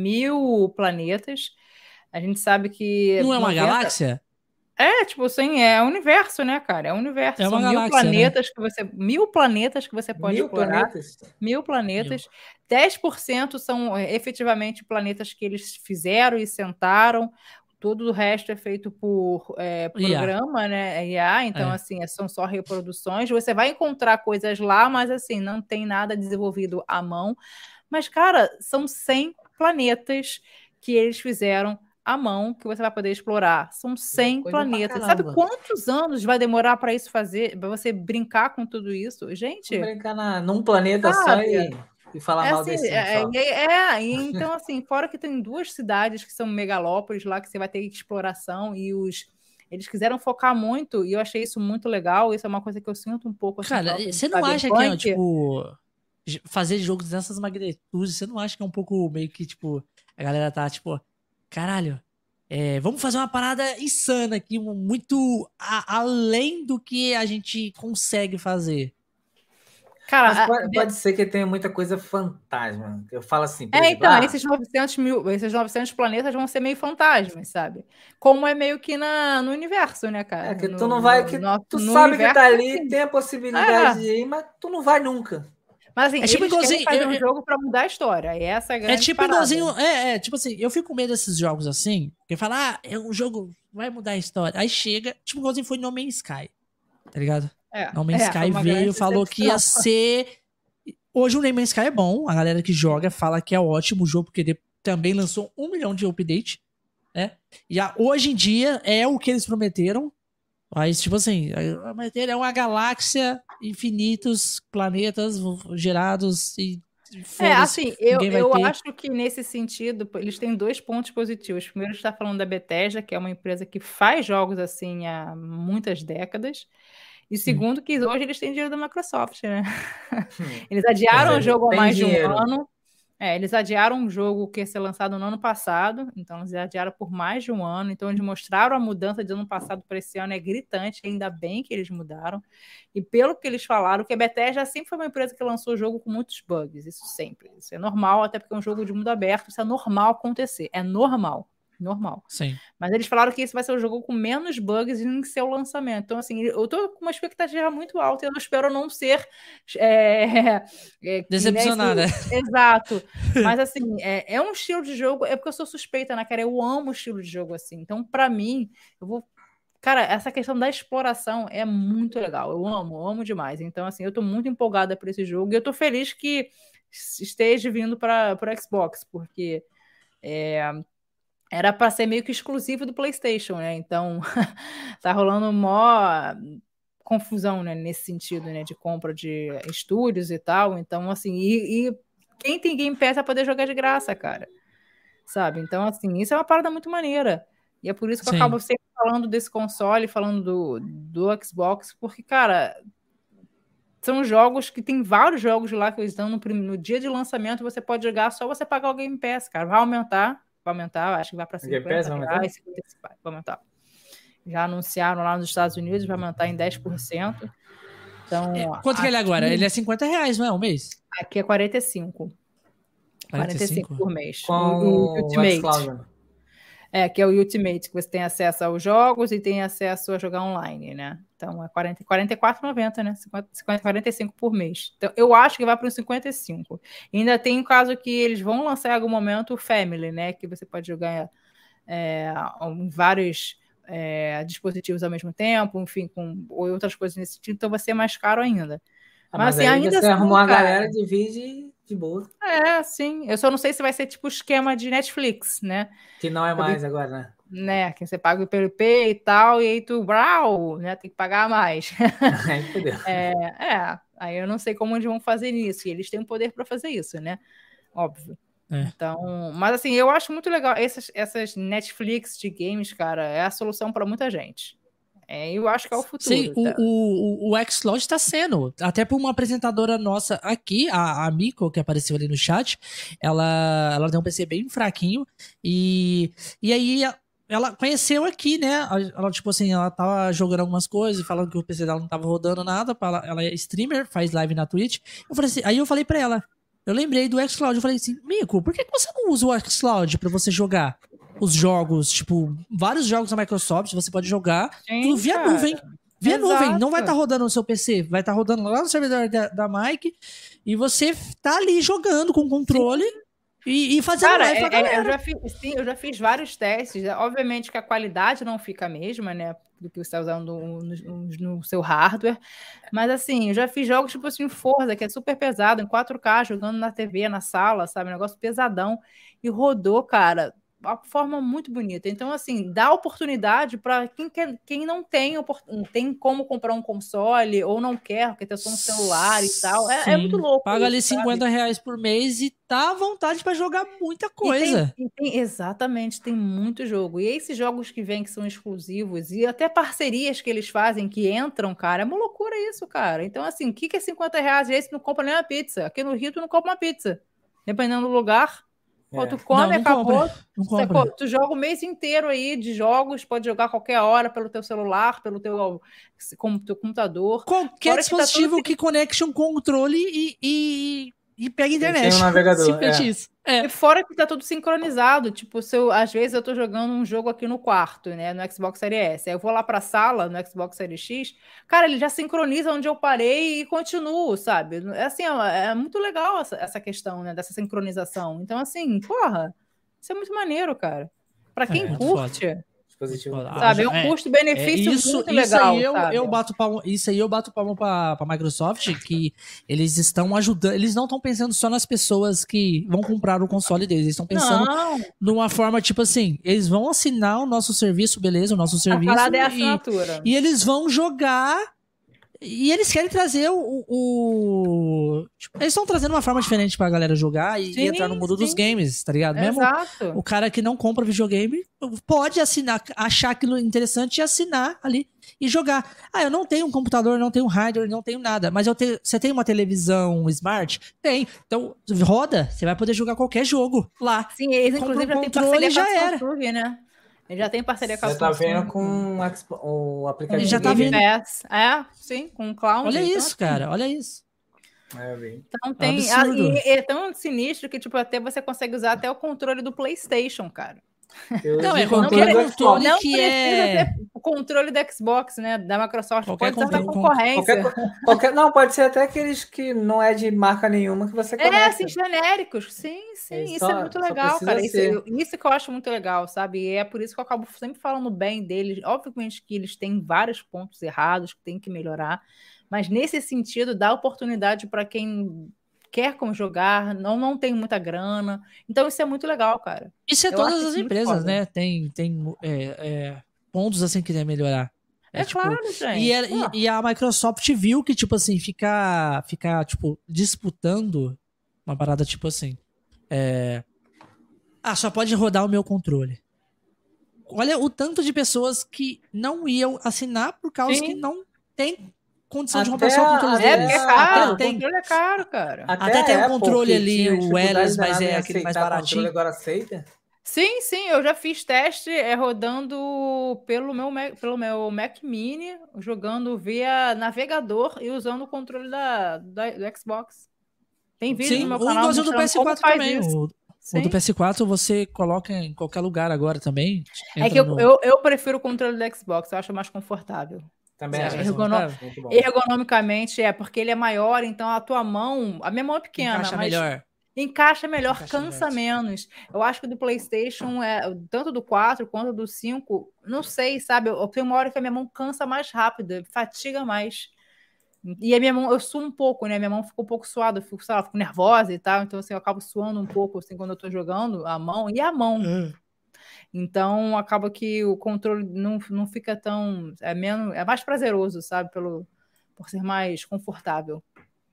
mil planetas. A gente sabe que Não é uma noventa galáxia? É, tipo assim, é o universo, né, cara? É o universo. É São uma mil galáxia, né? planetas que você, mil planetas que você pode Mil explorar. planetas. Mil Meu. planetas. dez por cento são é, efetivamente planetas que eles fizeram e sentaram. Todo o resto é feito por é, I A. programa, né? I A, então, É. assim, são só reproduções. Você vai encontrar coisas lá, mas assim, não tem nada desenvolvido à mão. Mas, cara, são cem planetas que eles fizeram à mão que você vai poder explorar. São cem Coisa pra planetas. Sabe caramba. quantos anos vai demorar para isso fazer, para você brincar com tudo isso? Vamos Gente, brincar na, num planeta só sabe? e, e falar É mal assim, desse um é, só. é, é, e então assim, fora que tem duas cidades que são megalópolis lá que você vai ter exploração e os eles quiseram focar muito e eu achei isso muito legal. Isso é uma coisa que eu sinto um pouco assim Cara, falta de você não acha que é, Cyberpunk. tipo, j- fazer jogos dessas magnitudes, você não acha que é um pouco meio que, tipo, a galera tá, tipo, caralho, é, vamos fazer uma parada insana aqui, um- muito a- além do que a gente consegue fazer. Cara, Mas a- pode, pode ser que tenha muita coisa fantasma. Eu falo assim, por É, exemplo, então, ah, esses novecentos mil, esses novecentos planetas vão ser meio fantasmas, sabe? Como é meio que na, no universo, né, é cara? que tu No, não vai, no, que no, tu no sabe que universo tá é ali, assim. tem a possibilidade de É. ir, mas tu não vai nunca. Mas assim, É tipo eles querem igualzinho. fazer eu- um eu- jogo pra mudar a história. E essa é a É grande tipo parada. igualzinho. É, é, tipo assim, eu fico com medo desses jogos assim, que fala, ah, é um jogo, vai mudar a história. Aí chega, tipo igualzinho foi No Man's Sky, tá ligado? É, No Man's é, foi Sky uma veio, grande falou que ia decepção. ser. Hoje o No Man's Sky é bom, a galera que joga fala que é ótimo o jogo, porque ele também lançou um milhão de update, né? E a- hoje em dia é o que eles prometeram. Mas, tipo assim, a- mas ele é uma galáxia, infinitos planetas gerados e e É, foda-se, assim, eu, ninguém vai eu ter. acho que nesse sentido, pô, eles têm dois pontos positivos. Primeiro, está falando da Bethesda, que é uma empresa que faz jogos assim há muitas décadas. E Sim. segundo, que hoje eles têm dinheiro da Microsoft, né? Hum. Eles Quer adiaram o dizer, jogo há tem mais de um dinheiro. ano. É, eles adiaram um jogo que ia ser lançado no ano passado, então eles adiaram por mais de um ano. Então, eles mostraram a mudança de ano passado para esse ano, é gritante, ainda bem que eles mudaram. E pelo que eles falaram, que a Bethesda sempre foi uma empresa que lançou jogo com muitos bugs, isso sempre. Isso é normal, até porque é um jogo de mundo aberto, isso é normal acontecer, é normal. Normal. Sim. Mas eles falaram que esse vai ser o jogo com menos bugs em seu lançamento. Então, assim, eu tô com uma expectativa muito alta e eu espero não ser. É, é, que, Decepcionada. né, esse- exato. Mas, assim, é, é um estilo de jogo. É porque eu sou suspeita, né, cara? Eu amo o estilo de jogo assim. Então, pra mim, eu vou. Cara, essa questão da exploração é muito legal. Eu amo, eu amo demais. Então, assim, eu tô muito empolgada por esse jogo e eu tô feliz que esteja vindo para o Xbox, porque. É, era para ser meio que exclusivo do PlayStation, né? Então, tá rolando mó confusão, né, nesse sentido, né, de compra de estúdios e tal. Então, assim, e, e quem tem Game Pass vai poder jogar de graça, cara. Sabe? Então, assim, isso é uma parada muito maneira. E é por isso que eu acabo Sim. sempre falando desse console, falando do, do Xbox, porque, cara, são jogos que tem vários jogos lá que eles dão no, prim- no dia de lançamento, você pode jogar só você pagar o Game Pass, cara. Vai aumentar. vai aumentar, acho que vai para Game Pass vai cinquenta aumentar? reais, cinquenta, vai aumentar. Já anunciaram lá nos Estados Unidos, vai aumentar em dez por cento. Então, É, quanto que ele é agora? Ele é cinquenta reais, não é? Um mês? Aqui é quarenta e cinco. quarenta e cinco por mês. Com o, o Ultimate. xCloud. É, que é o Ultimate, que você tem acesso aos jogos e tem acesso a jogar online, né? Então é quarenta, quarenta e quatro reais e noventa centavos, né? cinquenta, quarenta e cinco por mês. Então eu acho que vai para os cinquenta e cinco. E ainda tem o caso que eles vão lançar em algum momento o Family, né? Que você pode jogar é, em vários é, dispositivos ao mesmo tempo, enfim, com ou outras coisas nesse sentido, então vai ser mais caro ainda. Ah, mas, mas assim, aí ainda você assim, arrumou uma cara, galera, divide de boa. É, sim. Eu só não sei se vai ser tipo esquema de Netflix, né? Que não é mais agora, né? Né, que você paga o P L P e tal, e aí tu, brau, né, tem que pagar mais. Aí fodeu. É, é, aí eu não sei como eles vão fazer isso, e eles têm o poder para fazer isso, né? Óbvio. É. Então, mas assim, eu acho muito legal essas, essas Netflix de games, cara, é a solução para muita gente. É, eu acho que é o futuro. Sim, tá? o, o, o xCloud está sendo. Até por uma apresentadora nossa aqui, a, a Miko, que apareceu ali no chat, ela, ela tem um P C bem fraquinho. E, e aí ela conheceu aqui, né? Ela, tipo assim, ela tava jogando algumas coisas, falando que o P C dela não tava rodando nada. Ela, ela é streamer, faz live na Twitch. Eu falei assim, aí eu falei pra ela, eu lembrei do xCloud, eu falei assim, Miko, por que você não usa o xCloud pra você jogar os jogos, tipo, vários jogos da Microsoft, você pode jogar Sim, tudo via cara. nuvem. Via Exato. nuvem, não vai estar tá rodando no seu P C, vai estar tá rodando lá no servidor da, da Mike, e você tá ali jogando com controle e, e fazendo Cara, live pra é, galera. eu, já fiz, sim, eu já fiz vários testes. Obviamente que a qualidade não fica a mesma, né? Do que você está usando no, no, no seu hardware. Mas assim, eu já fiz jogos tipo assim, Forza, que é super pesado, em quatro K, jogando na T V, na sala, sabe? Um negócio pesadão. E rodou, cara, de uma forma muito bonita. Então, assim, dá oportunidade para quem, quer, quem não tem, tem como comprar um console ou não quer, porque tem só um celular e tal. É, é muito louco. Paga ali isso, cinquenta reais por mês e tá à vontade para jogar muita coisa. E tem, e tem, exatamente, tem muito jogo. E esses jogos que vêm, que são exclusivos, e até parcerias que eles fazem, que entram, cara, é uma loucura isso, cara. Então, assim, o que, que é cinquenta reais? E aí você não compra nem uma pizza. Aqui no Rio, tu não compra uma pizza. Dependendo do lugar. Pô, tu come, não, não acabou. Compra, não compra. Tu joga o mês inteiro aí de jogos, pode jogar qualquer hora pelo teu celular, pelo teu, com, teu computador. Qualquer Fora dispositivo que, tá que conecte um controle e, e, e pega a internet. Tem um navegador. Simplesmente é. isso. É. E fora que tá tudo sincronizado. Tipo, se eu, às vezes eu tô jogando um jogo aqui no quarto, né? No Xbox Series S. Aí eu vou lá pra sala, no Xbox Series X. Cara, ele já sincroniza onde eu parei e continuo, sabe? É assim, é, é muito legal essa, essa questão, né? Dessa sincronização. Então, assim, porra, isso é muito maneiro, cara. Pra quem é, curte... Dispositivo. Sabe, é um custo-benefício é, isso, muito isso legal, aí eu, sabe? eu bato palma, isso aí eu bato palma pra, pra Microsoft, que eles estão ajudando, eles não estão pensando só nas pessoas que vão comprar o console deles, eles estão pensando não. numa forma, tipo assim, eles vão assinar o nosso serviço, beleza, o nosso serviço, a parada é a e, assinatura. e eles vão jogar. E eles querem trazer o... o... Tipo, eles estão trazendo uma forma diferente pra galera jogar e, sim, e entrar no mundo sim. dos games, tá ligado? Mesmo Exato. o cara que não compra videogame pode assinar, achar aquilo interessante e assinar ali e jogar. Ah, eu não tenho um computador, não tenho hardware, não tenho nada, mas eu tenho... Você tem uma televisão smart? Tem. Então, roda, você vai poder jogar qualquer jogo lá. Sim, eles inclusive já um tem parceria já com a era. Samsung, né? Ele já tem parceria com a Você Samsung. tá vendo com o aplicativo. Ele já tá Game vendo. Pass. É, sim, com o Cloud. Olha então, isso, assim, cara, olha isso. É, eu vi. Então tem. Absurdo. E é tão sinistro que, tipo, até você consegue usar até o controle do PlayStation, cara. Eu Não, é uso o qualquer controle do controle Xbox. Não que precisa é... ter o controle do Xbox, né? Da Microsoft. Qualquer Pode usar da controle- concorrência. Qualquer, qualquer, não, pode ser até aqueles que não é de marca nenhuma que você conecta. É, assim, genéricos. Sim, sim. É isso só- é muito só legal, precisa cara. Isso, ser. eu- isso que eu acho muito legal, sabe? E é por isso que eu acabo sempre falando bem deles. Obviamente que eles têm vários pontos errados que tem que melhorar, mas nesse sentido, dá oportunidade para quem quer como jogar, não, não tem muita grana. Então, isso é muito legal, cara. Isso é Eu todas acho as isso muito empresas, foda. né? Tem, tem é, é, pontos assim que tem melhorar. É, tipo, claro, gente. E, é- Pô. e- e a Microsoft viu que, tipo assim, ficar, ficar tipo, disputando uma parada tipo assim. é, Ah, só pode rodar o meu controle. Olha o tanto de pessoas que não iam assinar por causa Sim. que não tem condição de Até comprar só o controle a- É, deles. porque é Ah, caro. Até O tem. controle é caro, cara. Até Até tem a um Apple, controle que ali, tinha o dificuldade wireless, mas danada é em aquele mais aceitar baratinho. controle, agora aceita. Sim, sim, eu já fiz teste é, rodando pelo meu, Mac, pelo meu Mac Mini, jogando via navegador e usando o controle da, da- do Xbox. Tem vídeo no Sim, meu o canal igualzinho do mostrando como P S quatro faz também. isso. O, o do Sim. P S quatro você coloca em qualquer lugar agora também. É que Entra eu, no... eu, eu prefiro o controle do Xbox, eu acho mais confortável. Também Você acho acha mais Ergono- confortável? muito bom. Ergonomicamente é, porque ele é maior, então a tua mão, a minha mão é pequena, Encaixa mas melhor. encaixa melhor, Encaixa cansa melhor. menos. Eu acho que do PlayStation, é, tanto do quatro quanto do cinco, não sei, sabe? Eu, eu tenho uma hora que a minha mão cansa mais rápido, fatiga mais. E a minha mão, eu suo um pouco, né? Minha mão fica um pouco suada, eu fico, sei lá, fico nervosa e tal, então assim, eu acabo suando um pouco assim quando eu tô jogando a mão e a mão. Hum. Então acaba que o controle não, não fica tão. É menos. É mais prazeroso, sabe? Pelo, por ser mais confortável.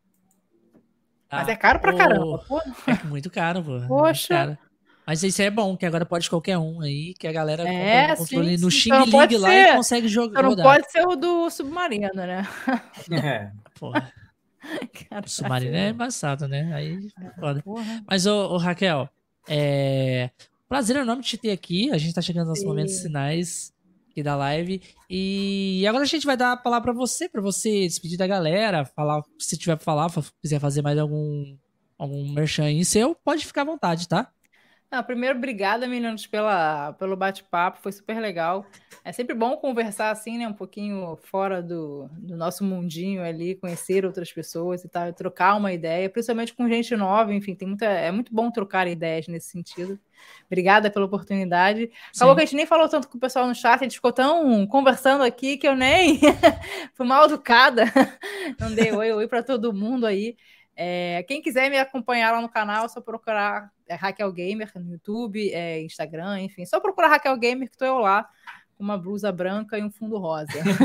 Mas é Ah, caro pra o... caramba, pô. É muito caro, pô. É muito Poxa. caro. Mas isso aí é bom, que agora pode qualquer um aí, que a galera compra um É, controle sim, no sim. Xing Só não Ling pode lá e ser. consegue jogar, Só não rodar. pode ser o do submarino, né? É. Porra, Cara, o submarino é Sim. embaçado, né? Aí foda. porra. Mas, ô, ô, Raquel, é... prazer enorme te ter aqui. A gente tá chegando nos momentos Sim. finais aqui da live. E agora a gente vai dar a palavra pra você, pra você despedir da galera, falar, se tiver pra falar, se quiser fazer mais algum, algum merchan aí seu, pode ficar à vontade, tá? Não, primeiro, obrigada, meninos, pela, pelo bate-papo, foi super legal. É sempre bom conversar assim, né? Um pouquinho fora do, do nosso mundinho ali, conhecer outras pessoas e tal, e trocar uma ideia, principalmente com gente nova, enfim, tem muita, é muito bom trocar ideias nesse sentido. Obrigada pela oportunidade. Acabou Sim. que a gente nem falou tanto com o pessoal no chat, a gente ficou tão conversando aqui que eu nem fui mal educada. Não dei oi, oi para todo mundo aí. É, quem quiser me acompanhar lá no canal, é só procurar é, Raquel Gamer no YouTube, é, Instagram, enfim. Só procurar Raquel Gamer que estou eu lá, com uma blusa branca e um fundo rosa.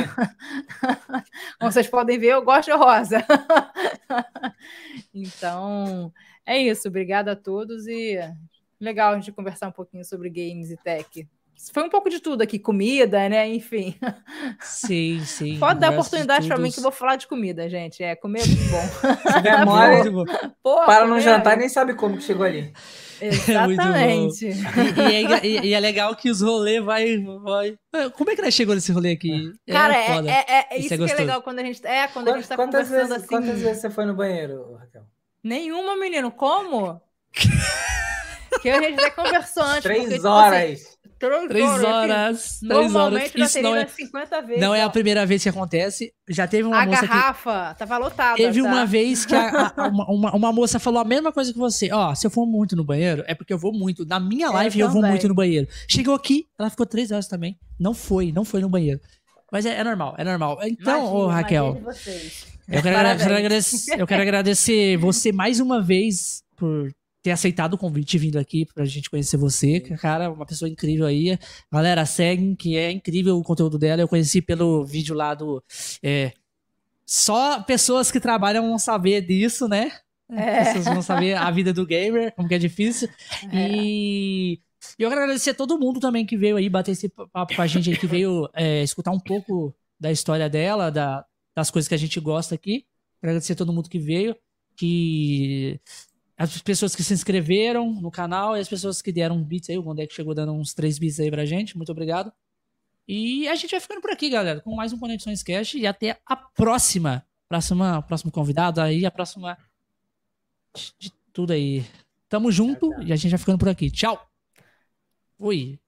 Como vocês podem ver, eu gosto de rosa. Então, é isso. Obrigada a todos e legal a gente conversar um pouquinho sobre games e tech. Foi um pouco de tudo aqui, comida, né? Enfim. Sim, sim. Pode dar Conversa de oportunidade para tudo. mim que eu vou falar de comida, gente. É, comer é muito bom. Se der mole, Muito bom. Porra, para não comer jantar é- e nem sabe como que chegou ali. É muito bom. Exatamente. E, e é, engra- e- e é legal que os rolês vai, vai. Como é que nós chegou nesse rolê aqui? Cara, é é, foda. é, é- é Isso isso é que é gostoso. legal quando a gente, é, quando a gente tá Quantas conversando vezes, assim. quantas vezes você foi no banheiro, Raquel? Nenhuma, menino. Como? Que a gente até conversou antes. Três porque, tipo horas. assim, três Três horas. horas. Assim, Três horas. normalmente já Isso teria não é, umas cinquenta vezes. não é a ó. primeira vez que acontece. Já teve uma A moça que. garrafa tava lotada. Teve tá? uma vez que a- a- uma, uma, uma moça falou a mesma coisa que você. Ó, se eu for muito no banheiro, é porque eu vou muito. Na minha live eu, vou também. muito no banheiro. Chegou aqui, ela ficou três horas também. Não foi, não foi no banheiro. Mas é, é normal, é normal. Então, Magia, ô Raquel, magia de vocês. eu quero, Parabéns. quero agradecer, eu quero agradecer você mais uma vez por ter aceitado o convite vindo aqui pra gente conhecer você. Cara, uma pessoa incrível aí. Galera, seguem, que é incrível o conteúdo dela. Eu conheci pelo vídeo lá do... é, só pessoas que trabalham vão saber disso, né? É. Pessoas vão saber a vida do gamer, como que é difícil. E e eu quero agradecer a todo mundo também que veio aí bater esse papo com a gente aí, que veio é, escutar um pouco da história dela, da, das coisas que a gente gosta aqui. Quero agradecer a todo mundo que veio, que as pessoas que se inscreveram no canal e as pessoas que deram bits aí. O Gondek chegou dando uns três bits aí pra gente. Muito obrigado. E a gente vai ficando por aqui, galera, com mais um Conexões Cast. E até a próxima. Próxima, próximo convidado aí, a próxima de tudo aí. Tamo junto e a gente vai ficando por aqui. Tchau. Fui.